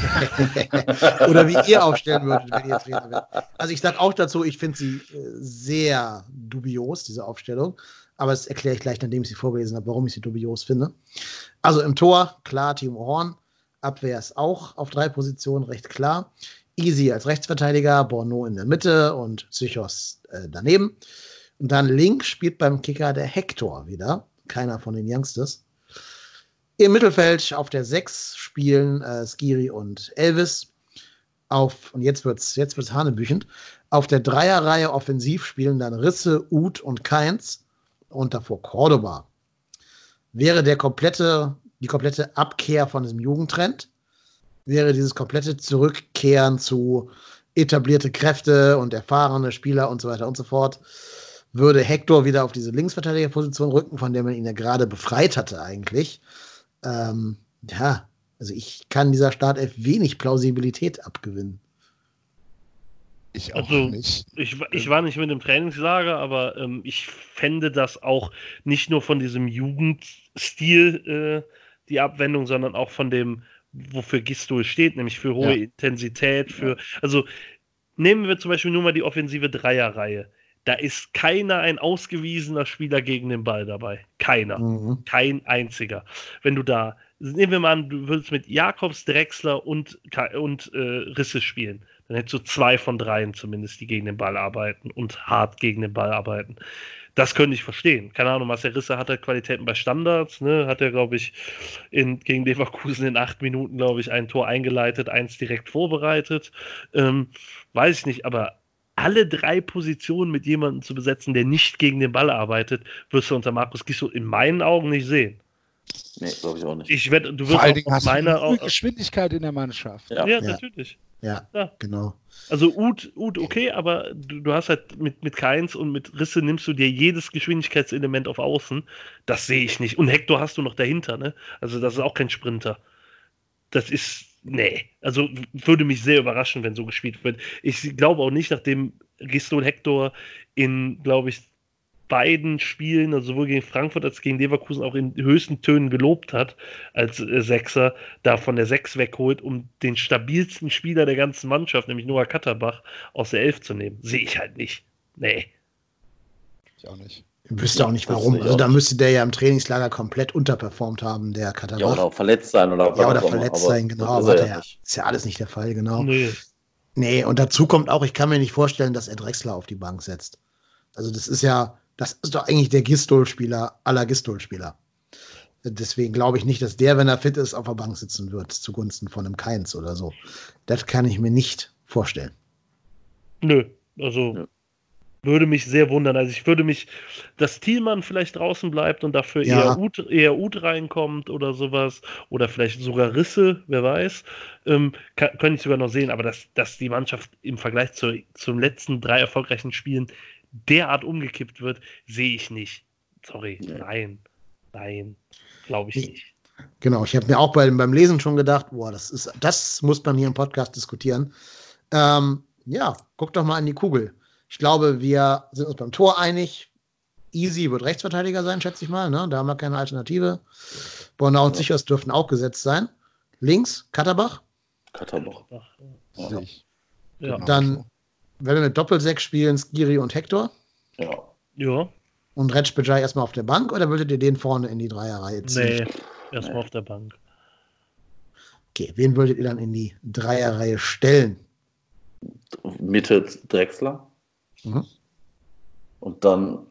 oder wie ihr aufstellen würdet, wenn ihr Trainer wärt. Also ich sage auch dazu, ich finde sie äh, sehr dubios, diese Aufstellung. Aber das erkläre ich gleich, nachdem ich sie vorgelesen habe, warum ich sie dubios finde. Also im Tor, klar, Timo Horn. Abwehr ist auch auf drei Positionen recht klar. Easy als Rechtsverteidiger, Borno in der Mitte und Psychos äh, daneben. Und dann links spielt beim Kicker der Hector wieder. Keiner von den Youngsters. Im Mittelfeld auf der sechs spielen äh, Skiri und Elvis. Auf, und jetzt wird's, jetzt wird's hanebüchend. Auf der Dreierreihe offensiv spielen dann Risse, Uth und Kainz. Und davor Cordoba. Wäre der komplette, die komplette Abkehr von diesem Jugendtrend, wäre dieses komplette Zurückkehren zu etablierte Kräfte und erfahrene Spieler und so weiter und so fort, würde Hector wieder auf diese Linksverteidigerposition rücken, von der man ihn ja gerade befreit hatte eigentlich. Ähm, ja, also ich kann dieser Startelf wenig Plausibilität abgewinnen. Ich auch Also, nicht. Ich, ich war nicht mit im Trainingslager, aber ähm, ich fände das auch nicht nur von diesem Jugendstil äh, die Abwendung, sondern auch von dem, wofür Gisdol steht, nämlich für hohe Ja. Intensität, für, also nehmen wir zum Beispiel nur mal die offensive Dreierreihe. Da ist keiner ein ausgewiesener Spieler gegen den Ball dabei. Keiner. Mhm. Kein einziger. Wenn du da, nehmen wir mal an, du würdest mit Jakobs, Drexler und, Ka- und äh, Risse spielen. Dann hättest du zwei von dreien zumindest, die gegen den Ball arbeiten und hart gegen den Ball arbeiten. Das könnte ich verstehen. Keine Ahnung, Marcel Risse hat halt Qualitäten bei Standards, ne? Hat er, glaube ich, in, gegen Leverkusen in acht Minuten, glaube ich, ein Tor eingeleitet, eins direkt vorbereitet. Ähm, weiß ich nicht, aber alle drei Positionen mit jemandem zu besetzen, der nicht gegen den Ball arbeitet, wirst du unter Markus Gisdol in meinen Augen nicht sehen. Nee, glaube ich auch nicht. Ich werd, du wirst Vor allen auch Dingen aus hast meiner du null Au- Geschwindigkeit in der Mannschaft. ja, Ja. ja, natürlich. Ja, Ja. genau. Also Uth, Uth okay, aber du, du hast halt mit, mit Keins und mit Risse nimmst du dir jedes Geschwindigkeitselement auf Außen. Das sehe ich nicht. Und Hector hast du noch dahinter, ne? Also das ist auch kein Sprinter. Das ist, nee. Also würde mich sehr überraschen, wenn so gespielt wird. Ich glaube auch nicht, nachdem Gisdol Hector in, glaube ich, beiden Spielen, also sowohl gegen Frankfurt als gegen Leverkusen, auch in höchsten Tönen gelobt hat, als äh, Sechser, da von der Sechs wegholt, um den stabilsten Spieler der ganzen Mannschaft, nämlich Noah Katterbach, aus der Elf zu nehmen. Sehe ich halt nicht. Nee. Ich auch nicht. Ich wüsste auch nicht Das warum. sehe ich Also auch da nicht. müsste der ja im Trainingslager komplett unterperformt haben, der Katterbach. Ja, oder auch verletzt sein oder was Ja, oder auch immer, verletzt aber sein, genau. das ist Aber er der, ja nicht. ist ja alles nicht der Fall, genau. Nee. Nee, und dazu kommt auch, ich kann mir nicht vorstellen, dass er Drexler auf die Bank setzt. Also das ist ja, das ist doch eigentlich der Gisdol-Spieler aller Gisdol-Spieler. Deswegen glaube ich nicht, dass der, wenn er fit ist, auf der Bank sitzen wird, zugunsten von einem Keins oder so. Das kann ich mir nicht vorstellen. Nö. Also Nö. würde mich sehr wundern. Also ich würde mich, dass Thielmann vielleicht draußen bleibt und dafür Ja. eher Uth, eher Uth reinkommt oder sowas. Oder vielleicht sogar Risse, wer weiß. Ähm, kann, könnte ich sogar noch sehen. Aber dass, dass die Mannschaft im Vergleich zu, zum letzten drei erfolgreichen Spielen derart umgekippt wird, sehe ich nicht. Sorry, Nee. nein, nein, glaube ich Ich- nicht. Genau, ich habe mir auch bei, beim Lesen schon gedacht, boah, das ist, das muss man hier im Podcast diskutieren. Ähm, ja, guck doch mal in die Kugel. Ich glaube, wir sind uns beim Tor einig. Easy wird Rechtsverteidiger sein, schätze ich mal. Ne? Da haben wir keine Alternative. Bornau und Ja. Sichers dürften auch gesetzt sein. Links, Katterbach. Katterbach. Ach, Ja. Sehe ich. ja, Genau. Dann, wenn wir mit Doppelsechs spielen, Skiri und Hector. Ja. ja, Und Retsch Bejai erstmal auf der Bank, oder würdet ihr den vorne in die Dreierreihe ziehen? nee, erstmal auf der Bank. Okay, wen würdet ihr dann in die Dreierreihe stellen? Mitte Drexler. Mhm. Und dann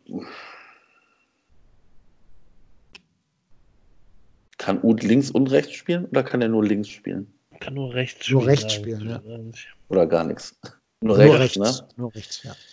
kann Uth links und rechts spielen oder kann er nur links spielen? Kann nur rechts spielen. Nur rechts eigentlich. spielen, ja. Oder gar nichts? Nur, Nur rechts, rechts. ne? Nur rechts, ja.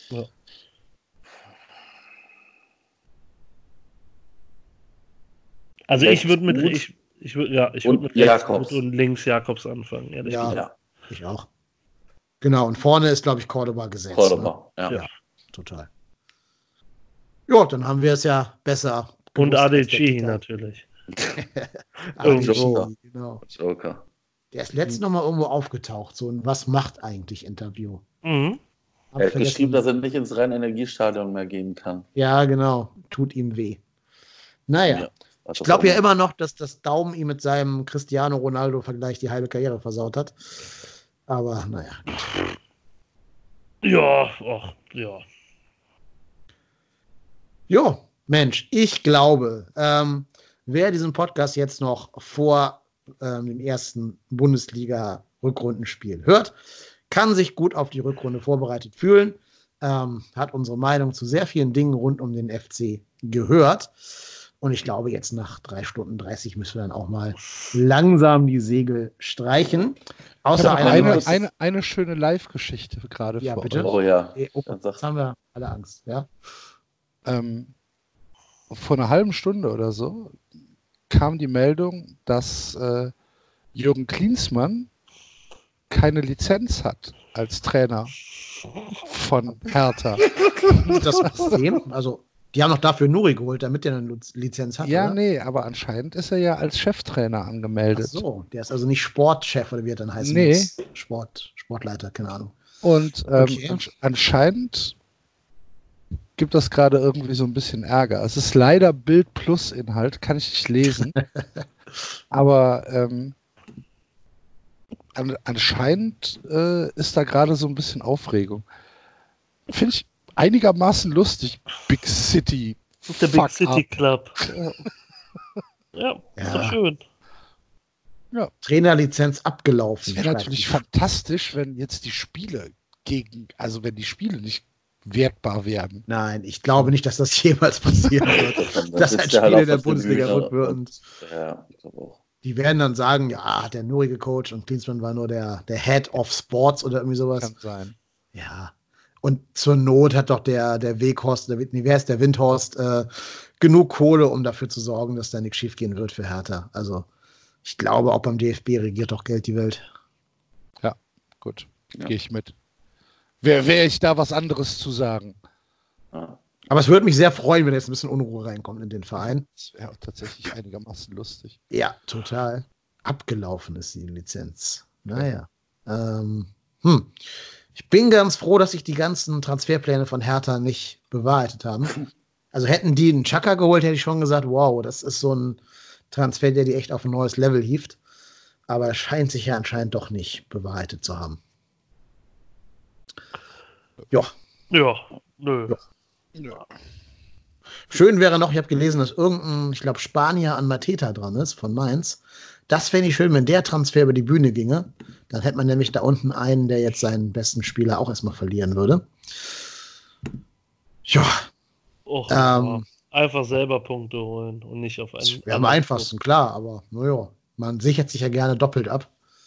Also Rechts ich würde mit Uth ich, ich würde ja, ich und würde mit rechts Jakobs. Uth und links Jakobs anfangen. Ehrlich Ja. gesagt. Ja, Ich auch. Genau, und vorne ist, glaube ich, Cordoba gesetzt. Ne? Cordoba. Ja. Ja. Total. Ja, dann haben wir es ja besser. Und gewusst als der Adeci Peter. natürlich. Adeci, Joker. genau. Joker. Der ist letztens noch mal irgendwo aufgetaucht. So ein Was macht eigentlich Interview? Mhm. Hab Er hat vergessen. geschrieben, dass er nicht ins Rhein-Energiestadion mehr gehen kann. Ja, genau. Tut ihm weh. Naja. Ja. Ich glaube ja immer noch, dass das Daumen ihm mit seinem Cristiano Ronaldo-Vergleich die halbe Karriere versaut hat. Aber naja. Ja, ach, ja. Jo, Mensch, ich glaube, ähm, wer diesen Podcast jetzt noch vor ähm, dem ersten Bundesliga-Rückrundenspiel hört, kann sich gut auf die Rückrunde vorbereitet fühlen, ähm, hat unsere Meinung zu sehr vielen Dingen rund um den F C gehört. Und ich glaube, jetzt nach drei Stunden dreißig müssen wir dann auch mal langsam die Segel streichen. Ich Außer habe einer eine, neues- eine, eine schöne Live-Geschichte gerade Ja, für bitte. euch. Oh ja. Eh, oh, Dann sag- jetzt haben wir alle Angst, ja? Ähm, vor einer halben Stunde oder so kam die Meldung, dass äh, Jürgen Klinsmann keine Lizenz hat als Trainer von Hertha. Das Problem, also die haben noch dafür Nuri geholt, damit der eine Luz- Lizenz hat, Ja, oder? nee, aber anscheinend ist er ja als Cheftrainer Ach angemeldet. so, der ist also nicht Sportchef oder wie er dann heißt. Nee. Sport, Sportleiter, keine Ahnung. Und ähm, Okay. ansch- anscheinend gibt das gerade irgendwie so ein bisschen Ärger. Es ist leider Bild Plus Inhalt, kann ich nicht lesen. Aber ähm, an, anscheinend äh, ist da gerade so ein bisschen Aufregung. Finde ich einigermaßen lustig. Big City. Der Big Fuck City up. Club. Ja. Ja, ist Ja. doch schön. Ja. Trainerlizenz abgelaufen. Es wäre natürlich fantastisch, wenn jetzt die Spiele gegen, also wenn die Spiele nicht wertbar werden. Nein, ich glaube nicht, dass das jemals passieren wird. Das dass ein ist ja Spiel halt in der auf der Bundesliga Bühne rück wird. und- Und Ja, ich glaube auch. die werden dann sagen, ja, der Nuri gecoacht und Klinsmann war nur der, der Head of Sports oder irgendwie sowas. Kann sein. Ja. Und zur Not hat doch der, der Weghorst, der, nee, wer ist der Windhorst, äh, genug Kohle, um dafür zu sorgen, dass da nichts schief gehen wird für Hertha. Also, ich glaube, auch beim D F B regiert doch Geld die Welt. Ja, gut. Ja. Gehe ich mit. Wäre wär ich da was anderes zu sagen? Ja. Aber es würde mich sehr freuen, wenn jetzt ein bisschen Unruhe reinkommt in den Verein. Das wäre auch tatsächlich einigermaßen lustig. Ja, total. Abgelaufen ist die Lizenz. Naja. Ähm, hm. Ich bin ganz froh, dass sich die ganzen Transferpläne von Hertha nicht bewahrheitet haben. Also hätten die einen Chaka geholt, hätte ich schon gesagt, wow, das ist so ein Transfer, der die echt auf ein neues Level hieft. Aber es scheint sich ja anscheinend doch nicht bewahrheitet zu haben. Ja. Ja, nö. Ja. Ja. Schön wäre noch, ich habe gelesen, dass irgendein, ich glaube, Spanier an Mateta dran ist, von Mainz. Das fände ich schön, wenn der Transfer über die Bühne ginge. Dann hätte man nämlich da unten einen, der jetzt seinen besten Spieler auch erstmal verlieren würde. Ja, Och, Ähm, ja. Einfach selber Punkte holen und nicht auf einen. das wäre am einfachsten, klar, aber naja, man sichert sich ja gerne doppelt ab.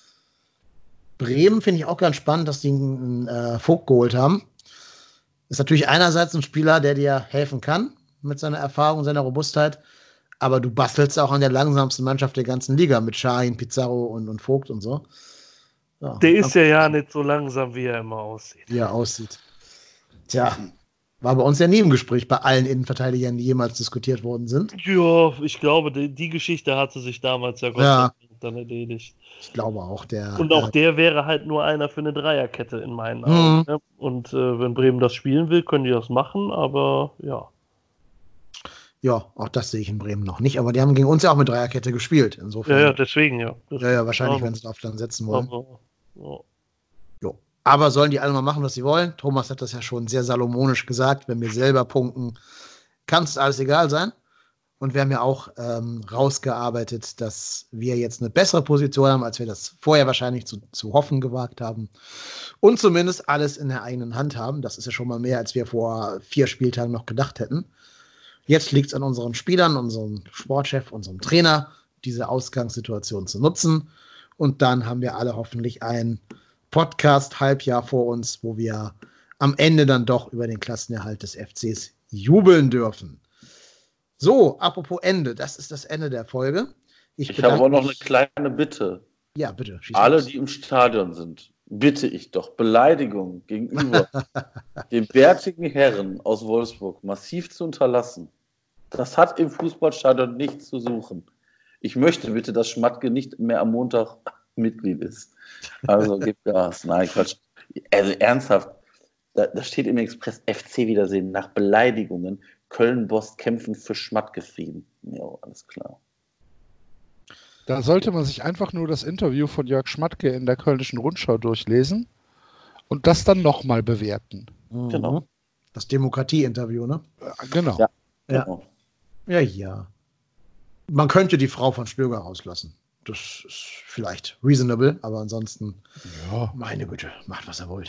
Bremen finde ich auch ganz spannend, dass die einen äh, Vogt geholt haben. Ist natürlich einerseits ein Spieler, der dir helfen kann mit seiner Erfahrung, seiner Robustheit, aber du bastelst auch an der langsamsten Mannschaft der ganzen Liga mit Schahin, Pizarro und, und Vogt und so. Ja, Der ist ja ja nicht so langsam, wie er immer aussieht. wie er aussieht. Tja, war bei uns ja nie im Gespräch bei allen Innenverteidigern, die jemals diskutiert worden sind. Ja, ich glaube, die, die Geschichte hatte sich damals ja Gott Ja. sei Dank dann erledigt. Ich glaube auch, der. Und auch äh, der wäre halt nur einer für eine Dreierkette in meinen Mhm. Augen. Ne? Und äh, wenn Bremen das spielen will, können die das machen, aber ja. ja, auch das sehe ich in Bremen noch nicht, aber die haben gegen uns ja auch mit Dreierkette gespielt. Insofern. Ja, ja, deswegen ja. Das ja, ja, wahrscheinlich, aber- wenn sie darauf dann setzen wollen. aber, ja. Jo. Aber sollen die alle mal machen, was sie wollen? Thomas hat das ja schon sehr salomonisch gesagt. Wenn wir selber punkten, kann es alles egal sein. Und wir haben ja auch ähm, rausgearbeitet, dass wir jetzt eine bessere Position haben, als wir das vorher wahrscheinlich zu, zu hoffen gewagt haben. Und zumindest alles in der eigenen Hand haben. Das ist ja schon mal mehr, als wir vor vier Spieltagen noch gedacht hätten. Jetzt liegt es an unseren Spielern, unserem Sportchef, unserem Trainer, diese Ausgangssituation zu nutzen. Und dann haben wir alle hoffentlich ein Podcast-Halbjahr vor uns, wo wir am Ende dann doch über den Klassenerhalt des F Cs jubeln dürfen. So, apropos Ende, das ist das Ende der Folge. Ich habe bedanke aber noch eine mich- kleine Bitte. Ja, bitte. schieß Alle, los. die im Stadion sind, bitte ich doch, Beleidigungen gegenüber den bärtigen Herren aus Wolfsburg massiv zu unterlassen. Das hat im Fußballstadion nichts zu suchen. Ich möchte bitte, dass Schmatke nicht mehr am Montag Mitglied ist. Also gib Gas. Nein, Quatsch. Also ernsthaft, da, da steht im Express F C Wiedersehen nach Beleidigungen. Köln-Boss kämpfen für Schmatke-Frieden. Ja, alles klar. Da sollte man sich einfach nur das Interview von Jörg Schmatke in der Kölnischen Rundschau durchlesen und das dann nochmal bewerten. Mhm. Genau. Das Demokratie-Interview, ne? Äh, Genau. Ja. Ja. Genau. Ja, ja. Man könnte die Frau von Stöger rauslassen. Das ist vielleicht reasonable, aber ansonsten, Ja. meine Güte, macht, was er wollt.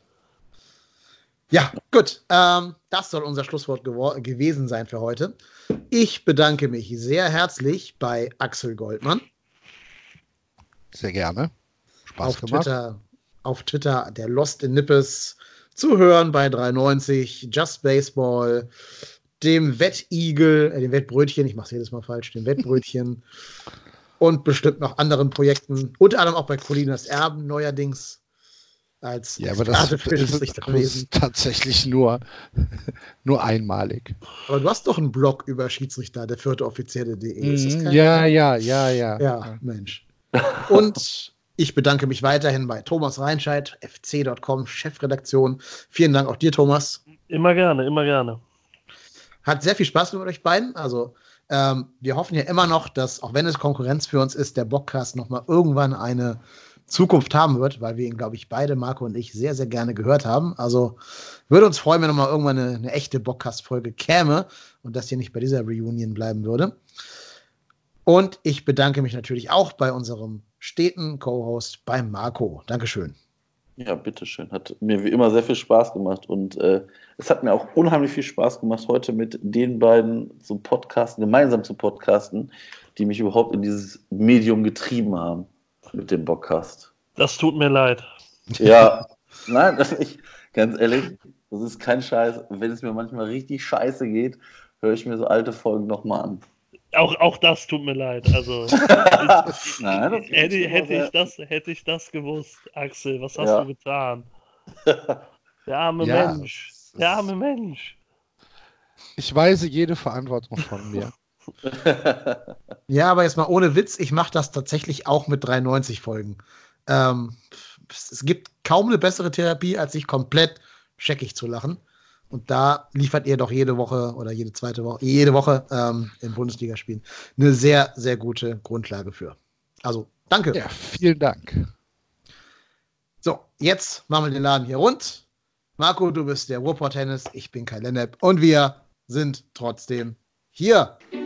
Ja, gut. Ähm, das soll unser Schlusswort gewor- gewesen sein für heute. Ich bedanke mich sehr herzlich bei Axel Goldmann. Sehr gerne. Spaß auf gemacht. Twitter, auf Twitter der Lost in Nippes zu hören bei drei neunzig, Just Baseball, dem Wettigel, äh, dem Wettbrötchen, ich mache es jedes Mal falsch, dem Wettbrötchen und bestimmt noch anderen Projekten, unter anderem auch bei Colinas Erben neuerdings als Ja, aber das, Experte für ist, Schiedsrichterwesen. ist tatsächlich nur, nur einmalig. Aber du hast doch einen Blog über Schiedsrichter, der vierte offizielle.de. Ist das Mhm, kein- ja, ja, ja, ja. Ja, Mensch. Und ich bedanke mich weiterhin bei Thomas Reinscheid, f c Punkt com, Chefredaktion. Vielen Dank auch dir, Thomas. Immer gerne, immer gerne. Hat sehr viel Spaß mit euch beiden. Also ähm, wir hoffen ja immer noch, dass, auch wenn es Konkurrenz für uns ist, der Bockcast nochmal irgendwann eine Zukunft haben wird, weil wir ihn, glaube ich, beide, Marco und ich, sehr, sehr gerne gehört haben. Also würde uns freuen, wenn nochmal irgendwann eine, eine echte Bockcast-Folge käme und das hier nicht bei dieser Reunion bleiben würde. Und ich bedanke mich natürlich auch bei unserem steten Co-Host, beim Marco. Dankeschön. Ja, bitteschön. Hat mir wie immer sehr viel Spaß gemacht und äh, es hat mir auch unheimlich viel Spaß gemacht, heute mit den beiden zu podcasten, gemeinsam zu podcasten, die mich überhaupt in dieses Medium getrieben haben mit dem Podcast. Das tut mir leid. Ja, nein, das ich, ganz ehrlich, das ist kein Scheiß. Wenn es mir manchmal richtig scheiße geht, höre ich mir so alte Folgen nochmal an. Auch, auch das tut mir leid. Also ich, Nein, das hätte, ist hätte, sehr- ich das, hätte ich das gewusst, Axel, was hast Ja. du getan? Der arme Ja, Mensch. Der arme Mensch. Ich weise jede Verantwortung von mir. Ja, aber jetzt mal ohne Witz, ich mache das tatsächlich auch mit dreiundneunzig Folgen. Ähm, es gibt kaum eine bessere Therapie, als sich komplett scheckig zu lachen. Und da liefert ihr doch jede Woche oder jede zweite Woche, jede Woche ähm, in Bundesligaspielen eine sehr, sehr gute Grundlage für. Also, danke. Ja, vielen Dank. So, jetzt machen wir den Laden hier rund. Marco, du bist der Ruhrpott-Hennes, ich bin Kai Lennep und wir sind trotzdem hier.